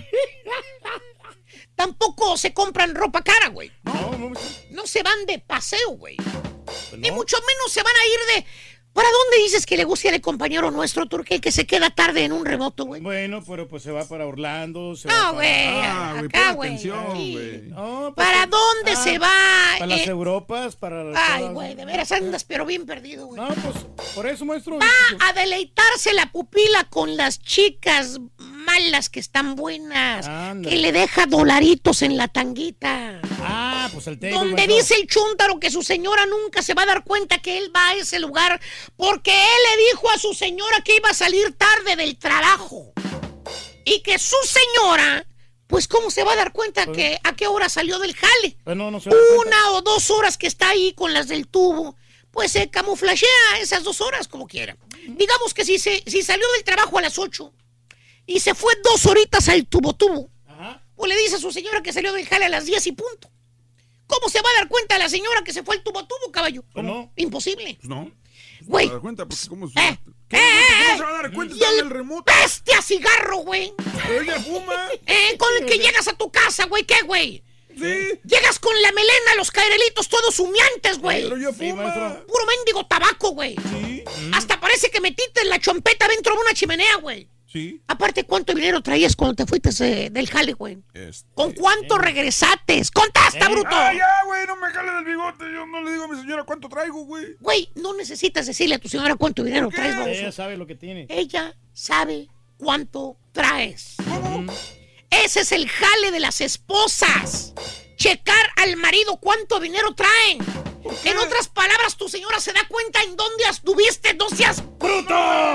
Tampoco se compran ropa cara, güey. No, no, maestro. No se van de paseo, güey. Pues Ni no. mucho menos se van a ir de... ¿Para dónde dices que le gusta el compañero nuestro, Turque, el que se queda tarde en un remoto, güey? Bueno, pero pues se va para Orlando, se va No, para... güey. Ah, güey, Acá, pon güey. atención, Sí. güey. No, pues, ¿Para sí. dónde Ah, se va? Para las eh? Europas, para... Ay, todas- güey, de veras andas, pero bien perdido, güey. No, pues, por eso, maestro. Va a deleitarse la pupila con las chicas malas que están buenas. Ándale. Que le deja dolaritos en la tanguita. Ah, pues el table, Donde maestro. dice el chúntaro que su señora nunca se va a dar cuenta que él va a ese lugar porque él le dijo a su señora que iba a salir tarde del trabajo. Y que su señora, pues ¿cómo se va a dar cuenta Pues- que a qué hora salió del jale? Pues no, no se da cuenta. Una o dos horas que está ahí con las del tubo, pues se camuflajea esas dos horas como quiera. Digamos que si, se, si salió del trabajo a las ocho y se fue dos horitas al tubo tubo, Ajá. pues le dice a su señora que salió del jale a las diez y punto. ¿Cómo se va a dar cuenta la señora que se fue al tubo tubo, caballo? Pues no. Imposible. Pues no. Güey. ¿Se da cuenta? Porque ¿cómo se, Eh, ¿Qué? eh, ¿Cómo eh, se va a dar cuenta? y Está en el el remoto. bestia cigarro, güey. Pero ella fuma. Eh, con el que llegas a tu casa, güey, ¿qué, güey? Sí. Llegas con la melena, los cairelitos todos humeantes, güey. Pero ella Sí, fuma. maestro. Puro mendigo tabaco, güey. Sí. Hasta parece que metiste la chompeta dentro de una chimenea, güey. Sí. Aparte, ¿cuánto dinero traías cuando te fuiste eh, del jale, güey? Este. ¿Con cuánto regresates? ¡Contesta, Eh. bruto! Ah, ya, güey, no me jales del bigote. Yo no le digo a mi señora cuánto traigo, güey. Güey, no necesitas decirle a tu señora cuánto dinero ¿Por qué? traes, Ella baboso. sabe lo que tiene. Ella sabe cuánto traes. ¿Cómo? Ese es el jale de las esposas. Checar al marido cuánto dinero traen. En otras palabras, tu señora se da cuenta en dónde estuviste, no seas ¡Bruto!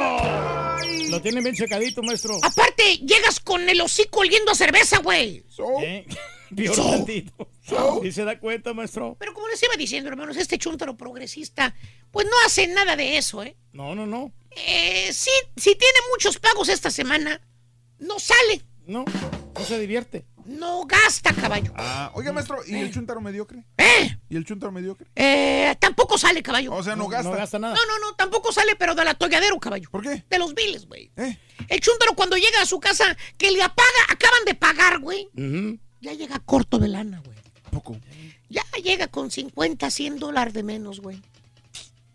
Lo tiene bien checadito, maestro. Aparte, llegas con el hocico oliendo a cerveza, güey. So, ¿Eh? Peor So. tantito. So. ¿Sí se da cuenta, maestro? Pero como les iba diciendo, hermanos, este chúntaro progresista, pues no hace nada de eso, ¿eh? No, no, no. Eh, sí, si tiene muchos pagos esta semana, no sale, No, no se divierte. no gasta, caballo. Ah, oiga, maestro, ¿y el chuntaro mediocre? ¿Eh? ¿Y el chuntaro mediocre? Eh, tampoco sale, caballo. O sea, no, gasta. No gasta nada. No, no, no, tampoco sale, pero del atolladero, caballo. ¿Por qué? De los biles, güey. ¿Eh? El chúntaro cuando llega a su casa, que le apaga, acaban de pagar, güey. Ujú. Ya llega corto de lana, güey. Poco. Ya llega con cincuenta, cien dólares de menos, güey.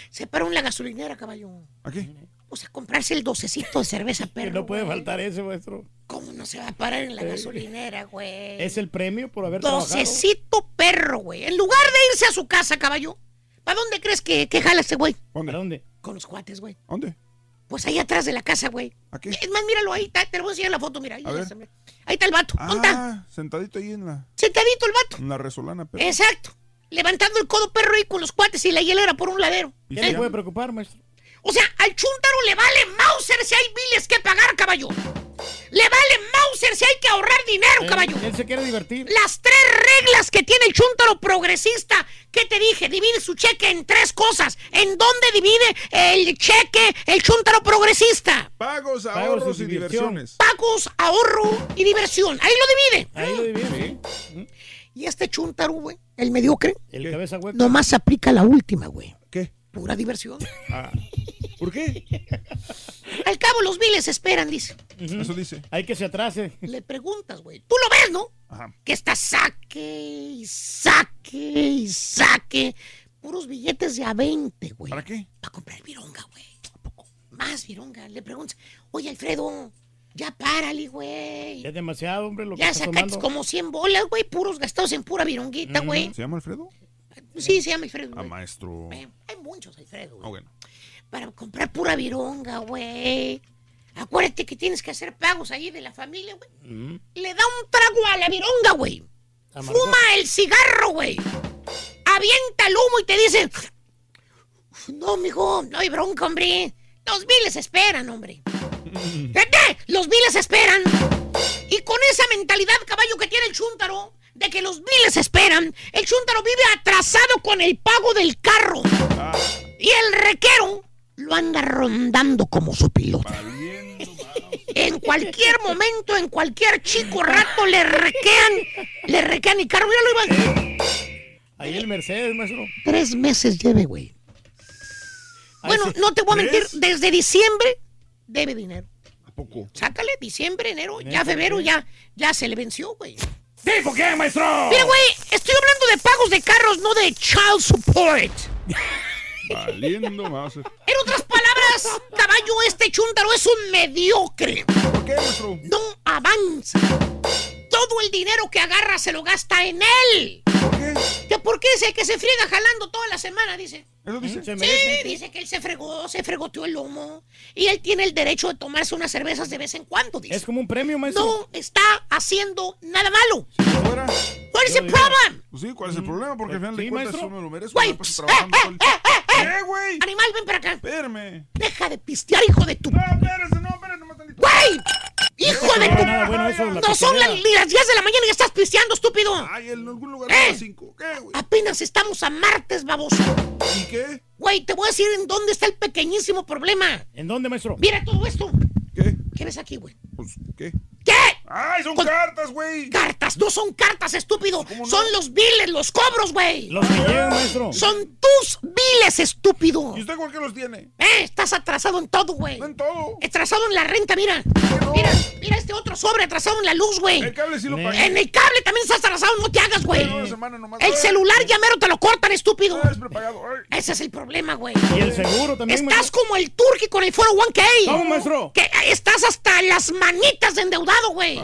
Se paró en la gasolinera, caballo. ¿A qué? Pues a comprarse el docecito de cerveza, perro. Que no puede güey. faltar ese, maestro. ¿Cómo no se va a parar en la Eh. gasolinera, güey? Es el premio por haber trabajado. Docecito perro, güey. En lugar de irse a su casa, caballo, ¿para dónde crees que, que jala ese güey? ¿A dónde? Con los cuates, güey. ¿Dónde? Pues ahí atrás de la casa, güey. ¿A qué? Es más, míralo ahí, está, te lo voy a enseñar la foto, mira. Ahí, A ver. está, mira. Ahí está el vato. ¿Dónde está? Ah, sentadito ahí en la, Sentadito el vato. en la resolana, pero. Exacto. Levantando el codo perro ahí con los cuates y la hielera por un ladero. ¿Qué le puede preocupar, maestro? O sea, al chúntaro le vale Mauser si hay biles que pagar, caballo. Le vale Mauser si hay que ahorrar dinero, Él- caballo. Él se quiere divertir. Las tres reglas que tiene el chúntaro progresista. ¿Qué te dije? Divide su cheque en tres cosas. ¿En dónde divide el cheque el chúntaro progresista? Pagos, Pagos ahorros y y diversión. diversiones. Pagos, ahorro y diversión. Ahí lo divide. Ahí lo divide. Y este chúntaro, güey, el mediocre, El cabeza hueca. nomás aplica la última, güey. ¿Qué? Pura diversión. Ah, ¿por qué? Al cabo los biles esperan, dice. Ujú. Eso dice. Hay que se atrase. Le preguntas, güey. Tú lo ves, ¿no? Ajá. Que está saque y saque y saque. Puros billetes de a veinte, güey. ¿Para qué? Para comprar vironga, güey. Más vironga. Le preguntas, oye, Alfredo, ya párale, güey. Es demasiado, hombre, lo que Ya está sacaste tomando. como cien bolas, güey, puros gastados en pura vironguita, güey. ¿Se llama Alfredo? Sí, se llama Alfredo. Ah, güey. maestro. Eh, Hay muchos, Alfredo. Ah, güey. bueno. Para comprar pura vironga, güey. Acuérdate que tienes que hacer pagos ahí de la familia, güey. Mm. Le da un trago a la vironga, güey. Amargoso. Fuma el cigarro, güey. Avienta el humo y te dice... No, mijo, no hay bronca, hombre. Los biles esperan, hombre. ¿Qué? Los biles esperan. Y con esa mentalidad, caballo, que tiene el chúntaro, de que los biles esperan, el chúntaro vive atrasado con el pago del carro. Ah, Y el requero lo anda rondando como su piloto. valiendo, mouse. En cualquier momento, en cualquier chico rato, le requean, le requean y carro. Míralo, Iván. Ahí el Mercedes, maestro. Tres meses lleve, güey. Ahí Bueno, sí. no te voy a mentir, ¿Tres? desde diciembre debe dinero. ¿A poco? Sácale, diciembre, enero, ya Enero, febrero, ¿qué? ya, ya se le venció, güey. ¿Tipo qué, maestro? Mira, güey, estoy hablando de pagos de carros, no de child support. Valiendo, mouse. En otras palabras, caballo, este chúntaro es un mediocre. ¿Por qué, maestro? No avanza. Todo el dinero que agarra se lo gasta en él. ¿Por qué? ¿Que por qué es el que se friega jalando toda la semana, dice? Eso dice. Se Sí, merece. dice que él se fregó, se fregoteó el lomo. Y él tiene el derecho de tomarse unas cervezas de vez en cuando, dice. Es como un premio, maestro. No está haciendo nada malo. Si fuera. What is Yo the digo- problem? Pues sí, ¿cuál es el problema? Porque al final Sí, de cuentas maestro. uno lo merece. Güey, uno pasa pss, trabajando eh, todo el- eh, eh, eh. ¿Qué, güey? Animal, ven para acá. Espérame. Deja de pistear, hijo de tu... No, espérese, no, espérese, no me están ¡Güey! ¡Hijo de No, tu... nada bueno eso, la No son las, pisteadera. ni las diez de la mañana y ya estás pisteando, estúpido. Ay, en algún lugar ¿Eh? de las cinco. ¿Qué, güey? Apenas estamos a martes, baboso. ¿Y qué? Güey, te voy a decir en dónde está el pequeñísimo problema. ¿En dónde, maestro? Mira todo esto. ¿Qué? ¿Qué ves aquí, güey? Pues, ¿qué? ¿Qué? ¡Ay, son Con- cartas, güey! Cartas, no son cartas, estúpido. ¿Cómo no? Son los biles, los cobros, güey. Los que llegan, maestro. Son tus biles, estúpido. ¿Y usted por qué los tiene? Eh, estás atrasado en todo, güey. No en todo. Atrasado en la renta, mira. no? Mira, mira este otro sobre atrasado en la luz, güey. El cable sí lo Ne- pagué. En el cable también estás atrasado, no te hagas, güey. Pero una semana nomás. El Ay, celular ya mero te lo cortan, estúpido. ah, es prepagado. Ay. Ese es el problema, güey. Y el seguro también, Estás maestro. como el turqui con el cuatro oh uno k. ¿Cómo, maestro? Que estás hasta las manitas de endeudado, güey.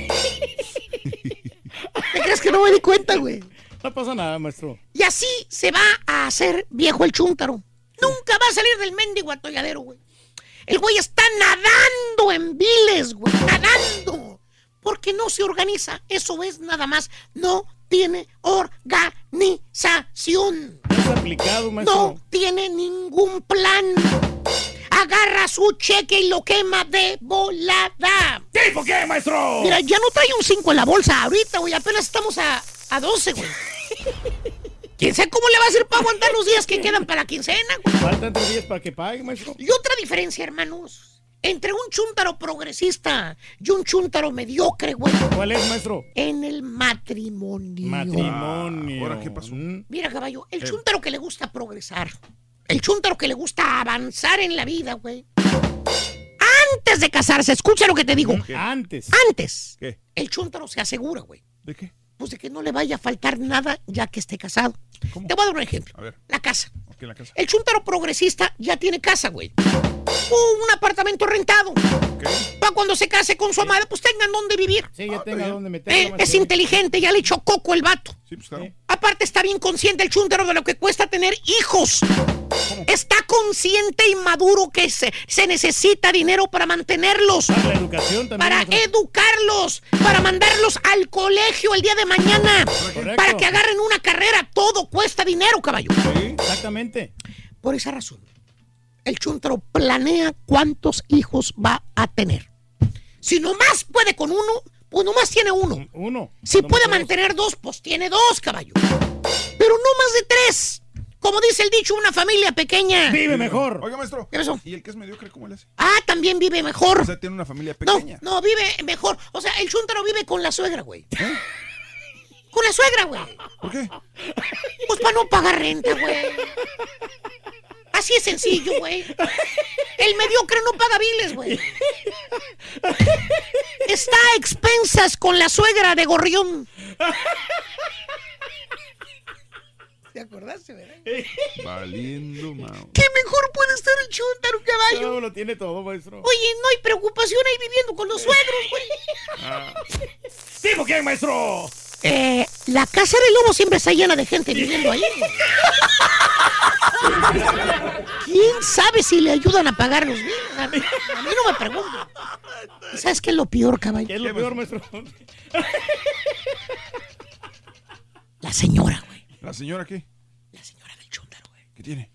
¿Te crees que no me di cuenta, güey? No pasa nada, maestro. Y así se va a hacer viejo el chúntaro. Nunca va a salir del mendigo atolladero, güey. El güey está nadando en viles, güey. Nadando. Porque no se organiza. Eso es nada más. No tiene organización. No es aplicado, maestro. No tiene ningún plan. Agarra su cheque y lo quema de volada. ¿Tipo qué, maestro? Mira, ya no trae un cinco en la bolsa ahorita, güey. Apenas estamos a, a doce, güey. ¿Quién sabe cómo le va a hacer para aguantar los días que quedan para la quincena, güey? Faltan tres días para que pague, maestro. Y otra diferencia, hermanos, entre un chúntaro progresista y un chúntaro mediocre, güey. ¿Cuál es, maestro? En el matrimonio. Matrimonio. Ah, ¿ahora qué pasó? Mm. Mira, caballo, el Eh. chúntaro que le gusta progresar, el chúntaro que le gusta avanzar en la vida, güey. Antes de casarse, escucha lo que te digo. Antes. Antes, ¿Qué? el chúntaro se asegura, güey, ¿De qué? pues de que no le vaya a faltar nada ya que esté casado. ¿Cómo? Te voy a dar un ejemplo. A ver. La casa. Okay, la casa. El chúntaro progresista ya tiene casa, güey. Uh, un apartamento rentado. Okay. Para cuando se case con su amada, pues tengan dónde vivir. Sí, ya tenga dónde meter. Eh, es inteligente, ya le echó coco el vato. Sí, pues claro. Aparte está bien consciente el chúntaro de lo que cuesta tener hijos. ¿Cómo? Está consciente y maduro que se, se necesita dinero para mantenerlos. Para la educación también. Para ¿no? educarlos, para mandarlos al colegio el día de mañana. Correcto. Para que agarren una carrera. Todo cuesta dinero, caballo. Sí, exactamente. Por esa razón, el chúntaro planea cuántos hijos va a tener. Si nomás puede con uno, pues nomás tiene uno. Uno. Si no puede mantener dos, pues tiene dos, caballo. Pero no más de tres. Como dice el dicho, una familia pequeña vive mejor. Oiga, maestro. ¿Qué pasó? ¿Y el que es mediocre cómo le hace? Ah, también vive mejor. O sea, tiene una familia pequeña. No, no, vive mejor. O sea, el chúntaro vive con la suegra, güey. ¿Eh? Con la suegra, güey. ¿Por qué? Pues para no pagar renta, güey. Así es sencillo, güey. El mediocre no paga biles, güey. Está a expensas con la suegra de Gorrión. ¿Te acordaste, verdad? Valiendo, mao. ¿Qué mejor puede estar el chúntaro, caballo? No, lo tiene todo, maestro. Oye, no hay preocupación ahí viviendo con los suegros, güey. Ah. ¿Tipo quién, maestro? Eh, la casa del lobo siempre está llena de gente viviendo ahí. ¿Quién sabe si le ayudan a pagar los biles? A mí, a mí no me pregunto. ¿Sabes qué es lo peor, caballo? ¿Qué es lo peor, maestro? La señora, güey. ¿La señora qué? La señora del chúntaro, güey. ¿Qué tiene?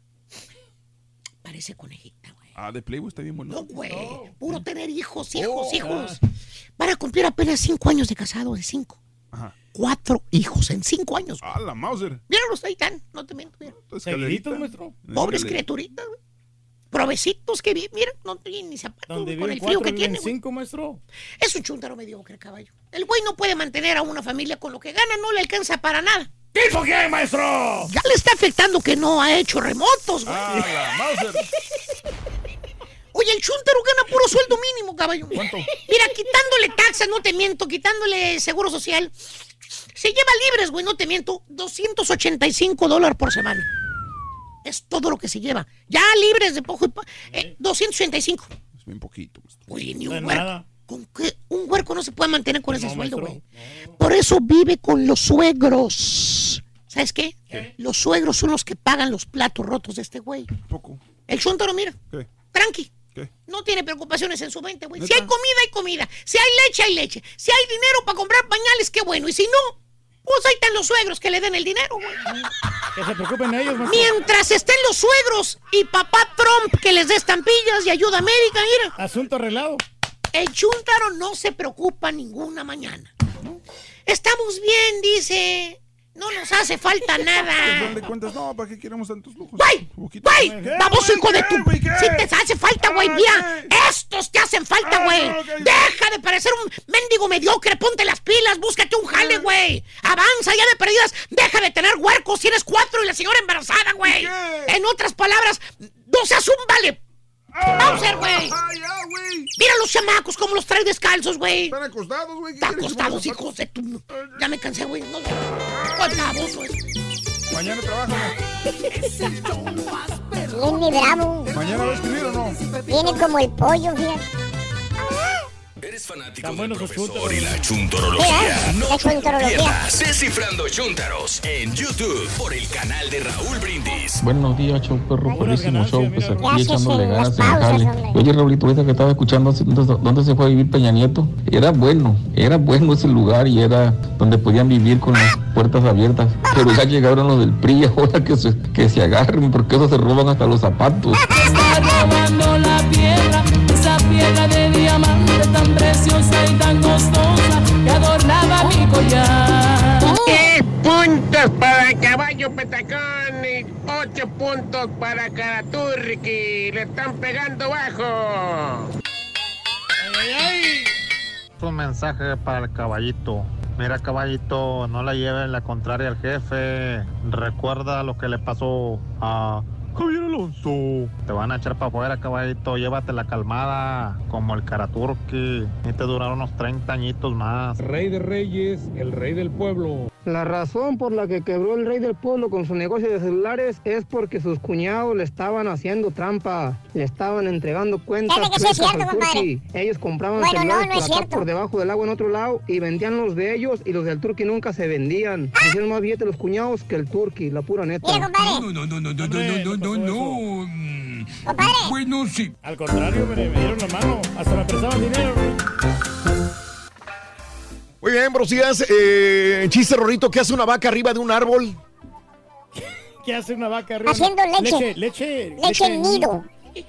Parece conejita, güey. Ah, de Playboy está bien bueno. No, güey. Oh. Puro tener hijos, hijos, oh, hijos. Ah. Van a cumplir apenas cinco años de casado, de cinco. Ajá. Cuatro hijos en cinco años. Ah, la Mauser. Míralos ahí tan, no te miento, mira. Seguiditos, maestro. Pobres criaturitas, güey. Provecitos que viven, mira, no tienen ni zapatos ¿Dónde con el cuatro, frío que tienen. cinco, maestro? Es un chúntaro mediocre, caballo. El güey no puede mantener a una familia con lo que gana, no le alcanza para nada. ¿Tipo quién, maestro? Ya le está afectando que no ha hecho remotos, güey. Ah, la Mauser. Oye, el chúntaro gana puro sueldo mínimo, caballo. ¿Cuánto? Mira, quitándole taxas, no te miento, quitándole seguro social. Se lleva libres, güey, no te miento, doscientos ochenta y cinco dólares por semana. Es todo lo que se lleva. Ya libres de poco y po eh, doscientos ochenta y cinco. Es bien poquito, maestro. Oye, ni un no huerco. Nada. ¿Con qué? Un huerco no se puede mantener con ese no, sueldo, güey. No. Por eso vive con los suegros. ¿Sabes qué? ¿Qué? Los suegros son los que pagan los platos rotos de este güey. Poco. El chúntaro, mira. ¿Qué? Tranqui. ¿Qué? No tiene preocupaciones en su mente, güey. Si ¿Neta? hay comida, hay comida. Si hay leche, hay leche. Si hay dinero para comprar pañales, qué bueno. Y si no, pues ahí están los suegros que le den el dinero, güey. Que se preocupen ellos, maestro. Mientras estén los suegros y papá Trump que les dé estampillas y ayuda médica, mira. Asunto arreglado. El chúntaro no se preocupa ninguna mañana. Estamos bien, dice. No nos hace falta nada. ¿Dónde cuentas? No, ¿para qué queremos tantos lujos? ¡Güey! ¡Güey! ¡Vamos, hijo de tu! Si te hace falta, güey, mira. Estos te hacen falta, güey. Deja de parecer un mendigo mediocre. Ponte las pilas. Búscate un jale, güey. Avanza ya de perdidas. Deja de tener huercos. Tienes cuatro y la señora embarazada, güey. En otras palabras, no seas un vale. Vamos a ver, güey. Mira los chamacos como los trae descalzos, güey. Están acostados, güey. Están acostados, hijos de tu... Ya me cansé, güey. No, ¿cuál abuso es? Mañana trabajan. Viene bravo. ¿Mañana va a escribir o no? Viene como el pollo, fíjate. ¿Eres fanático Tan del buenos los profesor y la ¿Qué? chuntorología? No La te chuntorología. pierdas Descifrando Chúntaros en YouTube por el canal de Raúl Brindis. Buenos días, show perro, buenísimo show, pues aquí Gracias, echándole en ganas las en el pausas, jale. hombre. Oye, Raulito, ahorita que estaba escuchando, ¿dónde, ¿dónde se fue a vivir Peña Nieto? Era bueno, era bueno ese lugar y era donde podían vivir con las puertas abiertas. Pero ya llegaron los del P R I, ahora que se, que se agarren, porque esos se roban hasta los zapatos. Está robando la piedra, esa piedra de diamante tan preciosa y tan costosa que adornaba mi collar. diez puntos para Caballo Petacón y ocho puntos para Caraturki. Le están pegando bajo. Un mensaje para el caballito. Mira, caballito, no le lleven la contraria al jefe. Recuerda lo que le pasó a Javier Alonso. Te van a echar para afuera, caballito. Llévatela calmada, como el Karaturki. Y te duraron unos treinta añitos más. Rey de reyes, el rey del pueblo. La razón por la que quebró el rey del pueblo con su negocio de celulares es porque sus cuñados le estaban haciendo trampa. Le estaban entregando cuentas que sí es cierto, al Turki. Ellos compraban bueno, celulares no, no por acá, cierto. por debajo del agua en otro lado y vendían los de ellos y los del Turki nunca se vendían. ¡Ah! Hicieron más billetes los cuñados que el Turki, la pura neta. Mira, compadre. No, no, no, no, no, no, no, no, no. Mm, Compadre. Bueno, sí. Al contrario, me, me dieron la mano. Hasta me prestaban dinero. Muy bien, buenos días. Eh, chiste, Rorrito, ¿qué hace una vaca arriba de un árbol? ¿Qué hace una vaca arriba? Haciendo leche. Leche, leche. Leche en nido.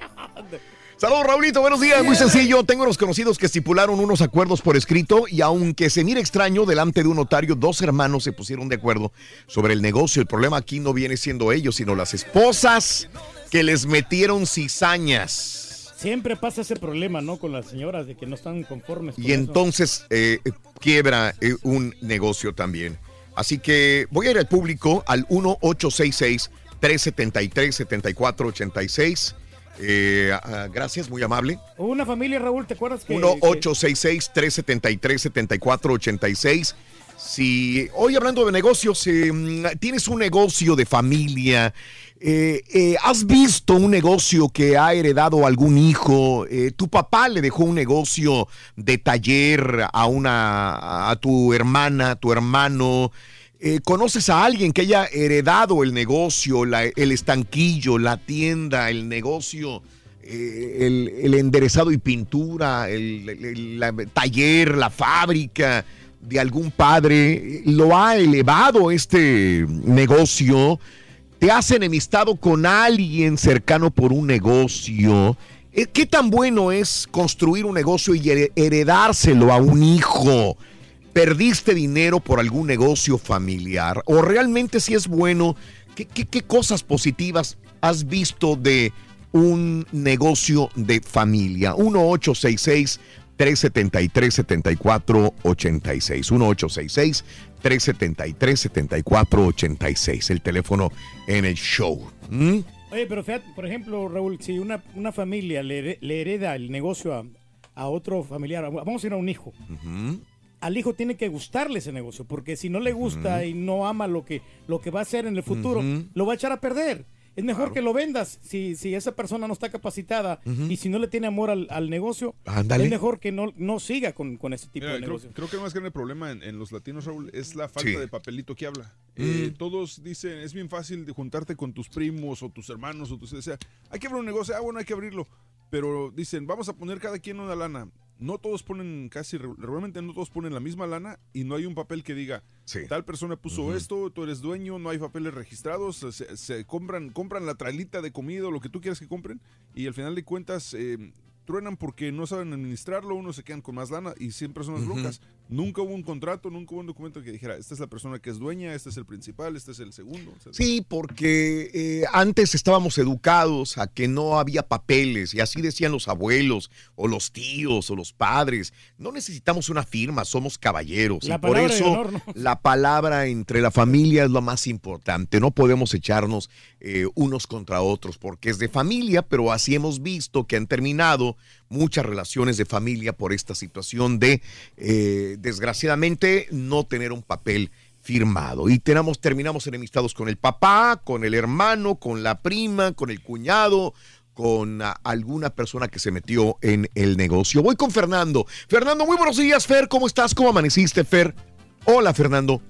Saludos, Raulito, buenos días. Muy sencillo, tengo unos conocidos que estipularon unos acuerdos por escrito y aunque se mire extraño, delante de un notario, dos hermanos se pusieron de acuerdo sobre el negocio. El problema aquí no viene siendo ellos, sino las esposas que les metieron cizañas. Siempre pasa ese problema, ¿no? Con las señoras de que no están conformes con Y entonces eh, quiebra eh, un negocio también. Así que voy a ir al público al uno ocho seis seis, tres siete tres, siete cuatro ocho seis. Eh, uh, gracias, muy amable. Hubo una familia, Raúl, ¿te acuerdas que...? uno ocho seis seis, tres siete tres, siete cuatro ocho seis. Si hoy hablando de negocios, eh, tienes un negocio de familia, eh, eh, has visto un negocio que ha heredado algún hijo, eh, tu papá le dejó un negocio de taller a una, a tu hermana, tu hermano, eh, conoces a alguien que haya heredado el negocio, la, el estanquillo, la tienda, el negocio, eh, el, el enderezado y pintura, el, el, el la, taller, la fábrica de algún padre, lo ha elevado este negocio, te has enemistado con alguien cercano por un negocio. ¿Qué tan bueno es construir un negocio y heredárselo a un hijo? ¿Perdiste dinero por algún negocio familiar? ¿O realmente si es bueno? ¿Qué, qué, qué cosas positivas has visto de un negocio de familia? uno ocho seis seis, tres siete tres, siete cuatro ocho seis. uno ocho seis seis, tres siete tres, siete cuatro ocho seis. El teléfono en el show. ¿Mm? Oye, pero fíjate, por ejemplo, Raúl, si una, una familia le, le hereda el negocio a, a otro familiar, vamos a ir a un hijo. Uh-huh. Al hijo tiene que gustarle ese negocio, porque si no le gusta uh-huh. y no ama lo que, lo que va a hacer en el futuro, uh-huh. lo va a echar a perder. Es mejor claro. que lo vendas si, si esa persona no está capacitada uh-huh. y si no le tiene amor al, al negocio, Ándale. es mejor que no, no siga con, con ese tipo Mira, de creo, negocio. Creo que el más grande problema en, en los latinos, Raúl, es la falta sí. de papelito que habla. Mm. Eh, todos dicen, es bien fácil de juntarte con tus primos o tus hermanos o tus... O sea, hay que abrir un negocio, ah, bueno, hay que abrirlo. Pero dicen, vamos a poner cada quien una lana. No todos ponen, casi regularmente no todos ponen la misma lana y no hay un papel que diga, sí. tal persona puso uh-huh. esto, tú eres dueño, no hay papeles registrados, se, se compran, compran la trailita de comida o lo que tú quieras que compren y al final de cuentas eh, truenan porque no saben administrarlo, unos se quedan con más lana y siempre son las uh-huh. broncas. Nunca hubo un contrato, nunca hubo un documento que dijera, esta es la persona que es dueña, este es el principal, este es el segundo. O sea, sí, porque eh, antes estábamos educados a que no había papeles y así decían los abuelos o los tíos o los padres. No necesitamos una firma, somos caballeros. La y por eso honor, ¿no? la palabra entre la familia es lo más importante. No podemos echarnos eh, unos contra otros porque es de familia, pero así hemos visto que han terminado muchas relaciones de familia por esta situación de, eh, desgraciadamente, no tener un papel firmado. Y tenemos, terminamos enemistados con el papá, con el hermano, con la prima, con el cuñado, con a, alguna persona que se metió en el negocio. Voy con Fernando. Fernando, muy buenos días, Fer. ¿Cómo estás? ¿Cómo amaneciste, Fer? Hola, Fernando.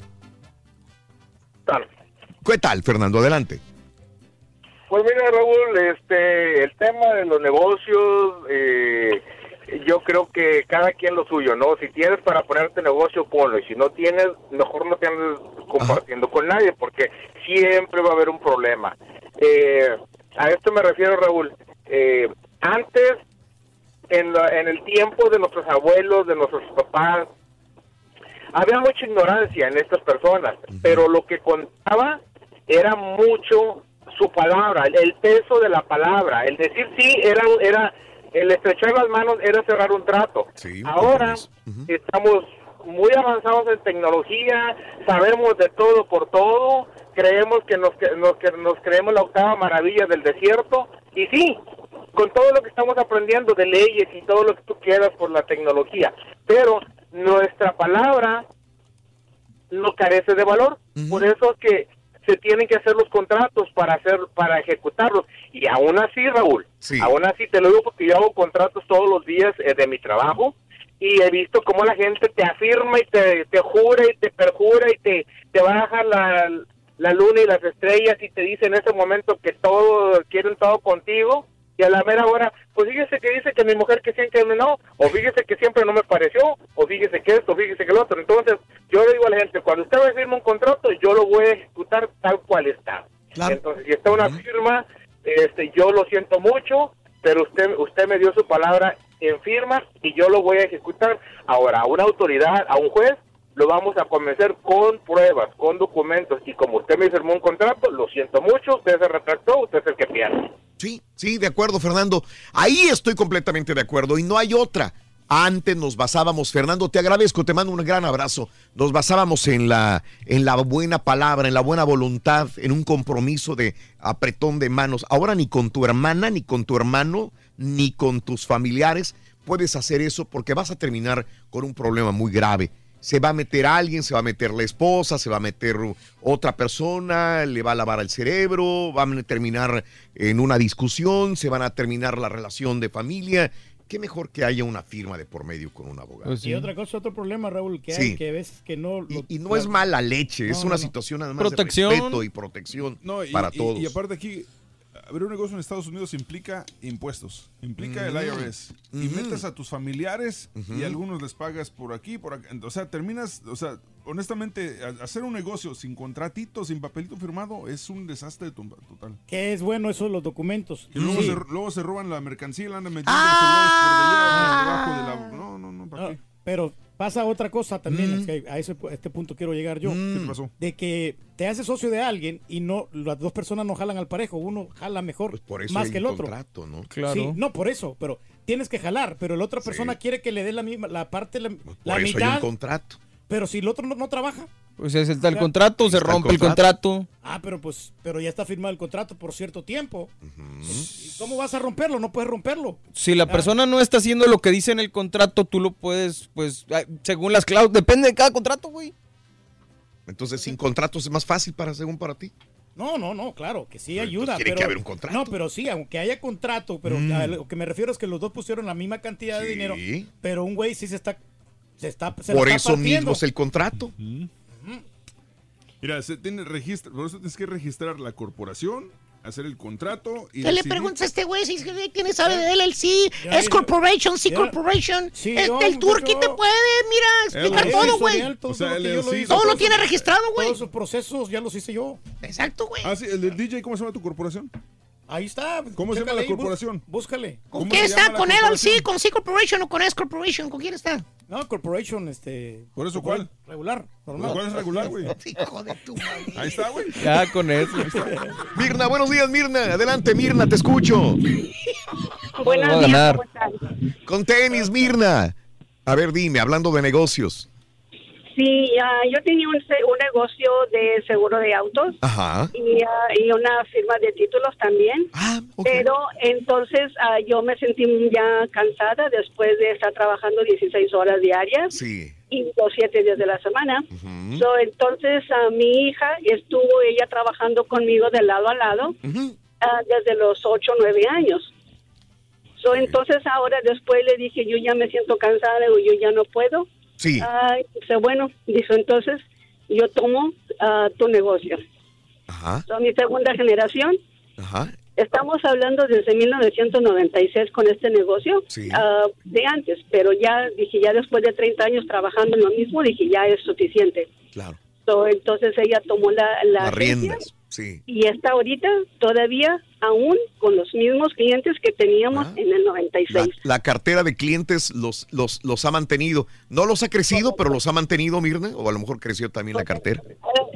¿Qué tal? ¿Qué tal, Fernando? Adelante. Pues mira, Raúl, este, el tema de los negocios, eh, yo creo que cada quien lo suyo, ¿no? Si tienes para ponerte negocio, ponlo. Y si no tienes, mejor no te andes compartiendo Ajá. con nadie, porque siempre va a haber un problema. Eh, a esto me refiero, Raúl. Eh, antes, en, la, en el tiempo de nuestros abuelos, de nuestros papás, había mucha ignorancia en estas personas, uh-huh. pero lo que contaba era mucho su palabra, el peso de la palabra, el decir sí era, era el estrechar las manos era cerrar un trato. Sí, ahora uh-huh. estamos muy avanzados en tecnología, sabemos de todo por todo, creemos que nos, que nos, que nos creemos la octava maravilla del desierto, y sí, con todo lo que estamos aprendiendo de leyes y todo lo que tú quieras por la tecnología, pero nuestra palabra no carece de valor. Uh-huh. Por eso es que se tienen que hacer los contratos para hacer para ejecutarlos. Y aún así, Raúl, sí. aún así te lo digo porque yo hago contratos todos los días eh, de mi trabajo, y he visto cómo la gente te afirma y te, te jura y te perjura y te, te baja la, la luna y las estrellas y te dice en ese momento que todo, quieren todo contigo, y a la mera hora, pues fíjese que dice que mi mujer que siempre no, o fíjese que siempre no me pareció, o fíjese que esto, fíjese que lo otro. Entonces, yo le digo a la gente, cuando usted me firma un contrato, yo lo voy a ejecutar tal cual está. Claro. Entonces, si está una uh-huh. firma, este, yo lo siento mucho, pero usted, usted me dio su palabra en firma y yo lo voy a ejecutar. Ahora, a una autoridad, a un juez, lo vamos a convencer con pruebas, con documentos, y como usted me firmó un contrato, lo siento mucho, usted se retractó, usted es el que pierde. Sí, sí, de acuerdo, Fernando. Ahí estoy completamente de acuerdo y no hay otra. Antes nos basábamos, Fernando, te agradezco, te mando un gran abrazo. Nos basábamos en la, en la buena palabra, en la buena voluntad, en un compromiso de apretón de manos. Ahora ni con tu hermana, ni con tu hermano, ni con tus familiares puedes hacer eso porque vas a terminar con un problema muy grave. Se va a meter alguien, se va a meter la esposa, se va a meter otra persona, le va a lavar el cerebro, van a terminar en una discusión, se van a terminar la relación de familia. Qué mejor que haya una firma de por medio con un abogado. Pues sí. Y otra cosa, otro problema, Raúl, que hay, sí. que ves que no... Lo, y, y no la, es mala leche, no, es una no, situación además protección. de respeto y protección no, y, para y, todos. Y aparte aquí, abrir un negocio en Estados Unidos implica impuestos, implica mm. el I R S. Mm-hmm. Y metes a tus familiares mm-hmm. y algunos les pagas por aquí, por acá. O sea, terminas, o sea, honestamente, hacer un negocio sin contratito, sin papelito firmado, es un desastre total. ¿Qué es bueno eso, los documentos? Y luego, mm. se, luego se roban la mercancía y la andan metiendo ah. por allá, por debajo de la... No, no, no, ¿para no, qué? Pero pasa otra cosa también, mm. es que a, ese, a este punto quiero llegar yo. Mm. ¿Qué pasó? De que te haces socio de alguien y no las dos personas no jalan al parejo, uno jala mejor pues por eso más hay que el un otro. Contrato, ¿no? Claro. Sí, no, por eso, pero tienes que jalar, pero la otra persona sí. quiere que le dé la misma, la parte, la, pues la por mitad. Eso hay un contrato. Pero si el otro no, no trabaja. Pues es el tal contrato, se rompe el contrato. el contrato. Ah, pero pues, pero ya está firmado el contrato por cierto tiempo. Uh-huh. ¿Y cómo vas a romperlo? No puedes romperlo. Si la ah. persona no está haciendo lo que dice en el contrato, tú lo puedes, pues, según las cláusulas, depende de cada contrato, güey. Entonces, sin contratos es más fácil para, según para ti. No, no, no, claro, que sí ayuda. Tiene pero, que haber un contrato. No, pero sí, aunque haya contrato, pero mm. a lo que me refiero es que los dos pusieron la misma cantidad sí. de dinero, pero un güey sí se está, se está, se por está eso partiendo. mismo es el contrato. Mm. Uh-huh. Mira, se tiene registro, por eso tienes que registrar la corporación, hacer el contrato y ¿qué decidir? Le preguntas a este güey si tiene sabe de L L C, S Corporation, C Corporation, sí, este, no, el Turqui te puede, mira, explicar L L C, todo, güey. O sea, L L C, todo lo tiene registrado, güey. Todos esos procesos ya los hice yo. Exacto, güey. Ah, sí, el del D J, ¿cómo se llama tu corporación? Ahí está. ¿Cómo se llama la corporación? Búscale. ¿Con quién está? ¿Con L L C, con C Corporation o con S Corporation? ¿Con quién está? No, Corporation, este... ¿Por eso cuál? Regular, normal. ¿Cuál es regular, güey? Hijo de tu madre. Ahí está, güey. Ya, con eso. Mirna, buenos días, Mirna. Adelante, Mirna, te escucho. Buenos días, ¿cómo estás? Con tenis, Mirna. A ver, dime, hablando de negocios. Sí, uh, yo tenía un, un negocio de seguro de autos. Ajá. Y, uh, y una firma de títulos también. Ah, okay. Pero entonces uh, yo me sentí ya cansada después de estar trabajando dieciséis horas diarias. Sí. Y los siete días de la semana. Uh-huh. So, entonces uh, mi hija estuvo ella trabajando conmigo de lado a lado uh-huh. uh, desde los ocho o nueve años. So, entonces ahora después le dije, yo ya me siento cansada, yo ya no puedo. Sí. Ay, dice, bueno, dijo, entonces yo tomo uh, tu negocio. Ajá. Soy mi segunda generación. Ajá. Estamos hablando desde mil novecientos noventa y seis con este negocio, sí. uh, de antes, pero ya dije, ya después de treinta años trabajando en lo mismo, dije, ya es suficiente. Claro. So, entonces ella tomó la, la Las riendas, sí. Y está ahorita todavía aún con los mismos clientes que teníamos ah, en el noventa y seis. La, la cartera de clientes los, los, los ha mantenido. No los ha crecido, pero los ha mantenido, Mirna, o a lo mejor creció también la cartera.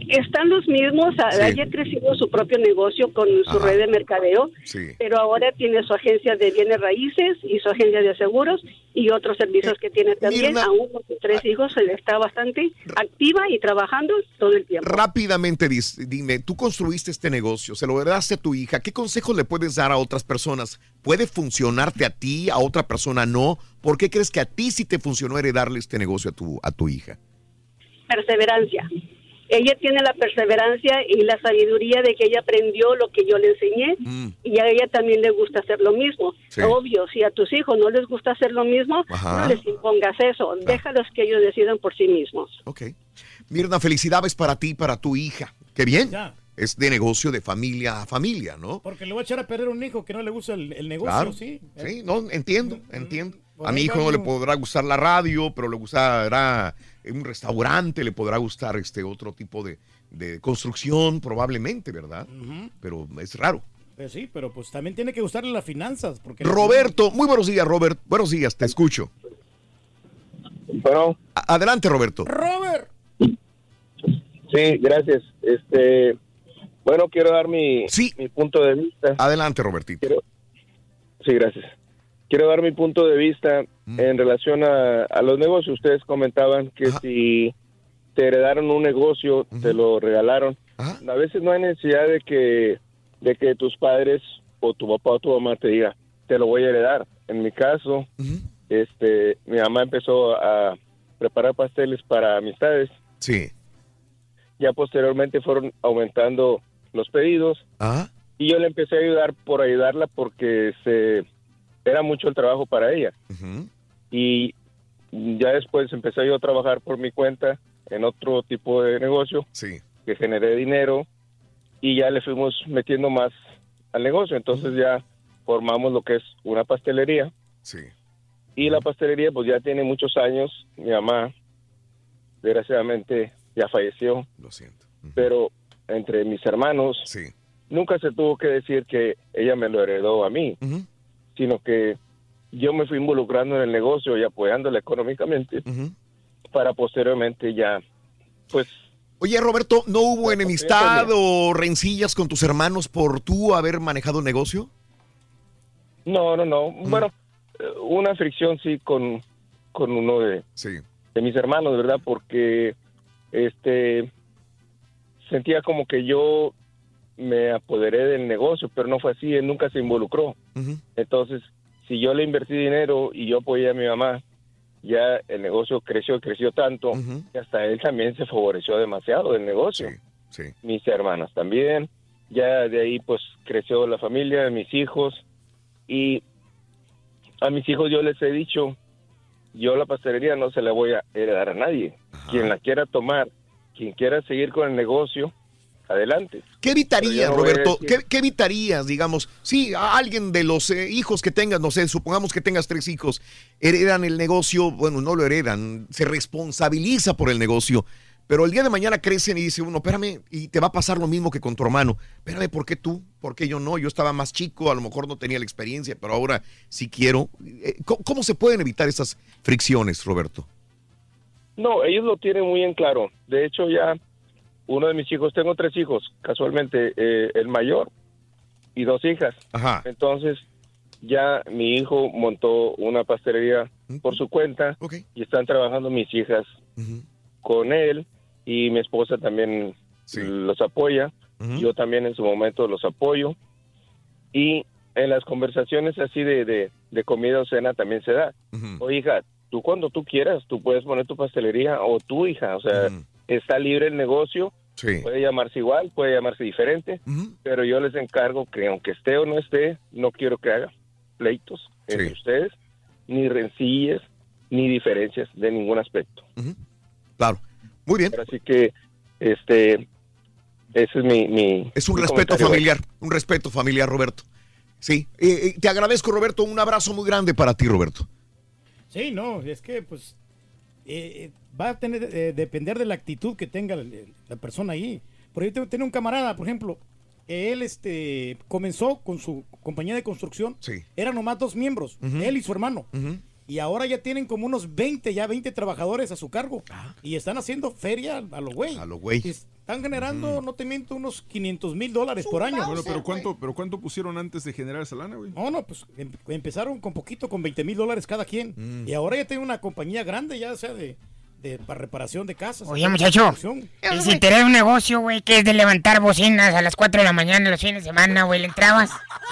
Están los mismos, Sí. ella ha crecido su propio negocio con su Ajá. red de mercadeo, Sí. pero ahora tiene su agencia de bienes raíces y su agencia de seguros y otros servicios que tiene también, Mirna- aún con sus tres hijos, ella está bastante activa y trabajando todo el tiempo. Rápidamente, dis- dime, tú construiste este negocio, se lo heredaste a tu hija, ¿qué consejos le puedes dar a otras personas? ¿Puede funcionarte a ti, a otra persona no? ¿Por qué crees que a ti sí te funcionó heredarle este negocio a tu, a tu hija? Perseverancia. Ella tiene la perseverancia y la sabiduría de que ella aprendió lo que yo le enseñé y a ella también le gusta hacer lo mismo. Sí. Obvio, si a tus hijos no les gusta hacer lo mismo, Ajá. no les impongas eso. Déjalos que ellos decidan por sí mismos. Ok. Mirna, felicidades para ti y para tu hija. Qué bien. Ya. Es de negocio de familia a familia, ¿no? Porque le voy a echar a perder a un hijo que no le gusta el, el negocio, Claro. sí. Sí, no, entiendo, entiendo. Por A mi ahí hijo va no le uno. podrá gustar la radio, pero le gustará un restaurante, le podrá gustar este otro tipo de, de construcción, probablemente, ¿verdad? Ujú. Pero es raro. Pues sí, pero pues también tiene que gustarle las finanzas. Porque Roberto, muy buenos días, Robert. Buenos días, te escucho. Bueno. A- adelante, Roberto. Robert. Sí, gracias. Este, bueno, quiero dar mi, mi punto de vista. Adelante, Robertito. Quiero- sí, gracias. Quiero dar mi punto de vista en relación a, a los negocios. Ustedes comentaban que si te heredaron un negocio, te lo regalaron. A veces no hay necesidad de que, de que tus padres o tu papá o tu mamá te diga, te lo voy a heredar. En mi caso, este, mi mamá empezó a preparar pasteles para amistades. Sí. Ya posteriormente fueron aumentando los pedidos Ah. y yo le empecé a ayudar por ayudarla porque se era mucho el trabajo para ella. Y ya después empecé yo a trabajar por mi cuenta en otro tipo de negocio sí. que generé dinero y ya le fuimos metiendo más al negocio. Entonces ya formamos lo que es una pastelería. Sí. Y la pastelería pues ya tiene muchos años. Mi mamá desgraciadamente ya falleció. Lo siento. Pero entre mis hermanos sí. nunca se tuvo que decir que ella me lo heredó a mí, sino que yo me fui involucrando en el negocio y apoyándola económicamente para posteriormente ya, pues... Oye, Roberto, ¿no hubo enemistad o rencillas con tus hermanos por tú haber manejado el negocio? No, no, no. Bueno, eh, una fricción sí con, con uno de, de mis hermanos, ¿verdad? Porque este sentía como que yo me apoderé del negocio, pero no fue así, él nunca se involucró. Entonces, si yo le invertí dinero y yo apoyé a mi mamá, ya el negocio creció, creció tanto, que hasta él también se favoreció demasiado del negocio. Sí. Mis hermanas también, ya de ahí pues creció la familia, mis hijos, y a mis hijos yo les he dicho, yo la pastelería no se la voy a heredar a nadie. Quien la quiera tomar, quien quiera seguir con el negocio, adelante. ¿Qué evitarías, Pero yo no voy a Roberto? decir- ¿Qué, qué evitarías, digamos? Sí, a alguien de los eh, hijos que tengas, no sé, supongamos que tengas tres hijos, heredan el negocio, bueno, no lo heredan, se responsabiliza por el negocio, pero el día de mañana crecen y dice uno, espérame, y te va a pasar lo mismo que con tu hermano. Espérame, ¿por qué tú? ¿Por qué yo no? Yo estaba más chico, a lo mejor no tenía la experiencia, pero ahora sí quiero. Eh, ¿Cómo, cómo se pueden evitar estas fricciones, Roberto? No, ellos lo tienen muy en claro. De hecho, ya uno de mis hijos, tengo tres hijos, casualmente, eh, el mayor y dos hijas. Ajá. Entonces, ya mi hijo montó una pastelería por su cuenta y están trabajando mis hijas con él y mi esposa también los apoya. Yo también en su momento los apoyo. Y en las conversaciones así de, de, de comida o cena también se da. Oye, hija, tú cuando tú quieras, tú puedes poner tu pastelería o tu hija, o sea, está libre el negocio, puede llamarse igual, puede llamarse diferente, pero yo les encargo que aunque esté o no esté, no quiero que haga pleitos entre ustedes, ni rencillas, ni diferencias de ningún aspecto. Claro, muy bien. Así que, este, ese es mi... mi Es un mi respeto comentario. familiar, un respeto familiar, Roberto. Sí, eh, eh, te agradezco, Roberto, un abrazo muy grande para ti, Roberto. Sí, no, es que pues eh, eh, va a tener eh, depender de la actitud que tenga la, la persona ahí. Por ejemplo, tengo un camarada, por ejemplo, él este comenzó con su compañía de construcción. Sí. Eran nomás dos miembros, él y su hermano. y ahora ya tienen como unos veinte, ya veinte trabajadores a su cargo. Ah. Y están haciendo feria a los güey. A los güey. Están generando, mm. no te miento, unos quinientos mil dólares por año. Bueno, pero ¿cuánto, pero ¿cuánto pusieron antes de generar esa lana, güey? No, no, pues em, empezaron con poquito, con veinte mil dólares cada quien. Mm. Y ahora ya tienen una compañía grande, ya sea de... De, para reparación de casas. Oye, muchacho, y si te da un negocio, güey, que es de levantar bocinas a las cuatro de la mañana los fines de semana, güey, ¿le entrabas?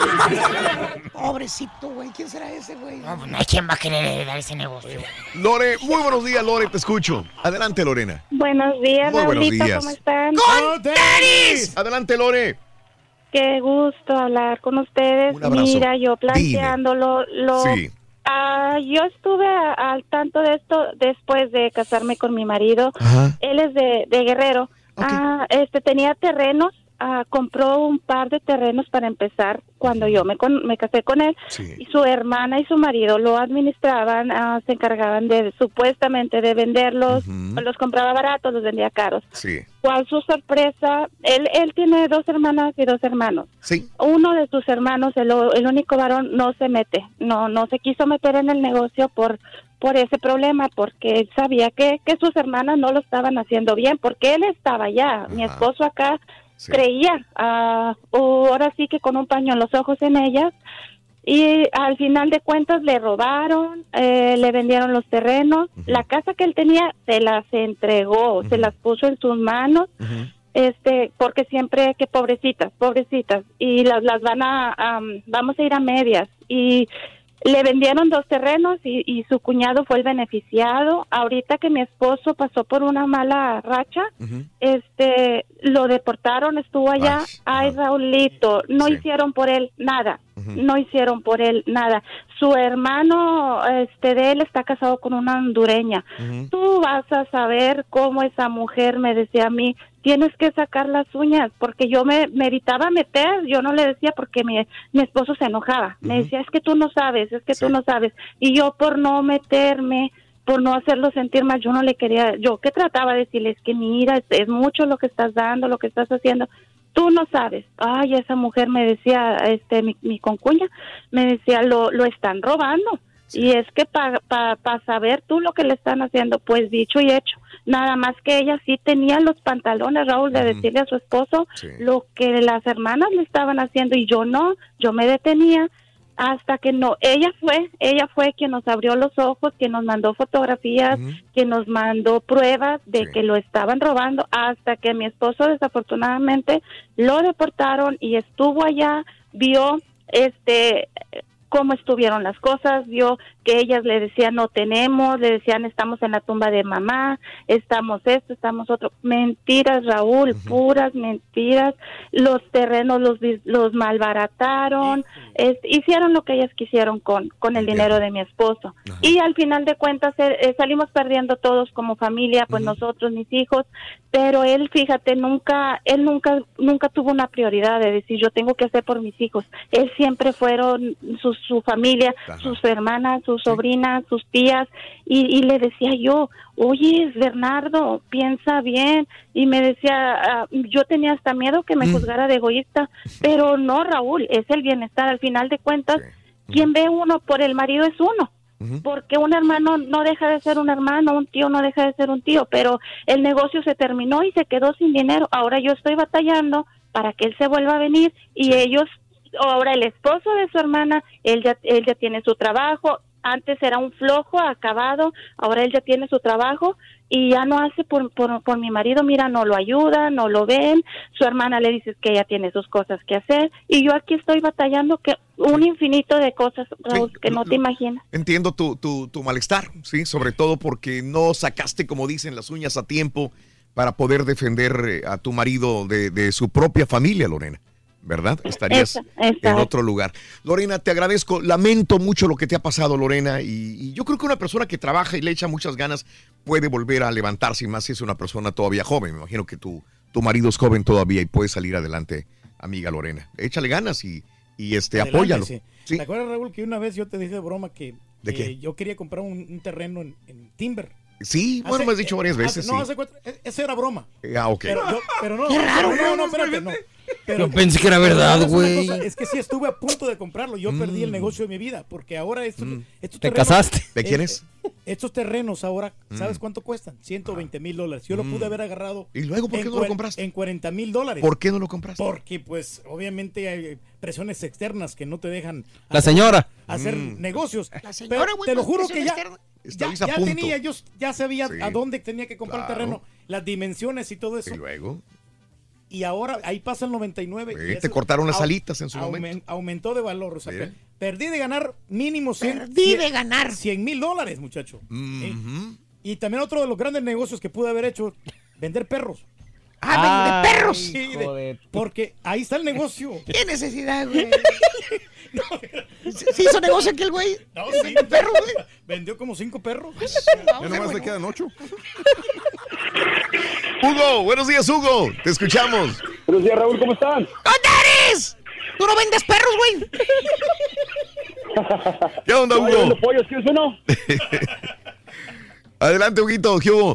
Pobrecito, güey, ¿quién será ese, güey? No, pues no hay quien va a querer dar ese negocio. Lore, muy buenos días, Lore, te escucho. Adelante, Lorena. Buenos días, muy buenos días. ¿Cómo están? ¡Con tenis! Adelante, Lore. Qué gusto hablar con ustedes. Un abrazo. Mira, yo planteándolo, lo... Sí. Uh, yo estuve a, al tanto de esto después de casarme con mi marido. Ajá. Él es de, de Guerrero. Okay. Uh, este tenía terrenos, uh, compró un par de terrenos para empezar cuando yo me, con, me casé con él. Sí. Y su hermana y su marido lo administraban, uh, se encargaban de supuestamente de venderlos, uh-huh. los compraba baratos, los vendía caros. Sí. ¿Cuál su sorpresa? Él, él tiene dos hermanas y dos hermanos. Sí. Uno de sus hermanos, el, el único varón, no se mete, no no se quiso meter en el negocio por por ese problema, porque él sabía que, que sus hermanas no lo estaban haciendo bien, porque él estaba allá, mi esposo acá, sí. creía, uh, ahora sí que con un paño en los ojos en ellas, y al final de cuentas le robaron, eh, le vendieron los terrenos, uh-huh. la casa que él tenía se las entregó, uh-huh. se las puso en sus manos, uh-huh. este, porque siempre que pobrecitas, pobrecitas, y las, las van a, um, vamos a ir a medias, y le vendieron dos terrenos y, y su cuñado fue el beneficiado. Ahorita que mi esposo pasó por una mala racha, uh-huh. este, lo deportaron, estuvo allá. Ay, Ay Raulito, no sí. hicieron por él nada, uh-huh. no hicieron por él nada. Su hermano, este, de él está casado con una hondureña. Uh-huh. Tú vas a saber cómo esa mujer me decía a mí, tienes que sacar las uñas, porque yo me, me evitaba meter, yo no le decía porque mi, mi esposo se enojaba, uh-huh. me decía, es que tú no sabes, es que sí. tú no sabes, y yo por no meterme, por no hacerlo sentir mal, yo no le quería, yo que trataba de decirles que mira, es, es mucho lo que estás dando, lo que estás haciendo, tú no sabes. Ay, esa mujer me decía, este, mi, mi concuña, me decía, lo, lo están robando. Sí. Y es que para pa, pa saber tú lo que le están haciendo, pues dicho y hecho. Nada más que ella sí tenía los pantalones, Raúl, de decirle a su esposo sí. lo que las hermanas le estaban haciendo y yo no, yo me detenía hasta que no, ella fue, ella fue quien nos abrió los ojos, quien nos mandó fotografías, uh-huh. quien nos mandó pruebas de sí. que lo estaban robando, hasta que mi esposo desafortunadamente lo deportaron y estuvo allá, vio este cómo estuvieron las cosas, vio que ellas le decían no tenemos, le decían estamos en la tumba de mamá, estamos esto, estamos otro. Mentiras, Raúl, uh-huh. puras mentiras. Los terrenos los los malbarataron, uh-huh. es, hicieron lo que ellas quisieron con, con el dinero de mi esposo. Uh-huh. Y al final de cuentas eh, salimos perdiendo todos como familia, pues uh-huh. nosotros, mis hijos, pero él, fíjate, nunca, él nunca, nunca tuvo una prioridad de decir yo tengo que hacer por mis hijos. Él siempre fueron sus su familia, Ajá. sus hermanas, sus sobrinas, sus tías, y, y le decía yo, oye, Bernardo, piensa bien, y me decía, uh, yo tenía hasta miedo que me mm. juzgara de egoísta, pero no, Raúl, es el bienestar, al final de cuentas, sí. quien ve uno por el marido es uno, uh-huh. porque un hermano no deja de ser un hermano, un tío no deja de ser un tío, pero el negocio se terminó y se quedó sin dinero, ahora yo estoy batallando para que él se vuelva a venir, y sí. ellos ahora el esposo de su hermana, él ya, él ya tiene su trabajo, antes era un flojo, acabado, ahora él ya tiene su trabajo y ya no hace por, por, por mi marido, mira, no lo ayuda, no lo ven, su hermana le dice que ella tiene sus cosas que hacer y yo aquí estoy batallando que un infinito de cosas, Raúl, sí, que no te imaginas. Entiendo tu, tu, tu malestar, sí, sobre todo porque no sacaste, como dicen, las uñas a tiempo para poder defender a tu marido de, de su propia familia, Lorena. ¿Verdad? Estarías esa, esa. en otro lugar. Lorena, te agradezco. Lamento mucho lo que te ha pasado, Lorena. Y, y yo creo que una persona que trabaja y le echa muchas ganas puede volver a levantarse, y más si es una persona todavía joven. Me imagino que tu, tu marido es joven todavía y puede salir adelante, amiga Lorena. Échale ganas y, y este, adelante, apóyalo. Sí. ¿Sí? ¿Te acuerdas, Raúl, que una vez yo te dije de broma que, ¿De que qué? yo quería comprar un, un terreno en, en Timber? Sí, bueno, hace, me has dicho varias veces. Hace, no, sí. hace cuatro, eso era broma. Ah, ok. Pero, yo, pero no, Qué raro, no, no, no, espérate, no. Yo pensé que era verdad, ¿sabes una güey. cosa? Es que sí estuve a punto de comprarlo. Yo Mm. perdí el negocio de mi vida porque ahora estos, Mm. estos ¿Te terrenos- casaste? ¿De quién eh, es? Estos terrenos ahora, ¿sabes Mm. cuánto cuestan? ciento veinte mil dólares. Yo lo Mm. pude haber agarrado. ¿Y luego por qué en no lo cua- compraste? En cuarenta mil dólares. ¿Por qué no lo compraste? Porque, pues, obviamente hay presiones externas que no te dejan. La hacer- señora. Hacer Mm. negocios. La señora, Pero güey, te lo pues, juro presión que ya. externa. Ya, Estabas a ya punto. tenía, yo ya sabía Sí. a dónde tenía que comprar Claro. el terreno, las dimensiones y todo eso. ¿Y luego? Y ahora ahí pasa el noventa y nueve. Sí, y te eso cortaron las au- alitas en su aumen- momento. Aumentó de valor. O sea, Sí. que perdí de ganar mínimo cien. Perdí de ganar. cien mil dólares, muchacho. Mhm. Y también otro de los grandes negocios que pude haber hecho, vender perros. Ah, vende perros. Sí, de- hijo de- porque ahí está el negocio. ¿Qué necesidad, güey? ¿Se hizo negocio aquel güey? No, sí. ¿Vende perros, güey? Vendió como cinco perros. Ya nomás le quedan ocho. Hugo, buenos días, Hugo. Te escuchamos. Buenos días, Raúl, ¿cómo están? ¿Dónde eres? ¿Tú no vendes perros, güey? ¿Qué onda, No, yo vendo Hugo? pollos, ¿quieres uno? Adelante, Huguito, ¿qué hubo?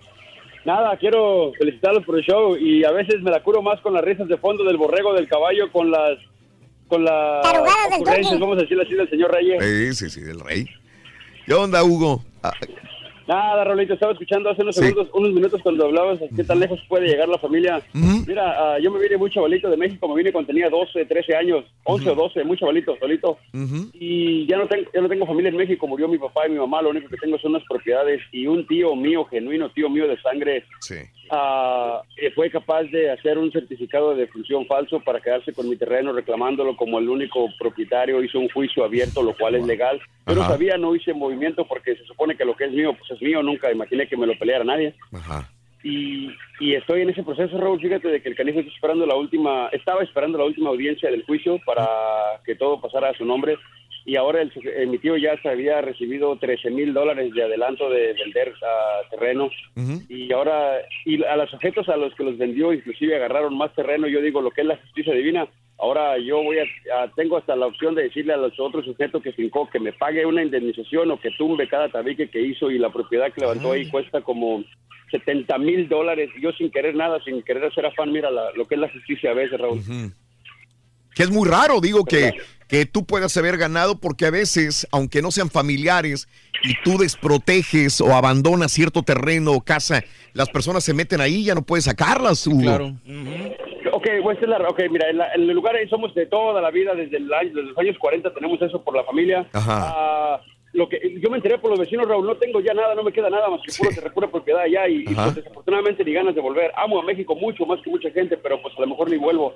Nada, quiero felicitarlos por el show y a veces me la curo más con las risas de fondo del borrego, del caballo, con las con las Tarugadas del ocurrencias, turqui. vamos a decirlo así, del señor Reyes. Sí, sí, sí, del rey. ¿Qué onda, Hugo? Ah, Nada, Raulito, estaba escuchando hace unos Sí. segundos, unos minutos cuando hablabas qué tan lejos puede llegar la familia. Ujú. Mira, ah, yo me vine muy chavalito de México, me vine cuando tenía doce, trece años, once o doce, muy chavalito, solito. ujú. Y ya no, tengo, ya no tengo familia en México, murió mi papá y mi mamá, lo único que tengo son unas propiedades y un tío mío, genuino tío mío de sangre, Sí. ah, eh, fue capaz de hacer un certificado de defunción falso para quedarse con mi terreno reclamándolo como el único propietario, hizo un juicio abierto, lo cual es legal. Yo no Ajá. sabía, no hice movimiento porque se supone que lo que es mío, pues es mío, nunca imaginé que me lo peleara nadie. Ajá. Y, y estoy en ese proceso, Raúl, fíjate de que el canijo está esperando la última, estaba esperando la última audiencia del juicio para que todo pasara a su nombre y ahora el, eh, mi tío ya se había recibido trece mil dólares de adelanto de vender ah, terreno Ujú. y ahora y a los objetos a los que los vendió inclusive agarraron más terreno. Yo digo lo que es la justicia divina. Ahora yo voy a, a- tengo hasta la opción de decirle a los otros sujetos que fincó que me pague una indemnización o que tumbe cada tabique que hizo y la propiedad que levantó ahí cuesta como setenta mil dólares. Yo sin querer nada, sin querer hacer afán, mira la- lo que es la justicia a veces, Raúl. Ujú. Que es muy raro, digo, que, que tú puedas haber ganado porque a veces, aunque no sean familiares y tú desproteges o abandonas cierto terreno o casa, las personas se meten ahí y ya no puedes sacarlas, Hugo. Claro. Ok, pues es la, okay, mira, en, la- en el lugar ahí somos de toda la vida, desde, el año, desde los años cuarenta tenemos eso por la familia. Ajá. Ah, lo que yo me enteré por los vecinos, Raúl, no tengo ya nada, no me queda nada más que puro, de pura propiedad allá y, y, Ajá. pues desafortunadamente ni ganas de volver. Amo a México mucho, más que mucha gente, pero pues a lo mejor ni vuelvo.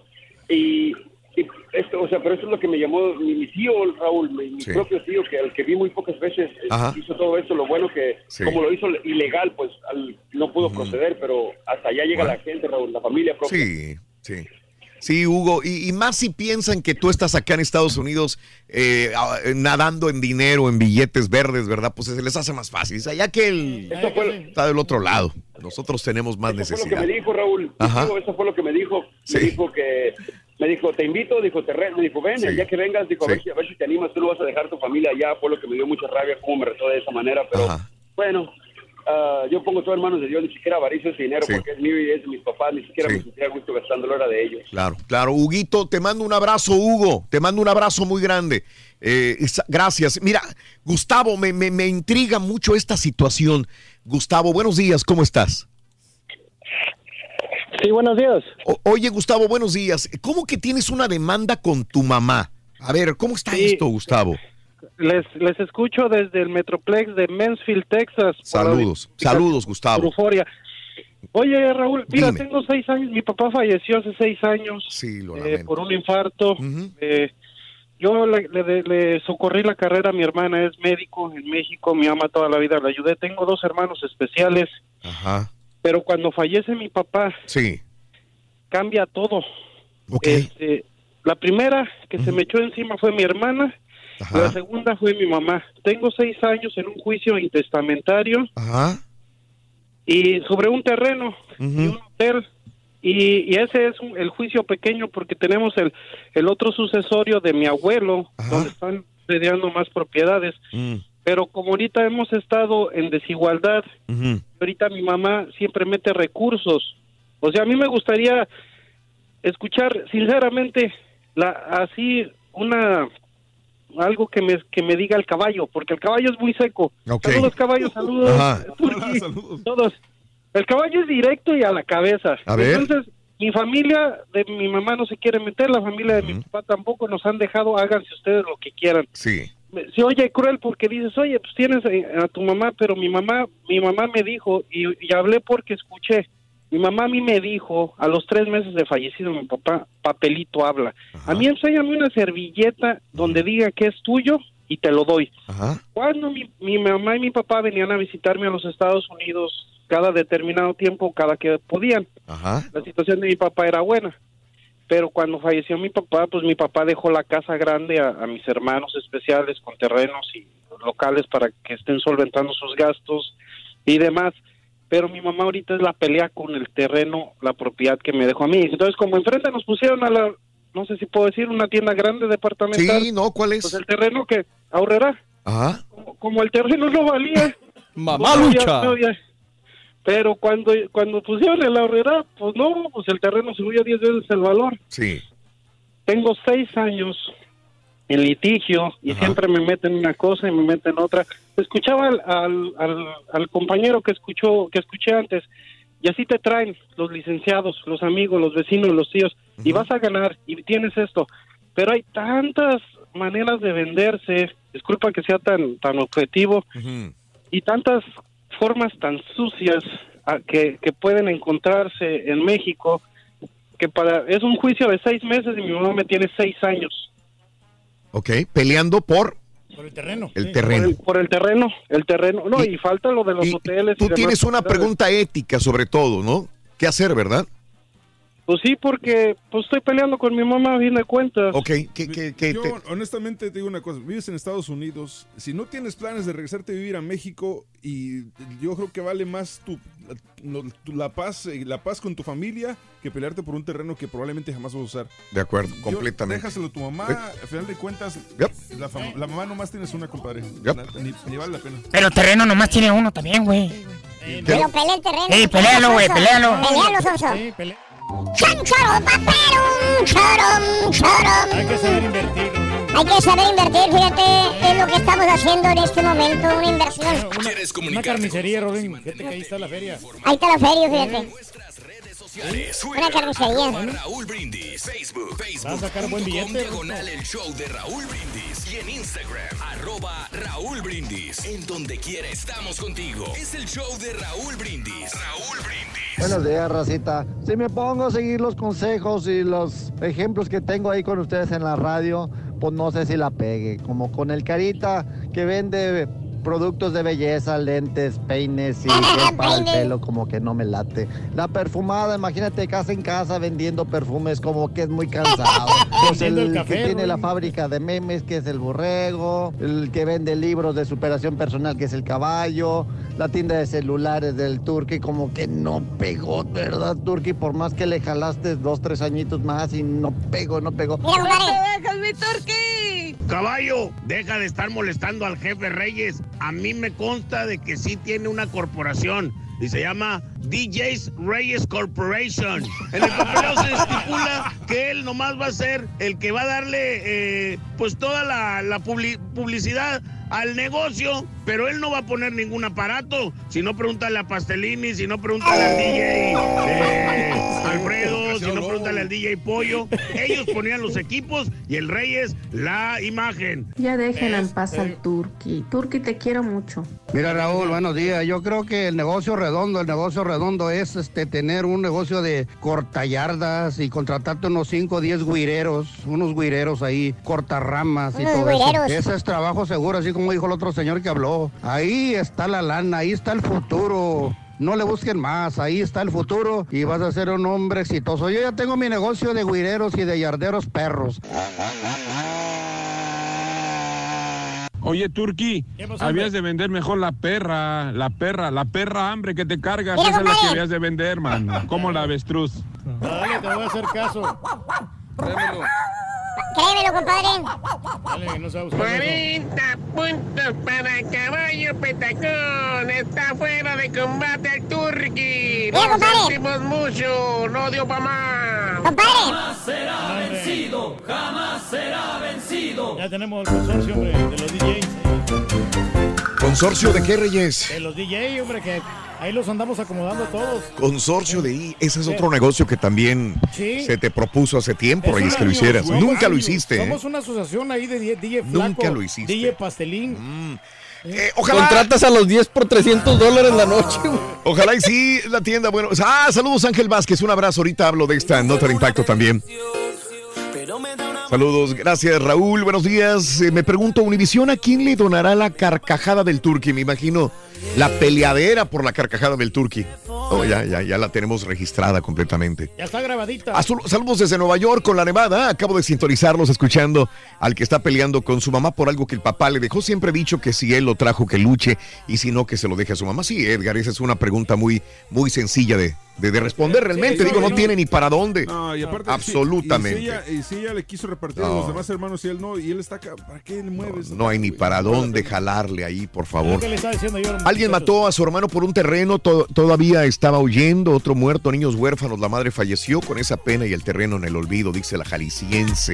Y, y esto, o sea, pero eso es lo que me llamó mi, mi tío, Raúl, mi, mi Sí. propio tío, que al que vi muy pocas veces, eh, Ajá. hizo todo esto, lo bueno que, Sí. como lo hizo ilegal, pues al- no pudo proceder, pero hasta allá llega Bueno. la gente, Raúl, la familia propia. Sí, sí. Sí, Hugo, y, y más si piensan que tú estás acá en Estados Unidos eh, a- nadando en dinero, en billetes verdes, ¿verdad? Pues se les hace más fácil. Dice, allá que él Eso fue, está del otro lado. Nosotros tenemos más eso fue lo que necesidad. me dijo, Raúl. Ajá. Digo, eso fue lo que me dijo. Sí. Me dijo que, me dijo, te invito, dijo, te re- me dijo, ven, Sí. ya que vengas, dijo, a, Sí. ver si, a ver si te animas, tú no vas a dejar tu familia allá. Fue lo que me dio mucha rabia, cómo me retó de esa manera, pero Ajá. bueno, ah, yo pongo todo en manos de Dios, ni siquiera avaricio ese dinero, Sí. porque es mío y es de mis papás, ni siquiera Sí. me sentía a gusto gastándolo, era de ellos. Claro, claro. Huguito, te mando un abrazo, Hugo. Te mando un abrazo muy grande. Eh, esa- gracias. Mira, Gustavo, me, me, me intriga mucho esta situación. Gustavo, buenos días, ¿cómo estás? Sí, buenos días. O- oye, Gustavo, buenos días. ¿Cómo que tienes una demanda con tu mamá? A ver, ¿cómo está Sí. esto, Gustavo? Les, les escucho desde el Metroplex de Mansfield, Texas. por Saludos, la- saludos, por Gustavo. Euforia. Oye, Raúl, mira, Dime. tengo seis años. Mi papá falleció hace seis años Sí, lo eh, lamento. por un infarto. Eh, yo le, le- le socorrí la carrera a mi hermana, es médico en México. Mi mamá toda la vida la ayudé. Tengo dos hermanos especiales, Ajá, pero cuando fallece mi papá, sí. cambia todo. Ok. Este, la primera que se me echó encima fue mi hermana. Ajá. La segunda fue mi mamá. Tengo seis años en un juicio intestamentario Ajá. y sobre un terreno y Ujú. un hotel. Y, y ese es un- el juicio pequeño porque tenemos el, el otro sucesorio de mi abuelo, donde están peleando más propiedades. Mm, Pero como ahorita hemos estado en desigualdad, ujú. ahorita mi mamá siempre mete recursos. O sea, a mí me gustaría escuchar sinceramente la así una algo que me que me diga el caballo, porque el caballo es muy seco. Okay. Saludos, caballo, saludos. Ajá. Turqui, todos. El caballo es directo y a la cabeza. A ver. Entonces, mi familia de mi mamá no se quiere meter, la familia de uh-huh. mi papá tampoco, nos han dejado, háganse ustedes lo que quieran. Sí. Se oye cruel porque dices, oye, pues tienes a tu mamá, pero mi mamá, mi mamá me dijo, y, y hablé porque escuché, mi mamá a mí me dijo, a los tres meses de fallecido mi papá, papelito habla. Ajá. A mí enséñame una servilleta donde diga que es tuyo y te lo doy. Ajá. Cuando mi, mi mamá y mi papá venían a visitarme a los Estados Unidos cada determinado tiempo, cada que podían, Ajá. la situación de mi papá era buena. Pero cuando falleció mi papá, pues mi papá dejó la casa grande a, a mis hermanos especiales con terrenos y locales para que estén solventando sus gastos y demás. Pero mi mamá ahorita es la pelea con el terreno, la propiedad que me dejó a mí. Entonces, como enfrente nos pusieron a la, no sé si puedo decir, una tienda grande departamental. Sí, ¿no? ¿Cuál es? Pues el terreno que ahorrará. Ajá. Como, como el terreno no valía. Mamá no lucha. Había, no había. Pero cuando cuando pusieron el ahorrera, pues no, pues el terreno subió diez veces el valor. Sí. Tengo seis años en litigio y Ajá. siempre me meten una cosa y me meten otra. Escuchaba al, al, al, al compañero que escuchó que escuché antes y así te traen los licenciados, los amigos, los vecinos, los tíos uh-huh. y vas a ganar y tienes esto. Pero hay tantas maneras de venderse, disculpa que sea tan tan objetivo uh-huh. y tantas formas tan sucias a, que, que pueden encontrarse en México, que para es un juicio de seis meses y mi mamá me tiene seis años. Ok, peleando por... Por el terreno. El sí. terreno. Por el, por el terreno, el terreno. No, y, y falta lo de los y hoteles. Tú y tienes una pregunta ética sobre todo, ¿no? ¿Qué hacer, verdad? Pues sí, porque pues estoy peleando con mi mamá a fin de cuentas. Ok, ¿qué, qué, qué Yo te... honestamente te digo una cosa, vives en Estados Unidos, si no tienes planes de regresarte a vivir a México, y yo creo que vale más tu, la, tu, la paz la paz con tu familia que pelearte por un terreno que probablemente jamás vas a usar. De acuerdo, yo, completamente. Déjaselo a tu mamá, ¿Eh? al final de cuentas, yep. la, fam- la mamá nomás tienes una, compadre. Yep. Ni, ni vale la pena. Pero el terreno nomás tiene uno también, güey. Pero pelea el terreno. Sí, pelealo, güey, pelealo. Pelealo, Sonso. Sí, pelea. ¡Chan, choro, paperum, chorom, chorom! Hay que saber invertir. Hay que saber invertir, fíjate, es lo que estamos haciendo en este momento, una inversión. Una, una carnicería, Robin, fíjate que ahí está la feria. Ahí está la feria, fíjate. Sociales, Una carnicería. Raúl Brindis, Facebook, Facebook. Va a sacar buen billete. Diagonal el show de Raúl Brindis y en Instagram, arroba Raúl Brindis. En donde quiera estamos contigo. Es el show de Raúl Brindis. Raúl Brindis. Buenos días, racita. Si me pongo a seguir los consejos y los ejemplos que tengo ahí con ustedes en la radio, pues no sé si la pegue. Como con el Carita que vende productos de belleza, lentes, peines y gel para el pelo, como que no me late. La perfumada, imagínate casa en casa vendiendo perfumes, como que es muy cansado. Pues el, el café, que tiene la fábrica de memes, que es el borrego, el que vende libros de superación personal, que es el caballo, la tienda de celulares del Turqui, como que no pegó, ¿verdad, Turqui? Por más que le jalaste dos, tres añitos más y no pegó, no pegó. ¡No te dejas, mi Turqui! Caballo, deja de estar molestando al jefe Reyes. A mí me consta de que sí tiene una corporación y se llama D Js Reyes Corporation. En el papeleo se estipula que él nomás va a ser el que va a darle eh, pues toda la, la publi- publicidad al negocio, pero él no va a poner ningún aparato. Si no, pregúntale a Pastelini, si no, pregúntale al D J eh, Alfredo, si no, pregúntale al D J Pollo. Ellos ponían los equipos y el Reyes la imagen. Ya dejen en paz al Turqui. Turqui, te quiero mucho. Mira, Raúl, buenos días. Yo creo que el negocio redondo, el negocio redondo es este tener un negocio de cortallardas y contratarte unos cinco o diez güireros, unos güireros ahí, cortarramas y Unos todo güireros. eso. Ese es trabajo seguro, así como dijo el otro señor que habló. Ahí está la lana, ahí está el futuro. No le busquen más, ahí está el futuro y vas a ser un hombre exitoso. Yo ya tengo mi negocio de güireros y de yarderos perros. Oye, Turqui, habías de vender mejor la perra, la perra, la perra hambre que te cargas, Mira, esa es la que compadre. habías de vender, man. Como la avestruz. Dale, te voy a hacer caso. Créemelo. Créemelo, compadre. Dale, no sabes usar eso. cuarenta puntos para Caballo Petacón. Está fuera de combate el Turqui. Mira, Nos compadre. sentimos mucho, no dio pa' más. Compadre. será vencido, jamás será vencido. Ya tenemos el consorcio, hombre, de los D Js. ¿Consorcio de qué, Reyes? De los D J, hombre, que ahí los andamos acomodando todos. Consorcio de I. Ese es otro negocio que también Sí. se te propuso hace tiempo, Es Reyes, un que lo año, hicieras. somos Nunca lo años. hiciste. Somos ¿eh? una asociación ahí de D J Flaco. Nunca lo hiciste. D J Pastelín. Eh, ojalá. Contratas a los diez por trescientos dólares la noche, güey. Ojalá y sí, la tienda, bueno. Ah, saludos Ángel Vázquez, un abrazo. Ahorita hablo de esta nota de impacto también. Saludos, gracias Raúl, buenos días. Eh, me pregunto, Univisión, ¿a quién le donará la carcajada del Turqui? Me imagino la peleadera por la carcajada del Turqui. Oh, ya, ya, ya la tenemos registrada completamente. Ya está grabadita. Ah, sal- saludos desde Nueva York con la Nevada. Acabo de sintonizarlos escuchando al que está peleando con su mamá por algo que el papá le dejó. Siempre he dicho que si él lo trajo, que luche, y si no, que se lo deje a su mamá. Sí, Edgar, esa es una pregunta muy, muy sencilla de, de, de responder realmente. Sí, Digo, no, no. tiene ni para dónde. No, y aparte, Absolutamente. sí, y, si ella, y si ella le quiso repartir a No. los demás hermanos y él no, y él está acá, ¿para qué le mueves? No hay ni para dónde jalarle ahí, por favor. ¿Qué le estaba diciendo yo? Alguien mató a su hermano por un terreno, to- todavía estaba huyendo, otro muerto, niños huérfanos, la madre falleció con esa pena y el terreno en el olvido, dice la jalisciense.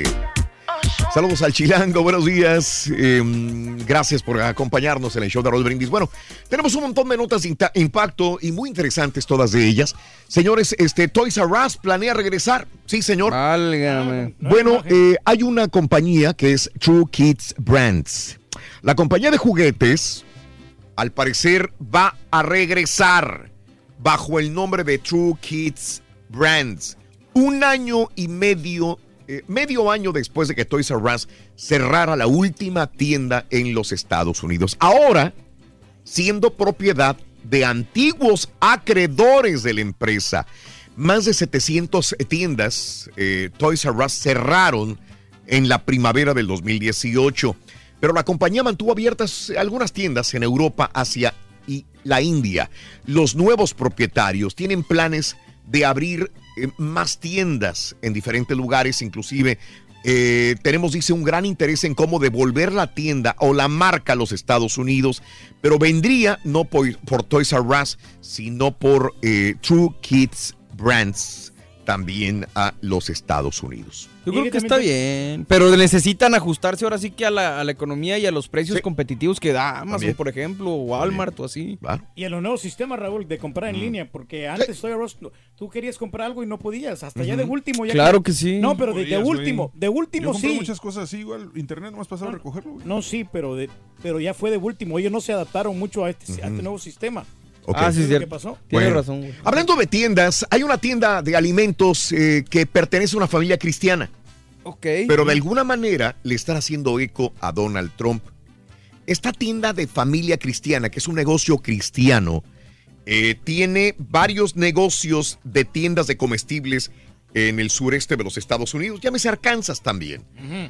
Saludos al Chilango, buenos días, eh, gracias por acompañarnos en el show de Raúl Brindis. Bueno, tenemos un montón de notas de inta- impacto y muy interesantes todas de ellas. Señores, este Toys R Us planea regresar, sí señor. Válgame. Bueno, eh, hay una compañía que es True Kids Brands. La compañía de juguetes, al parecer, va a regresar bajo el nombre de True Kids Brands. Un año y medio, eh, medio año después de que Toys R Us cerrara la última tienda en los Estados Unidos. Ahora, siendo propiedad de antiguos acreedores de la empresa. Más de setecientas tiendas eh, Toys R Us cerraron en la primavera del dos mil dieciocho. Pero la compañía mantuvo abiertas algunas tiendas en Europa, Asia y la India. Los nuevos propietarios tienen planes de abrir eh, más tiendas en diferentes lugares, inclusive eh, tenemos, dice, un gran interés en cómo devolver la tienda o la marca a los Estados Unidos, pero vendría no por, por Toys R Us, sino por eh, True Kids Brands también a los Estados Unidos. Yo creo que está bien, pero necesitan ajustarse ahora sí que a la, a la economía y a los precios competitivos que da Amazon, También. por ejemplo, o Walmart o así. Y en los nuevos sistemas, Raúl, de comprar en Mm. línea, porque antes Toys R Us, tú querías comprar algo y no podías, hasta ya de Ujú. último. Ya Claro que sí. No, pero de, de Podías, güey. último, de último Yo compré sí. muchas cosas así, igual, internet no has pasado a recogerlo, güey. No, sí, pero, de, pero ya fue de último. Ellos no se adaptaron mucho a este, a este nuevo sistema. Ok. Ah, sí, ¿Qué es lo cierto. que pasó? Tienes Bueno, razón, güey. Hablando de tiendas, hay una tienda de alimentos eh, que pertenece a una familia cristiana. Ok. Pero de alguna manera le están haciendo eco a Donald Trump. Esta tienda de familia cristiana, que es un negocio cristiano, eh, tiene varios negocios de tiendas de comestibles en el sureste de los Estados Unidos, llámese Arkansas también.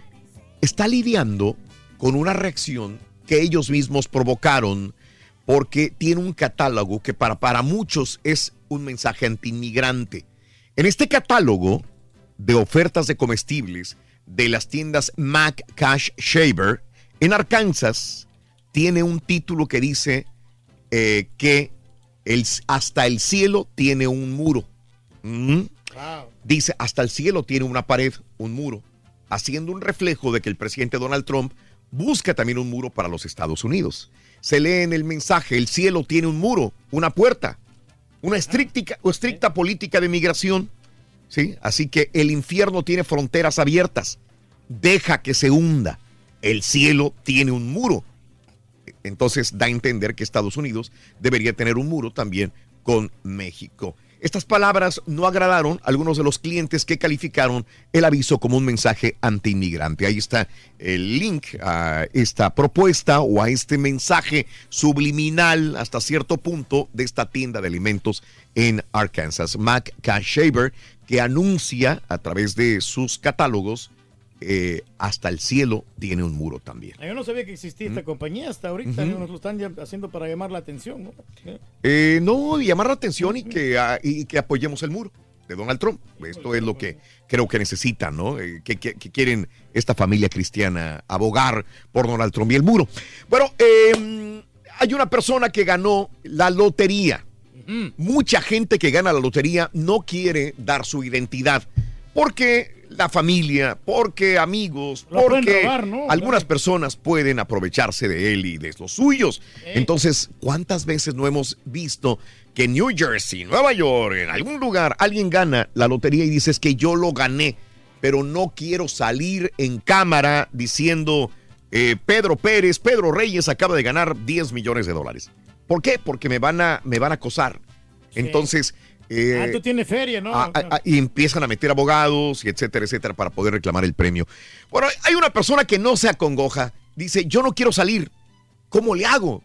Está lidiando con una reacción que ellos mismos provocaron porque tiene un catálogo que para, para muchos es un mensaje antiinmigrante. En este catálogo de ofertas de comestibles de las tiendas Mac Cash Shaver en Arkansas tiene un título que dice eh, que el, hasta el cielo tiene un muro. Mm. Dice hasta el cielo tiene una pared, un muro, haciendo un reflejo de que el presidente Donald Trump busca también un muro para los Estados Unidos. Se lee en el mensaje, el cielo tiene un muro, una puerta, una estricta, o estricta política de migración. ¿Sí? Así que el infierno tiene fronteras abiertas. Deja que se hunda. El cielo tiene un muro. Entonces da a entender que Estados Unidos debería tener un muro también con México. Estas palabras no agradaron a algunos de los clientes que calificaron el aviso como un mensaje antiinmigrante. Ahí está el link a esta propuesta o a este mensaje subliminal hasta cierto punto de esta tienda de alimentos en Arkansas, Mac Cash Shaver, que anuncia a través de sus catálogos eh, hasta el cielo tiene un muro también. Yo no sabía que existía esta compañía hasta ahorita. Ujú. Nos lo están ya haciendo para llamar la atención, ¿no? Eh, no, llamar la atención y que, ah, y que apoyemos el muro de Donald Trump. Esto es lo que creo que necesitan, ¿no? Eh, que, que- que quieren esta familia cristiana abogar por Donald Trump y el muro. Bueno, eh, hay una persona que ganó la lotería. Mucha gente que gana la lotería no quiere dar su identidad porque la familia, porque amigos, Lo pueden porque robar, ¿no? algunas personas pueden aprovecharse de él y de los suyos. Entonces, ¿cuántas veces no hemos visto que en New Jersey, Nueva York, en algún lugar, alguien gana la lotería y dices que yo lo gané, pero no quiero salir en cámara diciendo eh, Pedro Pérez, Pedro Reyes acaba de ganar diez millones de dólares? ¿Por qué? Porque me van a, me van a acosar. Sí. Entonces... Eh, ah, tú tienes feria, ¿no? A, a, a, y empiezan a meter abogados, y etcétera, etcétera, para poder reclamar el premio. Bueno, hay una persona que no se acongoja. Dice, yo no quiero salir. ¿Cómo le hago?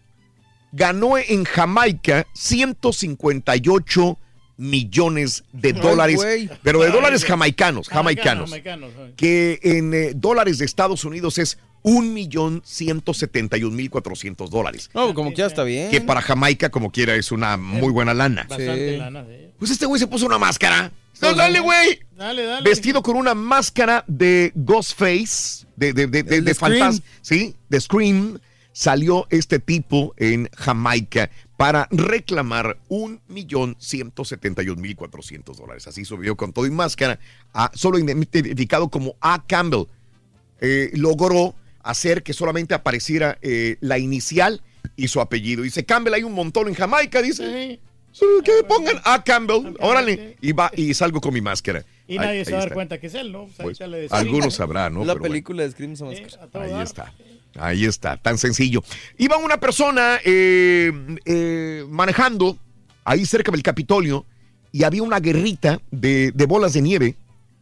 Ganó en Jamaica ciento cincuenta y ocho millones de dólares, Ay, pero de dólares jamaicanos, jamaicanos, jamaicanos, jamaicanos que en eh, dólares de Estados Unidos es un millón ciento setenta y un mil cuatrocientos dólares. No, como quiera está bien. Que para Jamaica, como quiera, es una muy buena lana. Bastante sí. lana, sí. Pues este güey se puso una máscara. No, dale, güey. Dale, dale. Vestido con una máscara de Ghostface, de, de, de, de, de, de fantasma, ¿sí? De Scream. Salió este tipo en Jamaica para reclamar un millón ciento setenta y un mil cuatrocientos dólares. Así subió con todo y máscara, a, solo identificado como A. Campbell. Eh, logró hacer que solamente apareciera eh, la inicial y su apellido. Dice, Campbell, hay un montón en Jamaica, dice. Sí. Que me pongan A. Campbell, órale, y, va, y salgo con mi máscara. Y nadie ahí, se va a dar cuenta que es él, ¿no? Pues, algunos sabrán, ¿no? La Pero película bueno. de Scream se máscara. Sí, ahí está. Ahí está, tan sencillo. Iba una persona eh, eh, manejando ahí cerca del Capitolio y había una guerrita de, de bolas de nieve.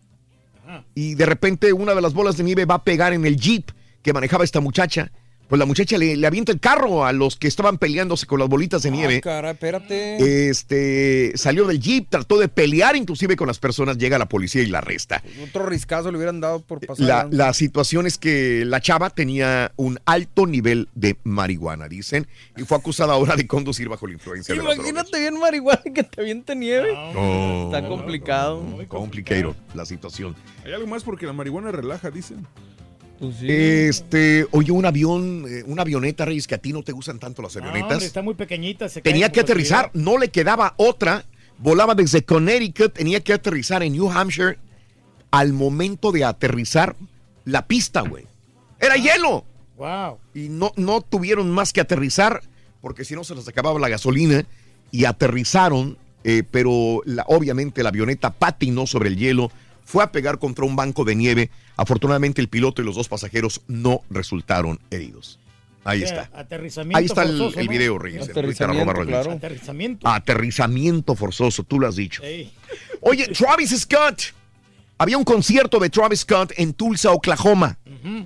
Ajá. Y de repente una de las bolas de nieve va a pegar en el Jeep que manejaba esta muchacha. Pues la muchacha le, le avienta el carro a los que estaban peleándose con las bolitas de nieve. Ah, cara, espérate. Este, salió del Jeep, trató de pelear inclusive con las personas, llega la policía y la arresta. Otro riscazo le hubieran dado por pasar. La, la situación es que la chava tenía un alto nivel de marihuana, dicen, y fue acusada ahora de conducir bajo la influencia de las drogas. Imagínate bien marihuana que te aviente nieve. No, Está complicado. No, no, no, complicado la situación. Hay algo más porque la marihuana relaja, dicen. Pues sí. Este, oye, un avión, eh, una avioneta, Reyes, que a ti no te gustan tanto las avionetas. No, hombre, está muy pequeñita. Se tenía que aterrizar, no le quedaba otra. Volaba desde Connecticut, tenía que aterrizar en New Hampshire. Al momento de aterrizar, la pista, güey, era ah, hielo. Wow. Y no, no tuvieron más que aterrizar, porque si no se les acababa la gasolina. Y aterrizaron, eh, pero la, obviamente la avioneta patinó sobre el hielo. Fue a pegar contra un banco de nieve. Afortunadamente el piloto y los dos pasajeros no resultaron heridos. Ahí está. Aterrizamiento Ahí está forzoso, el, el video, ¿no? Reyes. Aterrizamiento, claro. Aterrizamiento. Aterrizamiento forzoso, tú lo has dicho. Hey. Oye, Travis Scott. Había un concierto de Travis Scott en Tulsa, Oklahoma. Uh-huh.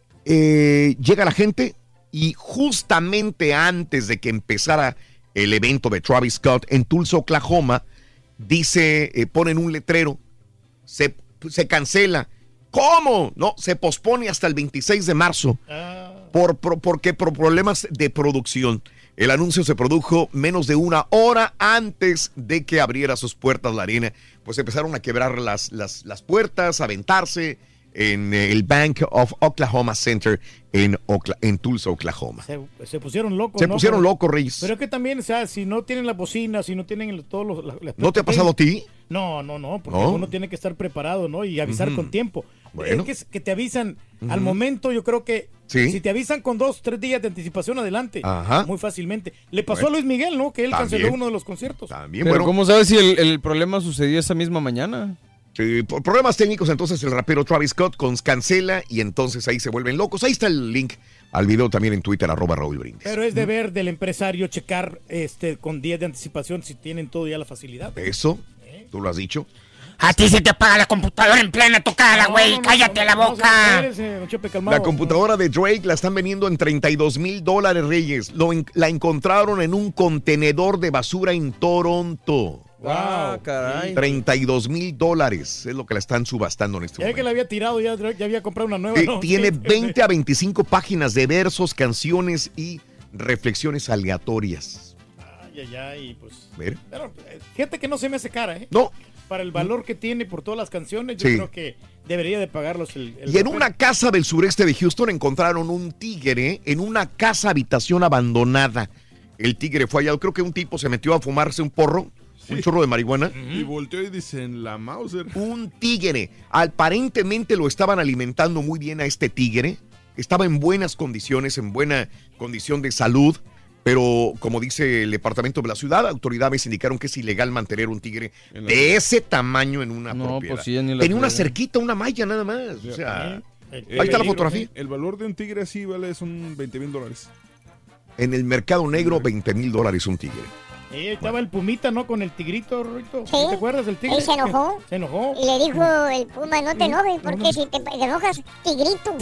eh, llega la gente y justamente antes de que empezara el evento de Travis Scott en Tulsa, Oklahoma, dice, eh, ponen un letrero. Se, se cancela. ¿Cómo? No, se pospone hasta el veintiséis de marzo. Ah. Por, por, porque por problemas de producción. El anuncio se produjo menos de una hora antes de que abriera sus puertas la arena. Pues empezaron a quebrar las, las, las puertas, a aventarse en el Bank of Oklahoma Center en, Okla- en Tulsa, Oklahoma. Se, se pusieron locos. Se ¿no? pusieron pero, locos, Reyes. Pero es que también, o sea, si no tienen la bocina, si no tienen el, todos los... La, ¿No te ha pasado a ti? No, no, no, porque ¿No? uno tiene que estar preparado, ¿no? Y avisar uh-huh. con tiempo. Bueno. Es que, que te avisan uh-huh. al momento, yo creo que ¿Sí? si te avisan con dos, tres días de anticipación adelante, Ajá. muy fácilmente. Le pasó bueno. a Luis Miguel, ¿no? Que él También. canceló uno de los conciertos. También, Pero bueno. ¿cómo sabes si el, el problema sucedió esa misma mañana? Sí, por problemas técnicos, entonces el rapero Travis Scott con cancela y entonces ahí se vuelven locos. Ahí está el link al video también en Twitter, arroba Raúl Brindis. Pero es deber del empresario checar este con días de anticipación si tienen todo ya la facilidad. Eso, ¿Eh? tú lo has dicho. A ti se te apaga la computadora en plena tocada, güey. No, no, no, Cállate no, no, la boca. No, no, no, Chepe, la computadora de Drake la están vendiendo en treinta y dos mil dólares, Reyes. Lo en, la encontraron en un contenedor de basura en Toronto. Wow, caray. treinta y dos mil dólares es lo que la están subastando en este ya momento. que la había tirado, ya, ya había comprado una nueva. Eh, ¿no? Tiene sí, veinte a veinticinco páginas de versos, canciones y reflexiones aleatorias. Ay, ay, ay, pues. Ver. Pero, fíjate que no se me hace cara, ¿eh? No. Para el valor que tiene por todas las canciones, yo sí. creo que debería de pagarlos el, el Y en papel. una casa del sureste de Houston encontraron un tigre en una casa habitación abandonada. El tigre fue allá, creo que un tipo se metió a fumarse un porro un chorro de marihuana. Y volteó y dice, en la Mauser. Un tigre. Aparentemente lo estaban alimentando muy bien a este tigre. Estaba en buenas condiciones, en buena condición de salud. Pero, como dice el departamento de la ciudad, autoridades indicaron que es ilegal mantener un tigre de ese tamaño en una No, propiedad. pues sí, ni la Tenía una frega. cerquita, una malla nada más. O sea, Eh, ahí está la fotografía. El valor de un tigre así vale son veinte mil dólares. En el mercado negro, veinte mil dólares un tigre. Sí, estaba el Pumita, ¿no? Con el tigrito, Rito. Sí. ¿Te acuerdas del tigre? Él se enojó. Se enojó. Y le dijo el Puma, no te enojes, porque si te, te enojas, tigrito.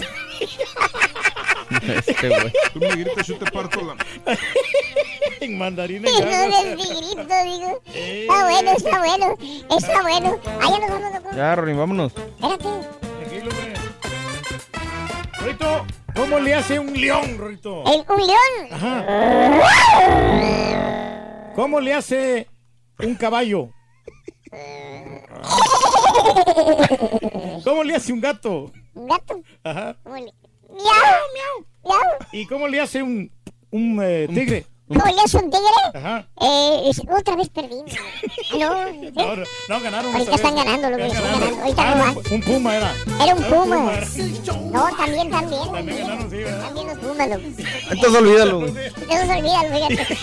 Este güey. Tú me gritas, yo te parto la... En mandarín. No del tigrito, digo. Está bueno, está bueno. Está bueno. Allá nos vamos, loco. Ya, Rory, vámonos. Espérate. Rito, ¿cómo le hace un león, Rito? ¿El, ¿Un león? Ajá. ¿Cómo le hace un caballo? ¿Cómo le hace un gato? ¿Un gato? Ajá. ¿Cómo le... Miau, miau, miau. ¿Y cómo le hace un, un eh, tigre? ¿Cómo le hace un tigre? Ajá. Eh, es- otra vez perdimos. No, ¿sí? No, no, no ganaron. Ahorita esta están vez. ganando, lo que Están están ganando. ganando. Ahorita Ah, no no, va. un puma era. Era un puma. era. No, también, también. También ganaron, sí, ¿verdad? También los pumas, loco. Entonces olvídalo, güey. Eso se olvida, fíjate.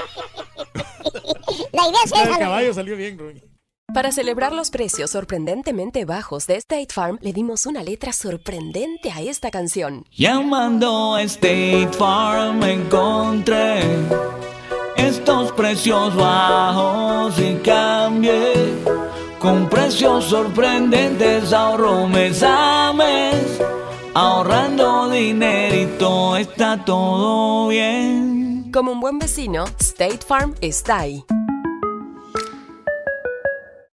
La idea es El esa. caballo salió bien, Roy. Para celebrar los precios sorprendentemente bajos de State Farm, le dimos una letra sorprendente a esta canción. Llamando a State Farm encontré estos precios bajos y cambié. Con precios sorprendentes ahorro mes a mes. Ahorrando dinerito está todo bien. Como un buen vecino, State Farm está ahí.